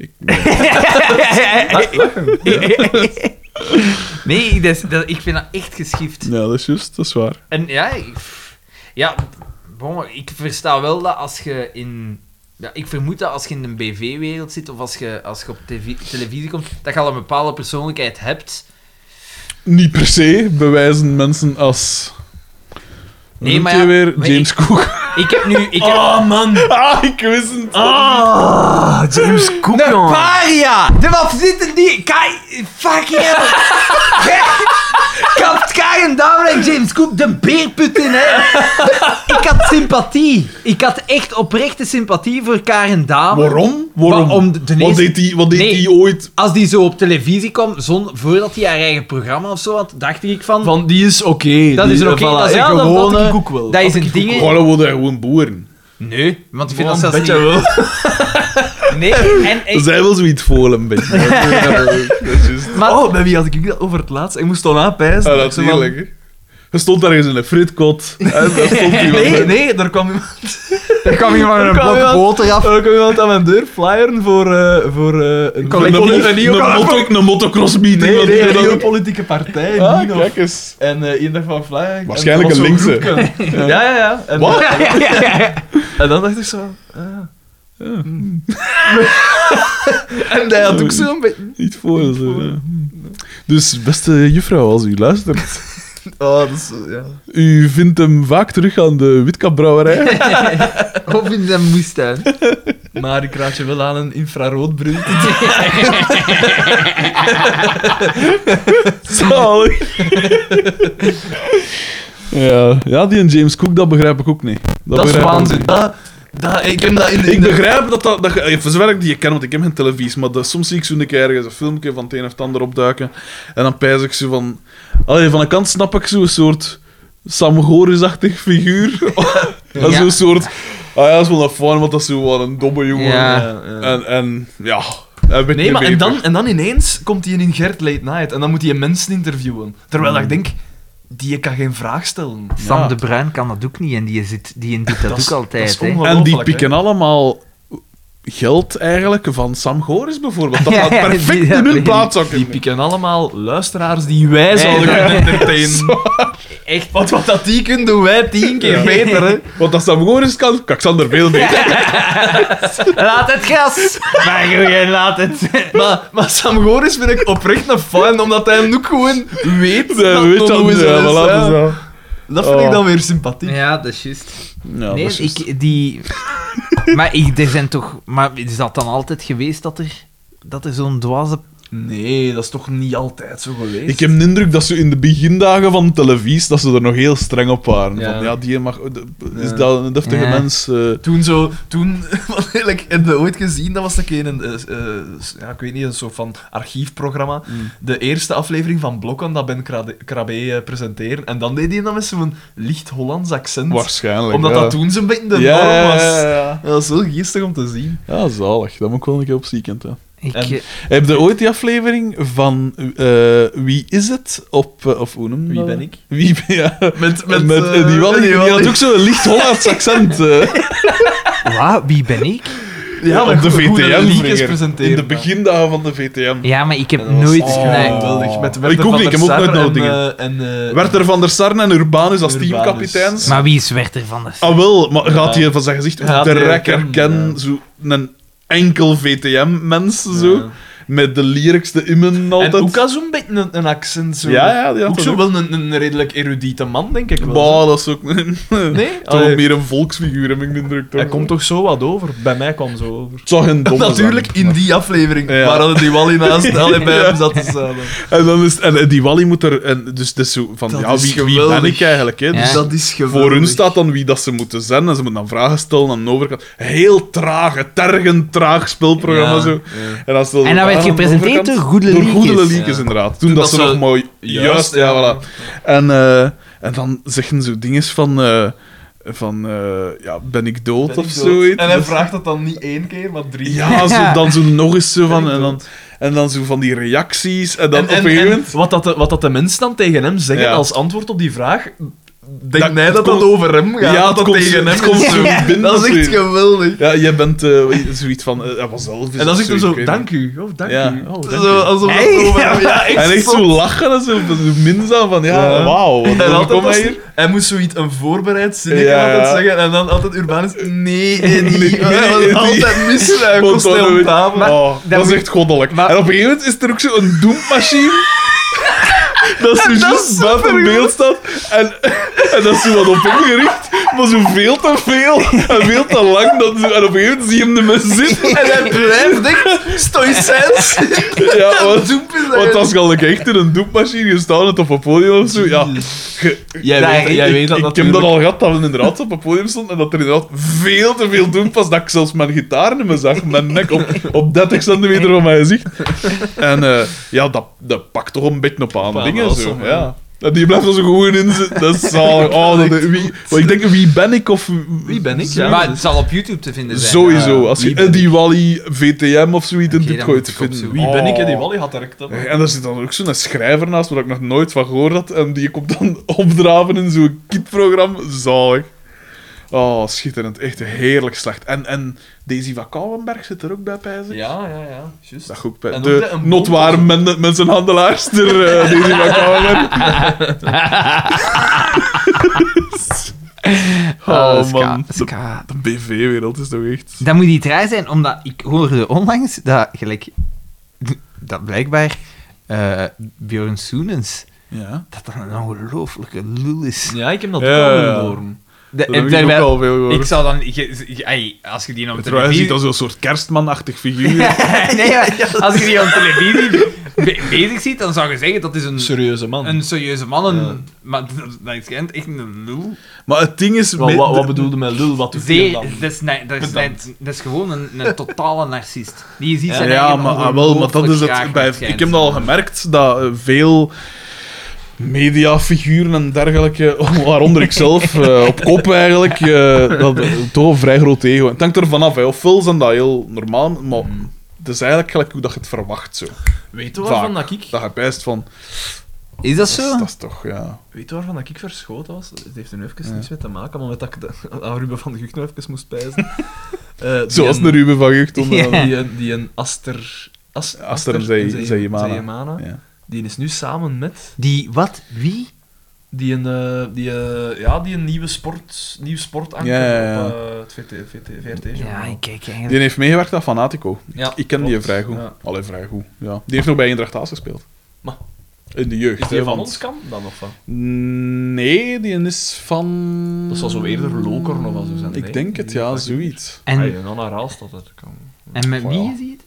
Nee, ik vind dat echt geschift. Ja, dat is juist, dat is waar. En ik versta wel dat als je in... Ja, ik vermoed dat als je in de BV-wereld zit, of als je op televisie komt, dat je al een bepaalde persoonlijkheid hebt. Niet per se bewijzen mensen als... Nee, Hoe maar noemt ja, hij weer? maar James Cook. Ik heb nu... Oh, man. Ik wist het. James Cook, Een jongen. paria! Wat zitten die... Fucking hell! Kapt Karen Dame en James Cook de beerput in, hè? Ik had sympathie. Ik had echt oprechte sympathie voor Karen Dame. Waarom? Wat deed die ooit? Als die zo op televisie kwam, voordat hij haar eigen programma of zo had, dacht ik van... Van, die is oké. Dat is Die- een oké, voilà. dat is een Ja, gewone... dat ik ook wel. Dat is had een ik ding... Gewoon worden gewoon boeren. Nee, want ik vind Wel dat een zelfs beetje niet... wel. Nee, en... Zij wil zoiets voelen, een beetje. Dat is juist. Maar, Oh, bij wie had ik dat over het laatst? Ik moest dan aanpijzen. Ah, dat is heel lekker. Je stond ergens in een fritkot. En daar stond iemand Nee, daar kwam iemand... er kwam iemand met een kwam blok iemand- boter af. Er kwam iemand aan mijn deur flyeren voor een Collectief. een motocross meeting. Nee, een nieuwe politieke partij. Ah, Nino. kijk eens. En één dag van flyeren. Waarschijnlijk en een dat was zo'n linkse. groepje. Ja. En, Wat? en dan dacht ik zo... En hij had ook zo'n beetje... Niet voor. Zo, ja. Dus, beste juffrouw, als u luistert, Oh, dat is... Ja. u vindt hem vaak terug aan de Witkapbrouwerij. Of in zijn moestuin. Maar ik raad je wel aan een infraroodbril. Zalig. Ja, die en James Cook, dat begrijp ik ook niet. Dat is begrijp ik waanzin. niet. Ik heb dat in de... Ik begrijp dat je even zwerk die je kent, want ik heb geen televisie, maar soms zie ik zo een keer ergens een filmpje van het een of het ander opduiken en dan pijs ik zo van... Allee, van een kant snap ik zo'n soort Sam Goris-achtig figuur. En zo'n soort... Ah ja, dat is wel een fan, want dat is zo wel een domme jongen. Ja. En ja... dat weet Nee, ik maar beter. en dan ineens komt hij in Gert Late Night en dan moet hij mensen interviewen. Terwijl ik denk, die kan geen vraag stellen. Sam Ja. de Bruin kan dat ook niet en die doet dat is- ook altijd. dat is hè. ongelooflijk. En die Ongelooflijk, pikken allemaal geld eigenlijk van Sam Goris bijvoorbeeld. Dat Ja, gaat ja, perfect die- in hun die- plaats ook. Die pikken allemaal luisteraars die wij zouden Ja. kunnen entertainen. Echt. Want wat dat die kunnen, doen wij 10 keer beter, hè. Want als Sam Goris kan Xander veel beter. Laat het gas! Maar goeie, laat het. Maar Sam Goris vind ik oprecht een fan, omdat hij hem ook gewoon weet Ja, dat weet het je, nog eens ja, is, voilà, ja. dus Dat vind ik dan weer sympathiek. Ja, dat is juist. Ja, Nee, dat is juist. er zijn toch... Maar is dat dan altijd geweest dat er zo'n dwaze... Nee, dat is toch niet altijd zo geweest? Ik heb de indruk dat ze in de begindagen van televisie dat ze er nog heel streng op waren. Ja. Van, ja, die mag... Is Ja. dat een deftige Ja. mens? Toen wat eigenlijk, heb je ooit gezien, dat was een keer ja, ik weet niet, een soort van archiefprogramma. De eerste aflevering van Blokken, dat Ben Krabbe presenteerde. En dan deed hij dat met zo'n licht Hollands accent. Waarschijnlijk, Omdat ja. dat toen zo'n beetje de Ja, norm was. ja. Dat was zo geestig om te zien. Ja, zalig. Dat moet ik wel een keer op ziekend, hè. En- Heb je ooit die aflevering van Wie is het? Of hoe noem je Wie dat? ben ik? Wie ben ja. Met Die Wally, die had ook zo'n licht Hollands accent. Wat? Wie ben ik? Ja, op de goede VTM liedjes vroeger. presenteren. In de begindagen van de VTM. Ja, maar ik heb En dat was nooit... echt nee. geweldig. Met Ik Werther ook van niet, der ik heb ook Sar nooit dingen. en Werther van der Sarn en Urbanus als Urbanus. teamkapiteins. Maar wie is Werther van der Sar? Ah wel, maar gaat hij van zijn gezicht Ja, direct die herkennen, herkennen, zo een enkel VTM-mens, zo, Ja. met de lyricste immen altijd. En ook al zo'n beetje een accent. Zo. Ja, die had ook dat zo ook. wel een redelijk erudite man, denk ik wel. Bah, dat is ook een... Nee? Toch Allee, meer een volksfiguur, heb ik de indruk. hij komt toch zo wat over? Bij mij kwam zo over. Het zou geen domme Natuurlijk zijn, in die aflevering, Ja. waar hadden die Wally naast bij Ja. hem zat te staan. En, dan is, en die Wally moet er... En dus het is zo van, Dat ja, is wie ben geweldig. ik eigenlijk? Hè? Ja. Dus Dat is geweldig. voor hun staat dan wie dat ze moeten zijn. En ze moeten dan vragen stellen aan de overkant. Heel traag, tergend traag spelprogramma. Ja, zo. ja. En dan, En dat werd gepresenteerd door Goede Liekes. Liekes, inderdaad. Toen dat ze nog mooi... Juist, ja, voilà. En dan zeggen ze dingen van... ja, ben ik dood Ben of ik dood? zoiets? En hij Dus- vraagt dat dan niet 1 keer, maar 3 Ja, zo, dan zo nog eens zo van... Ben ik En dan zo van die reacties. En dan En, op een gegeven moment... wat dat de mensen dan tegen hem zeggen Ja. als antwoord op die vraag, denk Dat- jij het dat dat komt- over hem gaat? Ja, dat het dat komt tegen zo- hem het komt is. zo binnen Dat is echt zo. geweldig. Ja, jij bent zoiets van... hij was zelf... En dan zegt hij zoiets, zo, ik weet dank u. Oh, dank Ja. u. Oh, dank Zo, u. alsof dat Hey. over hem... Ja, echt En echt zot. zo lachen en zo minzaam van... Ja, Ja. wauw. Wat En altijd kom als- hier? hij moest zoiets een voorbereid zinnetje Ja, altijd ja. zeggen en dan altijd Urbanus, nee, Nee, niet. Hij was nee. altijd mis, hij Want kost dan heel weet- tafel. Maar- Oh, dat is moet- echt goddelijk. maar- En op een gegeven moment is er ook zo een doempmachine. dat ze juist buiten beeld staat en dat is zo wat op hem gericht, maar zo veel te veel en veel te lang. Dat zo, en op een gegeven moment zie je hem er met zitten. En hij blijft echt stoïcijns. Ja, want als je al echt in een doepmachine gestaan hebt op een podium of zo, ja. Jij weet dat ik heb dat al gehad, dat we inderdaad op een podium stonden en dat er inderdaad veel te veel doen was, dat ik zelfs mijn gitaar niet meer zag, mijn nek op 30 centimeter van mijn gezicht. En ja, dat pakt toch een beetje op aan dingen. Zo, awesome, ja. En die blijft er zo gewoon in zitten. Dat is zalig. Oh, maar ik denk, wie ben ik? Of, Wie ben ik? Ja, Maar het zal op YouTube te vinden zijn. sowieso. Als je wie ben Eddie Wally, VTM of zoiets in Oké, dit dan gooit moet te ik vinden. opzoeken. Wie ben ik? Oh. Die Wally had direct op. En daar zit dan ook zo'n schrijver naast, waar ik nog nooit van gehoord had. En die komt dan opdraven in zo'n kitprogramma. Zalig. Oh, schitterend. Echt heerlijk slecht. En Daisy van Kouwenberg zit er ook bij, pijzen. Ja, juist. Dat goed bij. En ook De een notware mensenhandelaarster, Daisy van Kouwenberg. Oh, man. De BV-wereld is toch echt... Dat moet iets raar zijn, omdat ik hoorde onlangs dat gelijk... Dat blijkbaar Björn Soenens... Ja. Dat dat een ongelooflijke lul is. Ja, ik heb dat Ja, ook al ja. horen. De, Dat heb ik ook al veel gehoord. ik zou dan... als je die op Trouwens, je televisie... ziet als zo'n soort kerstmanachtig figuur. nee, maar als je die op televisie bezig ziet, dan zou je zeggen dat is een Serieuze man. een serieuze man. Ja. Maar dat is echt een lul. Maar het ding is... Wat bedoelde met lul? Wat doet hij Zeer, dan? dat is gewoon een totale narcist. Die ziet zijn Ja, eigen maar dat is ongelooflijk het. graag, Ik heb dat al gemerkt, dat veel mediafiguren en dergelijke, waaronder ik zelf, op kop eigenlijk, dat toch een vrij groot ego. Het hangt er vanaf, hè. Ofwel zijn dat heel normaal, maar het is eigenlijk gelijk hoe dat je het verwacht. Zo. Weet je waarvan Vaak. dat ik... Dat je pijst van... Is dat zo? Dat is toch, ja... Weet je waarvan dat ik verschoten was? Het heeft er nu even niets mee te maken, maar met dat ik aan Ruben van de Gucht nog even moest pijzen. Zoals de Ruben van Gucht onder Ja. andere. Die een Aster Aster en Zeymana. Zeymana. Ja. Die is nu samen met... Die, wat? Wie? Die een nieuwe sportanker Ja. op het VRT-journaal. Ja, ik kijk Die eigenlijk... heeft meegewerkt aan Fanatico. Ja, Ik ken die klopt. vrij goed. Ja. Allee, vrij goed. Ja. Die heeft nog bij Eendracht Aas gespeeld. Maar- In de jeugd. Is die hè, van want- ons kan dan of wat? Nee, die is van... Dat zal zo eerder Lokeren of wat zo zijn. Ik nee? denk het, ja, zoiets. En, En Anna Raalstad, dat kan. en met Voilà. wie is die?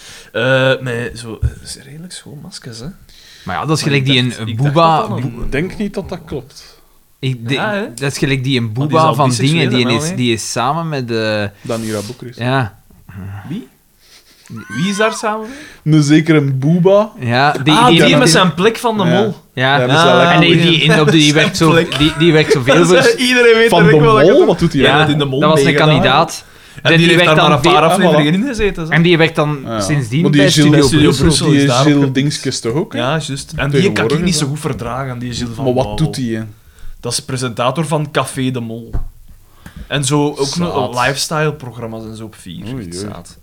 Met zo redelijk schoon maskers, hè? Maar ja, dat is Maar gelijk ik die dacht- een ik dacht Booba... dat dat een- Ik denk niet dat dat klopt. Ja, hè? Dat is gelijk die een die is Booba al van biseksueel, dingen. hè, wel, hè? Die is samen met de... Danira Boekris. Ja. Wie? Wie is daar samen mee? Een zeker een Booba. Ja, Die met zijn plek van de Ja. mol. Ja, Ja, met zijn lekker en goeie- die werkt zo... Die werkt zoveel voor... Iedereen weet Van de Mol? Wat doet hij? Ja, dat in de Mol dat was een meegedaan. kandidaat. En die heeft werkt daar maar dan een paar veel- afleveringen in gezeten. Zo. En die werkt dan Ja. sindsdien Maar die bij Gilles- Studio Brussel Die is daar Gilles ook- Dingskes toch ook? hè? Ja, juist. En die kan ik Tegenwoordig niet is zo dat. goed verdragen, die Gilles van Maar wat Wouwel. doet hij? Hè? Dat is presentator van Café de Mol. En zo ook Zaad. nog lifestyle-programma's en zo op 4. Oei, Echt oei. zaad.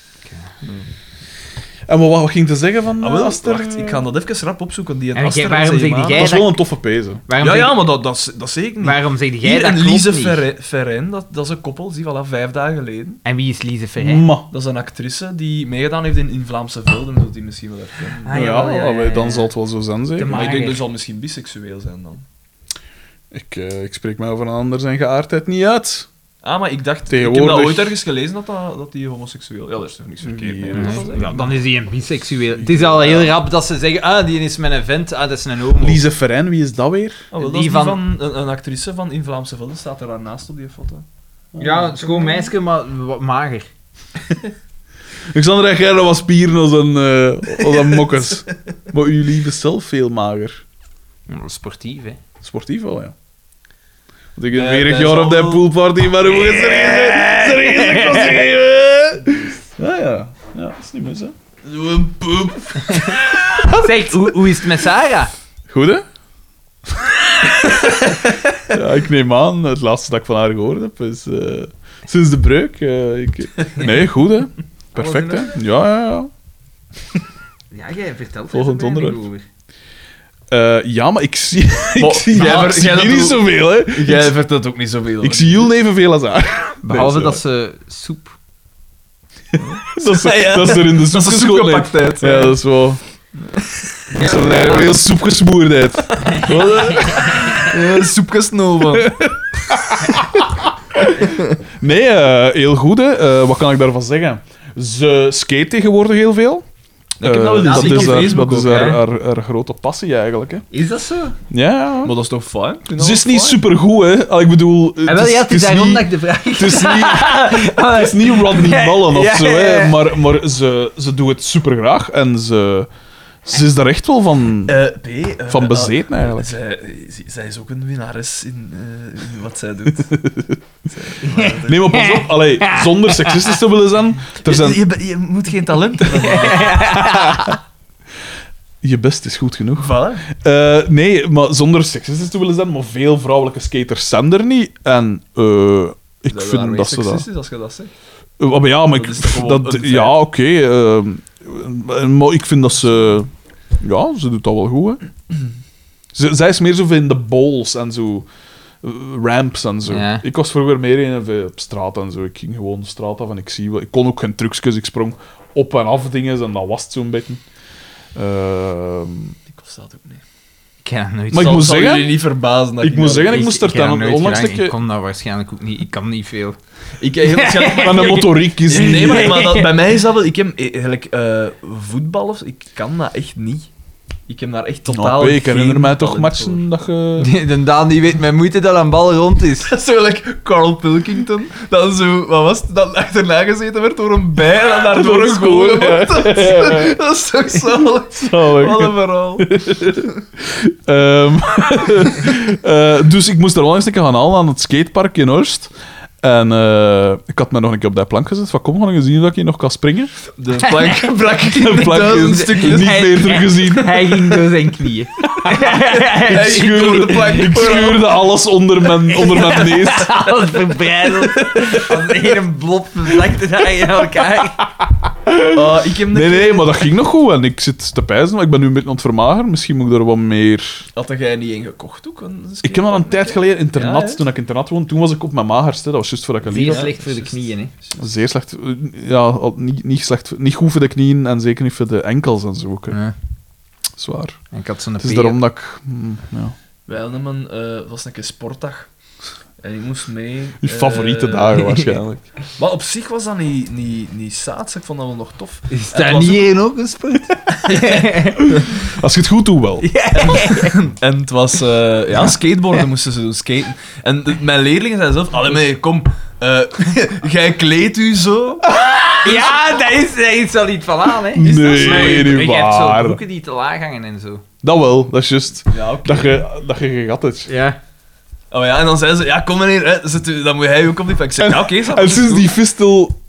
En wat ging je zeggen van Ah, wel, Aster? wacht, ik ga dat even rap opzoeken. Die En Aster waarom zeg Zeeman. jij Dat is dat- wel een toffe pezen. Waarom Ja, zeg- ja, maar dat zeg ik niet. Waarom zeg jij Hier dat en klopt Lise niet? Ferrein, dat is een koppel, zie, voilà, 5 dagen geleden. En wie is Lise Ferrein? Maar. Dat is een actrice die meegedaan heeft in Vlaamse Velden, dat die misschien wel herkennen. Ah, ja, ja. dan zal het wel zo zijn, zeker. De Maar ik denk mager. dat zal misschien biseksueel zijn dan. Ik spreek mij over een ander zijn geaardheid niet uit. Ah, maar ik dacht, ik heb Tegenwoordig- dat ooit ergens gelezen dat die homoseksueel... Ja, daar is toch niks verkeerd mee. Nee, dat nee. is wel Ja, dan is hij een biseksueel. Het is al heel rap dat ze zeggen, die is met een vent, dat is een homo. Lise Ferrein, wie is dat weer? Oh, wel, dat Die is die van- van een actrice van In Vlaamse Velden, staat er daarnaast op die foto. Ja, schoon meisje, maar wat mager. Alexander, jij dat was spieren als een mokkers. Maar uw lief is zelf veel mager. Sportief, hè. Sportief wel, ja. Want ik Nee, heb vorig hij jaar zal op die wel- poolparty, maar hoe is serieus gegeven? Ja, dat is niet mis, hè. Zo'n poep. Zeg, hoe is het met Sarah? Goed, hè? Ja, ik neem aan, het laatste dat ik van haar gehoord heb is sinds de breuk. Nee, goed, hè? Perfect, hè? Ja. Ja, jij vertelt Volgend er weinig onderwerp. over. Ja, maar ik zie, Maar ik zie hier niet zoveel, hè? Jij vertelt ook niet zoveel. Ik zie Jules evenveel als haar. Behalve Nee, dat zo. ze soep... Dat is, Ja, dat is er in de Dat soep is een geschoten. soepgepakt uit. Ja, dat is wel... Zo'n heel soepgesmoerdheid. Soepgesnoven. Nee, heel goed, hè. Wat kan ik daarvan zeggen? Ze skate tegenwoordig heel veel. Ik heb dat wel dat gezien is, op haar, Facebook dat is ook, hè. haar grote passie eigenlijk. Hè. Is dat zo? Ja. Maar dat is toch fijn? Ze is niet supergoed, hè. Ik bedoel... En wel, ja, het is daarom dat ik de vraag... Het is niet Rodney Mullen of zo, hè. Maar ze doet het super graag en ze is daar echt wel van bezeten, eigenlijk. Zij is ook een winnares in wat zij doet. Nee, maar pas op. Allee, zonder seksistisch te willen zijn... Er zijn... Je moet geen talent hebben. Je best is goed genoeg. Voilà. Nee, maar zonder seksistisch te willen zijn, maar veel vrouwelijke skaters zijn er niet. En ik vind dat ze dat... Is als je dat zegt. Maar ja, maar Dat is toch gewoon een feit? ja, oké. Maar ik vind dat ze... Ja, ze doet dat wel goed, hè. Zij is meer zo in de bowls en zo. Ramps en zo. Ja. Ik was vroeger meer in op straat en zo. Ik ging gewoon de straat af en ik zie wel... Ik kon ook geen trucjes, ik sprong op en af dingen en dat was het zo'n beetje. Ik was dat ook niet. Ik heb dat nooit... Maar ik moet Zal zeggen... jullie niet verbazen dat Ik moet zeggen, ik moest er heb dat dan nooit onlangs gedaan. een Ik kon dat waarschijnlijk ook niet. Ik kan niet veel. Maar de motoriek is niet... Nee, maar bij mij is dat wel... Ik heb eigenlijk voetbal of... Ik kan dat echt niet. Ik heb daar echt totaal Ik herinner geen mij toch talent matchen dat je... De Daan die weet met moeite dat een bal rond is. voor. Zo like Carl Pilkington, dat zo... Wat was het? Dat achterna gezeten werd door een bij en dan daardoor een goal ja. wordt. Dat is toch zalig. Wat een verhaal. Dus ik moest er wel eens een keer gaan halen aan het skatepark in Oost. En ik had me nog een keer op die plank gezet. Van, kom, gaan we zien dat ik hier nog kan springen. De plank brak De in plank duizend is stukjes. niet meer teruggezien. Hij ging door zijn knieën. Hij door de plank Ik scheurde alles onder mijn neus. Alles verbreideld. Als een blob vlakte daar in elkaar. Ik heb Nee, maar dat ging nog goed. En ik zit te pijzen, maar ik ben nu een beetje aan het vermageren. Misschien moet ik er wat meer... Had jij niet één gekocht ook? Ik heb al een tijd geleden internat, Ja, hè? toen ik internat woonde, toen was ik op mijn magerste. Dat was juist voordat ik een Zeer lief slecht voor de knieën, hè. Zeer slecht. Ja, niet slecht. Niet goed voor de knieën en zeker niet voor de enkels en zo. Ook, hè. Ja. Zwaar. Ik had zo'n Het is daarom dat ik... ja. Wij hadden was een keer sportdag. En ik moest mee... Je favoriete dagen waarschijnlijk. Maar op zich was dat niet saats. Ik vond dat wel nog tof. Is En het daar was niet ook- één ook een sport? Als je het goed doet, wel. En het was... skateboarden moesten ze doen, skaten. En mijn leerlingen zeiden zelf... Allee, mee, kom. Jij kleedt u zo. Ja, daar is wel iets van aan, hè. Nee, Je niet hebt zo waar. broeken die te laag hangen en zo. Dat wel, dat is juist. Ja, oké. Dat je gegat hebt. Ja. Oh ja, en dan zeiden ze... Ja, kom meneer. Hè, dan moet hij ook op die plek. Ik zeg, ja, oké. En sinds die fistel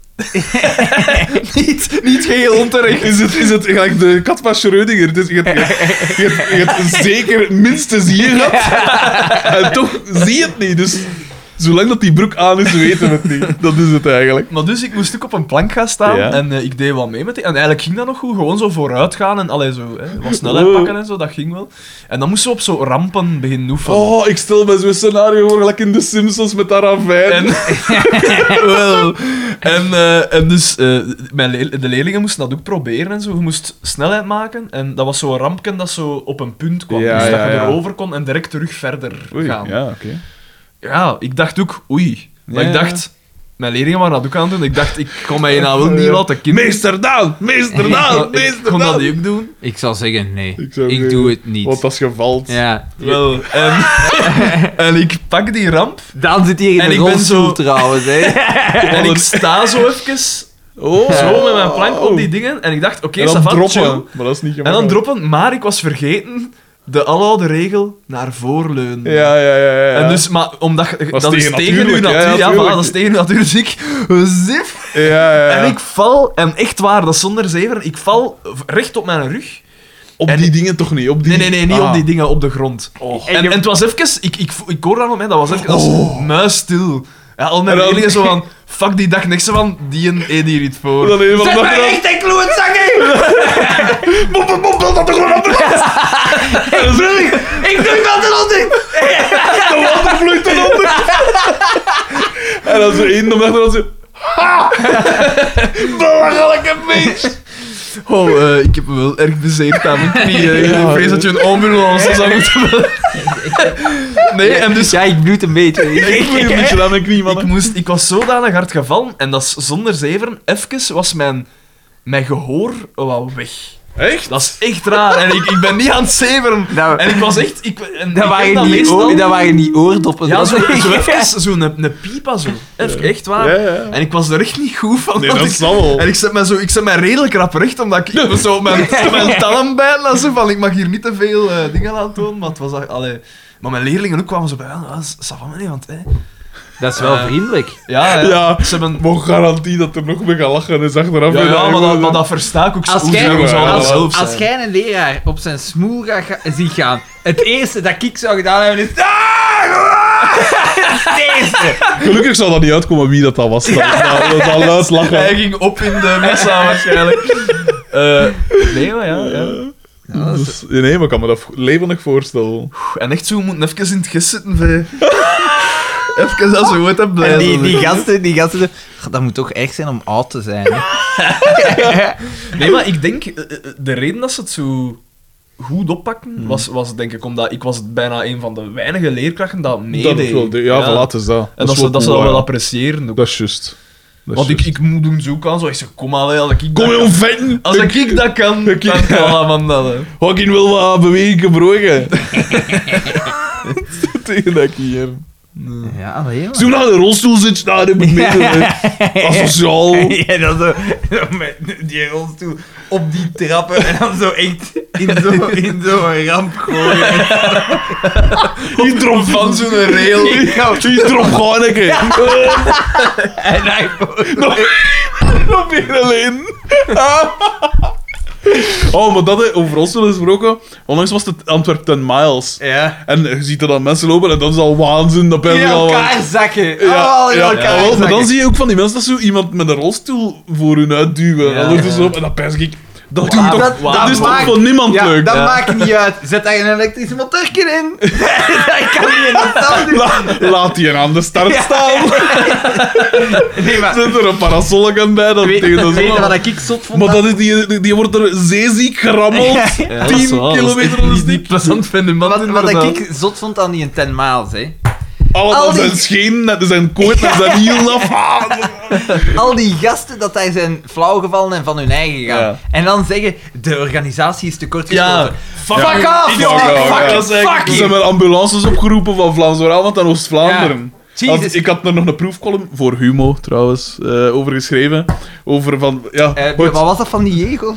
Niet geheel onterecht. is het gelijk de kat van Schrödinger. Dus je hebt zeker minstens hier gehad. En toch zie je het niet. Dus zolang dat die broek aan is, weten we het niet. Dat is het eigenlijk. Maar dus, ik moest ook op een plank gaan staan Ja. en ik deed wat mee met die. En eigenlijk ging dat nog goed, gewoon zo vooruit gaan en allee, zo, wat snelheid pakken en zo, dat ging wel. En dan moesten we op zo rampen beginnen oefenen. Oh, ik stel me zo'n scenario voor, gelijk in The Simpsons met dat ravijn. En, wel. En dus, de leerlingen moesten dat ook proberen en zo. Je moest snelheid maken en dat was zo'n rampje dat zo op een punt kwam. Ja, dus dat ja, je ja. erover kon en direct terug verder Oei, gaan. ja, oké. Ja, ik dacht ook, oei. Maar Ja, ik ja. dacht, mijn leerlingen waren dat ook aan het doen. Ik dacht, ik kon mij nou wel niet laten kinderen. Meester Daan! Meester Daan! Ik Meester kon dat Daan! niet ook doen. Ik zal zeggen nee. Ik zou Ik zeggen, doe het niet. Want als je valt... Ja. Wel, en ik pak die ramp Daan zit hier in En de ik ben rolstoel zo- trouwens, hè. en ik sta zo even Oh. zo met mijn plank op die dingen en ik dacht, oké, En dan ça va, droppen. chill. Maar dat is niet En dan gemakkelijk. droppen, maar ik was vergeten de aloude regel naar voorleunen. Ja. En dus, maar omdat Dat is dat is tegen tegen uw natuurlijk, ja, natuur, ja, tuurlijk. voilà, dat is tegen uw natuur. Dus ik zip Ja. en ik val, en echt waar, dat is zonder zeven, ik val recht op mijn rug. Op en- die dingen toch niet? Op die... Nee, niet Ah. op die dingen, op de grond. Oh. En het was even, ik hoor dat moment, dat was even als muisstil. Ja, al mijn En dan- leerlingen zo van, fuck die dag niks van, die een eet hier iets voor. Dan een van de Zeg maar dag... echt een klootzakken! Bom, dat toch gewoon op de Ik doe iemand eronder! De water vloeit eronder. En dan zo één, dan dacht dan zo... Ha! Belachelijke mens! Ik heb me wel erg bezeerd aan mijn knieën. Ik vrees dat je een ambulance zou moeten bellen. Nee, en dus... Ja, ik bloed een beetje. Ik moet een beetje aan mijn knie, man. Ik was zodanig hard gevallen, en dat is zonder zeveren, even was mijn gehoor wel weg. Echt? Dat is echt raar. En ik ben niet aan het zeveren. Nou, En ik was echt... dat waren niet oordoppen. Ja, dat zo was echt- even zo'n piepa zo. Even, echt waar. Ja. En ik was er echt niet goed van. Nee, want dat ik, zal wel. en ik zet mij redelijk rap recht, omdat ik me zo mijn tanden bijten. Zo van, ik mag hier niet te veel dingen laten tonen. Maar het was... Allee. Maar mijn leerlingen ook kwamen zo bij. Ça va, meneer, want... Dat is wel vriendelijk. Ja. Ze hebben... Maar garantie dat er nog mee gaan lachen is achteraf. Ja, maar dat versta ik ook zo. Als Hoe jij, zou dat als- zelf als zijn? jij een leraar op zijn smoel ziet gaan, het eerste dat ik zou gedaan hebben is... Het eerste. Gelukkig zou dat niet uitkomen wie dat was. Dat luid lachen. Hij ging op in de massa waarschijnlijk. Nee, maar ja. Dus, nee, maar ik kan me dat levendig voorstellen. En echt zo, we moeten even in het gist zitten. Even als we ooit hebben blij En zijn. die gasten... Dat moet toch echt zijn om oud te zijn. Hè? Nee, maar ik denk, de reden dat ze het zo goed oppakken, was denk ik omdat ik was bijna een van de weinige leerkrachten dat Dat meedeed. is wel, laat eens dat. En is dat ze cool, dat wel ja. appreciëren. Ook. Dat is juist. Dat is Want juist. ik moet doen zo kan, zo ik zeg, kom allee, als ik Kom dat je kan. om vetten? Als ik dat kan, dan kan allemaal dat. Hè. Wat ik wil wat bewegen, brogen. Tegen dat hier. Ja, nee, man. Zo naar de rolstoel zit, daar heb ik mee. Asociaal. Ja, dan zo met die rolstoel op die trappen en dan zo echt in zo'n ramp gooien. Die drop Van zo'n rail. Die drop gewoon een keer. En hij Nog meer alleen. Oh, maar dat over rolstoel gesproken. Onlangs was het Antwerp 10 miles. Ja. En je ziet er dan mensen lopen en dat is al waanzin. Dat ben In je al... elkaar zakken. Ja, Oh, in ja, elkaar ja, wel, maar dan zakken. zie je ook van die mensen dat zo iemand met een rolstoel voor hun uitduwen. Ja, En, dan doet ja. zo op, en dan pijs ik... Dat doe je toch... dat Dat is toch maakt- voor niemand Ja, leuk? dat maakt niet uit. Zet daar een elektrische motorje in. Dat kan niet in de stand doen. Laat die aan de start staan. Nee, maar... Zet er een parasolje bij. Dat tegen de Weet je zon. wat ik zot vond? Maar dat is die wordt er zeeziek gerammeld. 10 kilometer aan de niet stiek. plezant vinden, man. Wat ik zot vond aan die 10 miles, hè. Al Al die- zijn scheen, net zijn koord en zijn hiel af. Al die gasten dat daar zijn flauwgevallen en van hun eigen gaan. Ja. En dan zeggen, de organisatie is te kort Ja. gesloten. Fuck Ja. off, Ja, joh! ja, Fuck ja. it, fuck Er it. zijn maar ambulances opgeroepen van Vlaams-Brabant en Oost-Vlaanderen. Ja. Jesus. Ik had er nog een proefcolumn voor Humo, trouwens, over geschreven. Over van... Ja, Wat was dat van die Jegels?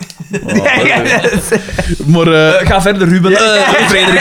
maar... Ga verder, Ruben. Frederik.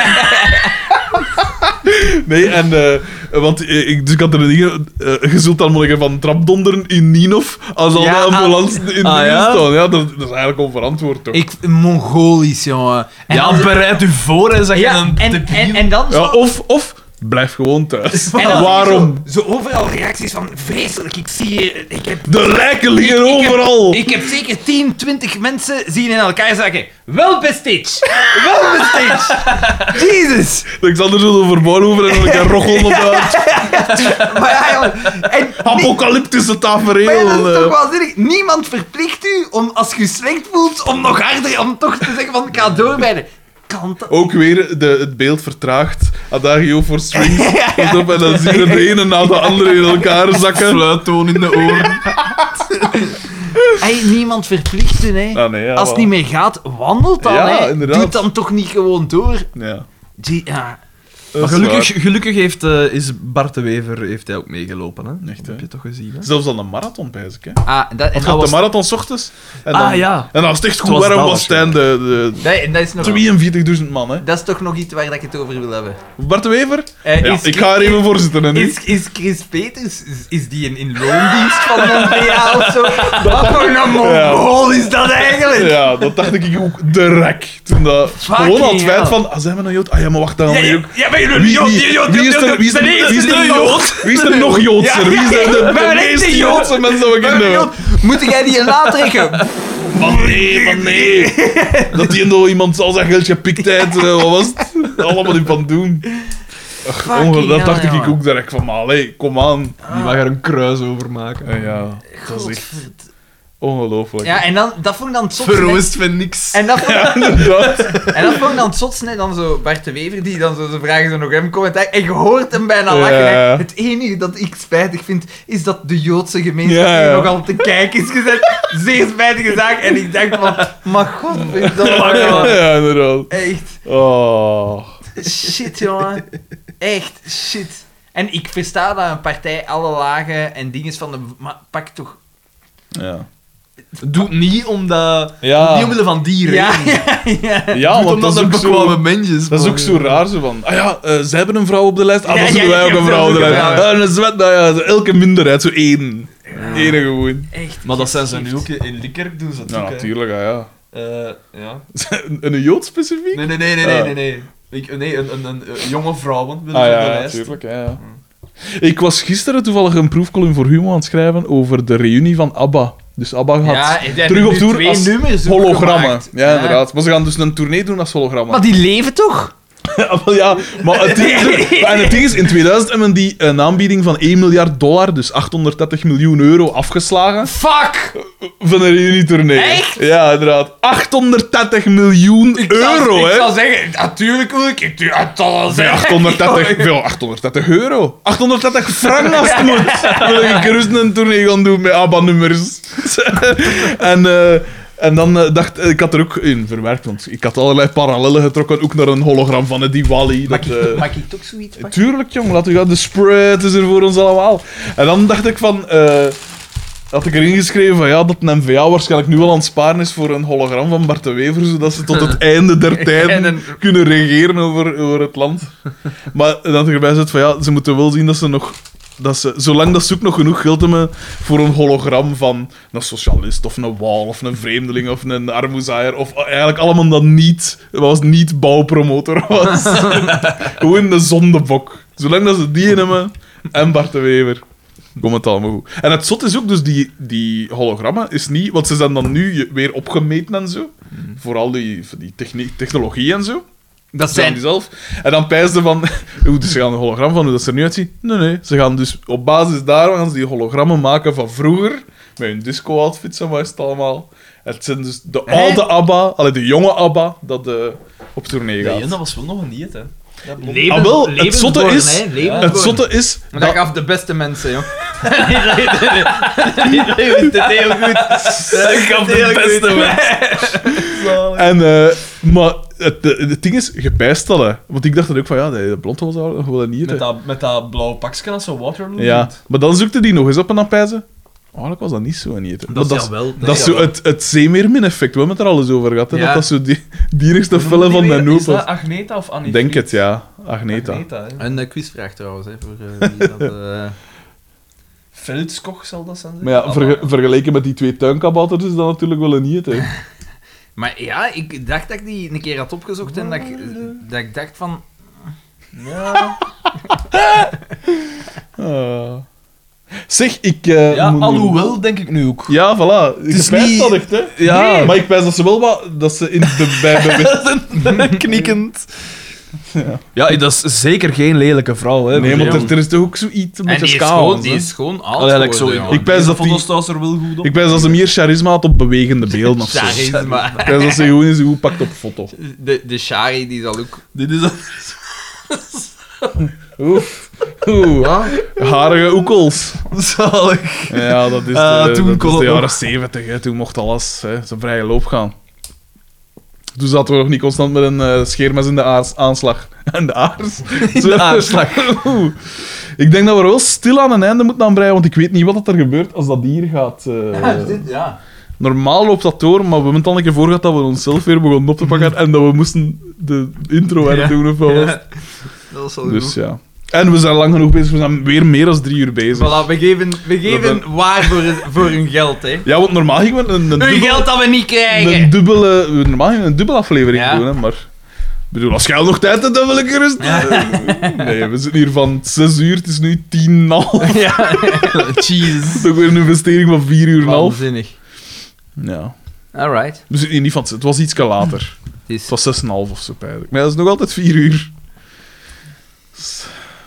Nee, en... want dus ik had er dingen... je zult dan maar van trapdonderen in Ninov als al Ja, de ambulance in ah, dingen ja? staan. Ja, dat is eigenlijk onverantwoord, toch? Mongolisch, jongen. En Ja, dan- bereid u voor en zeg je ja, een en dan zo... Ja, of blijf gewoon thuis. en dan Waarom? Zo overal reacties van, vreselijk, ik zie hier... Ik heb... De lijken liggen overal! Ik heb zeker 10, 20 mensen zien in elkaar zakken. Wel bestitch! Wel bestitch! Jesus! Alexander zo over Bouwhoeven en dan een keer rochel op uit. Maar ja, jongen, en Apocalyptische maar ja, tafereel. dat is toch waanzinnig. Niemand verplicht u om, als je je slecht voelt, om nog harder, om toch te zeggen van, ik ga doorbijten. Kan dat? Ook weer het beeld vertraagd. Adagio voor strings. Pas op, en dan zie je de ene na de andere in elkaar zakken. fluittoon in de oren. Hey, niemand verplicht u, hè. Ah, nee, ja, Als het wel. niet meer gaat, wandelt dan, Ja, hè. inderdaad. Doe het dan toch niet gewoon door. Ja. Ja. Dat Maar is waar. gelukkig is Bart de Wever heeft hij ook meegelopen. Hè? Echt, hè? Heb je toch gezien? Hè? Zelfs aan de marathon, pijs ik, hè. Ah, dat, en Want je dat hebt was... de marathon 's ochtends. En dan, Ah, ja. En als het echt goed Het was warm dat was, Stijn de Dat is nog... 42.000 man, hè. Dat is toch nog iets waar ik het over wil hebben. Bart de Wever? Ja, Is- ik ga er even voor zitten, hè, nu. Is Chris Peters, is die in loondienst van de NVA of zo? Wat voor een mongool is dat eigenlijk? Ja, dat dacht ik ook direct. Toen dat... Fucking Gewoon al het feit hell. van... Ah, zijn we een Jood? Ah ja, maar wacht dan. Ja, Ja, ja, maar jullie... Wie is er nog Joodser? Wie zijn de meest Joodse mensen dat we kennen? Moet jij die in laat trekken? Man nee. Dat die nog iemand al zijn geld gepikt heeft. Wat was het? Allemaal niet van doen. Fucking Dat dacht hell, ik jongen. ook direct van, maar allee, kom aan. Die mag er een kruis over maken. Ja, dat is echt... Ongelooflijk. Ja, en dan, dat vond ik dan het zotste. Verroost van niks. En dat vond, Ja, inderdaad. en dat vond ik dan het zotste, hè. Dan zo Bart de Wever, die dan zo vragen zo nog hem commentaar. En je hoort hem bijna lachen. Hè. Ja. Het enige dat ik spijtig vind, is dat de Joodse gemeenschap Ja, ja. hier nogal te kijken is gezet. Zeer spijtige zaak. En ik dacht van, maar godverdomme. Ja, inderdaad. Echt. Oh. Shit, jongen. Echt, shit. En ik versta dat een partij alle lagen en dingen van de... Maar pak toch... Ja. Doe het niet omdat... Ja. Niet omwille van dieren. Ja, hè. ja. Ja, Doe want het dat omdat is er ook bekwame zo... mensjes. Dat is ook zo raar, zo van... Ah ja, zij hebben een vrouw op de lijst, Ja, dan ja, zullen wij ja, ook een vrouw op de ja, lijst. ja. En een zwet, nou ja, elke minderheid, zo één. Ene gewoon. Echt. Maar dat zijn ze gestift. nu ook in Likkerk doen ze dat Ja, ook, hè. natuurlijk, ja. Ja. Een Jood specifiek? Nee. Nee, een jonge vrouwen willen Ah op de ja, lijst. natuurlijk. Ja. Ik was gisteren toevallig een proefcolumn voor Humo aan het schrijven over de reunie van ABBA. Dus ABBA gaat Ja, en die terug hebben op nu tour 2 als nummers ook hologrammen. gemaakt. Ja, inderdaad. Maar ze gaan dus een tournee doen als hologrammen. Maar die leven toch? Ja, wel ja, maar het ding is, en het ding is, in 2000 hebben die een aanbieding van $1 miljard, dus 830 miljoen euro, afgeslagen Fuck! van een reunietournee. Echt? Ja, inderdaad. 830 miljoen euro, Ik hè? zal zeggen, natuurlijk wil ik het. Het zal wel Nee, zijn. 830 euro. 830 frank als het moet. Wil ik gerust een tournee gaan doen met ABBA-nummers. En dan dacht ik, had er ook in verwerkt, want ik had allerlei parallellen getrokken, ook naar een hologram van Eddie Wally. Mag ik toch zoiets pakken? Tuurlijk, jong, laten we gaan. De spread is er voor ons allemaal. En dan dacht ik van... had ik erin geschreven van ja, dat een NVA waarschijnlijk nu al aan het sparen is voor een hologram van Bart de Wever, zodat ze tot het einde der tijden kunnen regeren over het land. Maar dat ik erbij zit van ja, ze moeten wel zien dat ze nog... zolang dat ze ook nog genoeg geld hebben voor een hologram van een socialist, of een wal, of een vreemdeling, of een armoezaaier, of eigenlijk allemaal dat niet bouwpromotor was. Gewoon de zondebok. Zolang dat ze die hebben, en Bart de Wever, komt het allemaal goed. En het zot is ook, dus die hologrammen is niet... Want ze zijn dan nu weer opgemeten en zo. Vooral die technologie en zo. Dat Zijn die zelf. En dan pijzen van... Dus ze gaan een hologram van hoe dat ze er nu uitziet. Nee. Ze gaan dus op basis daarvan gaan ze die hologrammen maken van vroeger. Met hun disco-outfits en wat is het allemaal. Het zijn dus de oude ABBA, de jonge ABBA, dat op tournee gaat. Nee, dat was wel nog een niet, hè. Dat blond. Levens, Ah, wel, het zotte levensborn, is... hè, levensborn. Het zotte is... Maar dat gaf de beste mensen, joh. Die wist het heel goed. Dat gaf de beste mensen. En, maar het ding is, je pijst dat, hè. Want ik dacht dat ook van, ja, de blond was gewoon niet, hè. Met dat blauwe pakje als zo Waterloo. Ja, maar dan zoekte die nog eens op en dan pijzen. Eigenlijk was dat niet zo niet. Dat is wel. Dat is zo het Zeemeermin-effect. We hebben het er al eens over gehad. Hè? Ja. Dat zo die dierigste felle van mijn Is dat noop. Agneta of Annie? Denk het, ja. Agneta. Hè. Een quizvraag trouwens, hè, voor wie dat... Veldskog zal dat zijn. Maar ja, vergeleken met die 2 tuinkabouters is dat natuurlijk wel een niet, hè. Maar ja, ik dacht dat ik die een keer had opgezocht en dat ik dacht van... Ja. Ah. Zeg, ik... Ja, moet nu- alhoewel, denk ik nu ook. Ja, voilà. Ik is pijs niet- dat echt, hè. Ja. Nee. Maar ik pijs dat ze wel wat... Dat ze in de bij Knikkend. Ja, dat is zeker geen lelijke vrouw, hè. Nee, maar er is toch ook zoiets een En beetje die is skaal. gewoon, die is gewoon oud Eigenlijk zo. geworden, Ik pijs dat die- foto staat er wel goed op. Ik pijs dat ze meer charisma had op bewegende beelden of zo. Charisma. Ik pijs dat ze gewoon eens goed pakt op foto. De Shari, die zal ook... Dit is Oeh, harige oekels. zalig. Ja, dat is Toen dat kon is het de nog. jaren 70, hè. Toen mocht alles zijn vrije loop gaan. Toen zaten we nog niet constant met een scheermes in de aanslag. En de aars. de aanslag. Oeh. Ik denk dat we er wel stil aan een einde moeten aanbreien, want ik weet niet wat er gebeurt als dat dier gaat. Ja. Normaal loopt dat door, maar we hebben het al een keer voor gehad dat we onszelf weer begonnen op te pakken en dat we moesten de intro aan het doen of wat was het. Dat is wel Dus goed. ja. En we zijn lang genoeg bezig, we zijn weer meer dan 3 uur bezig. Voilà, we geven waar voor hun geld, hè. Ja, want normaal gingen we een Hun dubbel... geld dat we niet krijgen. Normaal gingen we een dubbele aflevering Ja. doen, hè, maar... Ik bedoel, als jij al nog tijd hebt, dan wil ik gerust... Nee, we zitten hier van 6 uur, het is nu 10,5. Ja. Jeez. Dat is ook weer een investering van 4 uur en half. Waanzinnig. Ja. Alright. Dus niet van... Het was iets later. Het is... Het was 6,5 of zo, eigenlijk. Maar dat is nog altijd 4 uur. Dus, ja,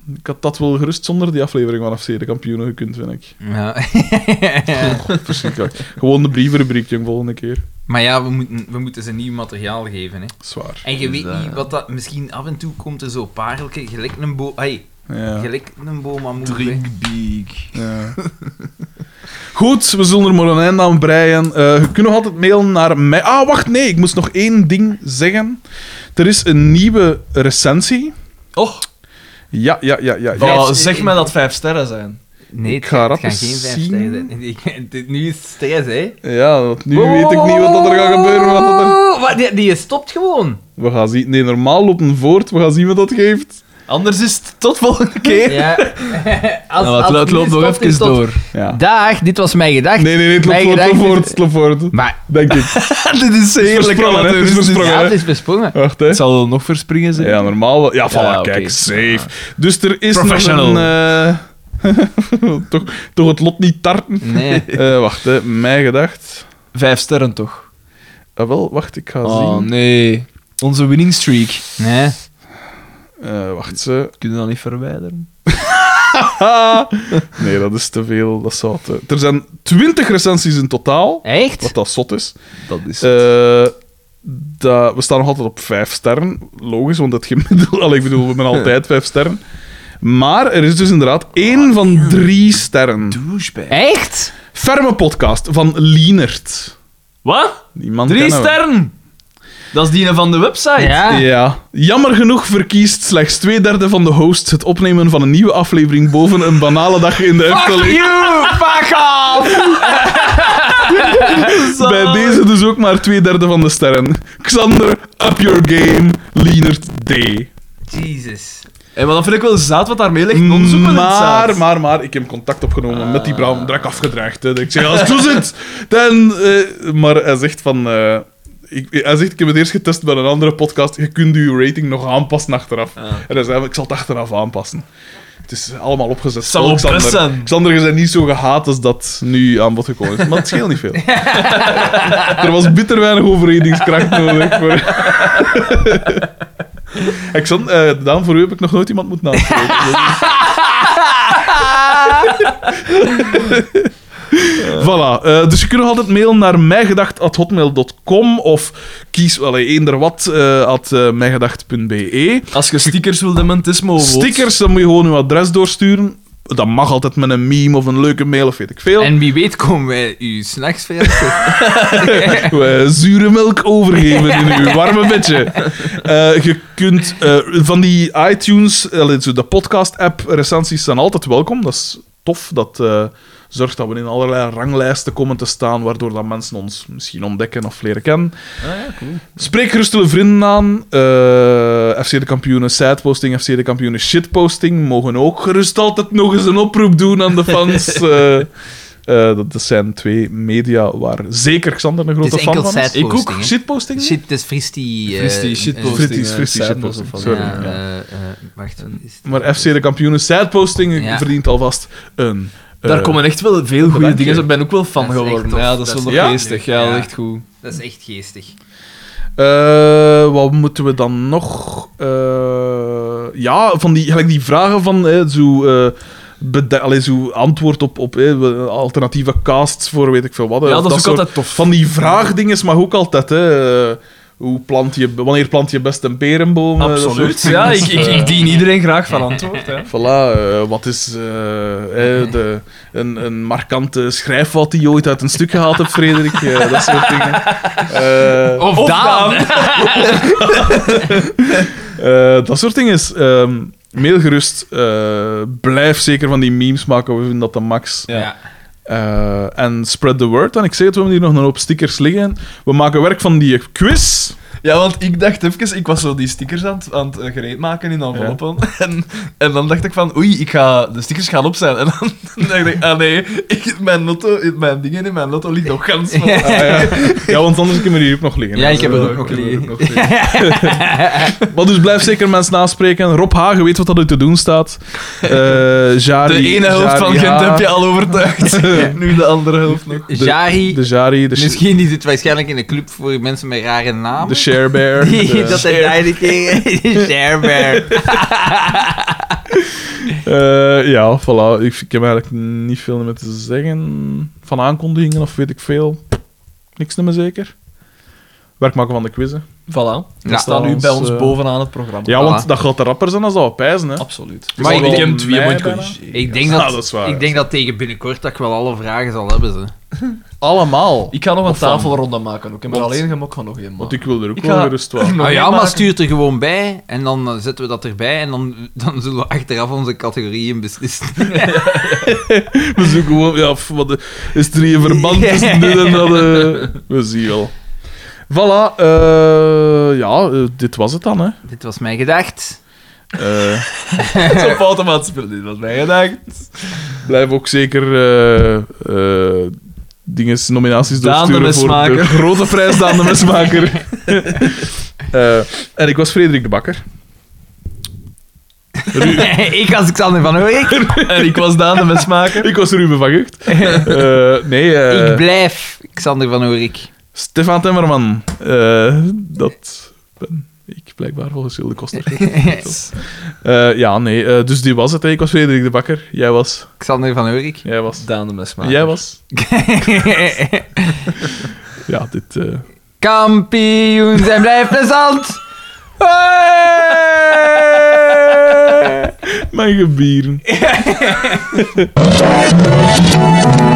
Ik had dat wel gerust zonder die aflevering van FC de kampioenen gekund, vind ik. Ja. Verschrikkelijk. Gewoon de brievenrubriek, jong, volgende keer. Maar ja, we moeten ze nieuw materiaal geven. Hè. Zwaar. En je weet Dus, niet wat dat... Misschien af en toe komt er zo pareltje, gelijk een boom... Ja. Gelijk een boom aan moe. Drink big. Ja. Goed, we zullen er maar een eind aan breien. Je kunt nog altijd mailen naar mij. Ah, wacht, nee, ik moest nog één ding zeggen. Er is een nieuwe recensie. Och, Ja. zeg mij dat 5 sterren zijn. Nee, Ik ga het rap gaan eens geen 5 zien. sterren zijn. Nu is het stress, hè. Ja, want nu weet ik niet wat er gaat gebeuren. Wat dat er... Oh, wat, die stopt gewoon. We gaan zien. Nee, normaal lopen voort. We gaan zien wat dat geeft. Anders is het tot volgende keer. Ja. Het loopt nog even is tot- door. Ja. Dag, dit was mijn gedacht. Nee, het loopt Mijn voort, gedachte- het loopt voort. Maar Denk ik. Dit is heerlijk. versprongen, hè, het is versprongen. ja, hè. het is besprongen. Wacht, hè. Het zal wel nog verspringen zijn. Ja, normaal wel. Ja, voilà, Ja, oké. kijk, safe. Dus er is nog Professional. een... toch het lot niet tarten. Nee. Wacht, hè. Mij gedacht. 5 sterren toch? Ah, wel, wacht, ik ga Oh zien. nee. Onze winning streak. Nee. Wacht, ze. Kunnen we dat niet verwijderen? Nee, dat is te veel. Dat zou er zijn 20 recensies in totaal. Echt? Wat dat zot is. Dat is We staan nog altijd op 5 sterren. Logisch, want het gemiddelde... Allee, ik bedoel, we hebben altijd 5 sterren. Maar er is dus inderdaad 1 van 3 sterren. douchebag. Echt? Ferme podcast van Lienert. Wat? Die man 3 kennen we. sterren! Dat is die van de website. Ja. Ja. Jammer genoeg verkiest slechts 2/3 van de hosts het opnemen van een nieuwe aflevering boven een banale dag in de Fuck Efteling. you! Fuck off! Bij deze dus ook maar 2/3 van de sterren. Xander, up your game. Lienert D. Jesus. Hey, maar dan vind ik wel zaad wat daarmee ligt. Onderzoeken in het zaad. Maar, ik heb contact opgenomen met die Bram. Drak afgedraagd. Hè. Ik zeg, als het zo zit, dan... maar hij zegt van... hij zegt, ik heb het eerst getest bij een andere podcast. Je kunt je rating nog aanpassen achteraf. En hij zei, ik zal het achteraf aanpassen. Het is allemaal opgezet. Het zal Xander. oppressen. Xander, je bent niet zo gehaat als dat nu aan bod gekomen is. Maar het scheelt niet veel. Er was bitter weinig overredingskracht nodig. Voor... Daan, voor u heb ik nog nooit iemand moeten aanspreken. Voilà. Dus je kunt nog altijd mailen naar mijgedacht@hotmail.com of kies eender wat mijgedacht.be. Als je stickers wil, dan het is mogelijk. Stickers, dan moet je gewoon je adres doorsturen. Dat mag altijd met een meme of een leuke mail of weet ik veel. En wie weet komen wij u s'nachts verrassen. Zure melk overgeven in uw warme bedje. Je kunt van die iTunes, zo de podcast-app, recensies zijn altijd welkom. Dat is tof. Dat zorgt dat we in allerlei ranglijsten komen te staan, waardoor dat mensen ons misschien ontdekken of leren kennen. Ah, ja, cool. Spreek gerust uw vrienden aan. FC de kampioenen sideposting, FC de kampioenen shitposting mogen ook gerust altijd nog eens een oproep doen aan de fans. Dat zijn 2 media waar zeker Xander een Het grote is fan enkel van is. sideposting, Ik ook. hè? Shitposting? Shit, het is fristie... Fristie, shitposting. Fristie shitposting. Sorry. Wacht. Maar FC de kampioenen sideposting Ja. verdient alvast een... Daar komen echt wel veel goede bedankje. dingen. Ik ben ook wel fan Dat is echt geworden. tof. Ja, dat is wel Dat nog is- geestig. Ja. Ja, dat is echt goed. Dat is echt geestig. Wat moeten we dan nog? Ja, van die vragen van zo antwoord op alternatieve casts voor weet ik veel wat. Ja, dat is ook soort altijd tof. Van die vraagdinges mag ook altijd. Wanneer plant je best een perenboom? Dat Absoluut. soort Ja, dinges. ik dien iedereen graag van antwoord. Hè. Voilà, wat is een markante schrijffout die je ooit uit een stuk gehaald hebt, Frederik? Dat soort dingen. Of Daan. Dat soort dingen. Mail gerust. Blijf zeker van die memes maken. We vinden dat de max. Ja. En spread the word. En ik zeg het, we hebben hier nog een hoop stickers liggen. We maken werk van die quiz. Ja, want ik dacht even, ik was zo die stickers aan het gereed maken in enveloppen. Ja. En dan dacht ik van, oei, de stickers gaan op zijn. En dan dacht ik, ah nee, mijn dingen in mijn lotto ligt nog gans vol. Ja, want anders kunnen we hier ook nog liggen. Ja, ik heb Dus, het ook nog kunnen we liggen. Maar dus blijf zeker mensen naspreken. Rob Hagen weet wat dat uit te doen staat. Jari, De ene helft van Jari Gent H. heb je al overtuigd. Nu de andere helft nog. Jari. De Jari, de Misschien is het waarschijnlijk in een club voor mensen met rare namen. de Share Bear. Dat hij daar de keer... De Share Bear. Ja, voilà. Ik heb eigenlijk niet veel meer te zeggen. Van aankondigingen of weet ik veel. Niks meer zeker. Werk maken van de quizzen. Voilà. Ja. Dat staat nu bij ons Ons, bovenaan het programma. Ja, Voilà. want dat gaat de rapper zijn als dat we pijzen, hè. Absoluut. Maar ik ik denk- heb 2 mei moet bijna. corrigeren. Ik denk Ja, dat, dat is waar. ik denk dat tegen binnenkort dat ik wel alle vragen zal hebben. Ze. Allemaal. Ik ga nog een Of van- tafelronde maken. Ik heb er Want- alleen gemok van nog één Want maken. ik wil er ook Ik wel ga- gerust wel. Nog Ah ja, één maar maken. stuur er gewoon bij en dan zetten we dat erbij en dan zullen we achteraf onze categorieën beslissen. We zoeken gewoon... Ja, is er hier een verband tussen dit en dat? We zien wel. Voilà. Dit was het dan, hè. Dit was mijn gedacht. Eh, Zo fout om aan te spelen. Dit was mijn gedacht. blijf ook zeker nominaties Daan de doorsturen voor de Mesmaker. grote prijs Daan de Mesmaker. En ik was Frederik de Bakker. Ik was Xander van Oorik. En ik was Daan de Mesmaker. Ik was Ruben van Gucht. Ik blijf Xander van Oorik. Stefan Timmerman. Dat ben ik blijkbaar volgens Hilde Koster. Yes. Dus die was het. Hè. Ik was Frederik de Bakker. Jij was... Xander van Oorik. Jij was... Daan de Mesmaker. Jij was... Ja, dit... Kampioen zijn blijft plezant. Mijn gebieren.